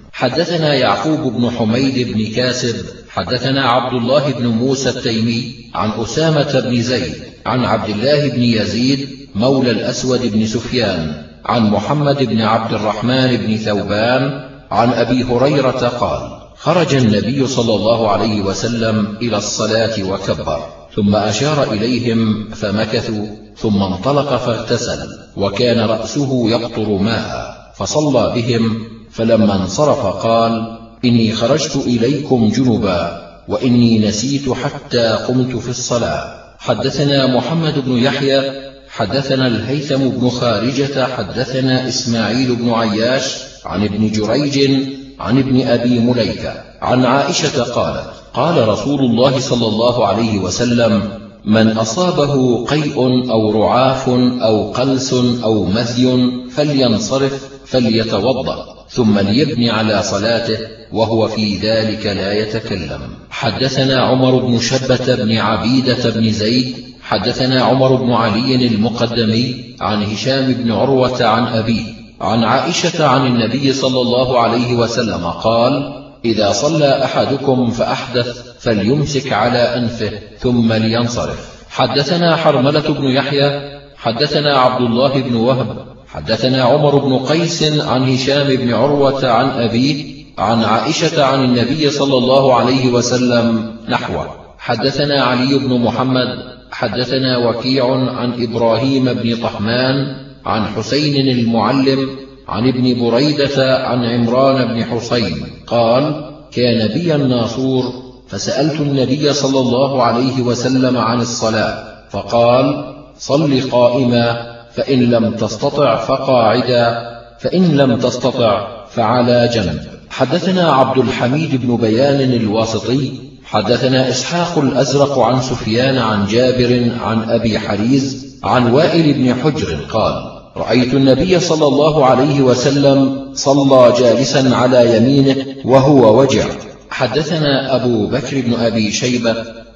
حدثنا يعقوب بن حميد بن كاسب حدثنا عبد الله بن موسى التيمي عن أسامة بن زيد عن عبد الله بن يزيد مولى الأسود بن سفيان عن محمد بن عبد الرحمن بن ثوبان عن أبي هريرة قال: خرج النبي صلى الله عليه وسلم إلى الصلاة وكبر، ثم أشار إليهم فمكثوا، ثم انطلق فاغتسل، وكان رأسه يقطر ماء، فصلى بهم، فلما انصرف قال: إني خرجت إليكم جنبا، وإني نسيت حتى قمت في الصلاة. حدثنا محمد بن يحيى حدثنا الهيثم بن خارجة حدثنا إسماعيل بن عياش عن ابن جريج عن ابن أبي مليكة عن عائشة قالت: قال رسول الله صلى الله عليه وسلم: من أصابه قيء أو رعاف أو قلس أو مذي فلينصرف فليتوضأ، ثم ليبني على صلاته وهو في ذلك لا يتكلم. حدثنا عمر بن شبة بن عبيدة بن زيد حدثنا عمر بن علي المقدمي عن هشام بن عروة عن أبيه عن عائشة عن النبي صلى الله عليه وسلم قال: إذا صلى أحدكم فأحدث فليمسك على أنفه ثم لينصرف. حدثنا حرملة بن يحيى حدثنا عبد الله بن وهب حدثنا عمر بن قيس عن هشام بن عروة عن أبيه عن عائشة عن النبي صلى الله عليه وسلم نحوه. حدثنا علي بن محمد حدثنا وكيع عن إبراهيم بن طهمان عن حسين المعلم عن ابن بريدة عن عمران بن حسين قال: كان بي الناصور فسألت النبي صلى الله عليه وسلم عن الصلاة، فقال: صل قائما، فإن لم تستطع فقاعدا، فإن لم تستطع فعلى جنب. حدثنا عبد الحميد بن بيان الواسطي حدثنا إسحاق الأزرق عن سفيان عن جابر عن أبي حريز عن وائل بن حجر قال: رأيت النبي صلى الله عليه وسلم صلى جالسا على يمينه وهو وجع. حدثنا أبو بكر بن أبي شيبة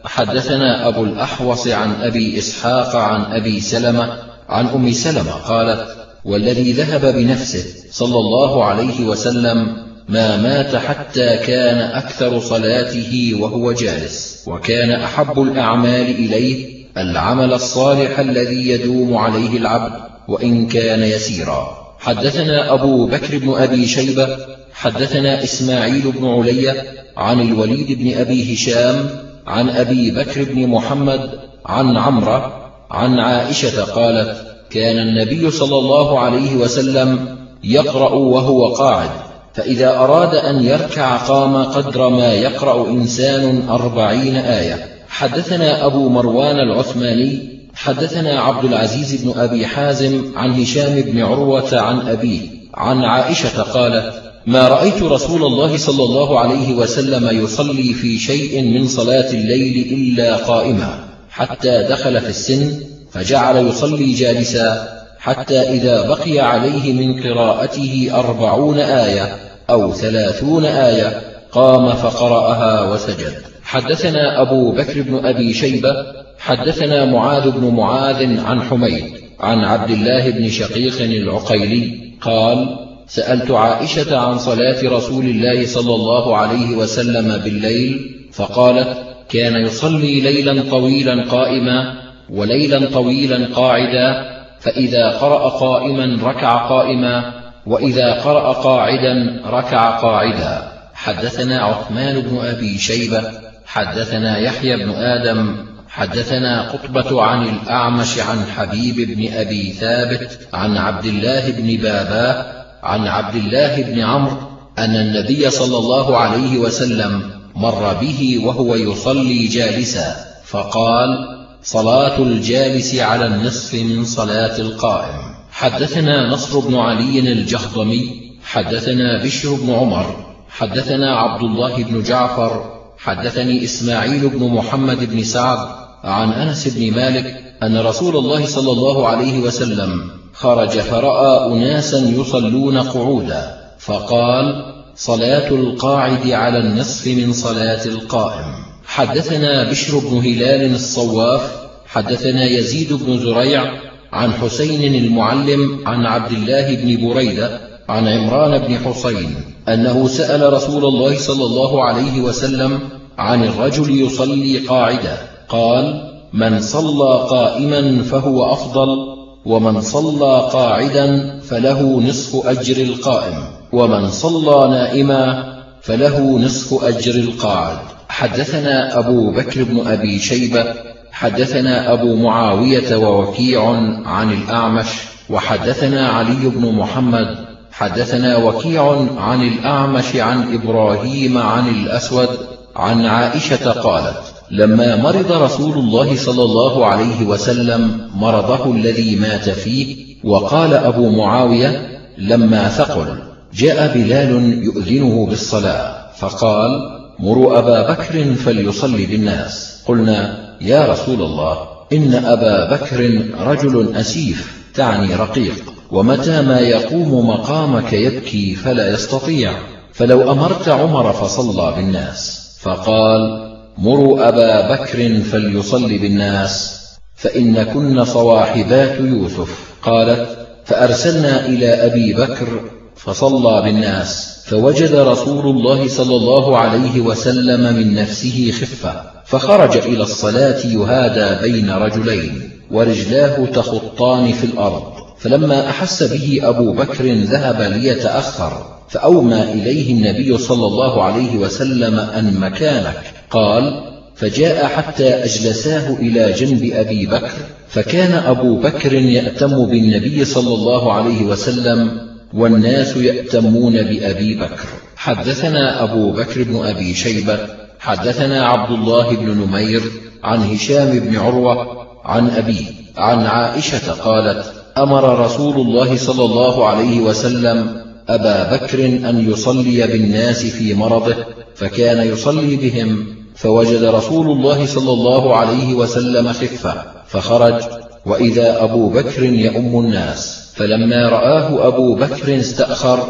حدثنا أبو الأحوص عن أبي إسحاق عن أبي سلمة عن أم سلمة قالت: والذي ذهب بنفسه صلى الله عليه وسلم ما مات حتى كان أكثر صلاته وهو جالس، وكان أحب الأعمال إليه العمل الصالح الذي يدوم عليه العبد وإن كان يسيرا. حدثنا أبو بكر بن أبي شيبة حدثنا إسماعيل بن علية عن الوليد بن أبي هشام عن أبي بكر بن محمد عن عمرة عن عائشة قالت: كان النبي صلى الله عليه وسلم يقرأ وهو قاعد، فإذا أراد أن يركع قام قدر ما يقرأ إنسان أربعين آية. حدثنا أبو مروان العثماني حدثنا عبد العزيز بن أبي حازم عن هشام بن عروة عن أبيه عن عائشة قالت: ما رأيت رسول الله صلى الله عليه وسلم يصلي في شيء من صلاة الليل إلا قائما، حتى دخل في السن فجعل يصلي جالسا، حتى إذا بقي عليه من قراءته أربعون آية أو ثلاثون آية قام فقرأها وسجد. حدثنا أبو بكر بن أبي شيبة حدثنا معاذ بن معاذ عن حميد عن عبد الله بن شقيق العقيلي قال: سألت عائشة عن صلاة رسول الله صلى الله عليه وسلم بالليل، فقالت: كان يصلي ليلا طويلا قائما وليلا طويلا قاعدا، فإذا قرأ قائما ركع قائما، وإذا قرأ قاعدا ركع قاعدا. حدثنا عثمان بن أبي شيبة حدثنا يحيى بن آدم حدثنا قطبة عن الأعمش عن حبيب بن أبي ثابت عن عبد الله بن باباه عن عبد الله بن عمرو أن النبي صلى الله عليه وسلم مر به وهو يصلي جالسا، فقال: صلاة الجالس على النصف من صلاة القائم. حدثنا نصر بن علي الجهضمي حدثنا بشر بن عمر حدثنا عبد الله بن جعفر حدثني إسماعيل بن محمد بن سعد عن أنس بن مالك أن رسول الله صلى الله عليه وسلم خرج فرأى أناسا يصلون قعودا، فقال: صلاة القاعد على النصف من صلاة القائم. حدثنا بشر بن هلال الصواف حدثنا يزيد بن زريع عن حسين المعلم عن عبد الله بن بريدة عن عمران بن حسين أنه سأل رسول الله صلى الله عليه وسلم عن الرجل يصلي قاعدا، قال: من صلى قائما فهو أفضل، ومن صلى قاعدا فله نصف أجر القائم، ومن صلى نائما فله نصف أجر القاعد. حدثنا أبو بكر بن أبي شيبة حدثنا أبو معاوية ووكيع عن الأعمش، وحدثنا علي بن محمد حدثنا وكيع عن الأعمش عن إبراهيم عن الأسود عن عائشة قالت: لما مرض رسول الله صلى الله عليه وسلم مرضه الذي مات فيه، وقال أبو معاوية: لما ثقل جاء بلال يؤذنه بالصلاة، فقال: مروا أبا بكر فليصلي بالناس. قلنا: يا رسول الله، إن أبا بكر رجل أسيف، تعني رقيق، ومتى ما يقوم مقامك يبكي فلا يستطيع، فلو أمرت عمر فصلى بالناس. فقال: مروا أبا بكر فليصلي بالناس، فإن كن صواحبات يوسف. قالت: فأرسلنا إلى أبي بكر فصلى بالناس، فوجد رسول الله صلى الله عليه وسلم من نفسه خفة، فخرج إلى الصلاة يهادى بين رجلين، ورجلاه تخطان في الأرض، فلما أحس به أبو بكر ذهب ليتأخر، فأومى إليه النبي صلى الله عليه وسلم أن مكانك. قال: فجاء حتى أجلساه إلى جنب أبي بكر، فكان أبو بكر يأتم بالنبي صلى الله عليه وسلم، والناس يأتمون بأبي بكر. حدثنا أبو بكر بن أبي شيبة حدثنا عبد الله بن نمير عن هشام بن عروة عن أبيه عن عائشة قالت: أمر رسول الله صلى الله عليه وسلم أبا بكر أن يصلي بالناس في مرضه، فكان يصلي بهم، فوجد رسول الله صلى الله عليه وسلم خفة، فخرج، وإذا أبو بكر يؤم الناس، فلما رآه أبو بكر استأخر،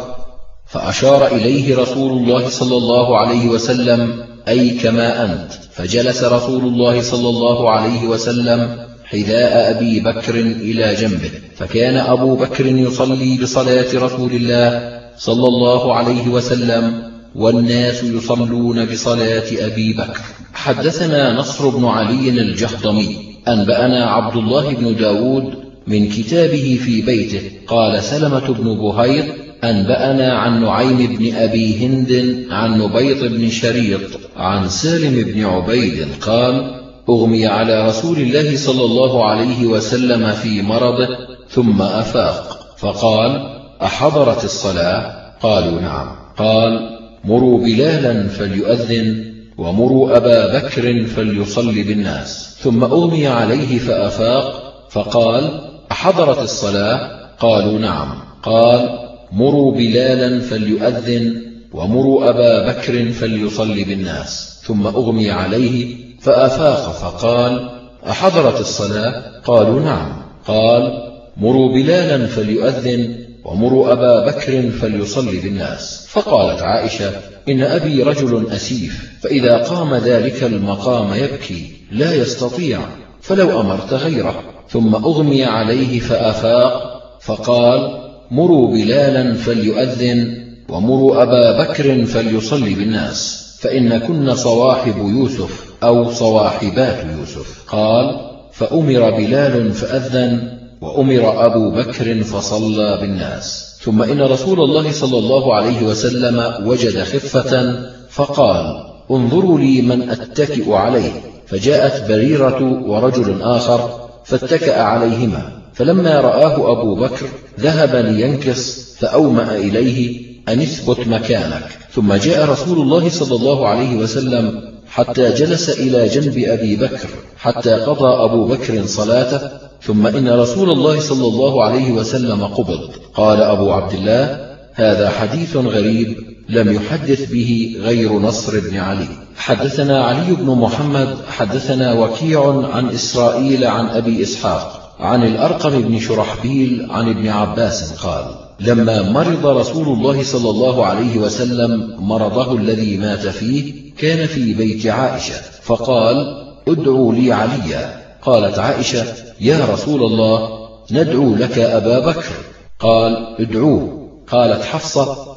فأشار إليه رسول الله صلى الله عليه وسلم: أي كما أنت. فجلس رسول الله صلى الله عليه وسلم حذاء أبي بكر إلى جنبه، فكان أبو بكر يصلي بصلاة رسول الله صلى الله عليه وسلم، والناس يصلون بصلاة أبي بكر. حدثنا نصر بن علي الجهضمي أنبأنا عبد الله بن داود من كتابه في بيته قال: سلمة بن بهير أنبأنا عن نعيم بن أبي هند عن نبيط بن شريط عن سالم بن عبيد قال: أغمي على رسول الله صلى الله عليه وسلم في مرضه ثم أفاق، فقال: أحضرت الصلاة؟ قالوا: نعم. قال: مروا بلالا فليؤذن، ومروا أبا بكر فليصلي بالناس. ثم أغمي عليه فأفاق، فقال: أحضرت الصلاة؟ قالوا: نعم. قال: مروا بلالا فليؤذن، ومروا أبا بكر فليصلي بالناس. ثم أغمي عليه فأفاق، فقال: أحضرت الصلاة؟ قالوا: نعم. قال: مروا بلالا فليؤذن، ومروا أبا بكر فليصلي بالناس. فقالت عائشة: إن أبي رجل أسيف، فإذا قام ذلك المقام يبكي لا يستطيع، فلو أمرت غيره. ثم أغمي عليه فأفاق، فقال: مروا بلالا فليؤذن، ومروا أبا بكر فليصلي بالناس، فإن كن صواحب يوسف أو صواحبات يوسف. قال: فأمر بلال فأذن، وأمر أبو بكر فصلى بالناس. ثم إن رسول الله صلى الله عليه وسلم وجد خفة، فقال: انظروا لي من أتكئ عليه. فجاءت بريرة ورجل آخر فاتكأ عليهما، فلما رآه أبو بكر ذهب لينكص، فأومأ إليه أن اثبت مكانك. ثم جاء رسول الله صلى الله عليه وسلم حتى جلس إلى جنب أبي بكر حتى قضى أبو بكر صلاته، ثم إن رسول الله صلى الله عليه وسلم قبض. قال أبو عبد الله: هذا حديث غريب لم يحدث به غير نصر بن علي. حدثنا علي بن محمد حدثنا وكيع عن إسرائيل عن أبي إسحاق عن الأرقم بن شرحبيل عن ابن عباس قال: لما مرض رسول الله صلى الله عليه وسلم مرضه الذي مات فيه، كان في بيت عائشة، فقال: ادعوا لي عليا. قالت عائشة: يا رسول الله، ندعو لك أبا بكر. قال: ادعوه. قالت حفصة: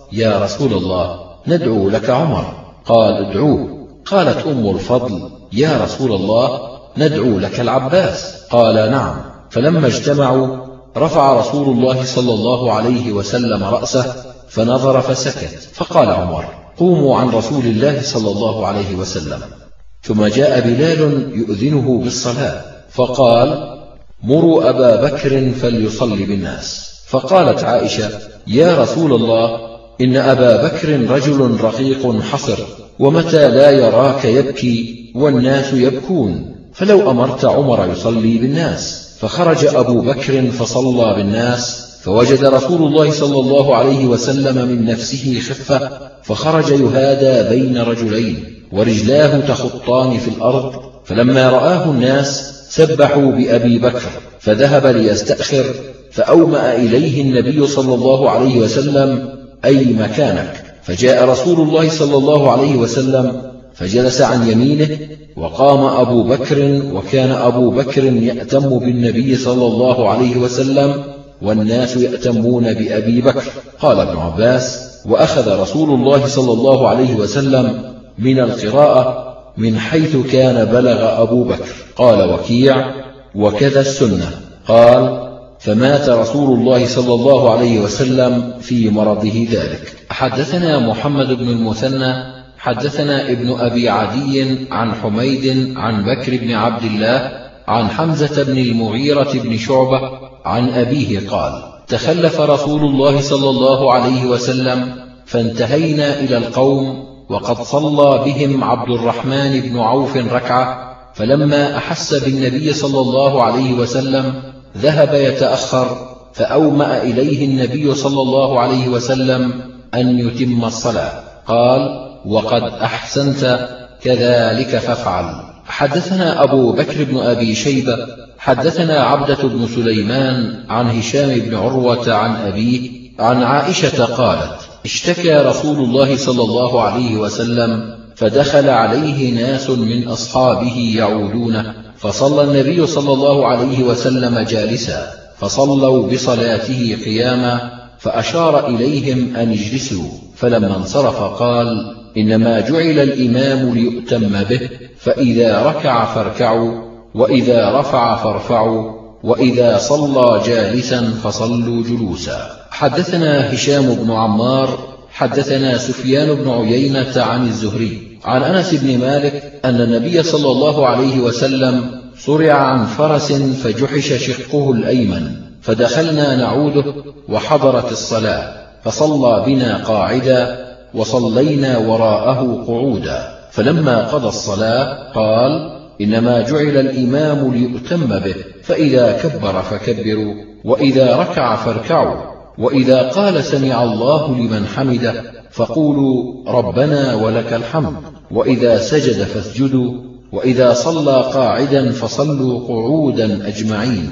يا رسول الله ندعو لك عمر. قال ادعوه. قالت أم الفضل يا رسول الله ندعو لك العباس. قال نعم. فلما اجتمعوا رفع رسول الله صلى الله عليه وسلم رأسه فنظر فسكت، فقال عمر قوموا عن رسول الله صلى الله عليه وسلم. ثم جاء بلال يؤذنه بالصلاة فقال مروا أبا بكر فليصلي بالناس. فقالت عائشة يا رسول الله إن أبا بكر رجل رقيق حصر، ومتى لا يراك يبكي والناس يبكون، فلو أمرت عمر يصلي بالناس. فخرج أبو بكر فصلى بالناس، فوجد رسول الله صلى الله عليه وسلم من نفسه خفة، فخرج يهادى بين رجلين ورجلاه تخطان في الأرض، فلما رآه الناس سبحوا بأبي بكر فذهب ليستأخر، فأومأ إليه النبي صلى الله عليه وسلم أي مكانك، فجاء رسول الله صلى الله عليه وسلم فجلس عن يمينه، وقام أبو بكر، وكان أبو بكر يأتم بالنبي صلى الله عليه وسلم والناس يأتمون بأبي بكر. قال ابن عباس وأخذ رسول الله صلى الله عليه وسلم من القراءة من حيث كان بلغ أبو بكر. قال وكيع وكذا السنة. قال فمات رسول الله صلى الله عليه وسلم في مرضه ذلك. حدثنا محمد بن المثنى حدثنا ابن أبي عدي عن حميد عن بكر بن عبد الله عن حمزة بن المغيرة بن شعبة عن أبيه قال تخلف رسول الله صلى الله عليه وسلم فانتهينا إلى القوم وقد صلى بهم عبد الرحمن بن عوف ركعة، فلما أحس بالنبي صلى الله عليه وسلم ذهب يتأخر، فأومأ إليه النبي صلى الله عليه وسلم أن يتم الصلاة. قال وقد أحسنت كذلك فافعل. حدثنا أبو بكر بن أبي شيبة حدثنا عبدة بن سليمان عن هشام بن عروة عن أبيه عن عائشة قالت اشتكى رسول الله صلى الله عليه وسلم فدخل عليه ناس من أصحابه يعودونه، فصلى النبي صلى الله عليه وسلم جالسا، فصلوا بصلاته قياما، فأشار إليهم أن اجلسوا، فلما انصرف قال إنما جعل الإمام ليؤتم به، فإذا ركع فاركعوا، وإذا رفع فارفعوا، وإذا صلى جالسا فصلوا جلوسا. حدثنا هشام بن عمار حدثنا سفيان بن عيينة عن الزهري عن أنس بن مالك أن النبي صلى الله عليه وسلم صرع عن فرس فجحش شقه الأيمن، فدخلنا نعوده وحضرت الصلاة، فصلى بنا قاعدا وصلينا وراءه قعودا، فلما قضى الصلاة قال إنما جعل الإمام ليؤتم به، فإذا كبر فكبروا، وإذا ركع فاركعوا، وإذا قال سمع الله لمن حمده فقولوا ربنا ولك الحمد، وإذا سجد فاسجدوا، وإذا صلى قاعدا فصلوا قعودا أجمعين.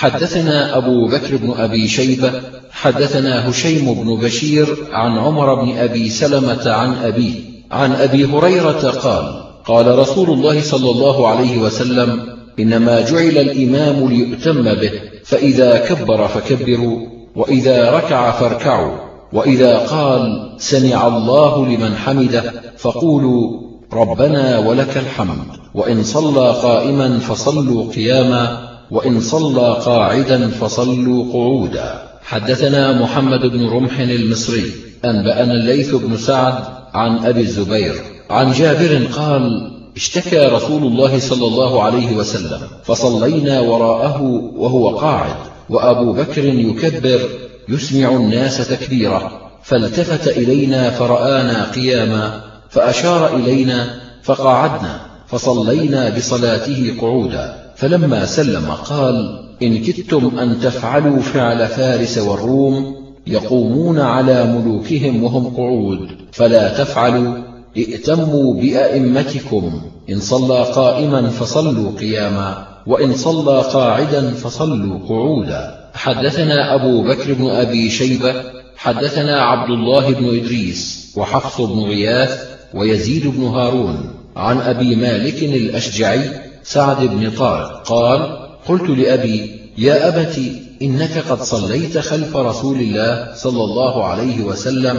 حدثنا أبو بكر بن أبي شيبة حدثنا هشيم بن بشير عن عمر بن أبي سلمة عن أبيه عن أبي هريرة قال قال رسول الله صلى الله عليه وسلم إنما جعل الإمام ليؤتم به، فإذا كبر فكبروا، وإذا ركع فاركعوا، وإذا قال سمع الله لمن حمده فقولوا ربنا ولك الحمد، وإن صلى قائما فصلوا قياما، وإن صلى قاعدا فصلوا قعودا. حدثنا محمد بن رمح المصري أنبأنا الليث بن سعد عن أبي الزبير عن جابر قال اشتكى رسول الله صلى الله عليه وسلم فصلينا وراءه وهو قاعد، وأبو بكر يكبر يسمع الناس تكبيره، فالتفت إلينا فرآنا قياما فأشار إلينا فقعدنا، فصلينا بصلاته قعودا، فلما سلم قال إن كدتم أن تفعلوا فعل فارس والروم يقومون على ملوكهم وهم قعود، فلا تفعلوا، ائتموا بأئمتكم، إن صلى قائما فصلوا قياما، وإن صلى قاعدا فصلوا قعودا. حدثنا أبو بكر بن أبي شيبة حدثنا عبد الله بن إدريس وحفص بن غياث ويزيد بن هارون عن أبي مالك الأشجعي سعد بن طارق قال قلت لأبي يا أبت إنك قد صليت خلف رسول الله صلى الله عليه وسلم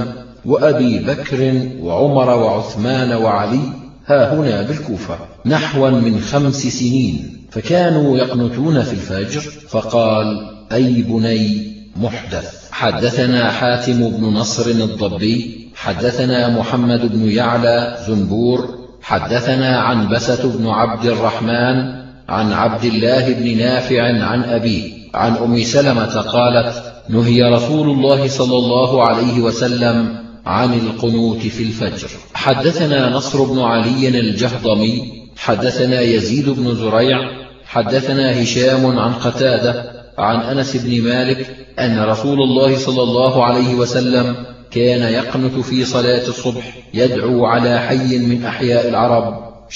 وأبي بكر وعمر وعثمان وعلي ها هنا بالكوفة نحوا من خمس سنين، فكانوا يقنتون في الفجر، فقال: أي بني محدث. حدثنا حاتم بن نصر الضبي حدثنا محمد بن يعلى زنبور حدثنا عنبسة بن عبد الرحمن عن عبد الله بن نافع عن أبيه عن أم سلمة قالت: نهي رسول الله صلى الله عليه وسلم عن القنوت في الفجر. حدثنا نصر بن علي الجهضمي حدثنا يزيد بن زريع حدثنا هشام عن قتادة عن أنس بن مالك أن رسول الله صلى الله عليه وسلم كان يقنت في صلاة الصبح يدعو على حي من أحياء العرب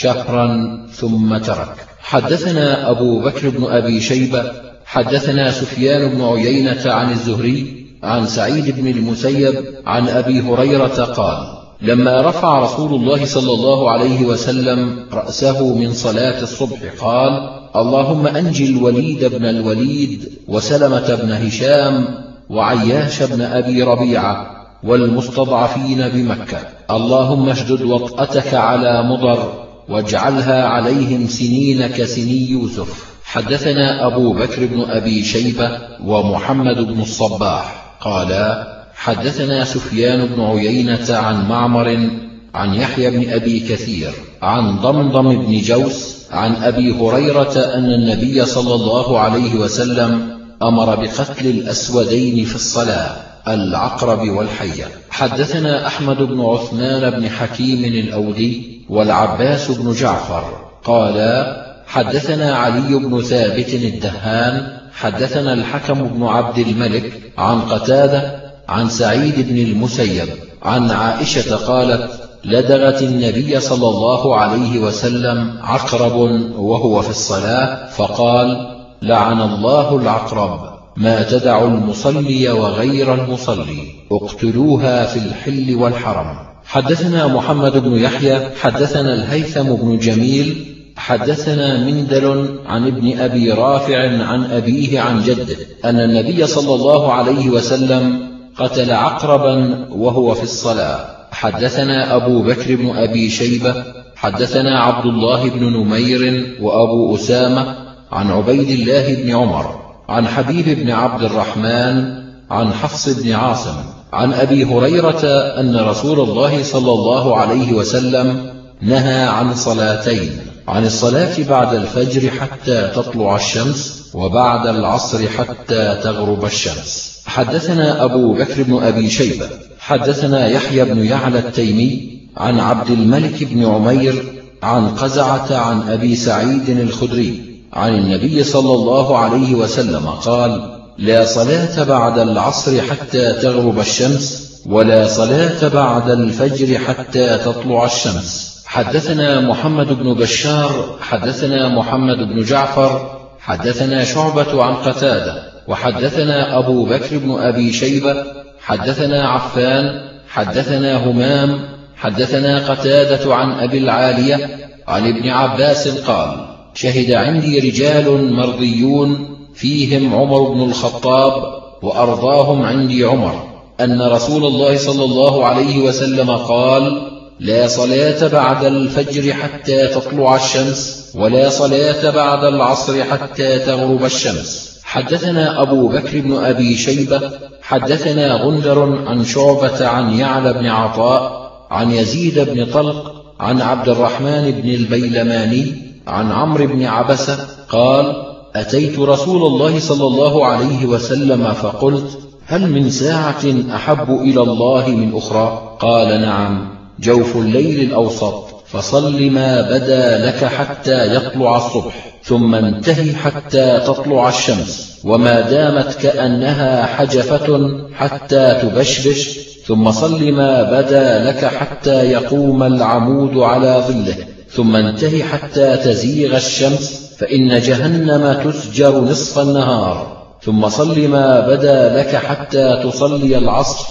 شهرا ثم ترك. حدثنا أبو بكر بن أبي شيبة حدثنا سفيان بن عيينة عن الزهري عن سعيد بن المسيب عن أبي هريرة قال: لما رفع رسول الله صلى الله عليه وسلم رأسه من صلاة الصبح قال: اللهم أنجي الوليد بن الوليد وسلمة بن هشام وعياش بن أبي ربيعة والمستضعفين بمكة، اللهم اشدد وطأتك على مضر واجعلها عليهم سنين كسني يوسف. حدثنا أبو بكر بن أبي شيبة ومحمد بن الصباح قالا: حدثنا سفيان بن عيينة عن معمر عن يحيى بن أبي كثير عن ضمضم بن جوس عن أبي هريرة أن النبي صلى الله عليه وسلم أمر بقتل الأسودين في الصلاة، العقرب والحية. حدثنا أحمد بن عثمان بن حكيم الأودي والعباس بن جعفر قالا: حدثنا علي بن ثابت الدهان حدثنا الحكم بن عبد الملك عن قتادة عن سعيد بن المسيب عن عائشة قالت: لدغت النبي صلى الله عليه وسلم عقرب وهو في الصلاة، فقال: لعن الله العقرب، ما تدع المصلي وغير المصلي، اقتلوها في الحل والحرم. حدثنا محمد بن يحيى حدثنا الهيثم بن جميل حدثنا مندل عن ابن أبي رافع عن أبيه عن جده أن النبي صلى الله عليه وسلم قتل عقربا وهو في الصلاة. حدثنا أبو بكر بن أبي شيبة حدثنا عبد الله بن نمير وأبو أسامة عن عبيد الله بن عمر عن حبيب بن عبد الرحمن عن حفص بن عاصم عن أبي هريرة أن رسول الله صلى الله عليه وسلم نهى عن صلاتين: عن الصلاة بعد الفجر حتى تطلع الشمس، وبعد العصر حتى تغرب الشمس. حدثنا أبو بكر بن أبي شيبة حدثنا يحيى بن يعلى التيمي عن عبد الملك بن عمير عن قزعة عن أبي سعيد الخدري عن النبي صلى الله عليه وسلم قال: لا صلاة بعد العصر حتى تغرب الشمس، ولا صلاة بعد الفجر حتى تطلع الشمس. حدثنا محمد بن بشار حدثنا محمد بن جعفر حدثنا شعبة عن قتادة وحدثنا أبو بكر بن أبي شيبة حدثنا عفان حدثنا همام حدثنا قتادة عن أبي العالية عن ابن عباس قال: شهد عندي رجال مرضيون فيهم عمر بن الخطاب وأرضاهم عندي عمر أن رسول الله صلى الله عليه وسلم قال: لا صلاة بعد الفجر حتى تطلع الشمس، ولا صلاة بعد العصر حتى تغرب الشمس. حدثنا أبو بكر بن أبي شيبة حدثنا غندر عن شعبة عن يعلى بن عطاء عن يزيد بن طلق عن عبد الرحمن بن البيلماني عن عمرو بن عبسة قال: أتيت رسول الله صلى الله عليه وسلم فقلت: هل من ساعة أحب إلى الله من أخرى؟ قال: نعم، جوف الليل الأوسط، فصل ما بدا لك حتى يطلع الصبح، ثم انتهي حتى تطلع الشمس، وما دامت كأنها حجفة حتى تبشبش، ثم صل ما بدا لك حتى يقوم العمود على ظله، ثم انتهي حتى تزيغ الشمس، فإن جهنم تسجر نصف النهار، ثم صل ما بدا لك حتى تصلي العصر،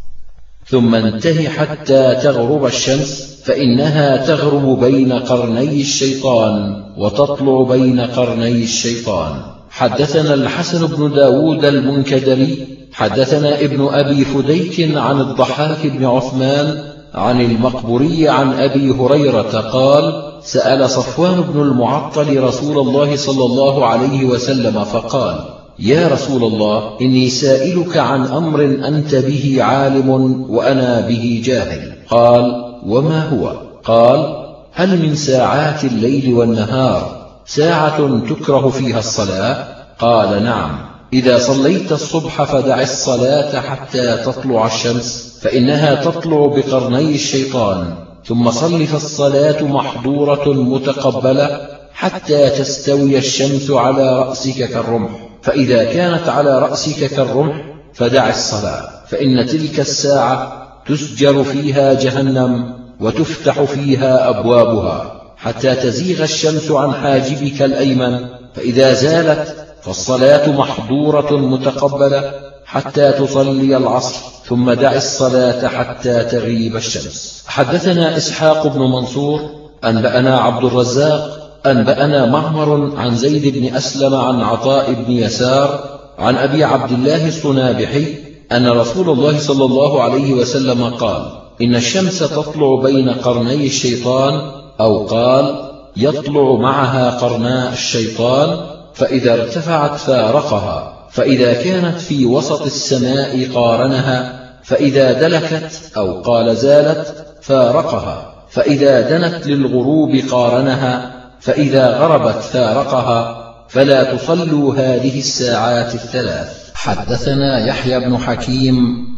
ثم انتهي حتى تغرب الشمس، فإنها تغرب بين قرني الشيطان وتطلع بين قرني الشيطان. حدثنا الحسن بن داود المنكدري حدثنا ابن أبي فديك عن الضحاك بن عثمان عن المقبوري عن أبي هريرة قال: سأل صفوان بن المعطل رسول الله صلى الله عليه وسلم فقال: يا رسول الله، إني سائلك عن أمر أنت به عالم وأنا به جاهل. قال: وما هو؟ قال: هل من ساعات الليل والنهار ساعة تكره فيها الصلاة؟ قال: نعم. إذا صليت الصبح فدع الصلاة حتى تطلع الشمس، فإنها تطلع بقرني الشيطان، ثم صل فالصلاة محظورة متقبلة حتى تستوي الشمس على رأسك كالرمح، فإذا كانت على رأسك كالرمح فدع الصلاة، فإن تلك الساعة تسجر فيها جهنم وتفتح فيها أبوابها حتى تزيغ الشمس عن حاجبك الأيمن، فإذا زالت فالصلاة محظورة متقبلة حتى تصلي العصر، ثم دع الصلاة حتى تغيب الشمس. حدثنا إسحاق بن منصور أنبأنا عبد الرزاق أنبأنا معمر عن زيد بن أسلم عن عطاء بن يسار عن أبي عبد الله الصنابحي أن رسول الله صلى الله عليه وسلم قال: إن الشمس تطلع بين قرني الشيطان، أو قال: يطلع معها قرناء الشيطان، فإذا ارتفعت فارقها، فإذا كانت في وسط السماء قارنها، فإذا دلكت أو قال زالت فارقها، فإذا دنت للغروب قارنها، فإذا غربت فارقها، فلا تصلوا هذه الساعات الثلاث. حدثنا يحيى بن حكيم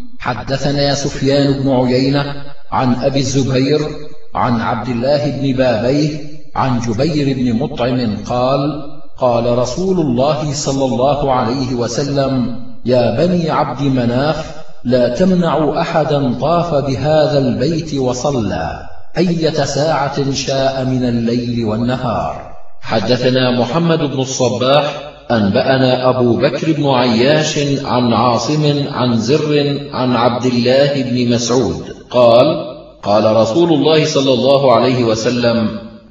حدثنا سفيان بن عيينة عن أبي الزبير عن عبد الله بن بابيه عن جبير بن مطعم قال: قال رسول الله صلى الله عليه وسلم: يا بني عبد مناف، لا تمنعوا أحدا طاف بهذا البيت وصلى أية ساعة شاء من الليل والنهار. حدثنا محمد بن الصباح أنبأنا أبو بكر بن عياش عن عاصم عن زر عن عبد الله بن مسعود قال: قال رسول الله صلى الله عليه وسلم: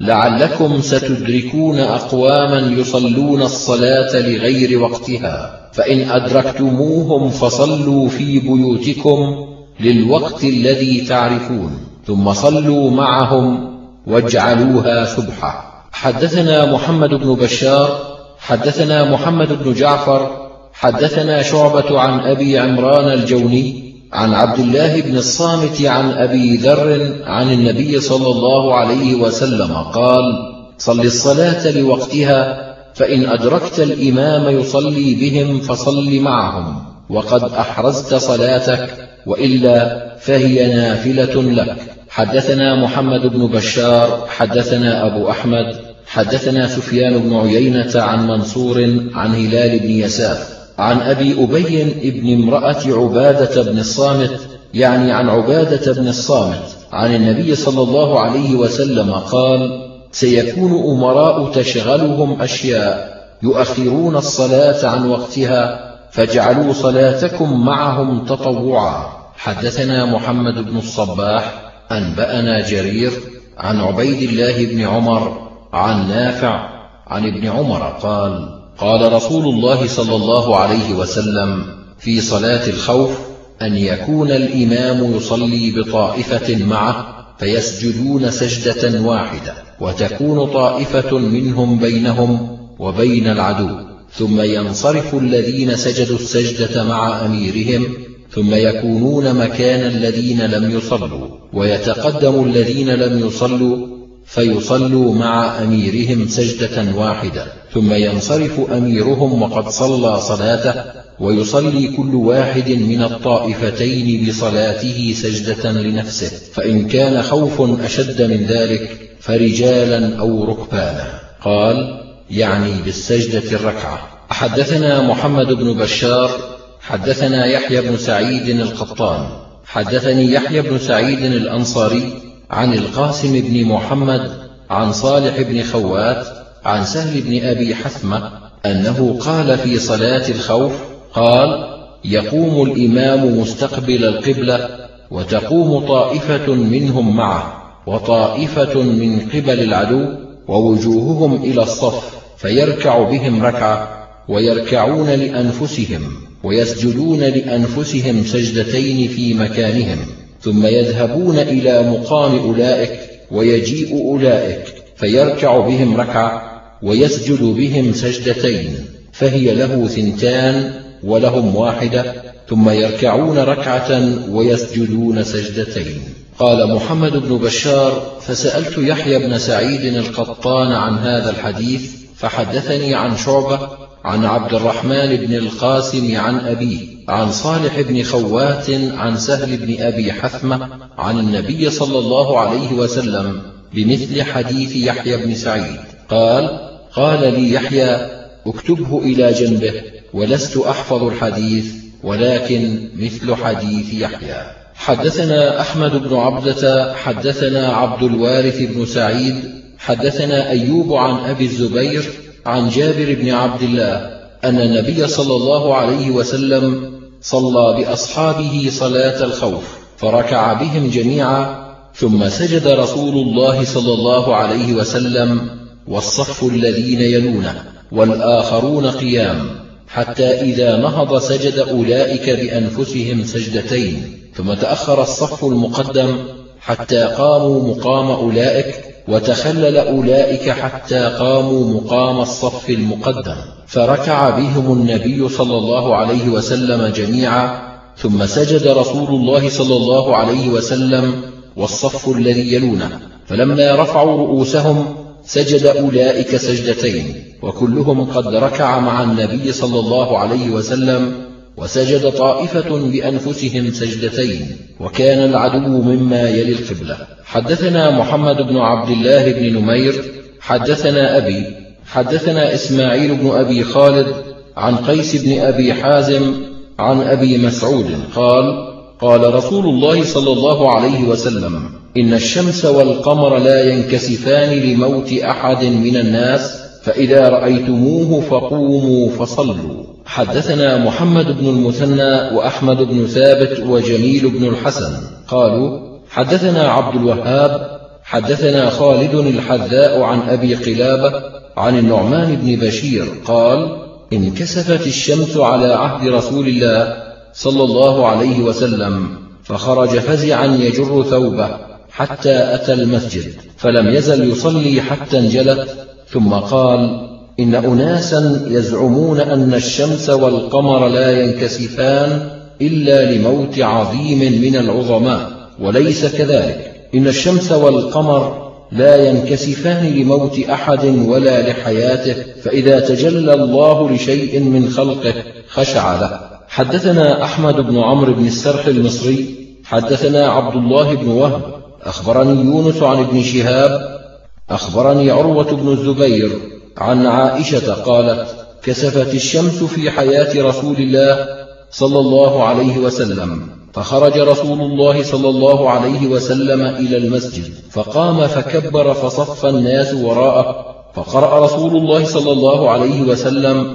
لعلكم ستدركون أقواما يصلون الصلاة لغير وقتها، فإن أدركتموهم فصلوا في بيوتكم للوقت الذي تعرفون، ثم صلوا معهم واجعلوها سبحة. حدثنا محمد بن بشار حدثنا محمد بن جعفر حدثنا شعبة عن أبي عمران الجوني عن عبد الله بن الصامت عن أبي ذر عن النبي صلى الله عليه وسلم قال: صل الصلاة لوقتها، فإن أدركت الإمام يصلي بهم فصل معهم وقد أحرزت صلاتك، وإلا فهي نافلة لك. حدثنا محمد بن بشار حدثنا أبو أحمد حدثنا سفيان بن عيينة عن منصور عن هلال بن يساف عن أبي أبي ابن امرأة عبادة بن الصامت، يعني عن عبادة بن الصامت عن النبي صلى الله عليه وسلم قال: سيكون أمراء تشغلهم أشياء يؤخرون الصلاة عن وقتها، فاجعلوا صلاتكم معهم تطوعا. حدثنا محمد بن الصباح أنبأنا جرير عن عبيد الله بن عمر عن نافع عن ابن عمر قال: قال رسول الله صلى الله عليه وسلم في صلاة الخوف: أن يكون الإمام يصلي بطائفة معه فيسجدون سجدة واحدة، وتكون طائفة منهم بينهم وبين العدو، ثم ينصرف الذين سجدوا السجدة مع أميرهم، ثم يكونون مكان الذين لم يصلوا، ويتقدم الذين لم يصلوا فيصلوا مع أميرهم سجدة واحدة، ثم ينصرف أميرهم وقد صلى صلاته، ويصلي كل واحد من الطائفتين بصلاته سجدة لنفسه، فإن كان خوف أشد من ذلك فرجالا أو ركبانا. قال: يعني بالسجدة الركعة. حدثنا محمد بن بشار حدثنا يحيى بن سعيد القطان حدثني يحيى بن سعيد الأنصاري عن القاسم بن محمد عن صالح بن خوات عن سهل بن أبي حثمة أنه قال في صلاة الخوف: قال: يقوم الإمام مستقبل القبلة، وتقوم طائفة منهم معه، وطائفة من قبل العدو، ووجوههم إلى الصف، فيركع بهم ركعة، ويركعون لأنفسهم، ويسجدون لأنفسهم سجدتين في مكانهم، ثم يذهبون إلى مقام أولئك ويجيء أولئك فيركع بهم ركعة ويسجد بهم سجدتين، فهي له ثنتان ولهم واحدة، ثم يركعون ركعة ويسجدون سجدتين. قال محمد بن بشار: فسألت يحيى بن سعيد القطان عن هذا الحديث فحدثني عن شعبة عن عبد الرحمن بن القاسم عن أبيه عن صالح بن خوات عن سهل بن أبي حثمة عن النبي صلى الله عليه وسلم بمثل حديث يحيى بن سعيد. قال: قال لي يحيى: اكتبه إلى جنبه، ولست أحفظ الحديث ولكن مثل حديث يحيى. حدثنا أحمد بن عبدة حدثنا عبد الوارث بن سعيد حدثنا أيوب عن أبي الزبير عن جابر بن عبد الله أن النبي صلى الله عليه وسلم صلى بأصحابه صلاة الخوف فركع بهم جميعا، ثم سجد رسول الله صلى الله عليه وسلم والصف الذين يلونه والآخرون قيام، حتى إذا نهض سجد أولئك بأنفسهم سجدتين، ثم تأخر الصف المقدم حتى قاموا مقام أولئك، وتخلل أولئك حتى قاموا مقام الصف المقدم، فركع بهم النبي صلى الله عليه وسلم جميعا، ثم سجد رسول الله صلى الله عليه وسلم والصف الذي يلونه، فلما رفعوا رؤوسهم سجد أولئك سجدتين، وكلهم قد ركع مع النبي صلى الله عليه وسلم، وسجد طائفة بأنفسهم سجدتين، وكان العدو مما يلي القبلة. حدثنا محمد بن عبد الله بن نمير حدثنا أبي حدثنا إسماعيل بن أبي خالد عن قيس بن أبي حازم عن أبي مسعود قال: قال رسول الله صلى الله عليه وسلم: إن الشمس والقمر لا ينكسفان لموت أحد من الناس، فإذا رأيتموه فقوموا فصلوا. حدثنا محمد بن المثنى وأحمد بن ثابت وجميل بن الحسن قالوا: حدثنا عبد الوهاب حدثنا خالد الحذاء عن أبي قلابة عن النعمان بن بشير قال: انكسفت الشمس على عهد رسول الله صلى الله عليه وسلم، فخرج فزعا يجر ثوبه حتى أتى المسجد، فلم يزل يصلي حتى انجلت، ثم قال: إن أناسا يزعمون أن الشمس والقمر لا ينكسفان إلا لموت عظيم من العظماء، وليس كذلك، إن الشمس والقمر لا ينكسفان لموت أحد ولا لحياته، فإذا تجلى الله لشيء من خلقه خشع له. حدثنا أحمد بن عمرو بن السرح المصري حدثنا عبد الله بن وهب أخبرني يونس عن ابن شهاب أخبرني عروة بن الزبير عن عائشة قالت: كسفت الشمس في حياة رسول الله صلى الله عليه وسلم، فخرج رسول الله صلى الله عليه وسلم إلى المسجد، فقام فكبر فصف الناس وراءه، فقرأ رسول الله صلى الله عليه وسلم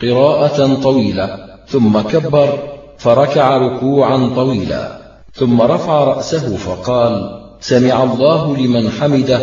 قراءة طويلة، ثم كبر فركع ركوعا طويلا، ثم رفع رأسه فقال: سمع الله لمن حمده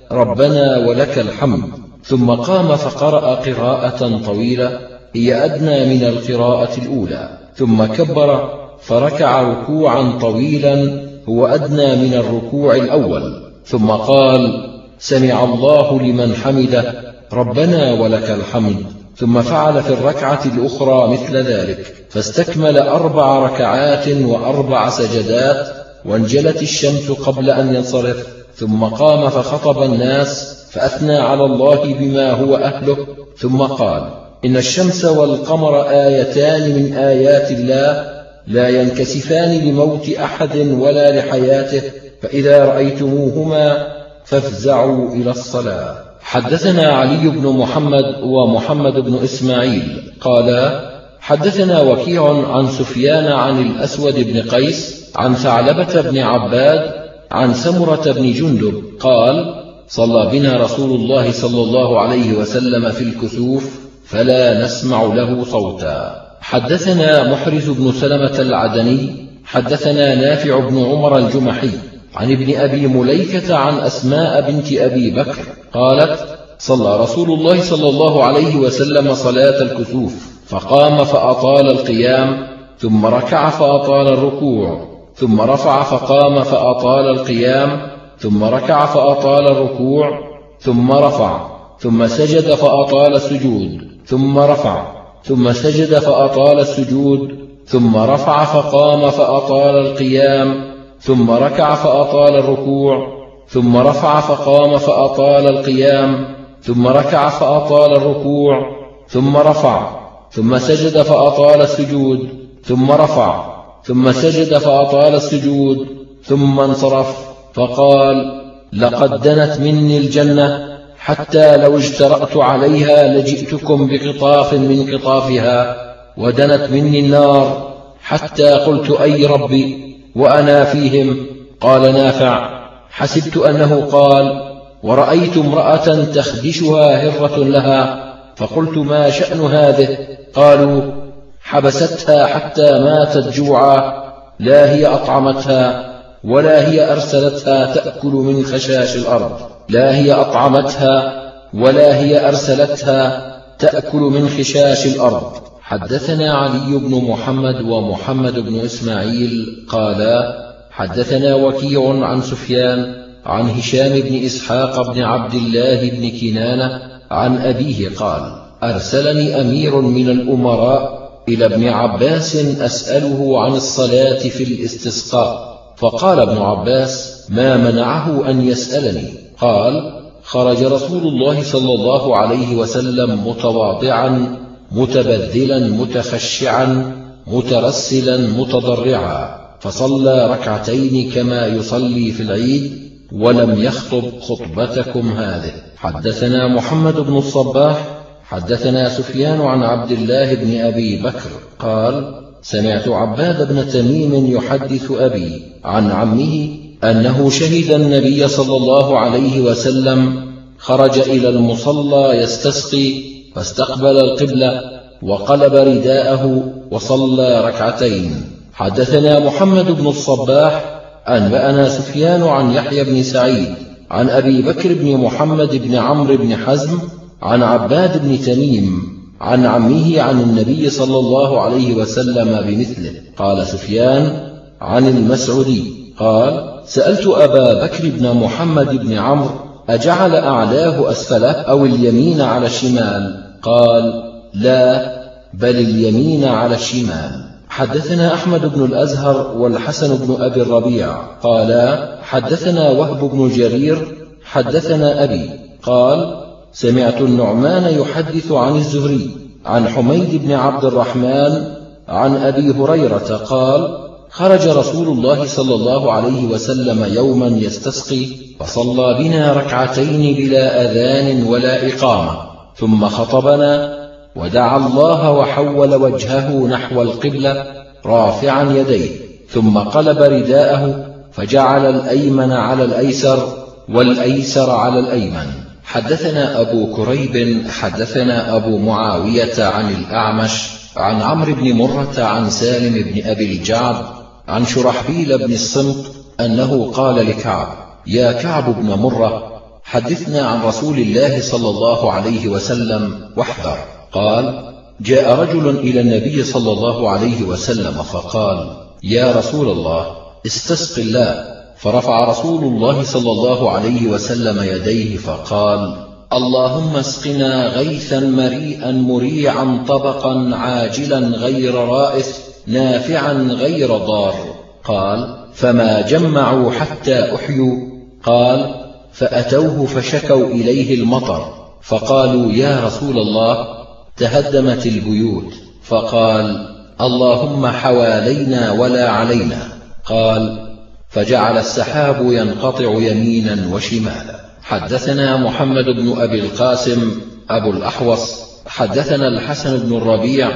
ربنا ولك الحمد، ثم قام فقرأ قراءة طويلة هي أدنى من القراءة الأولى، ثم كبر فركع ركوعا طويلا هو أدنى من الركوع الأول، ثم قال: سمع الله لمن حمده ربنا ولك الحمد، ثم فعل في الركعة الأخرى مثل ذلك، فاستكمل أربع ركعات وأربع سجدات، وانجلت الشمس قبل أن ينصرف، ثم قام فخطب الناس فأثنى على الله بما هو أهله، ثم قال: إن الشمس والقمر آيتان من آيات الله لا ينكسفان لموت أحد ولا لحياته، فإذا رأيتموهما فافزعوا إلى الصلاة. حدثنا علي بن محمد ومحمد بن إسماعيل قالا: حدثنا وكيع عن سفيان عن الأسود بن قيس عن ثعلبة بن عباد عن سمرة بن جندب قال: صلى بنا رسول الله صلى الله عليه وسلم في الكسوف فلا نسمع له صوتا. حدثنا محرز بن سلمة العدني حدثنا نافع بن عمر الجمحي عن ابن أبي مليكة عن أسماء بنت أبي بكر قالت: صلى رسول الله صلى الله عليه وسلم صلاة الكسوف، فقام فأطال القيام، ثم ركع فأطال الركوع، ثم رفع فقام فأطال القيام، ثم ركع فأطال الركوع، ثم رفع، ثم سجد فأطال السجود، ثم رفع، ثم سجد فأطال السجود، ثم رفع فقام فأطال القيام، ثم ركع فأطال الركوع، ثم رفع فقام فأطال القيام، ثم ركع فأطال الركوع، ثم رفع، ثم سجد فأطال السجود، ثم رفع، ثم سجد فأطال السجود، ثم انصرف فقال: لقد دنت مني الجنة، حتى لو اجترأت عليها لجئتكم بقطاف من قطافها، ودنت مني النار، حتى قلت: أي ربي وأنا فيهم. قال نافع: حسبت أنه قال: ورأيت امرأة تخدشها هرة لها، فقلت: ما شأن هذه؟ قالوا: حبستها حتى ماتت جوعا، لا هي أطعمتها ولا هي أرسلتها تأكل من خشاش الأرض، لا هي أطعمتها ولا هي أرسلتها تأكل من خشاش الأرض. حدثنا علي بن محمد ومحمد بن إسماعيل قالا: حدثنا وكيع عن سفيان عن هشام بن إسحاق بن عبد الله بن كنانة عن أبيه قال: أرسلني أمير من الأمراء إلى ابن عباس أسأله عن الصلاة في الاستسقاء، فقال ابن عباس: ما منعه أن يسألني؟ قال: خرج رسول الله صلى الله عليه وسلم متواضعا متبذلا متخشعا مترسلا متضرعا، فصلى ركعتين كما يصلي في العيد، ولم يخطب خطبتكم هذه. حدثنا محمد بن الصباح حدثنا سفيان عن عبد الله بن أبي بكر قال: سمعت عباد بن تميم يحدث أبي عن عمه أنه شهد النبي صلى الله عليه وسلم خرج إلى المصلى يستسقي، فاستقبل القبلة وقلب رداءه وصلى ركعتين. حدثنا محمد بن الصباح أنبأنا سفيان عن يحيى بن سعيد عن أبي بكر بن محمد بن عمرو بن حزم عن عباد بن تميم عن عمه عن النبي صلى الله عليه وسلم بمثله. قال سفيان عن المسعودي قال: سألت أبا بكر بن محمد بن عمرو: أجعل أعلاه أسفله أو اليمين على الشمال؟ قال: لا، بل اليمين على الشمال. حدثنا أحمد بن الأزهر والحسن بن أبي الربيع قالا: حدثنا وهب بن جرير حدثنا أبي قال: سمعت النعمان يحدث عن الزهري عن حميد بن عبد الرحمن عن أبي هريرة قال: خرج رسول الله صلى الله عليه وسلم يوما يستسقي، فصلى بنا ركعتين بلا أذان ولا إقامة، ثم خطبنا ودعا الله وحول وجهه نحو القبلة رافعا يديه، ثم قلب رداءه فجعل الأيمن على الأيسر والأيسر على الأيمن. حدثنا أبو كريب حدثنا أبو معاوية عن الأعمش عن عمرو بن مرة عن سالم بن أبي الجعد عن شرحبيل بن الصمت أنه قال لكعب: يا كعب بن مرة، حدثنا عن رسول الله صلى الله عليه وسلم واحذر. قال: جاء رجل إلى النبي صلى الله عليه وسلم فقال: يا رسول الله، استسق الله. فرفع رسول الله صلى الله عليه وسلم يديه فقال: اللهم اسقنا غيثا مريئا مريعا طبقا عاجلا غير رائث نافعا غير ضار. قال: فما جمعوا حتى أحيوا. قال: فأتوه فشكوا إليه المطر، فقالوا: يا رسول الله، تهدمت البيوت. فقال: اللهم حوالينا ولا علينا. قال: فجعل السحاب ينقطع يمينا وشمالا. حدثنا محمد بن أبي القاسم أبو الأحوص حدثنا الحسن بن الربيع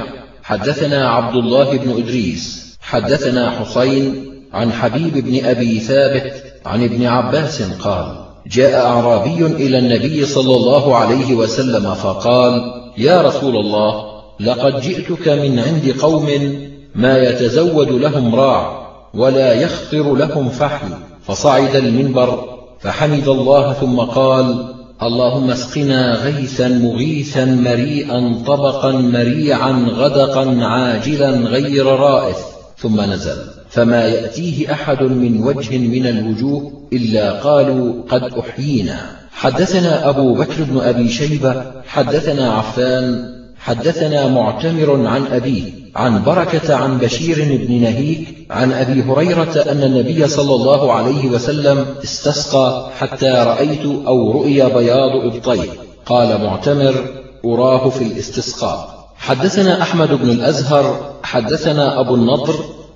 حدثنا عبد الله بن إدريس حدثنا حسين عن حبيب بن أبي ثابت عن ابن عباس قال: جاء أعرابي إلى النبي صلى الله عليه وسلم فقال: يا رسول الله، لقد جئتك من عند قوم ما يتزود لهم راع ولا يخطر لهم فحل. فصعد المنبر فحمد الله ثم قال: اللهم اسقنا غيثا مغيثا مريئا طبقا مريعا غدقا عاجلا غير رائث. ثم نزل فما يأتيه أحد من وجه من الوجوه إلا قالوا قد أحيينا. حدثنا أبو بكر بن أبي شيبة حدثنا عفان حدثنا معتمر عن أبيه عن بركة عن بشير بن نهيك عن أبي هريرة أن النبي صلى الله عليه وسلم استسقى حتى رأيت أو رؤي بياض إبطيه. قال معتمر أراه في الاستسقاء. حدثنا أحمد بن الأزهر حدثنا أبو النضر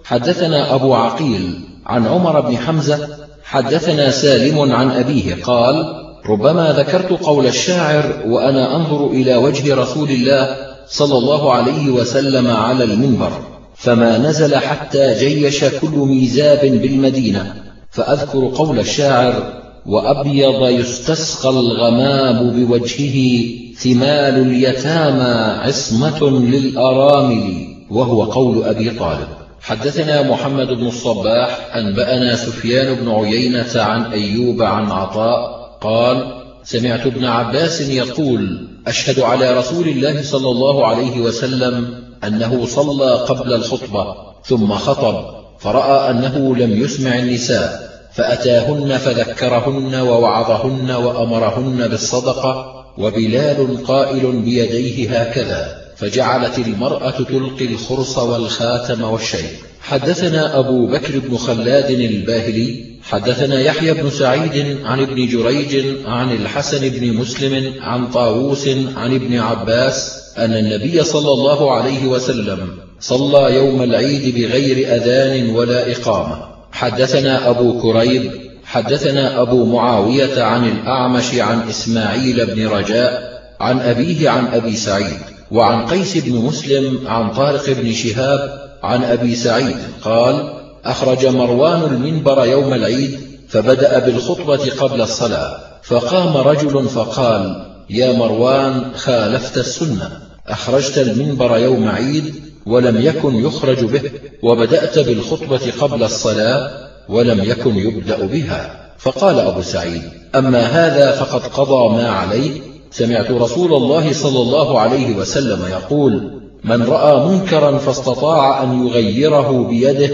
حدثنا أبو عقيل عن عمر بن حمزة حدثنا سالم عن أبيه قال ربما ذكرت قول الشاعر وأنا أنظر إلى وجه رسول الله صلى الله عليه وسلم على المنبر، فما نزل حتى جيش كل ميزاب بالمدينة، فأذكر قول الشاعر وأبيض يستسقى الغمام بوجهه ثمال اليتامى عصمة للأرامل، وهو قول أبي طالب. حدثنا محمد بن الصباح أنبأنا سفيان بن عيينة عن أيوب عن عطاء قال سمعت ابن عباس يقول أشهد على رسول الله صلى الله عليه وسلم أنه صلى قبل الخطبة ثم خطب فرأى أنه لم يسمع النساء فأتاهن فذكرهن ووعظهن وأمرهن بالصدقة، وبلال قائل بيديه هكذا، فجعلت المرأة تلقي الخرص والخاتم والشيء. حدثنا أبو بكر بن خلاد الباهلي حدثنا يحيى بن سعيد عن ابن جريج عن الحسن بن مسلم عن طاووس عن ابن عباس أن النبي صلى الله عليه وسلم صلى يوم العيد بغير أذان ولا إقامة. حدثنا أبو كريب حدثنا أبو معاوية عن الأعمش عن إسماعيل بن رجاء عن أبيه عن أبي سعيد وعن قيس بن مسلم عن طارق بن شهاب عن أبي سعيد قال أخرج مروان المنبر يوم العيد فبدأ بالخطبة قبل الصلاة، فقام رجل فقال يا مروان خالفت السنة، أخرجت المنبر يوم عيد ولم يكن يخرج به، وبدأت بالخطبة قبل الصلاة ولم يكن يبدأ بها. فقال أبو سعيد أما هذا فقد قضى ما عليه، سمعت رسول الله صلى الله عليه وسلم يقول من رأى منكرا فاستطاع أن يغيره بيده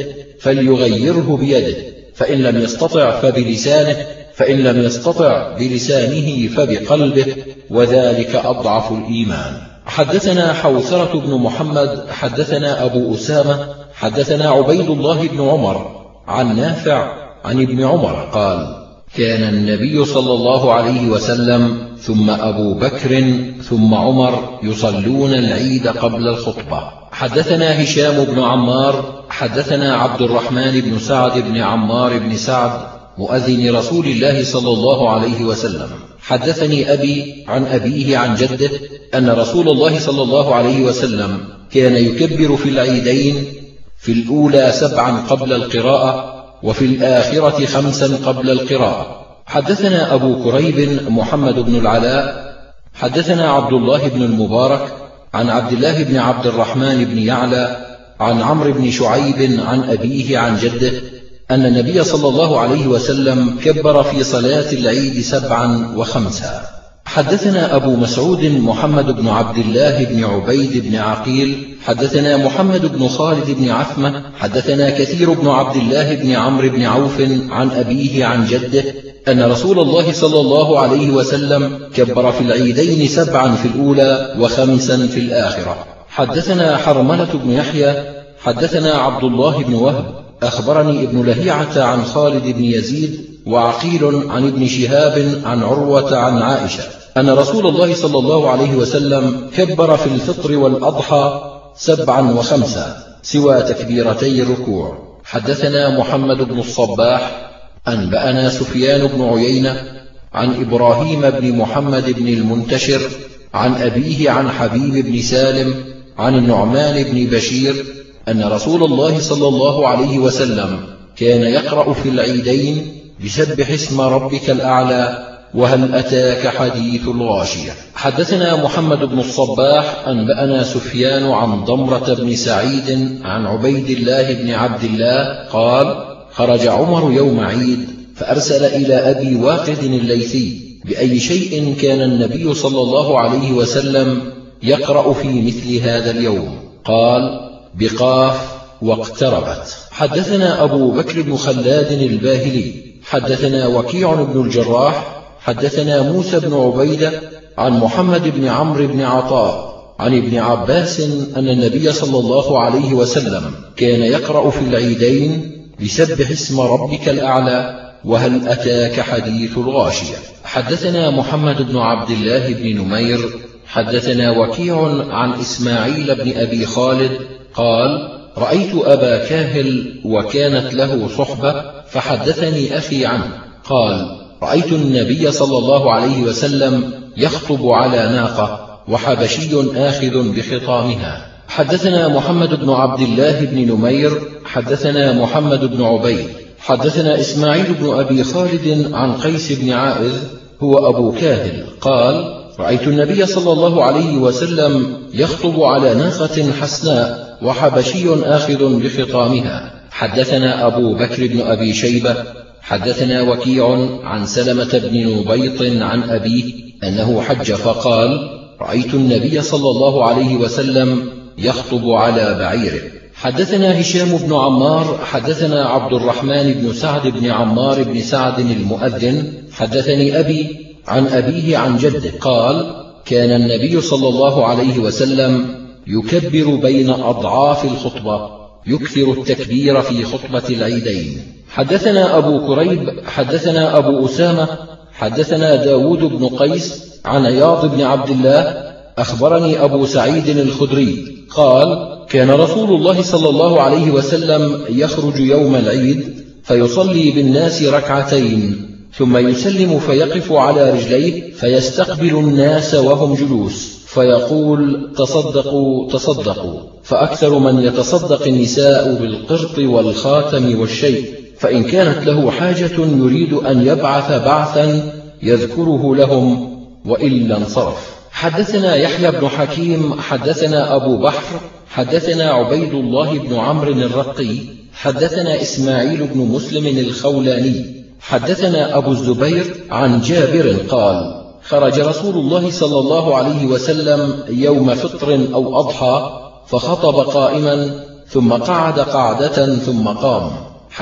فليغيره بيده، فإن لم يستطع فبلسانه، فإن لم يستطع بلسانه فبقلبه، وذلك أضعف الإيمان. حدثنا حوثرة بن محمد حدثنا أبو أسامة حدثنا عبيد الله بن عمر عن نافع عن ابن عمر قال كان النبي صلى الله عليه وسلم ثم أبو بكر ثم عمر يصلون العيد قبل الخطبة. حدثنا هشام بن عمار حدثنا عبد الرحمن بن سعد بن عمار بن سعد مؤذن رسول الله صلى الله عليه وسلم حدثني أبي عن أبيه عن جده أن رسول الله صلى الله عليه وسلم كان يكبر في العيدين في الأولى سبعا قبل القراءة وفي الآخرة خمسا قبل القراءة. حدثنا أبو كريب محمد بن العلاء حدثنا عبد الله بن المبارك عن عبد الله بن عبد الرحمن بن يعلى عن عمرو بن شعيب عن أبيه عن جده أن النبي صلى الله عليه وسلم كبر في صلاة العيد سبعا وخمسا. حدثنا أبو مسعود محمد بن عبد الله بن عبيد بن عقيل حدثنا محمد بن خالد بن عثمة حدثنا كثير بن عبد الله بن عمرو بن عوف عن أبيه عن جده أن رسول الله صلى الله عليه وسلم كبر في العيدين سبعا في الأولى وخمسا في الآخرة. حدثنا حرملة بن يحيى حدثنا عبد الله بن وهب أخبرني ابن لهيعة عن خالد بن يزيد وعقيل عن ابن شهاب عن عروة عن عائشة أن رسول الله صلى الله عليه وسلم كبر في الفطر والأضحى سبعا وخمسا سوى تكبيرتي الركوع. حدثنا محمد بن الصباح أنبأنا سفيان بن عيينة عن إبراهيم بن محمد بن المنتشر عن أبيه عن حبيب بن سالم عن النعمان بن بشير أن رسول الله صلى الله عليه وسلم كان يقرأ في العيدين بسبح اسم ربك الأعلى وهل أتاك حديث الغاشية. حدثنا محمد بن الصباح أنبأنا سفيان عن ضمرة بن سعيد عن عبيد الله بن عبد الله قال خرج عمر يوم عيد فأرسل إلى أبي واقد الليثي بأي شيء كان النبي صلى الله عليه وسلم يقرأ في مثل هذا اليوم؟ قال: بقاف واقتربت. حدثنا أبو بكر بن خلاد الباهلي حدثنا وكيع بن الجراح حدثنا موسى بن عبيدة عن محمد بن عمرو بن عطاء عن ابن عباس أن النبي صلى الله عليه وسلم كان يقرأ في العيدين بسبح اسم ربك الأعلى وهل أتاك حديث الغاشية. حدثنا محمد بن عبد الله بن نمير حدثنا وكيع عن إسماعيل بن أبي خالد قال: رأيت أبا كاهل وكانت له صحبة فحدثني أخي عنه قال: رأيت النبي صلى الله عليه وسلم يخطب على ناقة وحبشي آخذ بخطامها. حدثنا محمد بن عبد الله بن نمير حدثنا محمد بن عبيد حدثنا إسماعيل بن أبي خالد عن قيس بن عائذ هو أبو كاهل قال: رأيت النبي صلى الله عليه وسلم يخطب على ناقة حسناء وحبشي آخذ بخطامها. حدثنا أبو بكر بن أبي شيبة حدثنا وكيع عن سلمة بن نبيط عن أبيه أنه حج فقال: رأيت النبي صلى الله عليه وسلم يخطب على بعيره. حدثنا هشام بن عمار حدثنا عبد الرحمن بن سعد بن عمار بن سعد المؤذن حدثني أبي عن أبيه عن جده قال: كان النبي صلى الله عليه وسلم يكبر بين أضعاف الخطبة، يكثر التكبير في خطبة العيدين. حدثنا أبو كريب حدثنا أبو أسامة حدثنا داود بن قيس عن عياض بن عبد الله أخبرني أبو سعيد الخدري قال: كان رسول الله صلى الله عليه وسلم يخرج يوم العيد فيصلي بالناس ركعتين ثم يسلم فيقف على رجليه فيستقبل الناس وهم جلوس فيقول: تصدقوا تصدقوا، فأكثر من يتصدق النساء بالقرط والخاتم والشيء، فإن كانت له حاجة يريد أن يبعث بعثا يذكره لهم وإلا انصرف. حدثنا يحيى بن حكيم حدثنا أبو بحر حدثنا عبيد الله بن عمرو الرقي حدثنا إسماعيل بن مسلم الخولاني حدثنا أبو الزبير عن جابر قال: خرج رسول الله صلى الله عليه وسلم يوم فطر أو أضحى فخطب قائما ثم قعد قعدة ثم قام.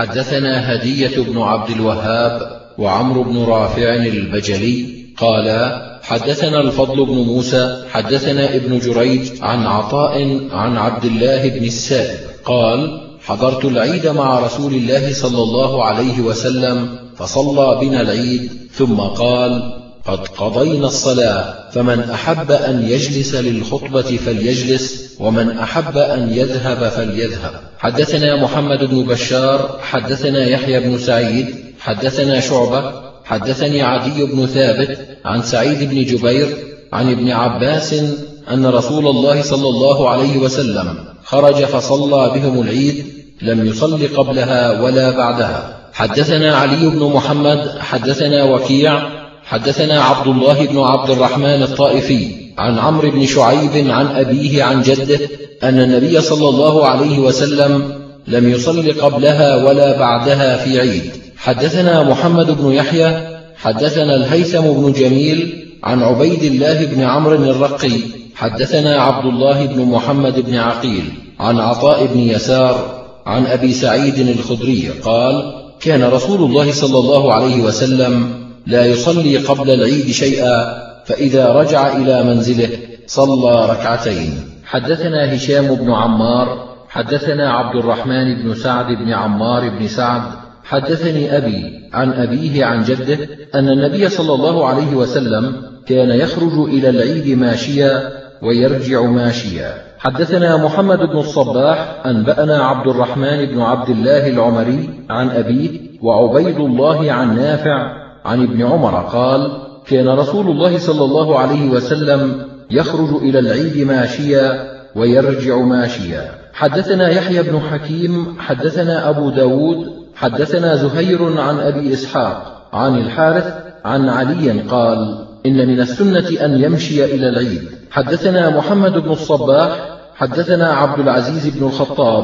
حدثنا هدية بن عبد الوهاب وعمرو بن رافع البجلي قالا: حدثنا الفضل بن موسى حدثنا ابن جريج عن عطاء عن عبد الله بن السائب قال: حضرت العيد مع رسول الله صلى الله عليه وسلم فصلى بنا العيد ثم قال: قد قضينا الصلاة، فمن أحب أن يجلس للخطبة فليجلس، ومن أحب أن يذهب فليذهب. حدثنا محمد بن بشار حدثنا يحيى بن سعيد حدثنا شعبة حدثني عدي بن ثابت عن سعيد بن جبير عن ابن عباس أن رسول الله صلى الله عليه وسلم خرج فصلى بهم العيد، لم يصل قبلها ولا بعدها. حدثنا علي بن محمد حدثنا وكيع حدثنا عبد الله بن عبد الرحمن الطائفي عن عمرو بن شعيب عن أبيه عن جده أن النبي صلى الله عليه وسلم لم يصل قبلها ولا بعدها في عيد. حدثنا محمد بن يحيى حدثنا الهيثم بن جميل عن عبيد الله بن عمرو الرقي حدثنا عبد الله بن محمد بن عقيل عن عطاء بن يسار عن أبي سعيد الخدري قال: كان رسول الله صلى الله عليه وسلم لا يصلي قبل العيد شيئا، فإذا رجع إلى منزله صلى ركعتين. حدثنا هشام بن عمار حدثنا عبد الرحمن بن سعد بن عمار بن سعد حدثني أبي عن أبيه عن جده أن النبي صلى الله عليه وسلم كان يخرج إلى العيد ماشيا ويرجع ماشيا. حدثنا محمد بن الصباح أنبأنا عبد الرحمن بن عبد الله العمري عن أبيه وعبيد الله عن نافع عن ابن عمر قال: كان رسول الله صلى الله عليه وسلم يخرج إلى العيد ماشيا ويرجع ماشيا. حدثنا يحيى بن حكيم حدثنا أبو داود حدثنا زهير عن أبي إسحاق عن الحارث عن علي قال: إن من السنة أن يمشي إلى العيد. حدثنا محمد بن الصباح حدثنا عبد العزيز بن الخطاب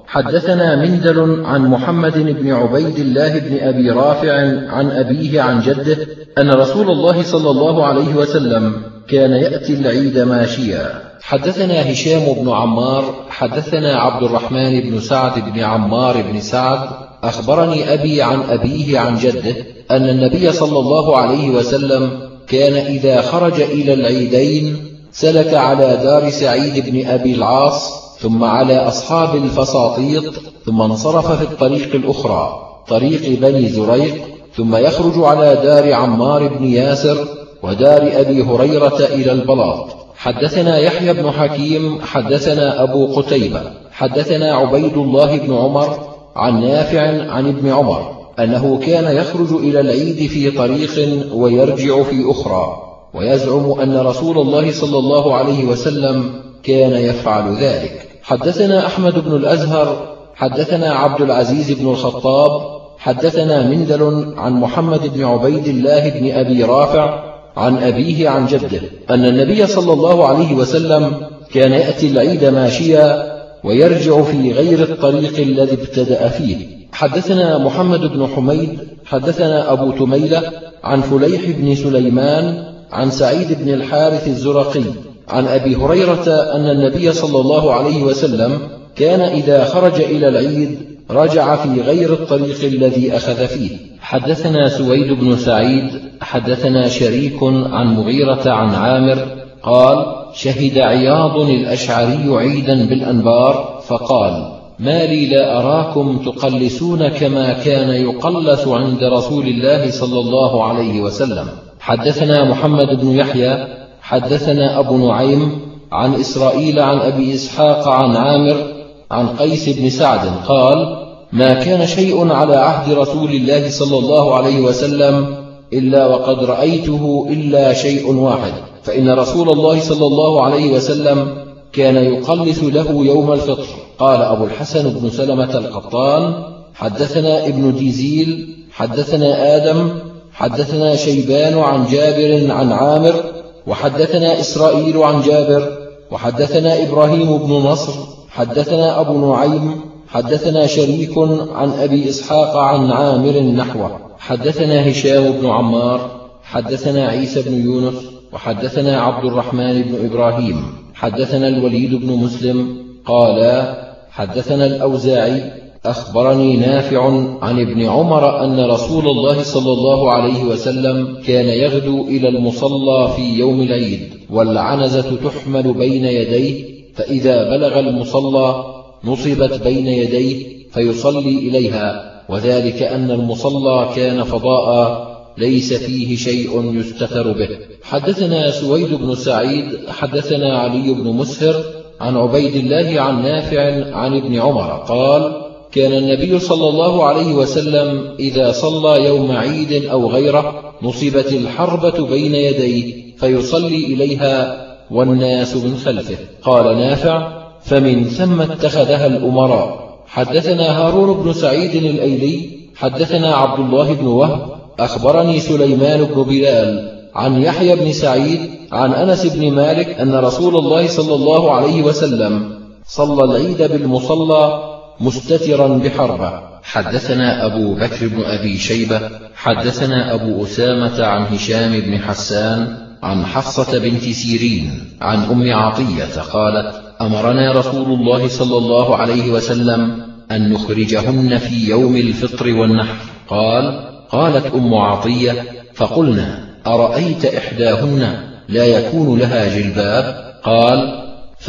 حدثنا مندل عن محمد بن عبيد الله بن أبي رافع عن أبيه عن جده أن رسول الله صلى الله عليه وسلم كان يأتي العيد ماشيا. حدثنا هشام بن عمار حدثنا عبد الرحمن بن سعد بن عمار بن سعد أخبرني أبي عن أبيه عن جده أن النبي صلى الله عليه وسلم كان إذا خرج إلى العيدين سلك على دار سعيد بن أبي العاص ثم على أصحاب الفساطيط ثم انصرف في الطريق الأخرى طريق بني زريق ثم يخرج على دار عمار بن ياسر ودار أبي هريرة إلى البلاط. حدثنا يحيى بن حكيم حدثنا أبو قتيبة حدثنا عبيد الله بن عمر عن نافع عن ابن عمر أنه كان يخرج إلى العيد في طريق ويرجع في أخرى، ويزعم أن رسول الله صلى الله عليه وسلم كان يفعل ذلك. حدثنا أحمد بن الأزهر حدثنا عبد العزيز بن الخطاب حدثنا مندل عن محمد بن عبيد الله بن أبي رافع عن أبيه عن جده أن النبي صلى الله عليه وسلم كان يأتي العيد ماشيا ويرجع في غير الطريق الذي ابتدأ فيه. حدثنا محمد بن حميد حدثنا أبو تميلة عن فليح بن سليمان عن سعيد بن الحارث الزرقي عن أبي هريرة أن النبي صلى الله عليه وسلم كان إذا خرج إلى العيد رجع في غير الطريق الذي أخذ فيه. حدثنا سويد بن سعيد حدثنا شريك عن مغيرة عن عامر قال: شهد عياض الأشعري عيدا بالأنبار فقال: ما لي لا أراكم تقلسون كما كان يقلس عند رسول الله صلى الله عليه وسلم. حدثنا محمد بن يحيى حدثنا أبو نعيم عن إسرائيل عن أبي إسحاق عن عامر عن قيس بن سعد قال: ما كان شيء على عهد رسول الله صلى الله عليه وسلم إلا وقد رأيته إلا شيء واحد، فإن رسول الله صلى الله عليه وسلم كان يقلس له يوم الفطر. قال أبو الحسن بن سلمة القطان: حدثنا ابن ديزيل حدثنا آدم حدثنا شيبان عن جابر عن عامر وحدثنا إسرائيل عن جابر وحدثنا إبراهيم بن نصر حدثنا أبو نعيم حدثنا شريك عن أبي إسحاق عن عامر نحوه. حدثنا هشام بن عمار حدثنا عيسى بن يونس وحدثنا عبد الرحمن بن إبراهيم حدثنا الوليد بن مسلم قال: حدثنا الأوزاعي أخبرني نافع عن ابن عمر أن رسول الله صلى الله عليه وسلم كان يغدو إلى المصلى في يوم العيد والعنزة تحمل بين يديه، فإذا بلغ المصلى نصبت بين يديه فيصلي إليها، وذلك أن المصلى كان فضاء ليس فيه شيء يستتر به. حدثنا سويد بن سعيد حدثنا علي بن مسهر عن عبيد الله عن نافع عن ابن عمر قال: كان النبي صلى الله عليه وسلم إذا صلى يوم عيد أو غيره نصبت الحربة بين يديه فيصلي إليها والناس من خلفه. قال نافع: فمن ثم اتخذها الأمراء. حدثنا هارون بن سعيد الأيلي حدثنا عبد الله بن وهب أخبرني سليمان بن بلال عن يحيى بن سعيد عن أنس بن مالك أن رسول الله صلى الله عليه وسلم صلى العيد بالمصلى مستترا بحربة. حدثنا أبو بكر بن أبي شيبة حدثنا أبو أسامة عن هشام بن حسان عن حفصة بنت سيرين عن أم عطية قالت: أمرنا رسول الله صلى الله عليه وسلم أن نخرجهن في يوم الفطر والنحر. قال: قالت أم عطية: فقلنا: أرأيت إحداهن لا يكون لها جلباب؟ قال: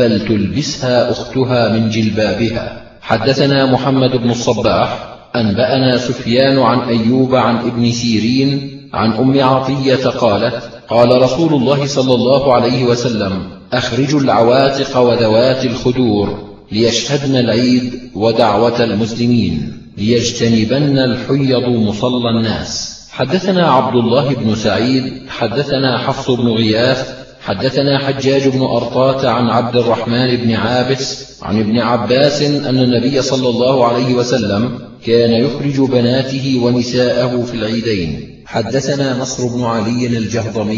فلتلبسها أختها من جلبابها. حدثنا محمد بن الصباح أنبأنا سفيان عن أيوب عن ابن سيرين عن أم عطية قالت: قال رسول الله صلى الله عليه وسلم: أخرجوا العواتق وذوات الخدور ليشهدن العيد ودعوة المسلمين ليجتنبن الحيض مصلى الناس. حدثنا عبد الله بن سعيد حدثنا حفص بن غياث حدثنا حجاج بن أرطاة عن عبد الرحمن بن عابس عن ابن عباس أن النبي صلى الله عليه وسلم كان يخرج بناته ونساءه في العيدين. حدثنا نصر بن علي الجهضمي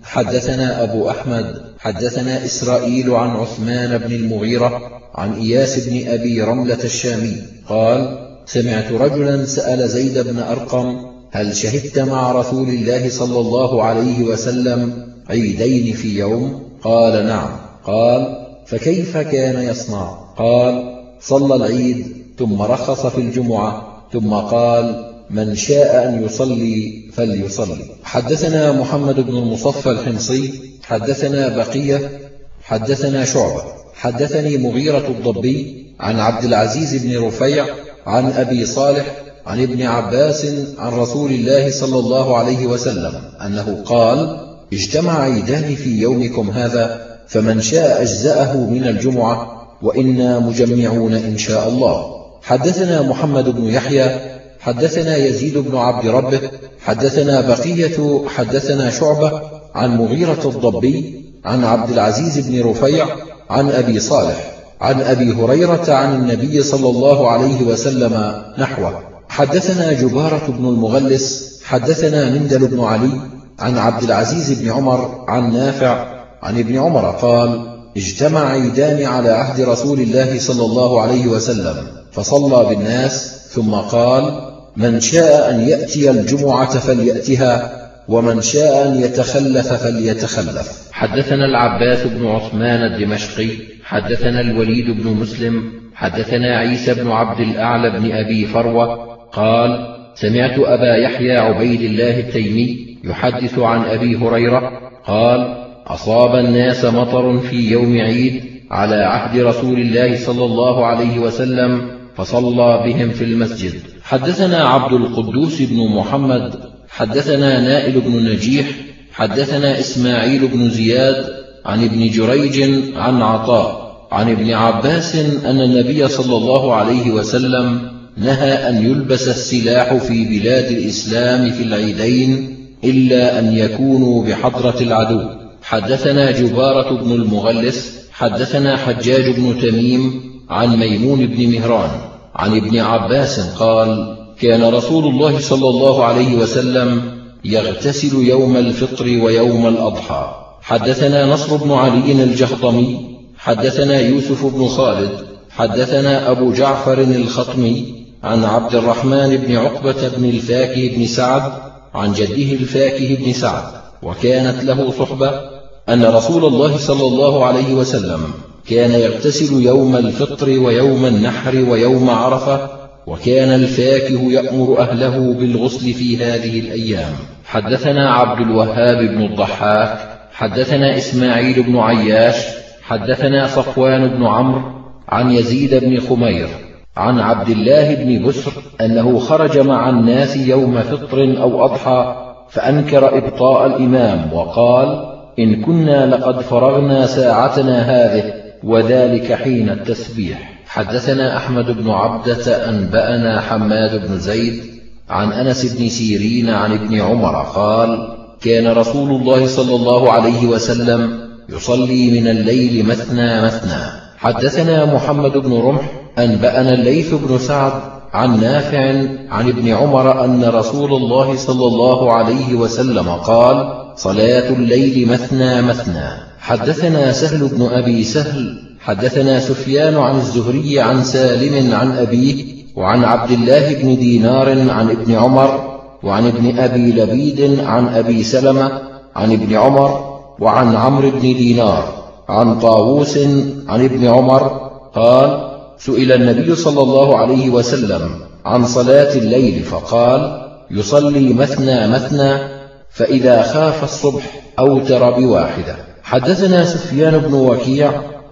حدثنا أبو أحمد حدثنا إسرائيل عن عثمان بن المغيرة عن إياس بن أبي رملة الشامي قال: سمعت رجلا سأل زيد بن أرقم: هل شهدت مع رسول الله صلى الله عليه وسلم عيدين في يوم؟ قال: نعم. قال: فكيف كان يصنع؟ قال: صلى العيد ثم رخص في الجمعة ثم قال: من شاء أن يصلي فليصلي. حدثنا محمد بن المصفى الحمصي حدثنا بقية حدثنا شعبة حدثني مغيرة الضبي عن عبد العزيز بن رفيع عن أبي صالح عن ابن عباس عن رسول الله صلى الله عليه وسلم أنه قال: اجتمع عيدان في يومكم هذا، فمن شاء أجزأه من الجمعة، وإنا مجمعون إن شاء الله. حدثنا محمد بن يحيى حدثنا يزيد بن عبد ربه حدثنا بقية حدثنا شعبة عن مغيرة الضبي عن عبد العزيز بن رفيع عن أبي صالح عن أبي هريرة عن النبي صلى الله عليه وسلم نحوه. حدثنا جبارة بن المغلس حدثنا مندل بن علي عن عبد العزيز بن عمر عن نافع عن ابن عمر قال: اجتمع عيدان على عهد رسول الله صلى الله عليه وسلم، فصلى بالناس ثم قال: من شاء أن يأتي الجمعة فليأتها، ومن شاء أن يتخلف فليتخلف. حدثنا العباس بن عثمان الدمشقي حدثنا الوليد بن مسلم حدثنا عيسى بن عبد الأعلى بن أبي فروة قال: سمعت أبا يحيى عبيد الله التيمي يحدث عن أبي هريرة قال: أصاب الناس مطر في يوم عيد على عهد رسول الله صلى الله عليه وسلم، فصلى بهم في المسجد. حدثنا عبد القدوس بن محمد حدثنا نائل بن نجيح حدثنا إسماعيل بن زياد عن ابن جريج عن عطاء عن ابن عباس أن النبي صلى الله عليه وسلم نهى أن يلبس السلاح في بلاد الإسلام في العيدين إلا أن يكونوا بحضرة العدو. حدثنا جبارة بن المغلس حدثنا حجاج بن تميم عن ميمون بن مهران عن ابن عباس قال: كان رسول الله صلى الله عليه وسلم يغتسل يوم الفطر ويوم الأضحى. حدثنا نصر بن علي الجهضمي حدثنا يوسف بن خالد حدثنا أبو جعفر الخطمي عن عبد الرحمن بن عقبة بن الفاكه بن سعد عن جده الفاكه بن سعد، وكانت له صحبة، أن رسول الله صلى الله عليه وسلم كان يغتسل يوم الفطر ويوم النحر ويوم عرفة، وكان الفاكه يأمر أهله بالغسل في هذه الأيام. حدثنا عبد الوهاب بن الضحاك حدثنا إسماعيل بن عياش حدثنا صفوان بن عمرو عن يزيد بن خمير عن عبد الله بن بسر أنه خرج مع الناس يوم فطر أو أضحى، فأنكر إبطاء الإمام وقال: إن كنا لقد فرغنا ساعتنا هذه، وذلك حين التسبيح. حدثنا أحمد بن عبدة أنبأنا حماد بن زيد عن أنس بن سيرين عن ابن عمر قال: كان رسول الله صلى الله عليه وسلم يصلي من الليل مثنى مثنى. حدثنا محمد بن رمح أنبأنا الليث بن سعد عن نافع عن ابن عمر أن رسول الله صلى الله عليه وسلم قال: صلاة الليل مثنى مثنى. حدثنا سهل بن أبي سهل حدثنا سفيان عن الزهري عن سالم عن أبيه وعن عبد الله بن دينار عن ابن عمر وعن ابن أبي لبيد عن أبي سلمة عن ابن عمر وعن عمرو بن دينار عن طاووس عن ابن عمر قال: سئل النبي صلى الله عليه وسلم عن صلاة الليل فقال: يصلي مثنى مثنى، فإذا خاف الصبح أوتر بواحدة. حدثنا سفيان بن وكيع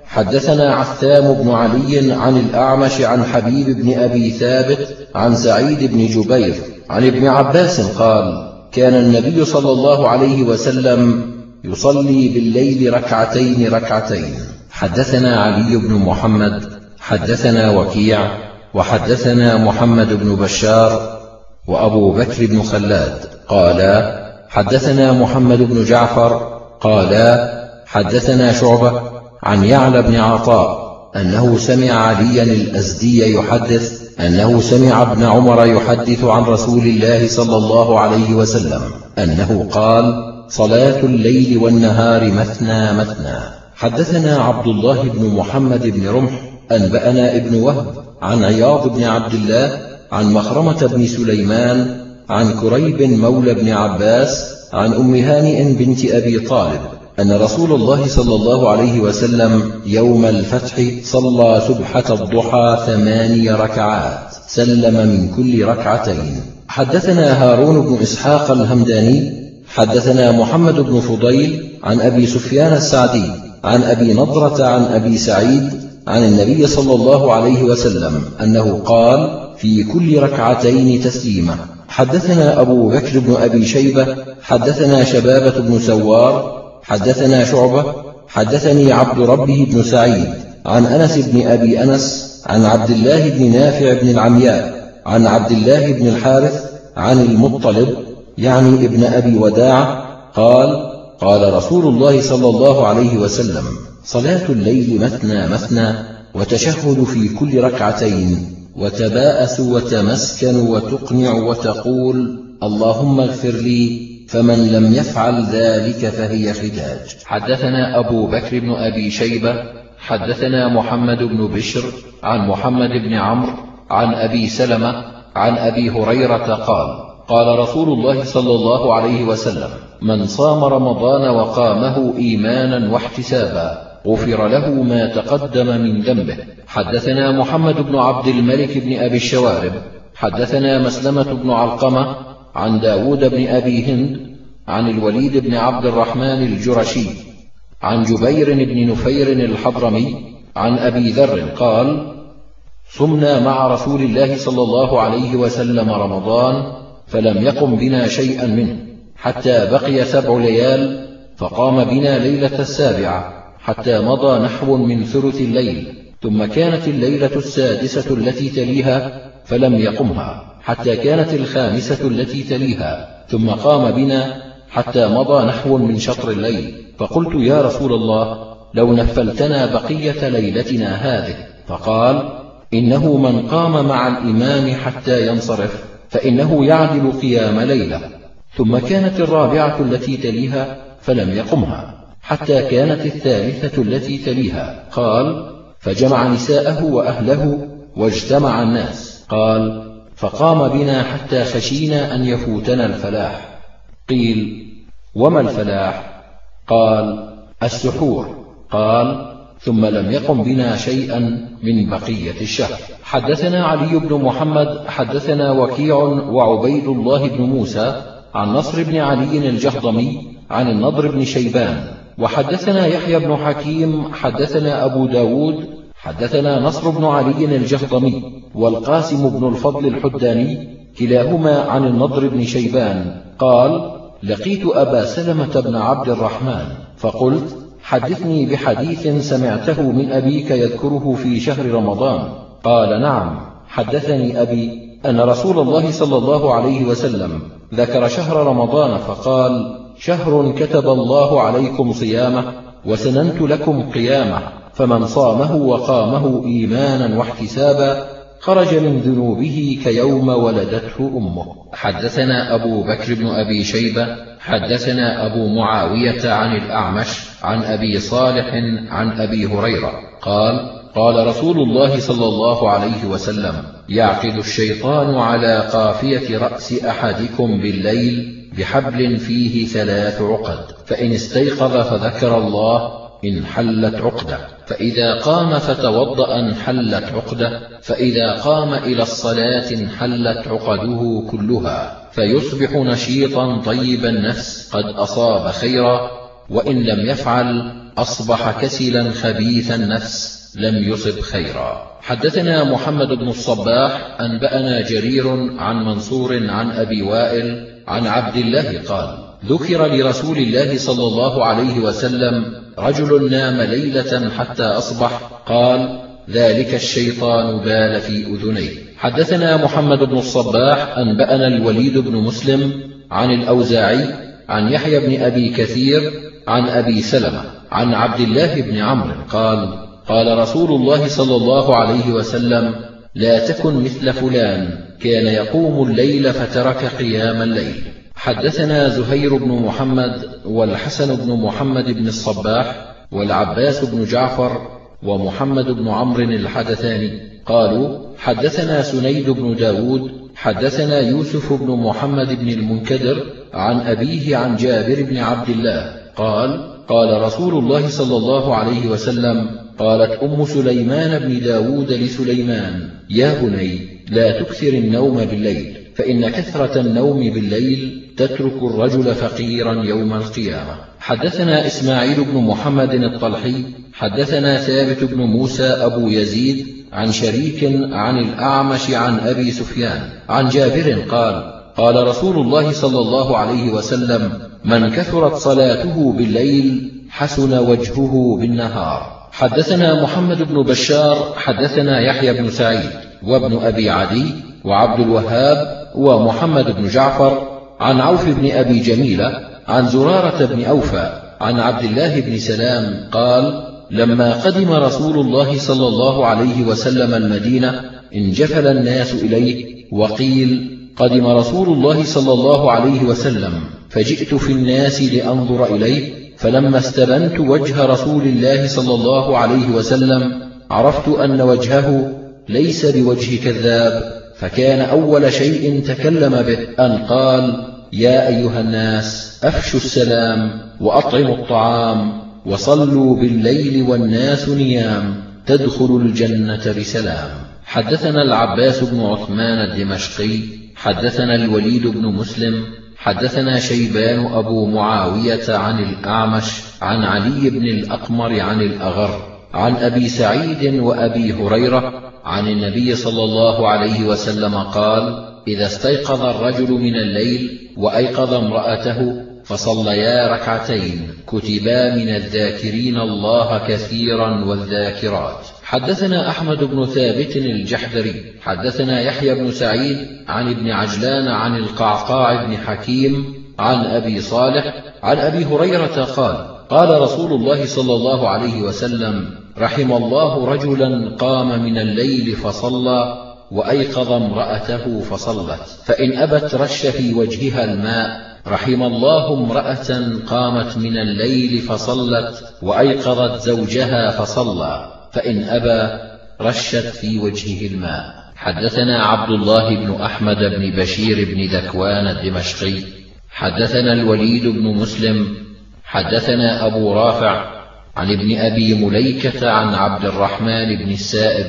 حدثنا عثام بن علي عن الأعمش عن حبيب بن أبي ثابت عن سعيد بن جبير عن ابن عباس قال: كان النبي صلى الله عليه وسلم يصلي بالليل ركعتين ركعتين. حدثنا علي بن محمد حدثنا وكيع وحدثنا محمد بن بشار وأبو بكر بن خلاد قالا: حدثنا محمد بن جعفر قالا: حدثنا شعبة عن يعلى بن عطاء أنه سمع عليا الأزدي يحدث أنه سمع ابن عمر يحدث عن رسول الله صلى الله عليه وسلم أنه قال: صلاة الليل والنهار مثنى مثنى. حدثنا عبد الله بن محمد بن رمح أنبأنا ابن وهب عن عياض بن عبد الله عن مخرمة بن سليمان عن كريب مولى بن عباس عن أم هانئ بنت أبي طالب أن رسول الله صلى الله عليه وسلم يوم الفتح صلى سبحة الضحى ثماني ركعات سلم من كل ركعتين. حدثنا هارون بن إسحاق الهمداني حدثنا محمد بن فضيل عن أبي سفيان السعدي عن أبي نضرة عن أبي سعيد عن النبي صلى الله عليه وسلم أنه قال في كل ركعتين تسليمة. حدثنا أبو بكر بن أبي شيبة حدثنا شبابة بن سوار حدثنا شعبة حدثني عبد ربه بن سعيد عن أنس بن أبي أنس عن عبد الله بن نافع بن العمياء عن عبد الله بن الحارث عن المطلب يعني ابن أبي وداع قال قال رسول الله صلى الله عليه وسلم صلاة الليل مثنى مثنى وتشهد في كل ركعتين وتباءس وتمسكن وتقنع وتقول اللهم اغفر لي فمن لم يفعل ذلك فهي خداج. حدثنا أبو بكر بن أبي شيبة حدثنا محمد بن بشر عن محمد بن عمرو عن أبي سلمة عن أبي هريرة قال قال رسول الله صلى الله عليه وسلم من صام رمضان وقامه إيمانا واحتسابا غفر له ما تقدم من ذنبه. حدثنا محمد بن عبد الملك بن أبي الشوارب حدثنا مسلمة بن علقمة عن داود بن أبي هند عن الوليد بن عبد الرحمن الجرشي عن جبير بن نفير الحضرمي عن أبي ذر قال صمنا مع رسول الله صلى الله عليه وسلم رمضان فلم يقم بنا شيئا منه حتى بقي سبع ليال فقام بنا ليلة السابعة حتى مضى نحو من ثلث الليل ثم كانت الليلة السادسة التي تليها فلم يقمها حتى كانت الخامسة التي تليها ثم قام بنا حتى مضى نحو من شطر الليل فقلت يا رسول الله لو نفلتنا بقية ليلتنا هذه فقال إنه من قام مع الإمام حتى ينصرف فإنه يعدل قيام ليلة ثم كانت الرابعة التي تليها فلم يقمها حتى كانت الثالثة التي تليها قال فجمع نساءه وأهله واجتمع الناس قال فقام بنا حتى خشينا أن يفوتنا الفلاح قيل وما الفلاح قال السحور قال ثم لم يقم بنا شيئا من بقية الشهر. حدثنا علي بن محمد حدثنا وكيع وعبيد الله بن موسى عن نصر بن علي الجهضمي عن النضر بن شيبان وحدثنا يحيى بن حكيم حدثنا أبو داود حدثنا نصر بن علي الجهضمي والقاسم بن الفضل الحداني كلاهما عن النضر بن شيبان قال لقيت أبا سلمة بن عبد الرحمن فقلت حدثني بحديث سمعته من أبيك يذكره في شهر رمضان قال نعم حدثني أبي أن رسول الله صلى الله عليه وسلم ذكر شهر رمضان فقال شهر كتب الله عليكم صيامه وسننت لكم قيامه فمن صامه وقامه إيمانا واحتسابا خرج من ذنوبه كيوم ولدته أمه. حدثنا أبو بكر بن أبي شيبة حدثنا أبو معاوية عن الأعمش عن أبي صالح عن أبي هريرة قال قال رسول الله صلى الله عليه وسلم يعقد الشيطان على قافية رأس أحدكم بالليل بحبل فيه ثلاث عقد فإن استيقظ فذكر الله انحلت عقدة فإذا قام فتوضأ انحلت عقدة فإذا قام إلى الصلاة انحلت عقده كلها فيصبح نشيطا طيب النفس قد أصاب خيرا وإن لم يفعل أصبح كسلا خبيث النفس لم يصب خيرا. حدثنا محمد بن الصباح أنبأنا جرير عن منصور عن أبي وائل عن عبد الله قال ذكر لرسول الله صلى الله عليه وسلم رجل نام ليلة حتى أصبح قال ذلك الشيطان بال في أذنيه. حدثنا محمد بن الصباح أنبأنا الوليد بن مسلم عن الأوزاعي عن يحيى بن أبي كثير عن أبي سلمة عن عبد الله بن عمرو قال قال رسول الله صلى الله عليه وسلم لا تكن مثل فلان كان يقوم الليل فترك قيام الليل. حدثنا زهير بن محمد والحسن بن محمد بن الصباح والعباس بن جعفر ومحمد بن عمرو الحدثاني قالوا حدثنا سنيد بن داود حدثنا يوسف بن محمد بن المنكدر عن أبيه عن جابر بن عبد الله قال قال رسول الله صلى الله عليه وسلم قالت أم سليمان بن داود لسليمان يا بني لا تكثر النوم بالليل فإن كثرة النوم بالليل تترك الرجل فقيرا يوم القيامة. حدثنا إسماعيل بن محمد الطلحي حدثنا ثابت بن موسى أبو يزيد عن شريك عن الأعمش عن أبي سفيان عن جابر قال قال رسول الله صلى الله عليه وسلم من كثرت صلاته بالليل حسن وجهه بالنهار. حدثنا محمد بن بشار حدثنا يحيى بن سعيد وابن أبي عدي وعبد الوهاب ومحمد بن جعفر عن عوف بن أبي جميلة عن زرارة بن أوفى عن عبد الله بن سلام قال لما قدم رسول الله صلى الله عليه وسلم المدينة انجفل الناس إليه وقيل قدم رسول الله صلى الله عليه وسلم فجئت في الناس لأنظر إليه فلما استبنت وجه رسول الله صلى الله عليه وسلم عرفت أن وجهه ليس بوجه كذاب فكان أول شيء تكلم به أن قال يا أيها الناس أفشوا السلام وأطعموا الطعام وصلوا بالليل والناس نيام تدخلوا الجنة بسلام. حدثنا العباس بن عثمان الدمشقي حدثنا الوليد بن مسلم حدثنا شيبان أبو معاوية عن الأعمش عن علي بن الأقمر عن الأغر عن أبي سعيد وأبي هريرة عن النبي صلى الله عليه وسلم قال إذا استيقظ الرجل من الليل وأيقظ امرأته فصليا ركعتين كتبا من الذاكرين الله كثيرا والذاكرات. حدثنا أحمد بن ثابت الجحدري حدثنا يحيى بن سعيد عن ابن عجلان عن القعقاع بن حكيم عن أبي صالح عن أبي هريرة قال قال رسول الله صلى الله عليه وسلم رحم الله رجلا قام من الليل فصلى وأيقظ امرأته فصلت فإن أبت رش في وجهها الماء رحم الله امرأة قامت من الليل فصلت وأيقظت زوجها فصلى فإن أبى رشت في وجهه الماء. حدثنا عبد الله بن أحمد بن بشير بن ذكوان الدمشقي حدثنا الوليد بن مسلم حدثنا أبو رافع عن ابن أبي مليكة عن عبد الرحمن بن السائب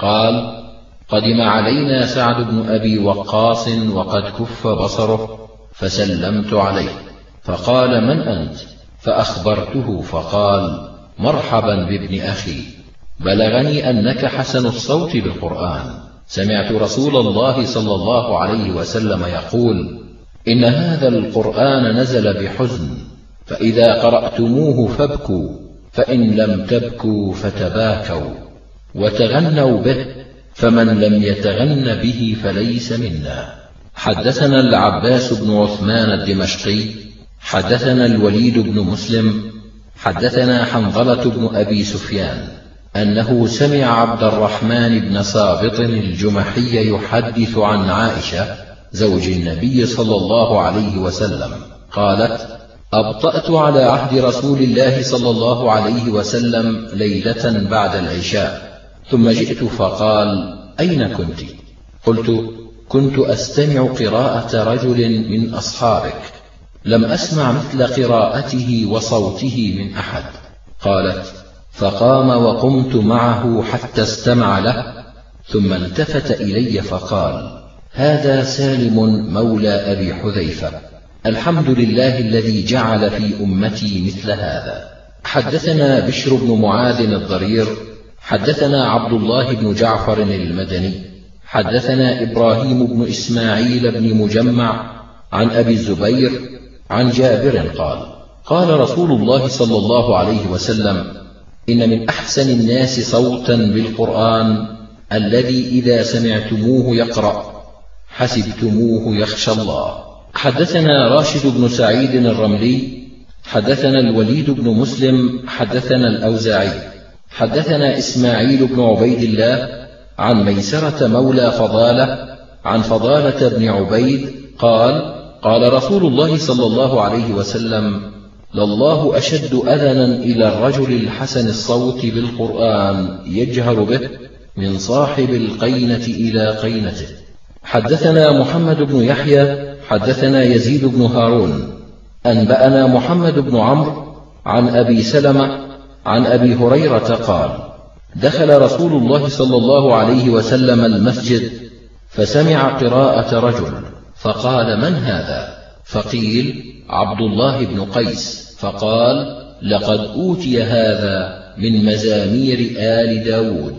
قال قدم علينا سعد بن أبي وقاص وقد كف بصره فسلمت عليه فقال من أنت؟ فأخبرته فقال مرحبا بابن أخي بلغني أنك حسن الصوت بالقرآن سمعت رسول الله صلى الله عليه وسلم يقول إن هذا القرآن نزل بحزن فإذا قرأتموه فابكوا فإن لم تبكوا فتباكوا وتغنوا به فمن لم يتغن به فليس منا. حدثنا العباس بن عثمان الدمشقي حدثنا الوليد بن مسلم حدثنا حنظلة بن أبي سفيان أنه سمع عبد الرحمن بن صابط الجمحي يحدث عن عائشة زوج النبي صلى الله عليه وسلم قالت أبطأت على عهد رسول الله صلى الله عليه وسلم ليلة بعد العشاء ثم جئت فقال أين كنت؟ قلت كنت أستمع قراءة رجل من أصحابك لم أسمع مثل قراءته وصوته من أحد. قالت فقام وقمت معه حتى استمع له ثم التفت إلي فقال هذا سالم مولى أبي حذيفة الحمد لله الذي جعل في أمتي مثل هذا. حدثنا بشر بن معاذ الضرير حدثنا عبد الله بن جعفر المدني حدثنا إبراهيم بن إسماعيل بن مجمع عن أبي الزبير عن جابر قال قال رسول الله صلى الله عليه وسلم إن من أحسن الناس صوتا بالقرآن الذي إذا سمعتموه يقرأ حسبتموه يخشى الله. حدثنا راشد بن سعيد الرملي حدثنا الوليد بن مسلم حدثنا الأوزاعي حدثنا إسماعيل بن عبيد الله عن ميسرة مولى فضالة عن فضالة بن عبيد قال قال رسول الله صلى الله عليه وسلم: لله أشد أذنا إلى الرجل الحسن الصوت بالقرآن يجهر به من صاحب القينة إلى قينته. حدثنا محمد بن يحيى حدثنا يزيد بن هارون أنبأنا محمد بن عمرو عن أبي سلمة عن أبي هريرة قال: دخل رسول الله صلى الله عليه وسلم المسجد فسمع قراءة رجل فقال: من هذا؟ فقيل: عبد الله بن قيس. فقال: لقد أوتي هذا من مزامير آل داود.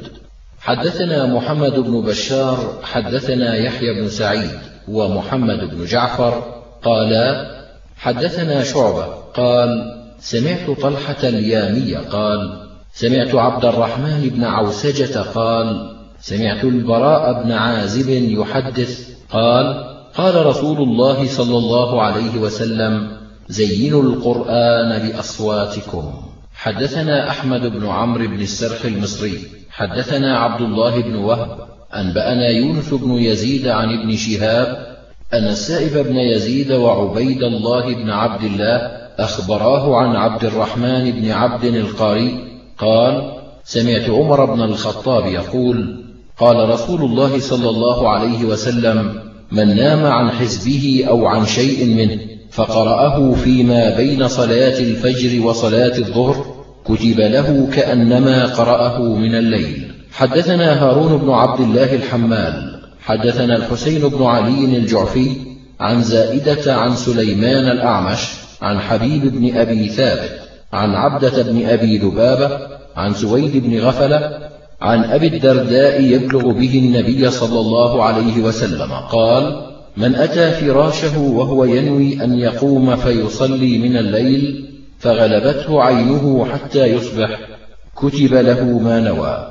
حدثنا محمد بن بشار حدثنا يحيى بن سعيد ومحمد بن جعفر قالا: حدثنا شعبة قال: سمعت طلحة اليامي قال: سمعت عبد الرحمن بن عوسجة قال: سمعت البراء بن عازب يحدث قال: قال رسول الله صلى الله عليه وسلم: زينوا القرآن بأصواتكم. حدثنا أحمد بن عمرو بن السرح المصري حدثنا عبد الله بن وهب أنبأنا يونس بن يزيد عن ابن شهاب أن السائب بن يزيد وعبيد الله بن عبد الله أخبراه عن عبد الرحمن بن عبد القاري قال: سمعت عمر بن الخطاب يقول: قال رسول الله صلى الله عليه وسلم: من نام عن حزبه أو عن شيء منه فقرأه فيما بين صلاة الفجر وصلاة الظهر كتب له كأنما قرأه من الليل. حدثنا هارون بن عبد الله الحمال حدثنا الحسين بن علي الجعفي عن زائدة عن سليمان الأعمش عن حبيب بن أبي ثابت عن عبدة بن أبي ذبابة عن سويد بن غفلة عن أبي الدرداء يبلغ به النبي صلى الله عليه وسلم قال: من أتى فراشه وهو ينوي أن يقوم فيصلي من الليل فغلبته عينه حتى يصبح كتب له ما نوى،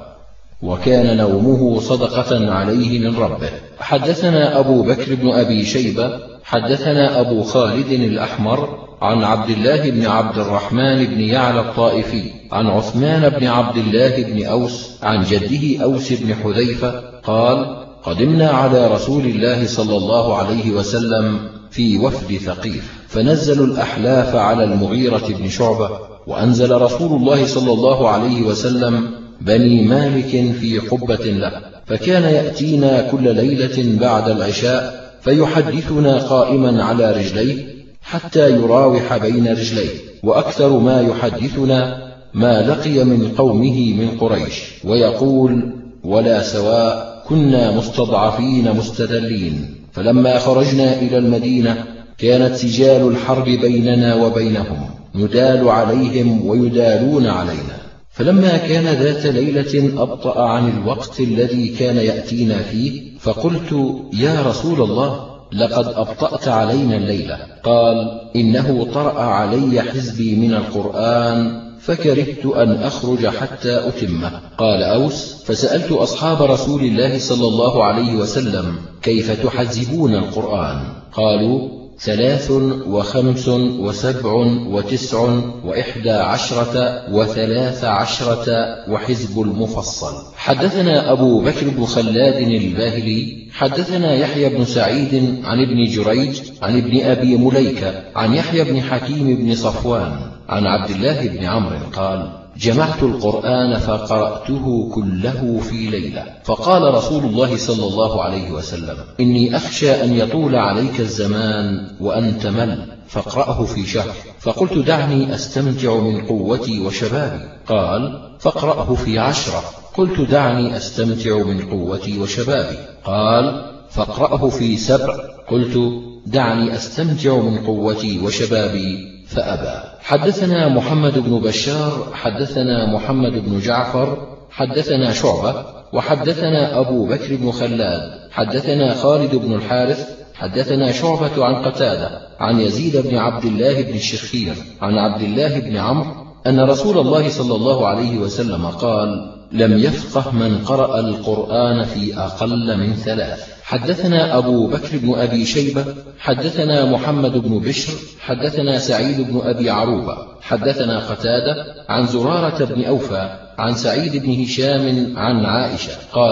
وكان نومه صدقة عليه من ربه. حدثنا أبو بكر بن أبي شيبة حدثنا أبو خالد الأحمر عن عبد الله بن عبد الرحمن بن يعلى الطائفي عن عثمان بن عبد الله بن أوس عن جده أوس بن حذيفة قال: قدمنا على رسول الله صلى الله عليه وسلم في وفد ثقيف فنزلوا الأحلاف على المغيرة بن شعبة، وأنزل رسول الله صلى الله عليه وسلم بني مالك في قبة له، فكان يأتينا كل ليلة بعد العشاء فيحدثنا قائما على رجليه حتى يراوح بين رجليه، وأكثر ما يحدثنا ما لقي من قومه من قريش، ويقول: ولا سواء كنا مستضعفين مستذلين، فلما خرجنا إلى المدينة كانت سجال الحرب بيننا وبينهم ندال عليهم ويدالون علينا، فلما كان ذات ليلة أبطأ عن الوقت الذي كان يأتينا فيه فقلت: يا رسول الله، لقد أبطأت علينا الليلة. قال: إنه طرأ علي حزبي من القرآن فكرهت أن أخرج حتى أتمه. قال أوس: فسألت أصحاب رسول الله صلى الله عليه وسلم: كيف تحزبون القرآن؟ قالوا: ثلاث وخمس وسبع وتسع وإحدى عشرة وثلاث عشرة وحزب المفصل. حدثنا أبو بكر بن خلاد الباهلي حدثنا يحيى بن سعيد عن ابن جريج عن ابن أبي مليكة عن يحيى بن حكيم بن صفوان عن عبد الله بن عمرو قال: جمعت القرآن فقرأته كله في ليلة، فقال رسول الله صلى الله عليه وسلم: إني أخشى أن يطول عليك الزمان وأن تمل فاقرأه في شهر. فقلت: دعني أستمتع من قوتي وشبابي. قال: فاقرأه في عشرة. قلت: دعني أستمتع من قوتي وشبابي. قال: فاقرأه في سبع. قلت: دعني أستمتع من قوتي وشبابي، فأبى. حدثنا محمد بن بشار حدثنا محمد بن جعفر حدثنا شعبة وحدثنا أبو بكر بن خلاد حدثنا خالد بن الحارث حدثنا شعبة عن قتادة عن يزيد بن عبد الله بن الشخير عن عبد الله بن عمرو أن رسول الله صلى الله عليه وسلم قال: لم يفقه من قرأ القرآن في أقل من ثلاث. حدثنا أبو بكر بن أبي شيبة حدثنا محمد بن بشر حدثنا سعيد بن أبي عروبة حدثنا قتادة عن زرارة بن أوفى عن سعيد بن هشام عن عائشة قالت: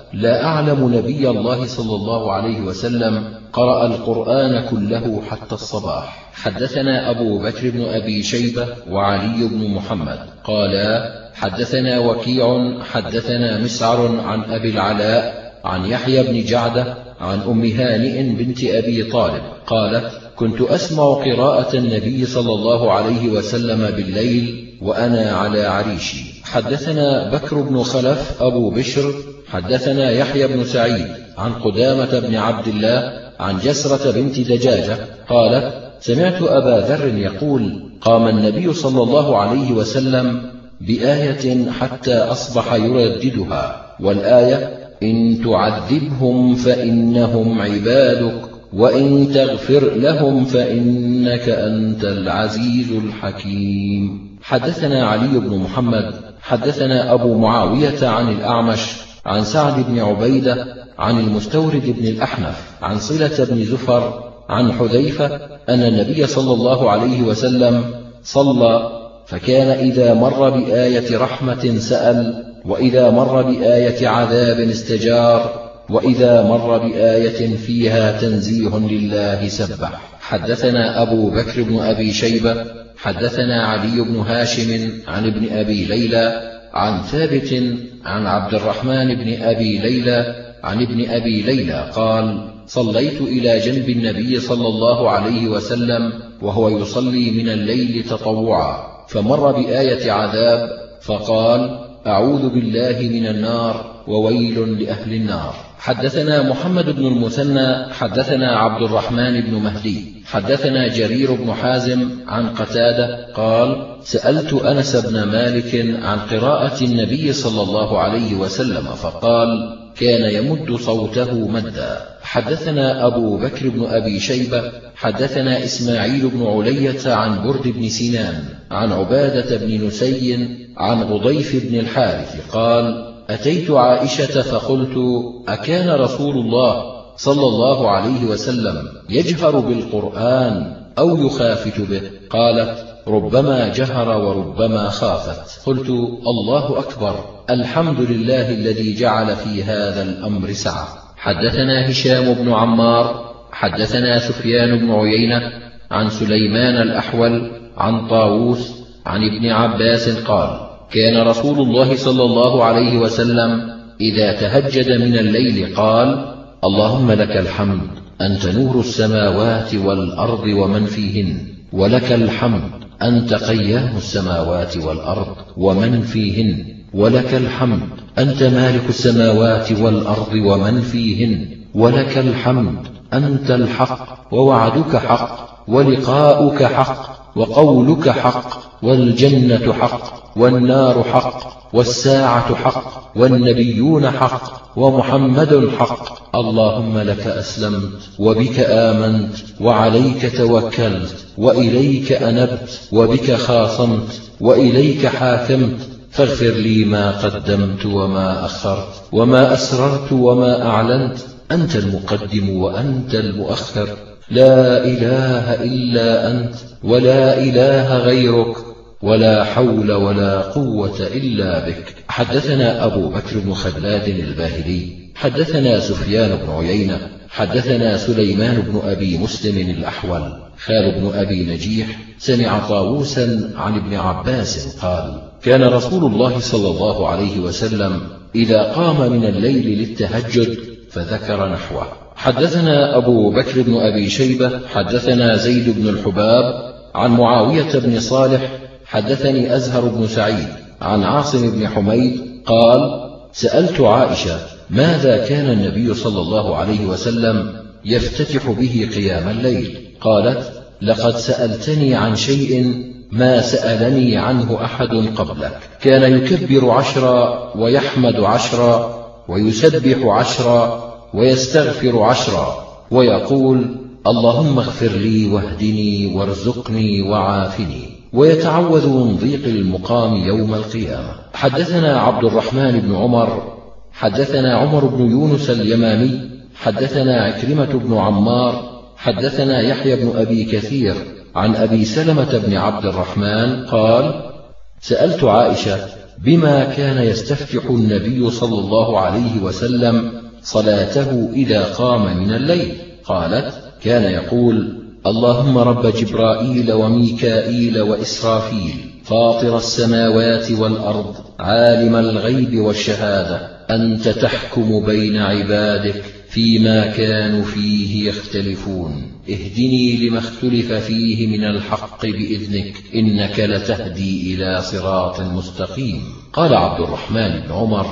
لا أعلم نبي الله صلى الله عليه وسلم قرأ القرآن كله حتى الصباح. حدثنا أبو بكر بن أبي شيبة وعلي بن محمد قالا حدثنا وكيع حدثنا مسعر عن أبي العلاء عن يحيى بن جعدة عن أم هانئ بنت أبي طالب قالت كنت أسمع قراءة النبي صلى الله عليه وسلم بالليل وأنا على عريشي. حدثنا بكر بن خلف أبو بشر حدثنا يحيى بن سعيد عن قدامة بن عبد الله عن جسرة بنت دجاجة قالت سمعت أبا ذر يقول قام النبي صلى الله عليه وسلم بآية حتى أصبح يرددها، والآية إن تعذبهم فإنهم عبادك وإن تغفر لهم فإنك أنت العزيز الحكيم. حدثنا علي بن محمد حدثنا أبو معاوية عن الأعمش عن سعد بن عبيدة عن المستورد بن الأحنف عن صلة بن زفر عن حذيفة أن النبي صلى الله عليه وسلم صلى فكان إذا مر بآية رحمة سأل، وإذا مر بآية عذاب استجار، وإذا مر بآية فيها تنزيه لله سبح. حدثنا أبو بكر بن أبي شيبة حدثنا علي بن هاشم عن ابن أبي ليلى عن ثابت عن عبد الرحمن بن أبي ليلى عن ابن أبي ليلى قال صليت إلى جنب النبي صلى الله عليه وسلم وهو يصلي من الليل تطوعا، فمر بآية عذاب فقال أعوذ بالله من النار وويل لأهل النار. حدثنا محمد بن المثنى حدثنا عبد الرحمن بن مهدي حدثنا جرير بن حازم عن قتادة قال سألت أنس بن مالك عن قراءة النبي صلى الله عليه وسلم فقال كان يمد صوته مدا. حدثنا أبو بكر بن أبي شيبة حدثنا إسماعيل بن علية عن برد بن سنان عن عبادة بن نسي عن غضيف بن الحارث قال أتيت عائشة فقلت أكان رسول الله صلى الله عليه وسلم يجهر بالقرآن أو يخافت به؟ قالت ربما جهر وربما خافت. قلت الله أكبر، الحمد لله الذي جعل في هذا الأمر سعة. حدثنا هشام بن عمار حدثنا سفيان بن عيينة عن سليمان الأحول عن طاووس عن ابن عباس قال كان رسول الله صلى الله عليه وسلم إذا تهجد من الليل قال اللهم لك الحمد أنت نور السماوات والأرض ومن فيهن، ولك الحمد أنت قيام السماوات والأرض ومن فيهن، ولك الحمد أنت مالك السماوات والأرض ومن فيهن، ولك الحمد أنت الحق ووعدك حق ولقاؤك حق وقولك حق والجنة حق والنار حق والساعة حق والنبيون حق ومحمد حق. اللهم لك أسلمت وبك آمنت وعليك توكلت وإليك أنبت وبك خاصمت وإليك حاكمت، فاغفر لي ما قدمت وما أخرت وما أسررت وما أعلنت، أنت المقدم وأنت المؤخر، لا إله إلا أنت ولا إله غيرك ولا حول ولا قوة إلا بك. حدثنا أبو بكر بن خلاد الباهلي حدثنا سفيان بن عيينة حدثنا سليمان بن أبي مسلم الأحول خال بن أبي نجيح سمع طاووسا عن ابن عباس قال كان رسول الله صلى الله عليه وسلم إذا قام من الليل للتهجد فذكر نحوه. حدثنا أبو بكر بن أبي شيبة حدثنا زيد بن الحباب عن معاوية بن صالح حدثني أزهر بن سعيد عن عاصم بن حميد قال سألت عائشة ماذا كان النبي صلى الله عليه وسلم يفتتح به قيام الليل؟ قالت لقد سألتني عن شيء ما سألني عنه أحد قبلك، كان يكبر عشرا ويحمد عشرا ويسبح عشرا ويستغفر عشرا ويقول اللهم اغفر لي واهدني وارزقني وعافني، ويتعوذ من ضيق المقام يوم القيامة. حدثنا عبد الرحمن بن عمر حدثنا عمر بن يونس اليمامي حدثنا عكرمة بن عمار حدثنا يحيى بن أبي كثير عن أبي سلمة بن عبد الرحمن قال سألت عائشة بما كان يستفتح النبي صلى الله عليه وسلم صلاته إذا قام من الليل. قالت: كان يقول: اللهم رب جبرائيل وميكائيل وإسرافيل فاطر السماوات والأرض عالم الغيب والشهادة أنت تحكم بين عبادك فيما كانوا فيه يختلفون اهدني لما اختلف فيه من الحق بإذنك إنك لتهدي إلى صراط مستقيم. قال عبد الرحمن بن عمر: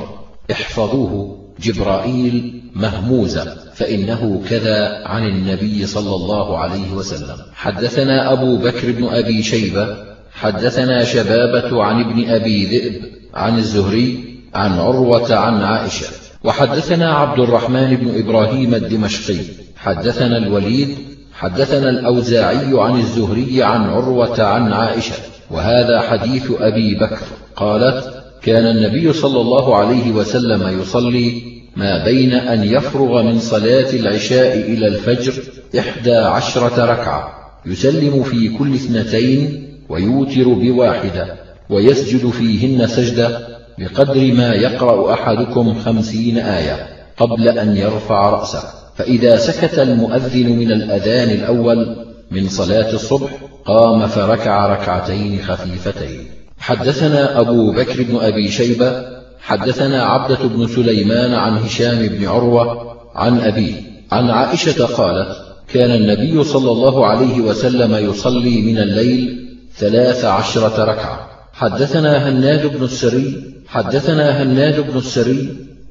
احفظوه جبرائيل مهموزة فإنه كذا عن النبي صلى الله عليه وسلم. حدثنا أبو بكر بن أبي شيبة حدثنا شبابة عن ابن أبي ذئب عن الزهري عن عروة عن عائشة. وحدثنا عبد الرحمن بن إبراهيم الدمشقي حدثنا الوليد حدثنا الأوزاعي عن الزهري عن عروة عن عائشة، وهذا حديث أبي بكر. قالت: كان النبي صلى الله عليه وسلم يصلي ما بين أن يفرغ من صلاة العشاء إلى الفجر إحدى عشرة ركعة، يسلم في كل اثنتين ويوتر بواحدة، ويسجد فيهن سجدة بقدر ما يقرأ أحدكم خمسين آية قبل أن يرفع رأسه. فإذا سكت المؤذن من الأذان الأول من صلاة الصبح قام فركع ركعتين خفيفتين. حدثنا أبو بكر بن أبي شيبة حدثنا عبدة بن سليمان عن هشام بن عروة عن أبيه عن عائشة قالت: كان النبي صلى الله عليه وسلم يصلي من الليل ثلاث عشرة ركعة. حدثنا هناد بن السري حدثنا هناد بن السري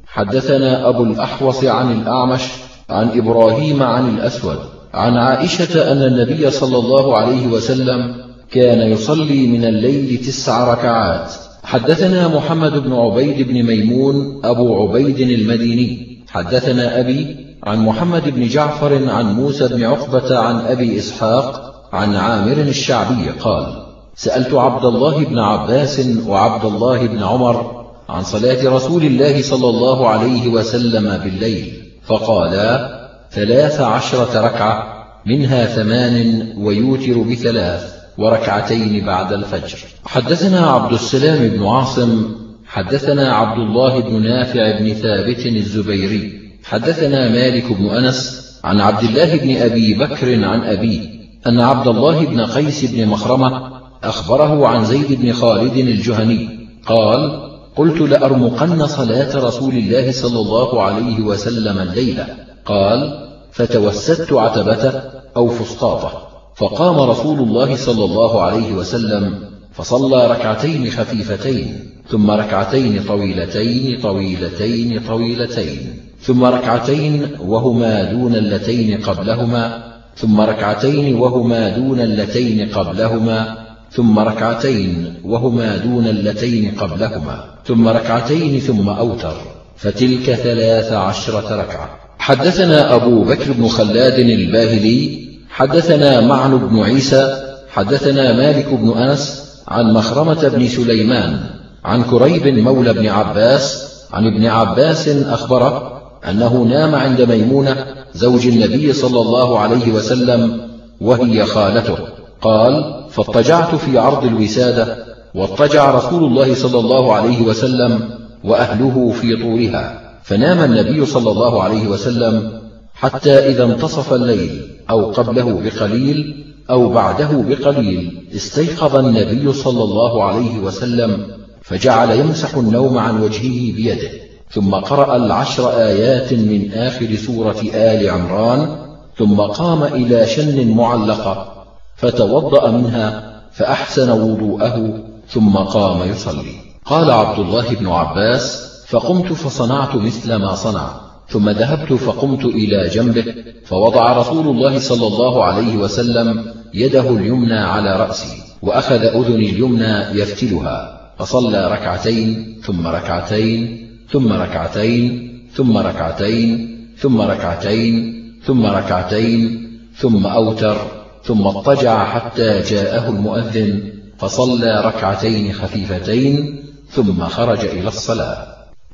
حدثنا أبو الأحوص عن الأعمش عن إبراهيم عن الأسود عن عائشة أن النبي صلى الله عليه وسلم كان يصلي من الليل تسع ركعات. حدثنا محمد بن عبيد بن ميمون أبو عبيد المديني حدثنا أبي عن محمد بن جعفر عن موسى بن عقبة عن أبي إسحاق عن عامر الشعبي قال: سألت عبد الله بن عباس وعبد الله بن عمر عن صلاة رسول الله صلى الله عليه وسلم بالليل، فقالا: ثلاث عشرة ركعة، منها ثمان ويوتر بثلاث وركعتين بعد الفجر. حدثنا عبد السلام بن عاصم حدثنا عبد الله بن نافع بن ثابت الزبيري حدثنا مالك بن أنس عن عبد الله بن أبي بكر عن أبيه أن عبد الله بن قيس بن مخرمة أخبره عن زيد بن خالد الجهني قال: قلت لأرمقن صلاة رسول الله صلى الله عليه وسلم الليلة. قال: فتوسدت عتبته أو فسطاطه، فقام رسول الله صلى الله عليه وسلم فصلى ركعتين خفيفتين ثم ركعتين طويلتين طويلتين طويلتين ثم ركعتين وهما دون اللتين قبلهما ثم ركعتين وهما دون اللتين قبلهما ثم ركعتين وهما دون اللتين قبلهما ثم ركعتين ثم أوتر، فتلك ثلاث عشرة ركعة. حدثنا أبو بكر بن خلاد الباهلي حدثنا معن بن عيسى حدثنا مالك بن أنس عن مخرمة بن سليمان عن كريب مولى بن عباس عن ابن عباس أخبره أنه نام عند ميمونة زوج النبي صلى الله عليه وسلم وهي خالته. قال: فاضطجعت في عرض الوسادة، واضطجع رسول الله صلى الله عليه وسلم وأهله في طورها، فنام النبي صلى الله عليه وسلم حتى إذا انتصف الليل أو قبله بقليل أو بعده بقليل استيقظ النبي صلى الله عليه وسلم فجعل يمسح النوم عن وجهه بيده، ثم قرأ العشر آيات من آخر سورة آل عمران، ثم قام إلى شن معلقة فتوضأ منها فأحسن وضوءه ثم قام يصلي. قال عبد الله بن عباس: فقمت فصنعت مثل ما صنع، ثم ذهبت فقمت إلى جنبه فوضع رسول الله صلى الله عليه وسلم يده اليمنى على رأسي وأخذ أذني اليمنى يفتلها، فصلى ركعتين ثم ركعتين ثم ركعتين ثم ركعتين ثم ركعتين ثم ركعتين ثم أوتر، ثم اضطجع حتى جاءه المؤذن فصلى ركعتين خفيفتين ثم خرج إلى الصلاة.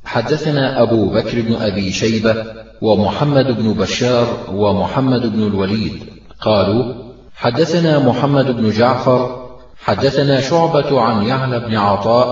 حدثنا أبو بكر بن أبي شيبة ومحمد بن بشار ومحمد بن الوليد قالوا: حدثنا محمد بن جعفر حدثنا شعبة عن يعلى بن عطاء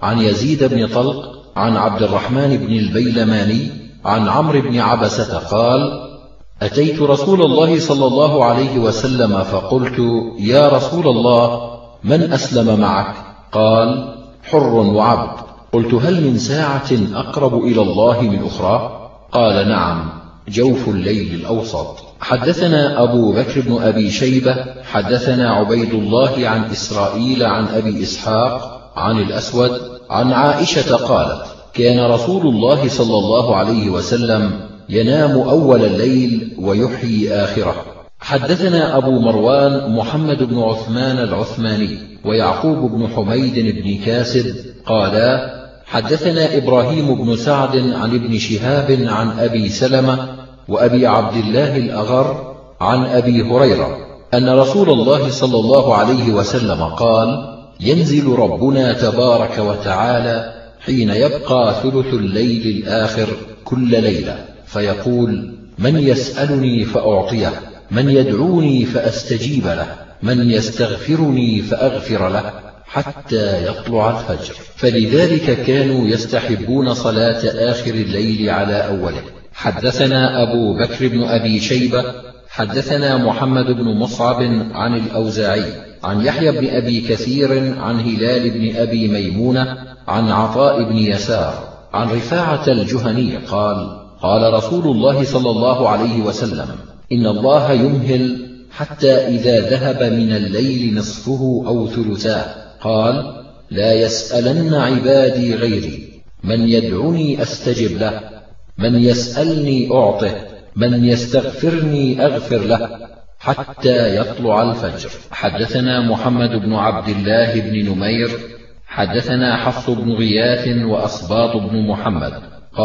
عن يزيد بن طلق عن عبد الرحمن بن البيلماني عن عمرو بن عبسة قال: أتيت رسول الله صلى الله عليه وسلم فقلت: يا رسول الله، من أسلم معك؟ قال: حر وعبد. قلت: هل من ساعة أقرب إلى الله من أخرى؟ قال: نعم، جوف الليل الأوسط. حدثنا أبو بكر بن أبي شيبة حدثنا عبيد الله عن إسرائيل عن أبي إسحاق عن الأسود عن عائشة قالت: كان رسول الله صلى الله عليه وسلم ينام أول الليل ويحيي آخره. حدثنا أبو مروان محمد بن عثمان العثماني ويعقوب بن حميد بن كاسب قالا: حدثنا إبراهيم بن سعد عن ابن شهاب عن أبي سلمة وأبي عبد الله الأغر عن أبي هريرة أن رسول الله صلى الله عليه وسلم قال: ينزل ربنا تبارك وتعالى حين يبقى ثلث الليل الآخر كل ليلة فيقول: من يسألني فأعطيه، من يدعوني فأستجيب له، من يستغفرني فأغفر له، حتى يطلع الفجر. فلذلك كانوا يستحبون صلاة آخر الليل على أوله. حدثنا أبو بكر بن أبي شيبة حدثنا محمد بن مصعب عن الأوزاعي عن يحيى بن أبي كثير عن هلال بن أبي ميمونة عن عطاء بن يسار عن رفاعة الجهني قال: قال رسول الله صلى الله عليه وسلم: إن الله يمهل حتى إذا ذهب من الليل نصفه أو ثلثاه قال: لا يسألن عبادي غيري، من يدعني أستجب له، من يسألني أعطه، من يستغفرني أغفر له، حتى يطلع الفجر. حدثنا محمد بن عبد الله بن نمير حدثنا حفص بن غياث وأصباط بن محمد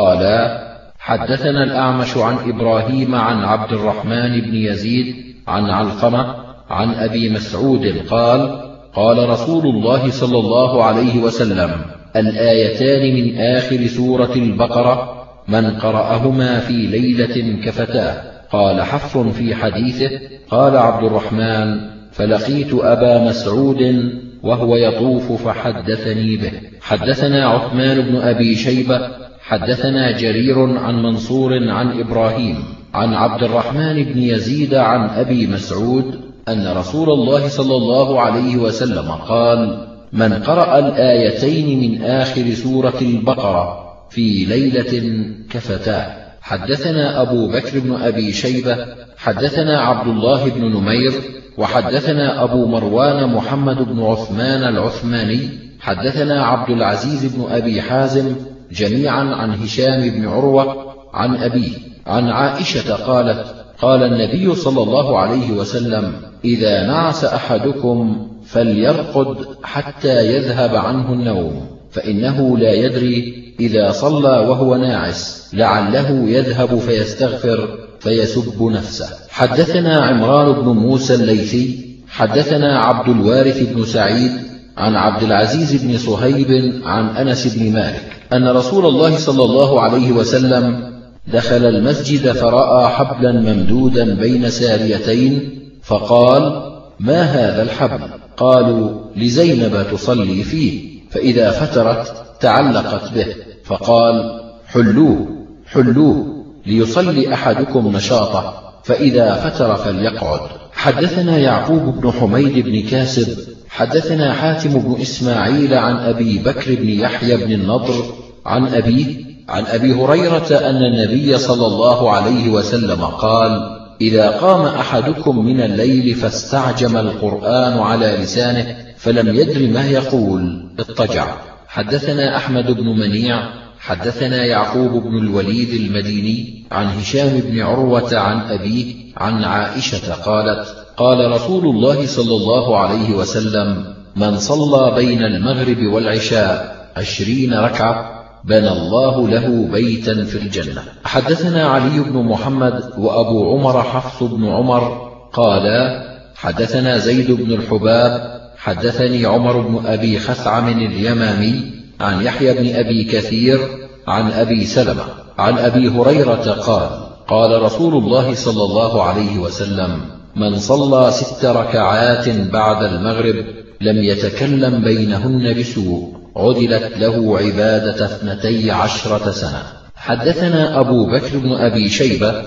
قالا: حدثنا الأعمش عن إبراهيم عن عبد الرحمن بن يزيد عن علقمة عن أبي مسعود قال: قال رسول الله صلى الله عليه وسلم: الآيتان من آخر سورة البقرة من قرأهما في ليلة كفتاه. قال حفص في حديثه: قال عبد الرحمن: فلقيت أبا مسعود وهو يطوف فحدثني به. حدثنا عثمان بن أبي شيبة حدثنا جرير عن منصور عن إبراهيم عن عبد الرحمن بن يزيد عن أبي مسعود أن رسول الله صلى الله عليه وسلم قال: من قرأ الآيتين من آخر سورة البقرة في ليلة كفتاه. حدثنا أبو بكر بن أبي شيبة حدثنا عبد الله بن نمير وحدثنا أبو مروان محمد بن عثمان العثماني حدثنا عبد العزيز بن أبي حازم جميعا عن هشام بن عروة عن أبيه عن عائشة قالت: قال النبي صلى الله عليه وسلم: إذا نعس أحدكم فليرقد حتى يذهب عنه النوم، فإنه لا يدري إذا صلى وهو ناعس لعله يذهب فيستغفر فيسب نفسه. حدثنا عمران بن موسى الليثي حدثنا عبد الوارث بن سعيد عن عبد العزيز بن صهيب عن أنس بن مالك أن رسول الله صلى الله عليه وسلم دخل المسجد فرأى حبلا ممدودا بين ساريتين فقال: ما هذا الحبل؟ قالوا: لزينب تصلي فيه، فإذا فترت تعلقت به، فقال: حلوه حلوه ليصلي أحدكم نشاطه، فإذا فتر فليقعد. حدثنا يعقوب بن حميد بن كاسب حدثنا حاتم بن إسماعيل عن أبي بكر بن يحيى بن النضر عن أبيه عن أبي هريرة أن النبي صلى الله عليه وسلم قال: إذا قام أحدكم من الليل فاستعجم القرآن على لسانه فلم يدر ما يقول اضطجع. حدثنا أحمد بن منيع حدثنا يعقوب بن الوليد المديني عن هشام بن عروة عن أبيه عن عائشة قالت: قال رسول الله صلى الله عليه وسلم: من صلى بين المغرب والعشاء عشرين ركعة بنى الله له بيتا في الجنة. حدثنا علي بن محمد وأبو عمر حفص بن عمر قالا: حدثنا زيد بن الحباب حدثني عمر بن أبي خثعم اليمامي عن يحيى بن أبي كثير عن أبي سلمة عن أبي هريرة قال: قال رسول الله صلى الله عليه وسلم: من صلى ست ركعات بعد المغرب لم يتكلم بينهن بسوء عدلت له عبادة اثنتي عشرة سنة. حدثنا أبو بكر بن أبي شيبة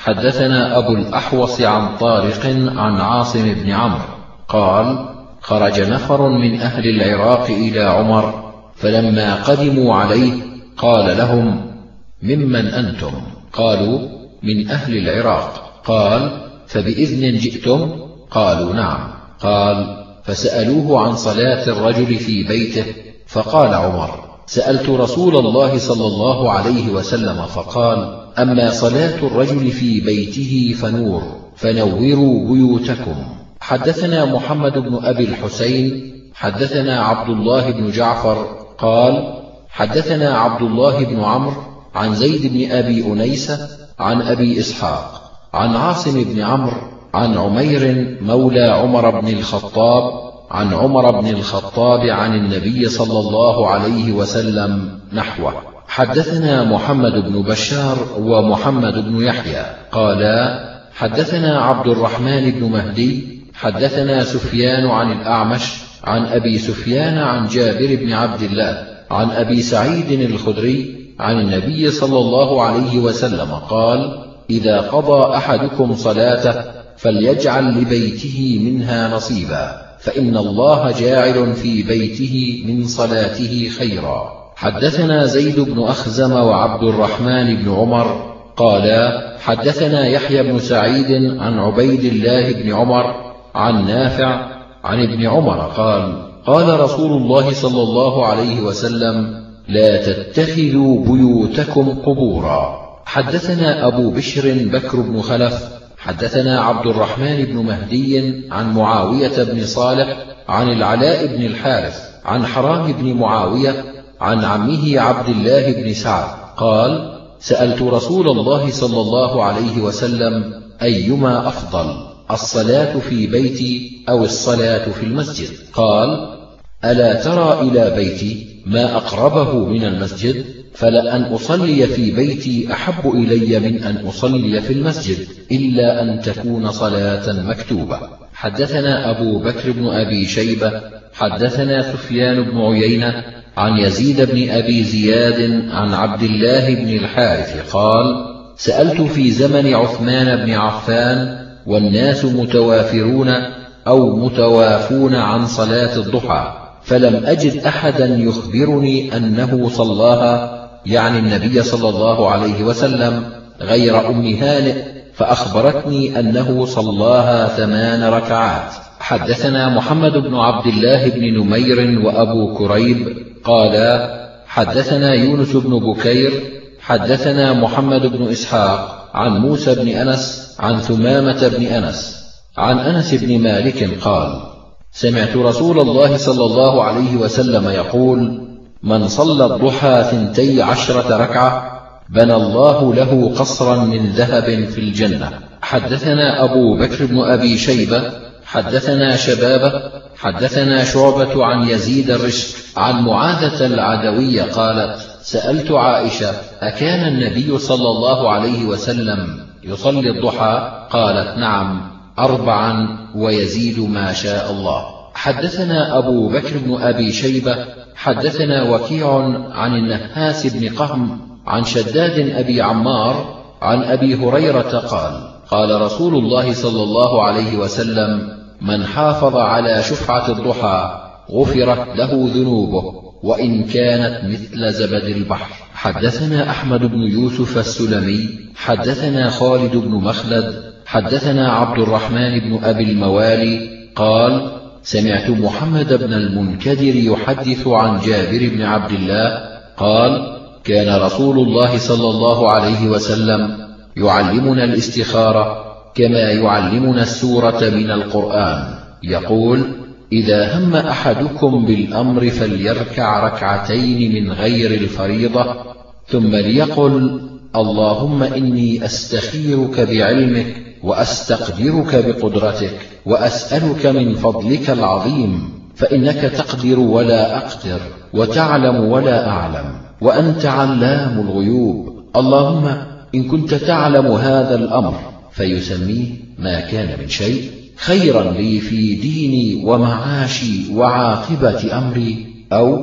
حدثنا أبو الأحوص عن طارق عن عاصم بن عمرو قال: خرج نفر من أهل العراق إلى عمر، فلما قدموا عليه قال لهم: ممن أنتم؟ قالوا: من أهل العراق. قال: فبإذن جئتم؟ قالوا: نعم. قال: فسألوه عن صلاة الرجل في بيته، فقال عمر: سألت رسول الله صلى الله عليه وسلم فقال: أما صلاة الرجل في بيته فنور، فنوروا بيوتكم. حدثنا محمد بن أبي الحسين حدثنا عبد الله بن جعفر قال: حدثنا عبد الله بن عمرو عن زيد بن أبي أنيسة عن أبي إسحاق عن عاصم بن عمرو عن عمير مولى عمر بن الخطاب عن عمر بن الخطاب عن النبي صلى الله عليه وسلم نحوه. حدثنا محمد بن بشار ومحمد بن يحيى قالا: حدثنا عبد الرحمن بن مهدي حدثنا سفيان عن الأعمش عن أبي سفيان عن جابر بن عبد الله عن أبي سعيد الخدري عن النبي صلى الله عليه وسلم قال: إذا قضى أحدكم صلاته فليجعل لبيته منها نصيبا، فإن الله جاعل في بيته من صلاته خيرا. حدثنا زيد بن أخزم وعبد الرحمن بن عمر قالا: حدثنا يحيى بن سعيد عن عبيد الله بن عمر عن نافع عن ابن عمر قال: قال رسول الله صلى الله عليه وسلم: لا تتخذوا بيوتكم قبورا. حدثنا أبو بشر بكر بن خلف حدثنا عبد الرحمن بن مهدي عن معاوية بن صالح عن العلاء بن الحارث عن حرام بن معاوية عن عمه عبد الله بن سعد قال: سألت رسول الله صلى الله عليه وسلم: أيما أفضل، الصلاة في بيتي أو الصلاة في المسجد؟ قال: ألا ترى إلى بيتي ما أقربه من المسجد؟ فلأن أصلي في بيتي أحب إلي من أن أصلي في المسجد، إلا أن تكون صلاة مكتوبة. حدثنا أبو بكر بن أبي شيبة حدثنا سفيان بن عيينة عن يزيد بن أبي زياد عن عبد الله بن الحارث قال: سألت في زمن عثمان بن عفان والناس متوافرون أو متوافون عن صلاة الضحى، فلم أجد أحدا يخبرني أنه صلاها، يعني النبي صلى الله عليه وسلم، غير أم هانئ، فأخبرتني أنه صلاها ثمان ركعات. حدثنا محمد بن عبد الله بن نمير وأبو كريب قالا: حدثنا يونس بن بكير حدثنا محمد بن إسحاق عن موسى بن أنس عن ثمامة بن أنس عن أنس بن مالك قال: سمعت رسول الله صلى الله عليه وسلم يقول: من صلى الضحى ثنتي عشرة ركعة بنى الله له قصرا من ذهب في الجنة. حدثنا أبو بكر بن أبي شيبة حدثنا شبابة حدثنا شعبة عن يزيد الرشك عن معاذة العدوية قالت: سألت عائشة: أكان النبي صلى الله عليه وسلم يصلي الضحى؟ قالت: نعم، أربعا ويزيد ما شاء الله. حدثنا أبو بكر بن أبي شيبة حدثنا وكيع عن النهاس بن قهم عن شداد أبي عمار عن أبي هريرة قال: قال رسول الله صلى الله عليه وسلم: من حافظ على شفعة الضحى غفرت له ذنوبه وإن كانت مثل زبد البحر. حدثنا أحمد بن يوسف السلمي حدثنا خالد بن مخلد حدثنا عبد الرحمن بن أبي الموالي قال: سمعت محمد بن المنكدر يحدث عن جابر بن عبد الله قال: كان رسول الله صلى الله عليه وسلم يعلمنا الاستخارة كما يعلمنا السورة من القرآن، يقول: إذا هم أحدكم بالأمر فليركع ركعتين من غير الفريضة، ثم ليقل: اللهم إني أستخيرك بعلمك وأستقدرك بقدرتك وأسألك من فضلك العظيم، فإنك تقدر ولا أقدر وتعلم ولا أعلم وأنت علام الغيوب، اللهم إن كنت تعلم هذا الأمر، فيسميه ما كان من شيء خيرا لي في ديني ومعاشي وعاقبة أمري، أو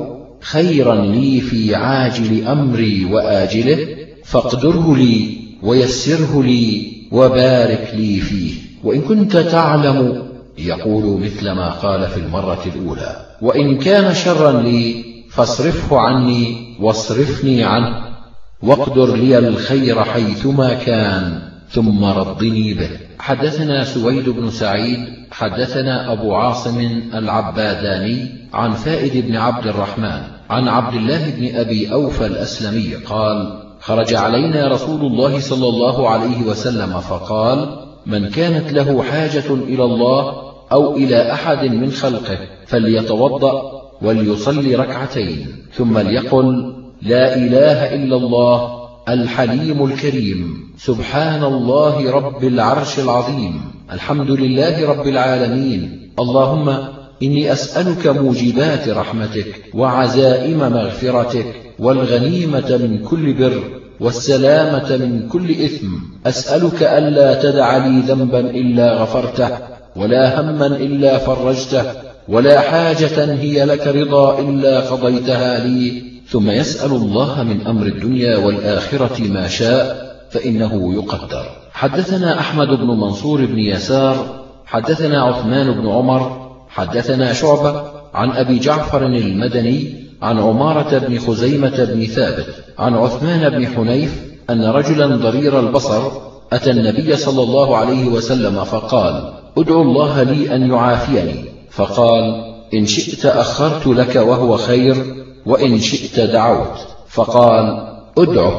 خيرا لي في عاجل أمري وآجله فاقدره لي ويسره لي وبارك لي فيه، وإن كنت تعلم يقول مثل ما قال في المرة الأولى، وإن كان شرا لي فاصرفه عني واصرفني عنه، واقدر لي الخير حيثما كان ثم رضني به. حدثنا سويد بن سعيد حدثنا أبو عاصم العباداني عن فائد بن عبد الرحمن عن عبد الله بن أبي أوفى الأسلمي قال: خرج علينا رسول الله صلى الله عليه وسلم فقال: من كانت له حاجة إلى الله أو إلى أحد من خلقه فليتوضأ وليصلي ركعتين ثم ليقل: لا إله إلا الله الحليم الكريم، سبحان الله رب العرش العظيم، الحمد لله رب العالمين، اللهم إني أسألك موجبات رحمتك وعزائم مغفرتك والغنيمة من كل بر والسلامة من كل إثم، أسألك ألا تدع لي ذنبا إلا غفرته ولا هما إلا فرجته ولا حاجة هي لك رضا إلا قضيتها لي، ثم يسأل الله من أمر الدنيا والآخرة ما شاء فإنه يقدر. حدثنا أحمد بن منصور بن يسار حدثنا عثمان بن عمر حدثنا شعبة عن أبي جعفر المدني عن عمارة بن خزيمة بن ثابت عن عثمان بن حنيف أن رجلا ضرير البصر أتى النبي صلى الله عليه وسلم فقال: ادعو الله لي أن يعافيني، فقال: إن شئت أخرت لك وهو خير، وإن شئت دعوت، فقال: ادعه،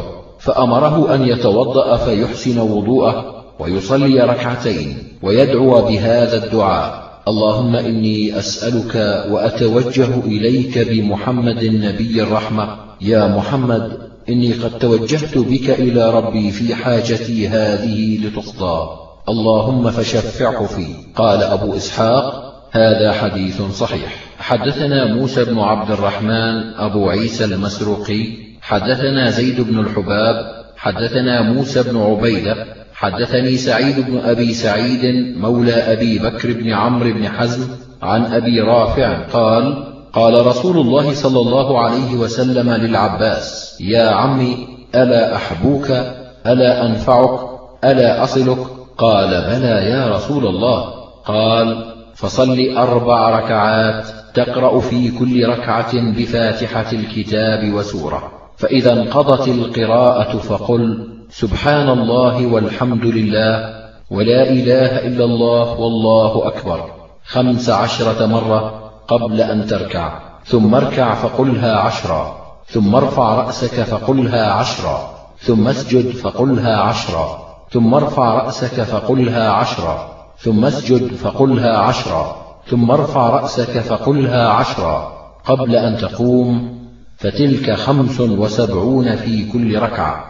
فأمره أن يتوضأ فيحسن وضوءه ويصلي ركعتين ويدعو بهذا الدعاء: اللهم إني أسألك وأتوجه إليك بمحمد نبي الرحمة، يا محمد إني قد توجهت بك إلى ربي في حاجتي هذه لتقضى، اللهم فشفعه فيه. قال أبو إسحاق: هذا حديث صحيح. حدثنا موسى بن عبد الرحمن أبو عيسى المسروقي حدثنا زيد بن الحباب حدثنا موسى بن عبيدة حدثني سعيد بن أبي سعيد مولى أبي بكر بن عمرو بن حزم عن أبي رافع قال: قال رسول الله صلى الله عليه وسلم للعباس: يا عمي، ألا أحبوك؟ ألا أنفعك؟ ألا أصلك؟ قال: بلى يا رسول الله. قال: فصل أربع ركعات تقرأ في كل ركعة بفاتحة الكتاب وسورة، فإذا انقضت القراءة فقل: سبحان الله والحمد لله ولا إله إلا الله والله أكبر خمس عشرة مرة قبل أن تركع، ثم اركع فقلها عشرا، ثم ارفع رأسك فقلها عشرا، ثم اسجد فقلها عشرا، ثم ارفع رأسك فقلها عشرا، ثم اسجد فقلها عشرا، ثم ارفع رأسك فقلها عشرا قبل أن تقوم، فتلك خمس وسبعون في كل ركعة،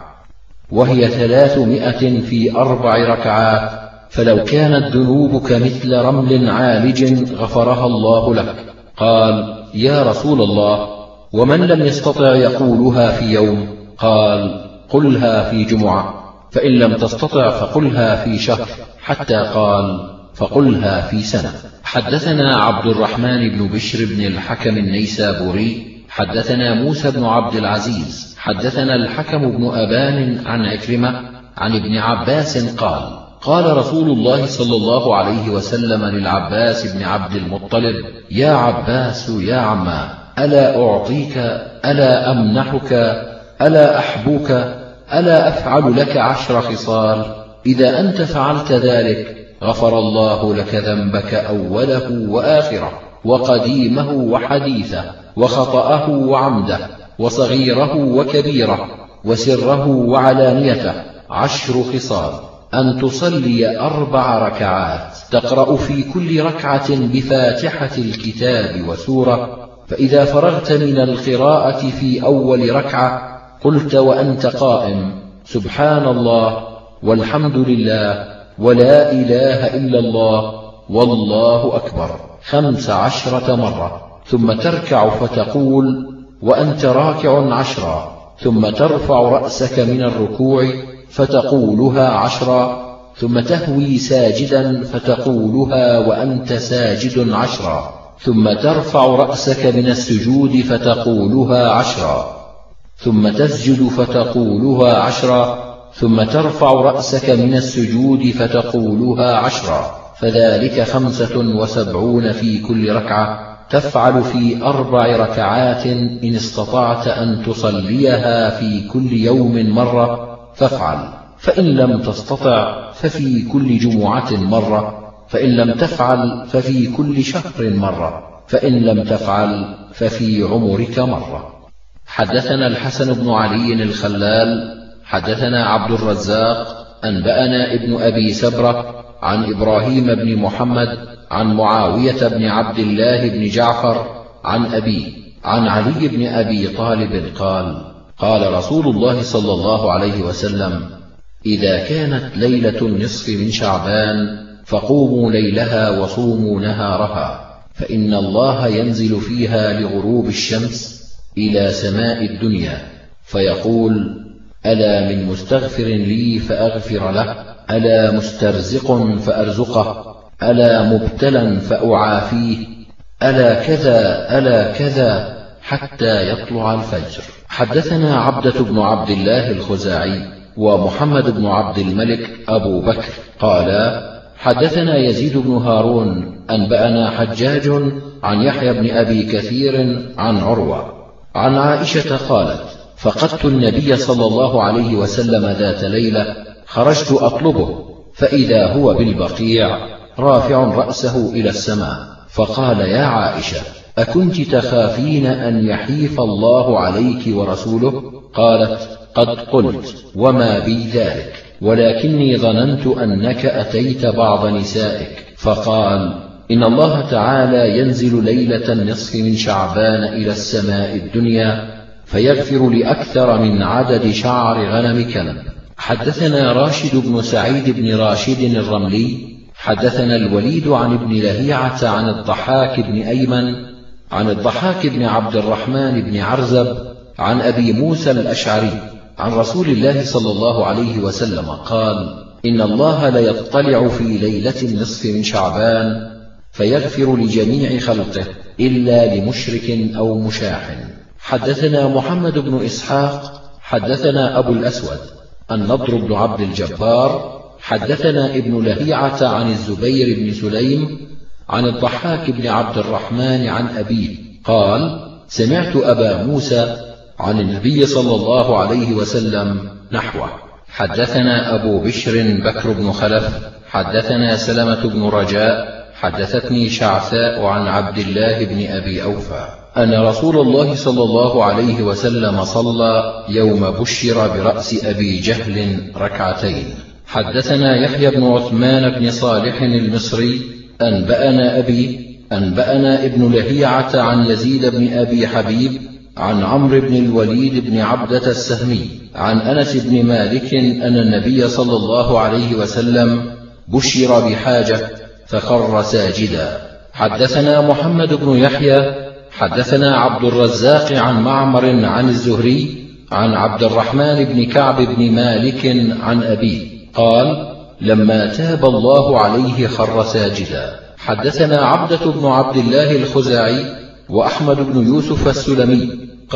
وهي ثلاثمائة في أربع ركعات، فلو كانت ذنوبك مثل رمل عالج غفرها الله لك. قال: يا رسول الله، ومن لم يستطع يقولها في يوم؟ قال: قلها في جمعة، فإن لم تستطع فقلها في شهر، حتى قال: فقلها في سنة. حدثنا عبد الرحمن بن بشر بن الحكم النيسابوري حدثنا موسى بن عبد العزيز حدثنا الحكم بن أبان عن عكرمة عن ابن عباس قال: قال رسول الله صلى الله عليه وسلم للعباس بن عبد المطلب: يا عباس يا عما، ألا أعطيك؟ ألا أمنحك؟ ألا أحبوك؟ ألا أفعل لك عشر خصال؟ إذا أنت فعلت ذلك غفر الله لك ذنبك أوله وآخره وقديمه وحديثه وخطأه وعمده وصغيره وكبيره وسره وعلانيته. عشر خصال: أن تصلي أربع ركعات تقرأ في كل ركعة بفاتحة الكتاب وسورة، فإذا فرغت من القراءة في أول ركعة قلت وأنت قائم: سبحان الله والحمد لله ولا إله إلا الله والله أكبر خمس عشرة مرة، ثم تركع فتقول وأنت راكع عشرا، ثم ترفع رأسك من الركوع فتقولها عشرا، ثم تهوي ساجدا فتقولها وأنت ساجد عشرا، ثم ترفع رأسك من السجود فتقولها عشرا، ثم تسجد فتقولها عشرا، ثم ترفع رأسك من السجود فتقولها عشرا، فذلك خمسة وسبعون في كل ركعة، تفعل في أربع ركعات إن استطعت أن تصليها في كل يوم مرة فافعل، فإن لم تستطع ففي كل جمعة مرة، فإن لم تفعل ففي كل شهر مرة، فإن لم تفعل ففي عمرك مرة. حدثنا الحسن بن علي الخلال حدثنا عبد الرزاق أنبأنا ابن أبي سبرة عن إبراهيم بن محمد عن معاوية بن عبد الله بن جعفر عن أبيه عن علي بن أبي طالب قال: قال رسول الله صلى الله عليه وسلم: إذا كانت ليلة النصف من شعبان فقوموا ليلها وصوموا نهارها، فإن الله ينزل فيها لغروب الشمس إلى سماء الدنيا فيقول: ألا من مستغفر لي فأغفر له، ألا مسترزق فأرزقه، ألا مبتلا فأعافيه، ألا كذا ألا كذا حتى يطلع الفجر. حدثنا عبدة بن عبد الله الخزاعي ومحمد بن عبد الملك أبو بكر قالا: حدثنا يزيد بن هارون أنبأنا حجاج عن يحيى بن أبي كثير عن عروة عن عائشة قالت: فقدت النبي صلى الله عليه وسلم ذات ليلة، خرجت أطلبه فإذا هو بالبقيع رافع رأسه إلى السماء، فقال: يا عائشة، أكنت تخافين أن يحيف الله عليك ورسوله؟ قالت: قد قلت، وما بي ذلك، ولكني ظننت أنك أتيت بعض نسائك. فقال: إن الله تعالى ينزل ليلة النصف من شعبان إلى السماء الدنيا فيغفر لأكثر من عدد شعر غنم كلب. حدثنا راشد بن سعيد بن راشد الرملي حدثنا الوليد عن ابن لهيعة عن الضحاك بن أيمن عن الضحاك بن عبد الرحمن بن عرزب عن أبي موسى الأشعري عن رسول الله صلى الله عليه وسلم قال: إن الله ليطلع في ليلة النصف من شعبان فيغفر لجميع خلقه إلا لمشرك أو مشاح. حدثنا محمد بن إسحاق حدثنا أبو الأسود النضر بن عبد الجبار حدثنا ابن لهيعة عن الزبير بن سليم عن الضحاك بن عبد الرحمن عن أبيه قال: سمعت أبا موسى عن النبي صلى الله عليه وسلم نحوه. حدثنا أبو بشر بكر بن خلف حدثنا سلمة بن رجاء حدثتني شعثاء عن عبد الله بن أبي أوفى أن رسول الله صلى الله عليه وسلم صلى يوم بشر برأس أبي جهل ركعتين. حدثنا يحيى بن عثمان بن صالح المصري أنبأنا أبي أنبأنا ابن لهيعة عن يزيد بن أبي حبيب عن عمرو بن الوليد بن عبدة السهمي عن أنس بن مالك أن النبي صلى الله عليه وسلم بشر بحاجة فخر ساجدا. حدثنا محمد بن يحيى حدثنا عبد الرزاق عن معمر عن الزهري عن عبد الرحمن بن كعب بن مالك عن أبيه قال: لما تاب الله عليه خر ساجدا. حدثنا عبدة بن عبد الله الخزاعي وأحمد بن يوسف السلمي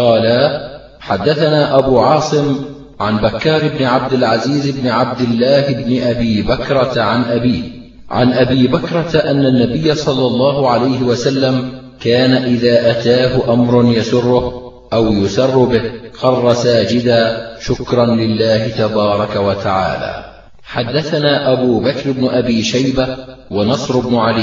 قالا: حدثنا أبو عاصم عن بكار بن عبد العزيز بن عبد الله بن أبي بكرة عن أبيه عن أبي بكرة أن النبي صلى الله عليه وسلم كان إذا أتاه أمر يسره أو يسر به خر ساجدا شكرا لله تبارك وتعالى. حدثنا أبو بكر بن أبي شيبة ونصر بن علي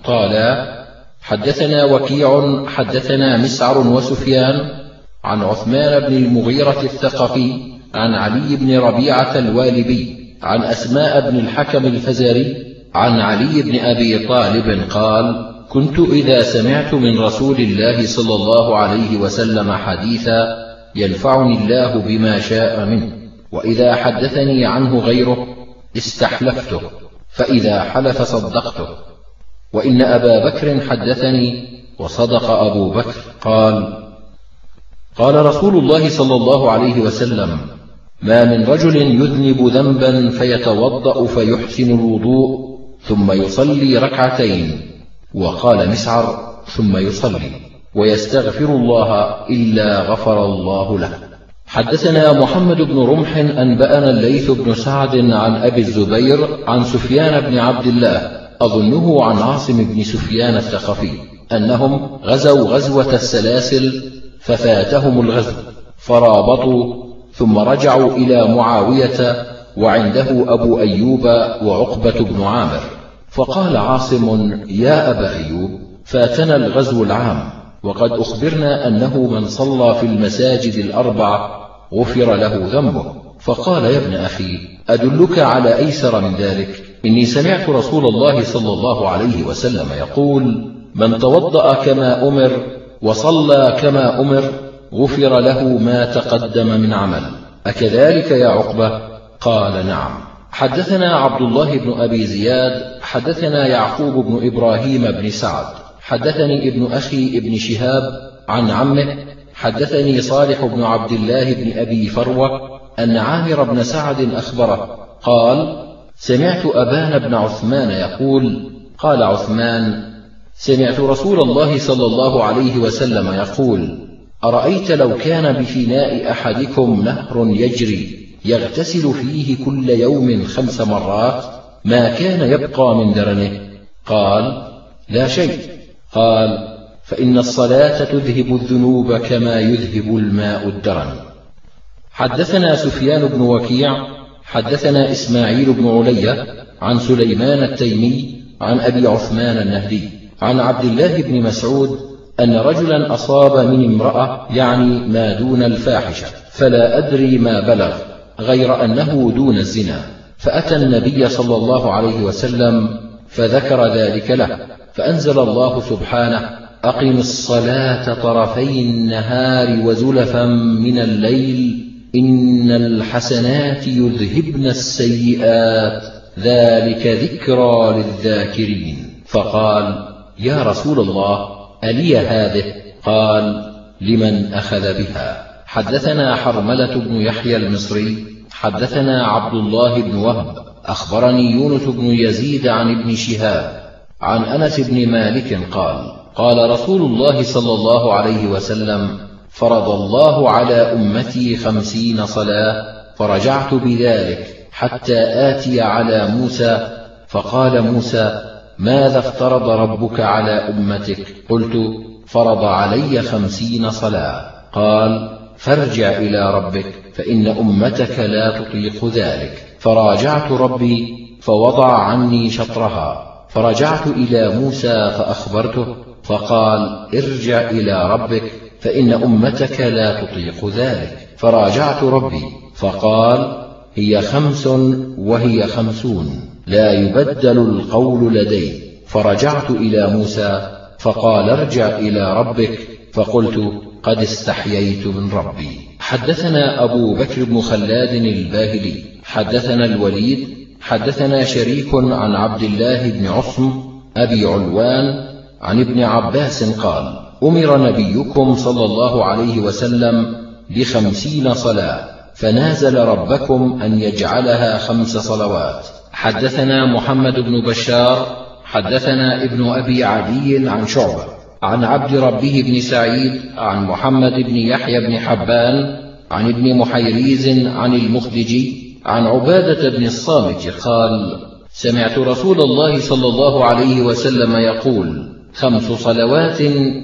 قالا: حدثنا وكيع حدثنا مسعر وسفيان عن عثمان بن المغيرة الثقفي عن علي بن ربيعة الوالبي عن أسماء بن الحكم الفزاري عن علي بن أبي طالب قال: كنت إذا سمعت من رسول الله صلى الله عليه وسلم حديثا ينفعني الله بما شاء منه، وإذا حدثني عنه غيره استحلفته، فإذا حلف صدقته، وإن أبا بكر حدثني وصدق أبو بكر. قال: قال رسول الله صلى الله عليه وسلم: ما من رجل يذنب ذنبا فيتوضأ فيحسن الوضوء ثم يصلي ركعتين. وقال مسعر: ثم يصلي ويستغفر الله إلا غفر الله له. حدثنا محمد بن رمح أنبأنا الليث بن سعد عن أبي الزبير عن سفيان بن عبد الله أظنه عن عاصم بن سفيان الثقفي أنهم غزوا غزوة السلاسل ففاتهم الغزو فرابطوا ثم رجعوا إلى معاوية وعنده أبو أيوب وعقبة بن عامر. فقال عاصم: يا أبا أيوب، فاتنا الغزو العام وقد أخبرنا أنه من صلى في المساجد الأربع غفر له ذنبه. فقال: يا ابن أخي، أدلك على أيسر من ذلك؟ إني سمعت رسول الله صلى الله عليه وسلم يقول: من توضأ كما أمر وصلى كما أمر غفر له ما تقدم من عمل. أكذلك يا عقبة؟ قال: نعم. حدثنا عبد الله بن أبي زياد حدثنا يعقوب بن إبراهيم بن سعد حدثني ابن أخي ابن شهاب عن عمه حدثني صالح بن عبد الله بن أبي فروة أن عامر بن سعد أخبره قال: سمعت أبان بن عثمان يقول: قال عثمان: سمعت رسول الله صلى الله عليه وسلم يقول: أرأيت لو كان بفناء أحدكم نهر يجري يغتسل فيه كل يوم خمس مرات ما كان يبقى من درنه؟ قال: لا شيء. قال: فإن الصلاة تذهب الذنوب كما يذهب الماء الدرن. حدثنا سفيان بن وكيع حدثنا إسماعيل بن علي عن سليمان التيمي عن أبي عثمان النهدي عن عبد الله بن مسعود أن رجلا أصاب من امرأة يعني ما دون الفاحشة، فلا أدري ما بلغ غير أنه دون الزنا، فأتى النبي صلى الله عليه وسلم فذكر ذلك له، فأنزل الله سبحانه: أقم الصلاة طرفي النهار وزلفا من الليل إن الحسنات يذهبن السيئات ذلك ذكرى للذاكرين. فقال: يا رسول الله، ألي هذه؟ قال: لمن أخذ بها. حدثنا حرملة بن يحيى المصري حدثنا عبد الله بن وهب أخبرني يونس بن يزيد عن ابن شهاب عن أنس بن مالك قال: قال رسول الله صلى الله عليه وسلم: فرض الله على أمتي خمسين صلاة، فرجعت بذلك حتى آتي على موسى، فقال موسى: ماذا افترض ربك على أمتك؟ قلت: فرض علي خمسين صلاة. قال: فارجع إلى ربك فإن أمتك لا تطيق ذلك. فراجعت ربي فوضع عني شطرها، فرجعت إلى موسى فأخبرته، فقال: ارجع إلى ربك فإن أمتك لا تطيق ذلك. فراجعت ربي فقال: هي خمس وهي خمسون لا يبدل القول لدي. فرجعت إلى موسى فقال: ارجع إلى ربك، فقلت: قد استحييت من ربي. حدثنا أبو بكر بن خلاد الباهلي حدثنا الوليد حدثنا شريك عن عبد الله بن عصم أبي علوان عن ابن عباس قال: أمر نبيكم صلى الله عليه وسلم بخمسين صلاة، فنازل ربكم أن يجعلها خمس صلوات. حدثنا محمد بن بشار حدثنا ابن أبي عدي عن شعبة عن عبد ربه بن سعيد عن محمد بن يحيى بن حبان عن ابن محيريز عن المخدجي عن عبادة بن الصامت قال: سمعت رسول الله صلى الله عليه وسلم يقول: خمس صلوات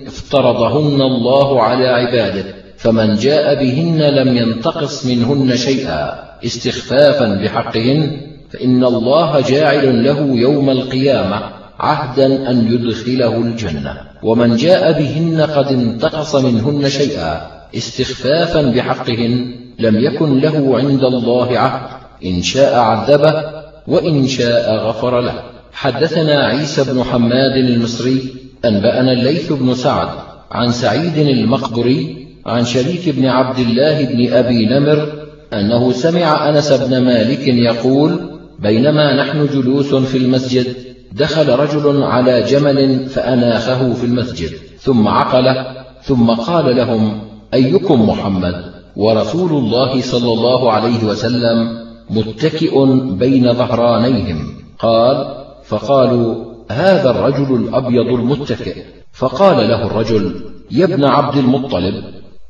افترضهن الله على عباده، فمن جاء بهن لم ينتقص منهن شيئا استخفافا بحقهن، فإن الله جاعل له يوم القيامة عهدا أن يدخله الجنة. ومن جاء بهن قد انتقص منهن شيئا استخفافا بحقهن لم يكن له عند الله عهد، إن شاء عذبه وإن شاء غفر له. حدثنا عيسى بن حماد المصري أنبأنا الليث بن سعد عن سعيد المقبري عن شريك بن عبد الله بن أبي نمر أنه سمع أنس بن مالك يقول: بينما نحن جلوس في المسجد دخل رجل على جمل فأناخه في المسجد ثم عقله، ثم قال لهم: أيكم محمد؟ ورسول الله صلى الله عليه وسلم متكئ بين ظهرانيهم. قال: فقالوا: هذا الرجل الأبيض المتكئ. فقال له الرجل: يا ابن عبد المطلب.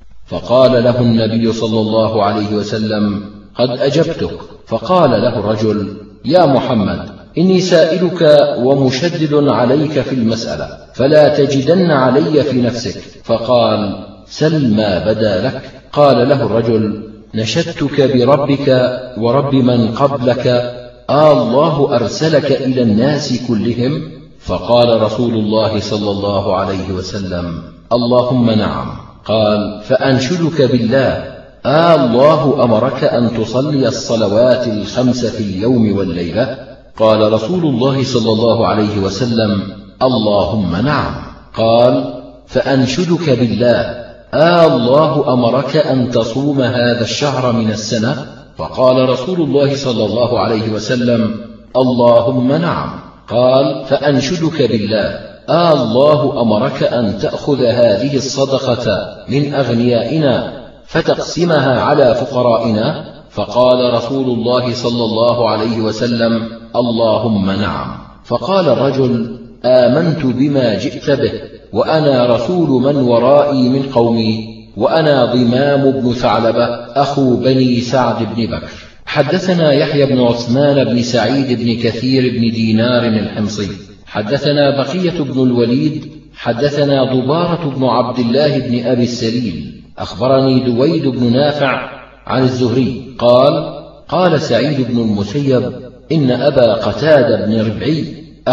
فقال له النبي صلى الله عليه وسلم: قد أجبتك. فقال له الرجل: يا محمد، إني سائلك ومشدد عليك في المسألة، فلا تجدن علي في نفسك. فقال: سل ما بدا لك. قال له الرجل: نشدتك بربك ورب من قبلك، آه الله أرسلك إلى الناس كلهم؟ فقال رسول الله صلى الله عليه وسلم: اللهم نعم. قال: فأنشدك بالله، آه الله أمرك أن تصلي الصلوات الخمس في اليوم والليلة؟ قال رسول الله صلى الله عليه وسلم: اللهم نعم. قال: فأنشدك بالله، آه الله أمرك أن تصوم هذا الشهر من السنة؟ فقال رسول الله صلى الله عليه وسلم: اللهم نعم. قال: فأنشدك بالله، آه الله أمرك أن تأخذ هذه الصدقة من أغنيائنا فتقسمها على فقرائنا؟ فقال رسول الله صلى الله عليه وسلم: اللهم نعم. فقال الرجل: آمنت بما جئت به، وأنا رسول من ورائي من قومي، وأنا ضمام بن ثعلبة أخو بني سعد بن بكر. حدثنا يحيى بن عثمان بن سعيد بن كثير بن دينار الحمصي حدثنا بقية بن الوليد حدثنا ضبارة بن عبد الله بن أبي السليل أخبرني دويد بن نافع عن الزهري قال: قال سعيد بن المسيب: إن أبا قتادة بن ربعي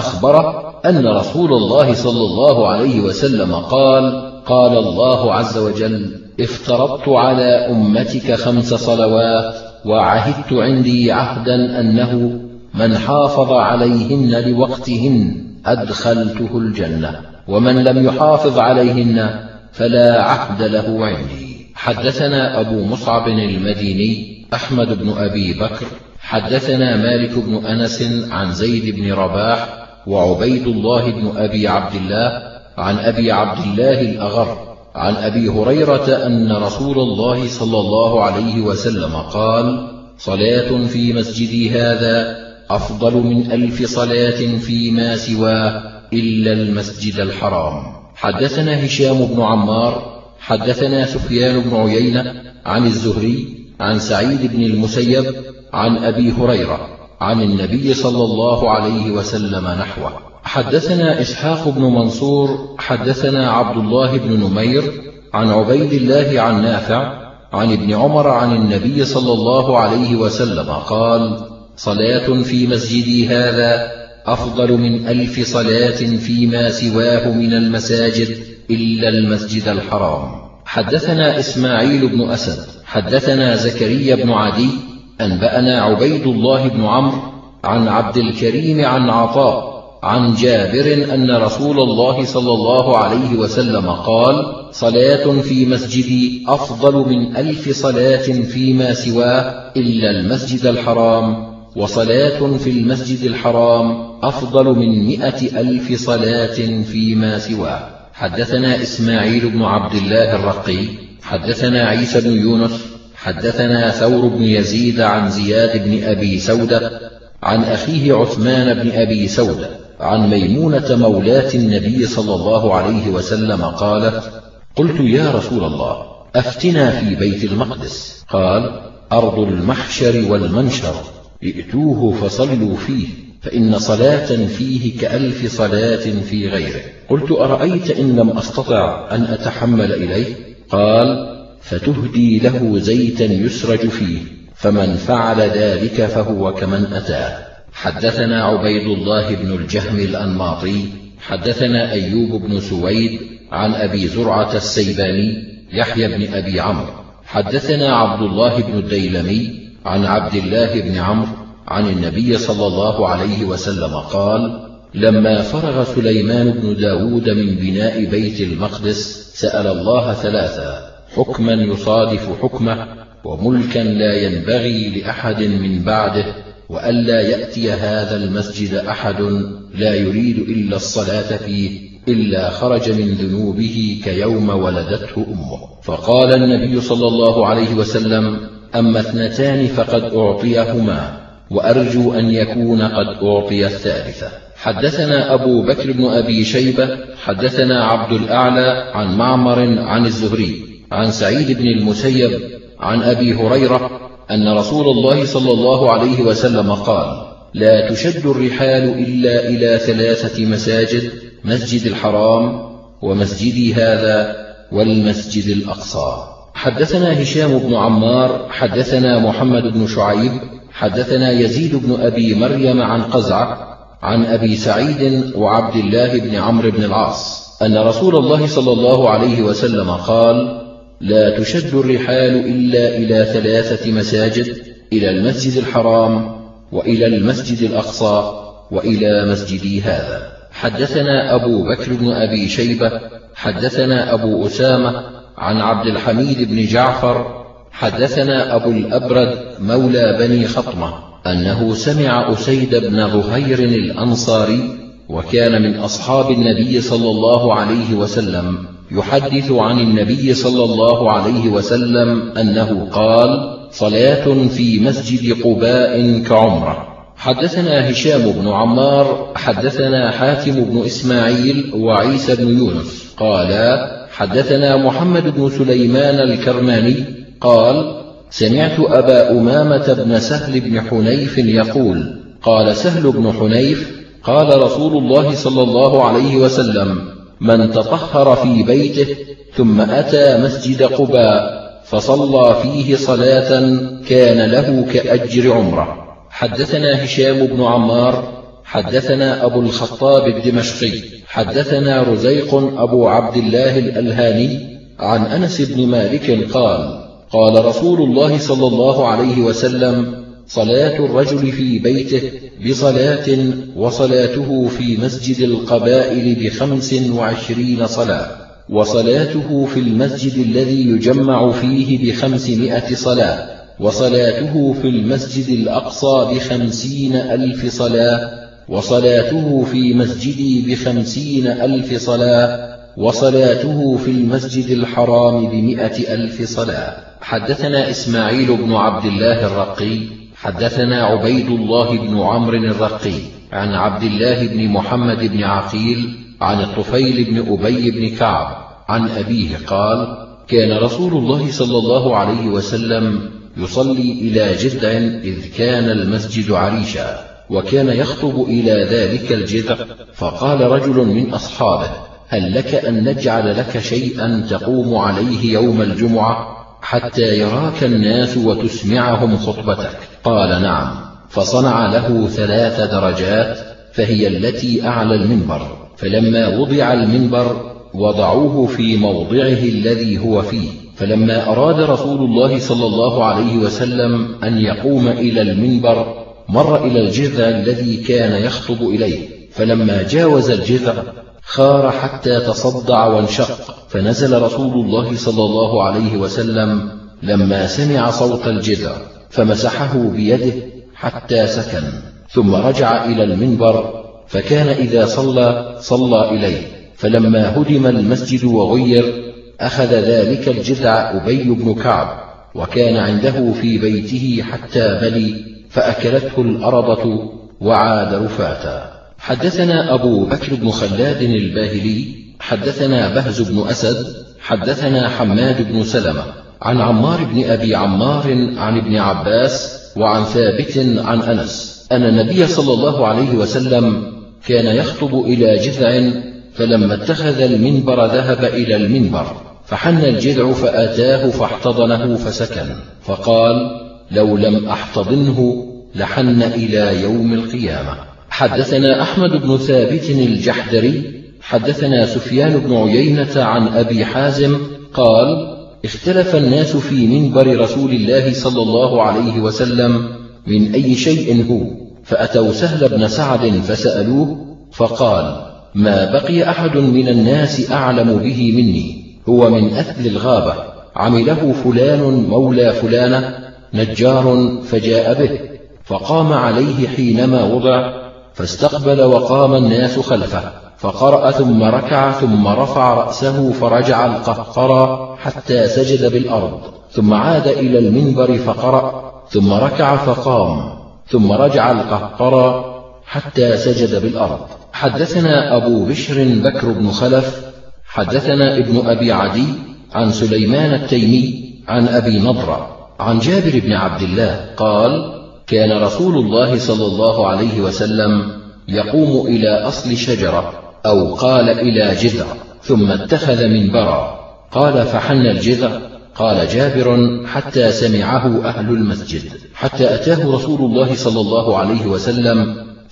أخبره أن رسول الله صلى الله عليه وسلم قال: قال الله عز وجل: افترضت على أمتك خمس صلوات، وعهدت عندي عهدا أنه من حافظ عليهن لوقتهن أدخلته الجنة، ومن لم يحافظ عليهن فلا عهد له عندي. حدثنا أبو مصعب المديني أحمد بن أبي بكر حدثنا مالك بن أنس عن زيد بن رباح وعبيد الله بن أبي عبد الله عن أبي عبد الله الأغر عن أبي هريرة أن رسول الله صلى الله عليه وسلم قال: صلاة في مسجدي هذا أفضل من ألف صلاة فيما سواه إلا المسجد الحرام. حدثنا هشام بن عمار حدثنا سفيان بن عيينة عن الزهري عن سعيد بن المسيب عن أبي هريرة عن النبي صلى الله عليه وسلم نحوه. حدثنا إسحاق بن منصور حدثنا عبد الله بن نمير عن عبيد الله عن نافع عن ابن عمر عن النبي صلى الله عليه وسلم قال: صلاة في مسجدي هذا أفضل من ألف صلاة فيما سواه من المساجد إلا المسجد الحرام. حدثنا إسماعيل بن أسد حدثنا زكريا بن عدي أنبأنا عبيد الله بن عمرو عن عبد الكريم عن عطاء عن جابر أن رسول الله صلى الله عليه وسلم قال: صلاة في مسجدي أفضل من ألف صلاة فيما سواه إلا المسجد الحرام، وصلاة في المسجد الحرام أفضل من مئة ألف صلاة فيما سواه. حدثنا إسماعيل بن عبد الله الرقي حدثنا عيسى بن يونس حدثنا ثور بن يزيد عن زياد بن أبي سودة عن أخيه عثمان بن أبي سودة عن ميمونة مولاة النبي صلى الله عليه وسلم قالت: قلت يا رسول الله أفتنا في بيت المقدس. قال: أرض المحشر والمنشر، ائتوه فصلوا فيه، فإن صلاة فيه كألف صلاة في غيره. قلت: أرأيت إن لم أستطع أن أتحمل إليه؟ قال: فتهدي له زيتا يسرج فيه، فمن فعل ذلك فهو كمن أتاه. حدثنا عبيد الله بن الجهم الأنماطي حدثنا أيوب بن سويد عن أبي زرعة السيباني يحيى بن أبي عمرو حدثنا عبد الله بن الديلمي عن عبد الله بن عمرو عن النبي صلى الله عليه وسلم قال: لما فرغ سليمان بن داود من بناء بيت المقدس سأل الله ثلاثا: حكما يصادف حكمه، وملكا لا ينبغي لأحد من بعده، وألا يأتي هذا المسجد أحد لا يريد إلا الصلاة فيه إلا خرج من ذنوبه كيوم ولدته أمه. فقال النبي صلى الله عليه وسلم: أما اثنتان فقد أعطيهما، وأرجو أن يكون قد أعطي الثالثة. حدثنا أبو بكر بن أبي شيبة حدثنا عبد الأعلى عن معمر عن الزهري عن سعيد بن المسيب عن أبي هريرة أن رسول الله صلى الله عليه وسلم قال: لا تشد الرحال إلا إلى ثلاثة مساجد: مسجد الحرام، ومسجدي هذا، والمسجد الأقصى. حدثنا هشام بن عمار حدثنا محمد بن شعيب حدثنا يزيد بن أبي مريم عن قزعة عن أبي سعيد وعبد الله بن عمرو بن العاص أن رسول الله صلى الله عليه وسلم قال: لا تشد الرحال إلا إلى ثلاثة مساجد: إلى المسجد الحرام، وإلى المسجد الأقصى، وإلى مسجدي هذا. حدثنا أبو بكر بن أبي شيبة حدثنا أبو أسامة عن عبد الحميد بن جعفر حدثنا أبو الأبرد مولى بني خطمة أنه سمع أسيد بن ظهير الأنصاري، وكان من أصحاب النبي صلى الله عليه وسلم، يحدث عن النبي صلى الله عليه وسلم أنه قال: صلاة في مسجد قباء كعمرة. حدثنا هشام بن عمار حدثنا حاتم بن إسماعيل وعيسى بن يونس قالا: حدثنا محمد بن سليمان الكرماني قال: سمعت أبا أمامة بن سهل بن حنيف يقول: قال سهل بن حنيف: قال رسول الله صلى الله عليه وسلم: من تطهر في بيته ثم أتى مسجد قباء فصلى فيه صلاة كان له كأجر عمره. حدثنا هشام بن عمار حدثنا أبو الخطاب الدمشقي حدثنا رزيق أبو عبد الله الألهاني عن أنس بن مالك قال: قال رسول الله صلى الله عليه وسلم: صلاة الرجل في بيته بصلاة، وصلاته في مسجد القبائل بخمس وعشرين صلاة، وصلاته في المسجد الذي يجمع فيه بخمسمائة صلاة، وصلاته في المسجد الأقصى بخمسين ألف صلاة، وصلاته في مسجدي بخمسين ألف صلاة، وصلاته في المسجد الحرام بمئة ألف صلاة. حدثنا إسماعيل بن عبد الله الرقي حدثنا عبيد الله بن عمرو الرقي عن عبد الله بن محمد بن عقيل عن الطفيل بن أبي بن كعب عن أبيه قال: كان رسول الله صلى الله عليه وسلم يصلي إلى جذع إذ كان المسجد عريشا، وكان يخطب إلى ذلك الجذع، فقال رجل من أصحابه: هل لك أن نجعل لك شيئا تقوم عليه يوم الجمعة حتى يراك الناس وتسمعهم خطبتك؟ قال: نعم. فصنع له ثلاث درجات، فهي التي أعلى المنبر، فلما وضع المنبر وضعوه في موضعه الذي هو فيه، فلما أراد رسول الله صلى الله عليه وسلم أن يقوم إلى المنبر مر إلى الجذع الذي كان يخطب إليه، فلما جاوز الجذع خار حتى تصدع وانشق، فنزل رسول الله صلى الله عليه وسلم لما سمع صوت الجذع فمسحه بيده حتى سكن، ثم رجع إلى المنبر، فكان إذا صلى صلى إليه، فلما هدم المسجد وغير أخذ ذلك الجذع أبي بن كعب، وكان عنده في بيته حتى بلي، فأكلته الأرضة وعاد رفاتا. حدثنا أبو بكر بن خلاد الباهلي حدثنا بهز بن أسد حدثنا حماد بن سلمة عن عمار بن أبي عمار عن ابن عباس وعن ثابت عن أنس أن النبي صلى الله عليه وسلم كان يخطب إلى جذع، فلما اتخذ المنبر ذهب إلى المنبر، فحن الجذع فأتاه فاحتضنه فسكن، فقال: لو لم أحتضنه لحن إلى يوم القيامة. حدثنا أحمد بن ثابت الجحدري حدثنا سفيان بن عيينة عن أبي حازم قال: اختلف الناس في منبر رسول الله صلى الله عليه وسلم من أي شيء هو، فأتوا سهل بن سعد فسألوه، فقال: ما بقي أحد من الناس أعلم به مني، هو من أهل الغابة، عمله فلان مولى فلانة نجار فجاء به، فقام عليه حينما وضع، فاستقبل وقام الناس خلفه، فقرأ ثم ركع ثم رفع رأسه فرجع القهقرى حتى سجد بالأرض، ثم عاد إلى المنبر فقرأ ثم ركع فقام، ثم رجع القهقرى حتى سجد بالأرض. حدثنا أبو بشر بكر بن خلف حدثنا ابن أبي عدي عن سليمان التيمي عن أبي نضرة عن جابر بن عبد الله قال: كان رسول الله صلى الله عليه وسلم يقوم إلى أصل شجرة، أو قال إلى جذع، ثم اتخذ منبرا. قال: فحن الجذع، قال جابر، حتى سمعه أهل المسجد، حتى أتاه رسول الله صلى الله عليه وسلم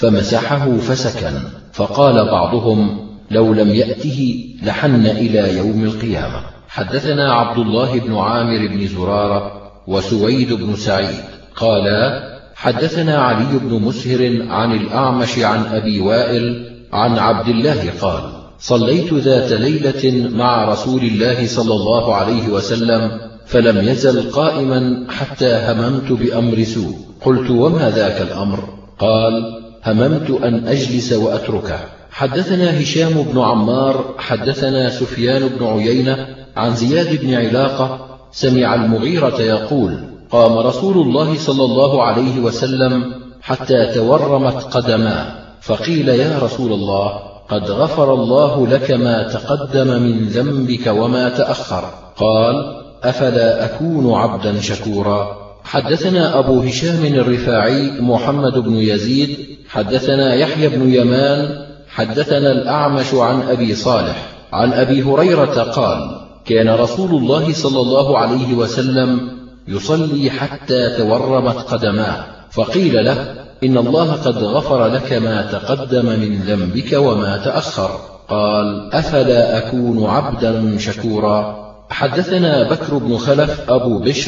فمسحه فسكن. فقال بعضهم: لو لم يأته لحن إلى يوم القيامة. حدثنا عبد الله بن عامر بن زرارة وسويد بن سعيد قالا: حدثنا علي بن مسهر عن الأعمش عن أبي وائل عن عبد الله قال: صليت ذات ليلة مع رسول الله صلى الله عليه وسلم فلم يزل قائما حتى هممت بأمر سوء. قلت: وما ذاك الأمر؟ قال: هممت أن أجلس وأتركه. حدثنا هشام بن عمار حدثنا سفيان بن عيينة عن زياد بن علاقة سمع المغيرة يقول: قام رسول الله صلى الله عليه وسلم حتى تورمت قدماه، فقيل: يا رسول الله، قد غفر الله لك ما تقدم من ذنبك وما تأخر. قال: أفلا أكون عبدا شكورا. حدثنا أبو هشام الرفاعي محمد بن يزيد حدثنا يحيى بن يمان حدثنا الأعمش عن أبي صالح عن أبي هريرة قال: كان رسول الله صلى الله عليه وسلم يصلي حتى تورمت قدماه، فقيل له: إن الله قد غفر لك ما تقدم من ذنبك وما تأخر. قال: أفلا أكون عبدا شكورا. حدثنا بكر بن خلف أبو بشر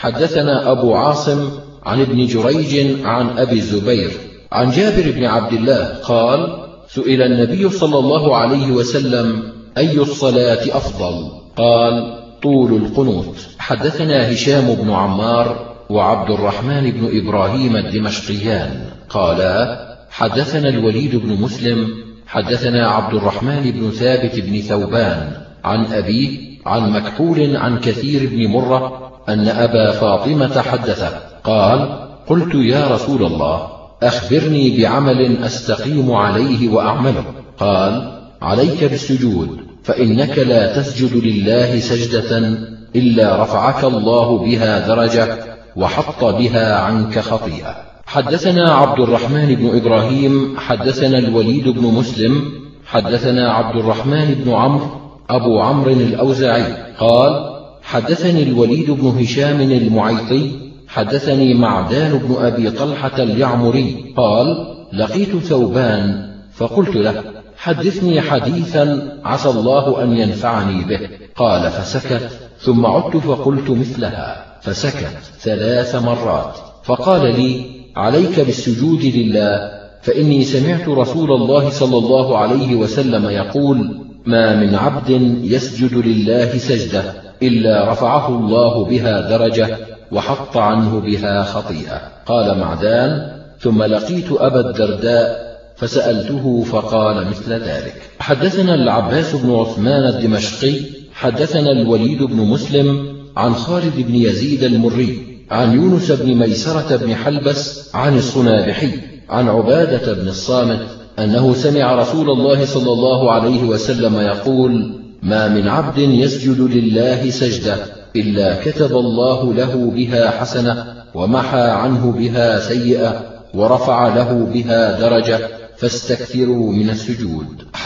حدثنا أبو عاصم عن ابن جريج عن أبي الزبير عن جابر بن عبد الله قال: سئل النبي صلى الله عليه وسلم: أي الصلاة أفضل؟ قال: طول القنوت. حدثنا هشام بن عمار وعبد الرحمن بن إبراهيم الدمشقيان قالا: حدثنا الوليد بن مسلم حدثنا عبد الرحمن بن ثابت بن ثوبان عن أبيه عن مكحول عن كثير بن مرة أن أبا فاطمة حدثه قال: قلت: يا رسول الله، أخبرني بعمل أستقيم عليه وأعمله. قال: عليك بالسجود، فإنك لا تسجد لله سجدة إلا رفعك الله بها درجة وحط بها عنك خطيئة. حدثنا عبد الرحمن بن إبراهيم حدثنا الوليد بن مسلم حدثنا عبد الرحمن بن عمرو أبو عمرو الأوزاعي قال: حدثني الوليد بن هشام المعيطي حدثني معدان بن أبي طلحة اليعمري قال: لقيت ثوبان فقلت له: حدثني حديثا عسى الله أن ينفعني به. قال: فسكت، ثم عدت فقلت مثلها، فسكت ثلاث مرات. فقال لي: عليك بالسجود لله، فإني سمعت رسول الله صلى الله عليه وسلم يقول: ما من عبد يسجد لله سجدة إلا رفعه الله بها درجة وحط عنه بها خطيئة. قال معدان: ثم لقيت أبا الدرداء فسألته فقال مثل ذلك. حدثنا العباس بن عثمان الدمشقي حدثنا الوليد بن مسلم عن خالد بن يزيد المري عن يونس بن ميسرة بن حلبس عن الصنابحي عن عبادة بن الصامت أنه سمع رسول الله صلى الله عليه وسلم يقول: ما من عبد يسجد لله سجدة إلا كتب الله له بها حسنة ومحى عنه بها سيئة ورفع له بها درجة، فاستكثروا من السجود.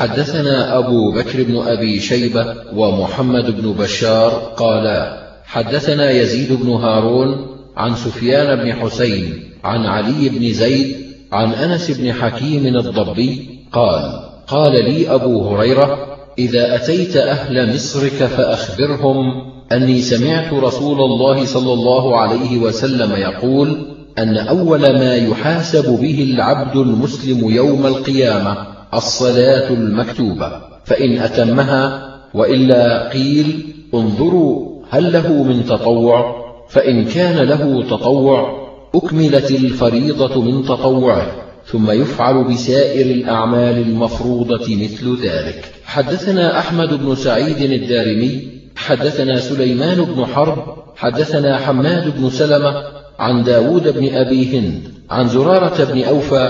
حدثنا أبو بكر بن أبي شيبة ومحمد بن بشار قالا: حدثنا يزيد بن هارون عن سفيان بن حسين عن علي بن زيد عن أنس بن حكيم الضبي قال: قال لي أبو هريرة: إذا أتيت أهل مصرك فأخبرهم أني سمعت رسول الله صلى الله عليه وسلم يقول: أن أول ما يحاسب به العبد المسلم يوم القيامة الصلاة المكتوبة، فإن أتمها وإلا قيل: انظروا هل له من تطوع، فإن كان له تطوع أكملت الفريضة من تطوعه، ثم يفعل بسائر الأعمال المفروضة مثل ذلك. حدثنا أحمد بن سعيد الدارمي حدثنا سليمان بن حرب حدثنا حماد بن سلمة عن داود بن أبي هند عن زرارة بن أوفى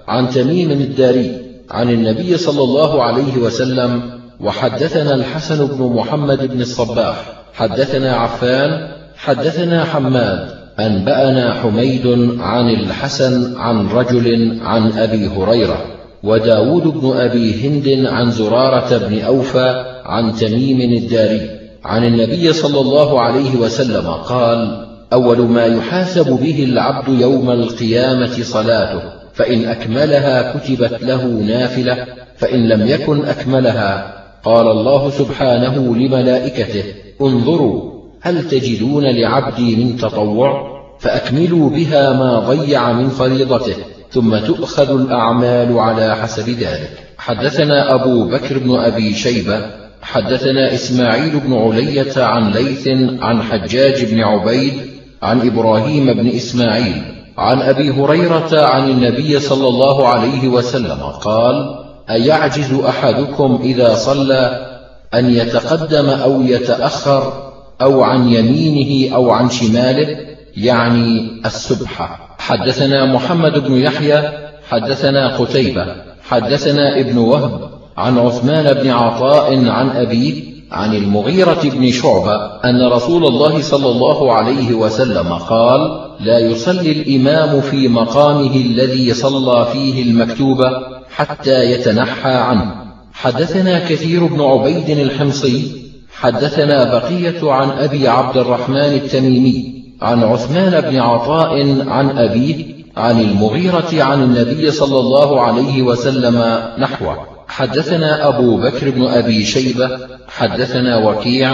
عن تميم الداري عن النبي صلى الله عليه وسلم. وحدثنا الحسن بن محمد بن الصباح حدثنا عفان حدثنا حماد أنبأنا حميد عن الحسن عن رجل عن أبي هريرة. وداود بن أبي هند عن زرارة بن أوفى عن تميم الداري عن النبي صلى الله عليه وسلم قال: أول ما يحاسب به العبد يوم القيامة صلاته، فإن أكملها كتبت له نافلة، فإن لم يكن أكملها قال الله سبحانه لملائكته: انظروا هل تجدون لعبدي من تطوع؟ فأكملوا بها ما ضيع من فريضته، ثم تؤخذ الأعمال على حسب ذلك. حدثنا أبو بكر بن أبي شيبة حدثنا إسماعيل بن علية عن ليث عن حجاج بن عبيد عن إبراهيم بن إسماعيل عن أبي هريرة عن النبي صلى الله عليه وسلم قال: أيعجز أحدكم إذا صلى أن يتقدم أو يتأخر أو عن يمينه أو عن شماله، يعني السبحة. حدثنا محمد بن يحيى حدثنا قتيبة حدثنا ابن وهب عن عثمان بن عطاء عن أبيه عن المغيرة بن شعبة أن رسول الله صلى الله عليه وسلم قال: لا يصلي الإمام في مقامه الذي صلى فيه المكتوبة حتى يتنحى عنه. حدثنا كثير بن عبيد الحمصي حدثنا بقية عن أبي عبد الرحمن التميمي عن عثمان بن عطاء عن أبيه عن المغيرة عن النبي صلى الله عليه وسلم نحوه. حدثنا أبو بكر بن أبي شيبة حدثنا وكيع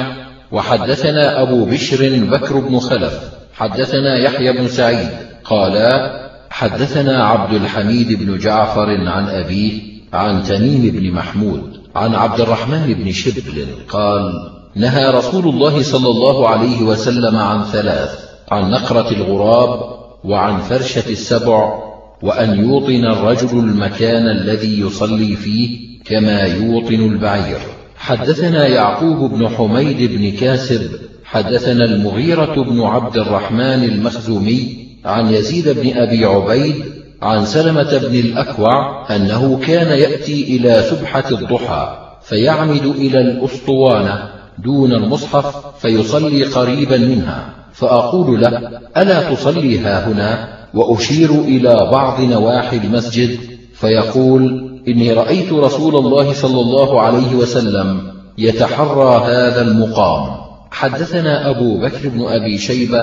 وحدثنا أبو بشر بكر بن خلف حدثنا يحيى بن سعيد قالا: حدثنا عبد الحميد بن جعفر عن أبيه عن تميم بن محمود عن عبد الرحمن بن شبل قال: نهى رسول الله صلى الله عليه وسلم عن ثلاث: عن نقرة الغراب، وعن فرشة السبع، وأن يوطن الرجل المكان الذي يصلي فيه كما يوطن البعير. حدثنا يعقوب بن حميد بن كاسب حدثنا المغيرة بن عبد الرحمن المخزومي عن يزيد بن أبي عبيد عن سلمة بن الأكوع أنه كان يأتي إلى سبحة الضحى فيعمد إلى الأسطوانة دون المصحف فيصلي قريبا منها، فأقول له: ألا تصلي هاهنا؟ وأشير إلى بعض نواحي المسجد، فيقول: إني رأيت رسول الله صلى الله عليه وسلم يتحرى هذا المقام. حدثنا أبو بكر بن أبي شيبة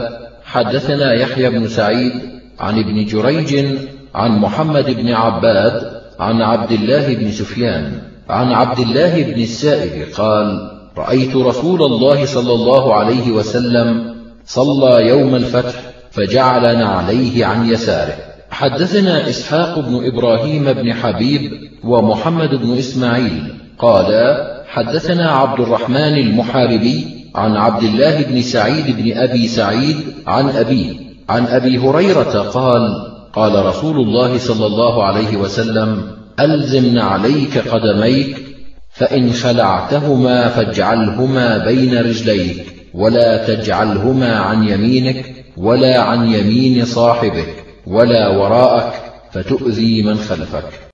حدثنا يحيى بن سعيد عن ابن جريج عن محمد بن عباد عن عبد الله بن سفيان عن عبد الله بن السائب قال: رأيت رسول الله صلى الله عليه وسلم صلى يوم الفتح فجعل نعليه عن يساره. حدثنا إسحاق بن إبراهيم بن حبيب ومحمد بن إسماعيل قالا: حدثنا عبد الرحمن المحاربي عن عبد الله بن سعيد بن أبي سعيد عن أبيه عن أبي هريرة قال: قال رسول الله صلى الله عليه وسلم: ألزم نعليك قدميك، فإن خلعتهما فاجعلهما بين رجليك، ولا تجعلهما عن يمينك ولا عن يمين صاحبك ولا وراءك فتؤذي من خلفك.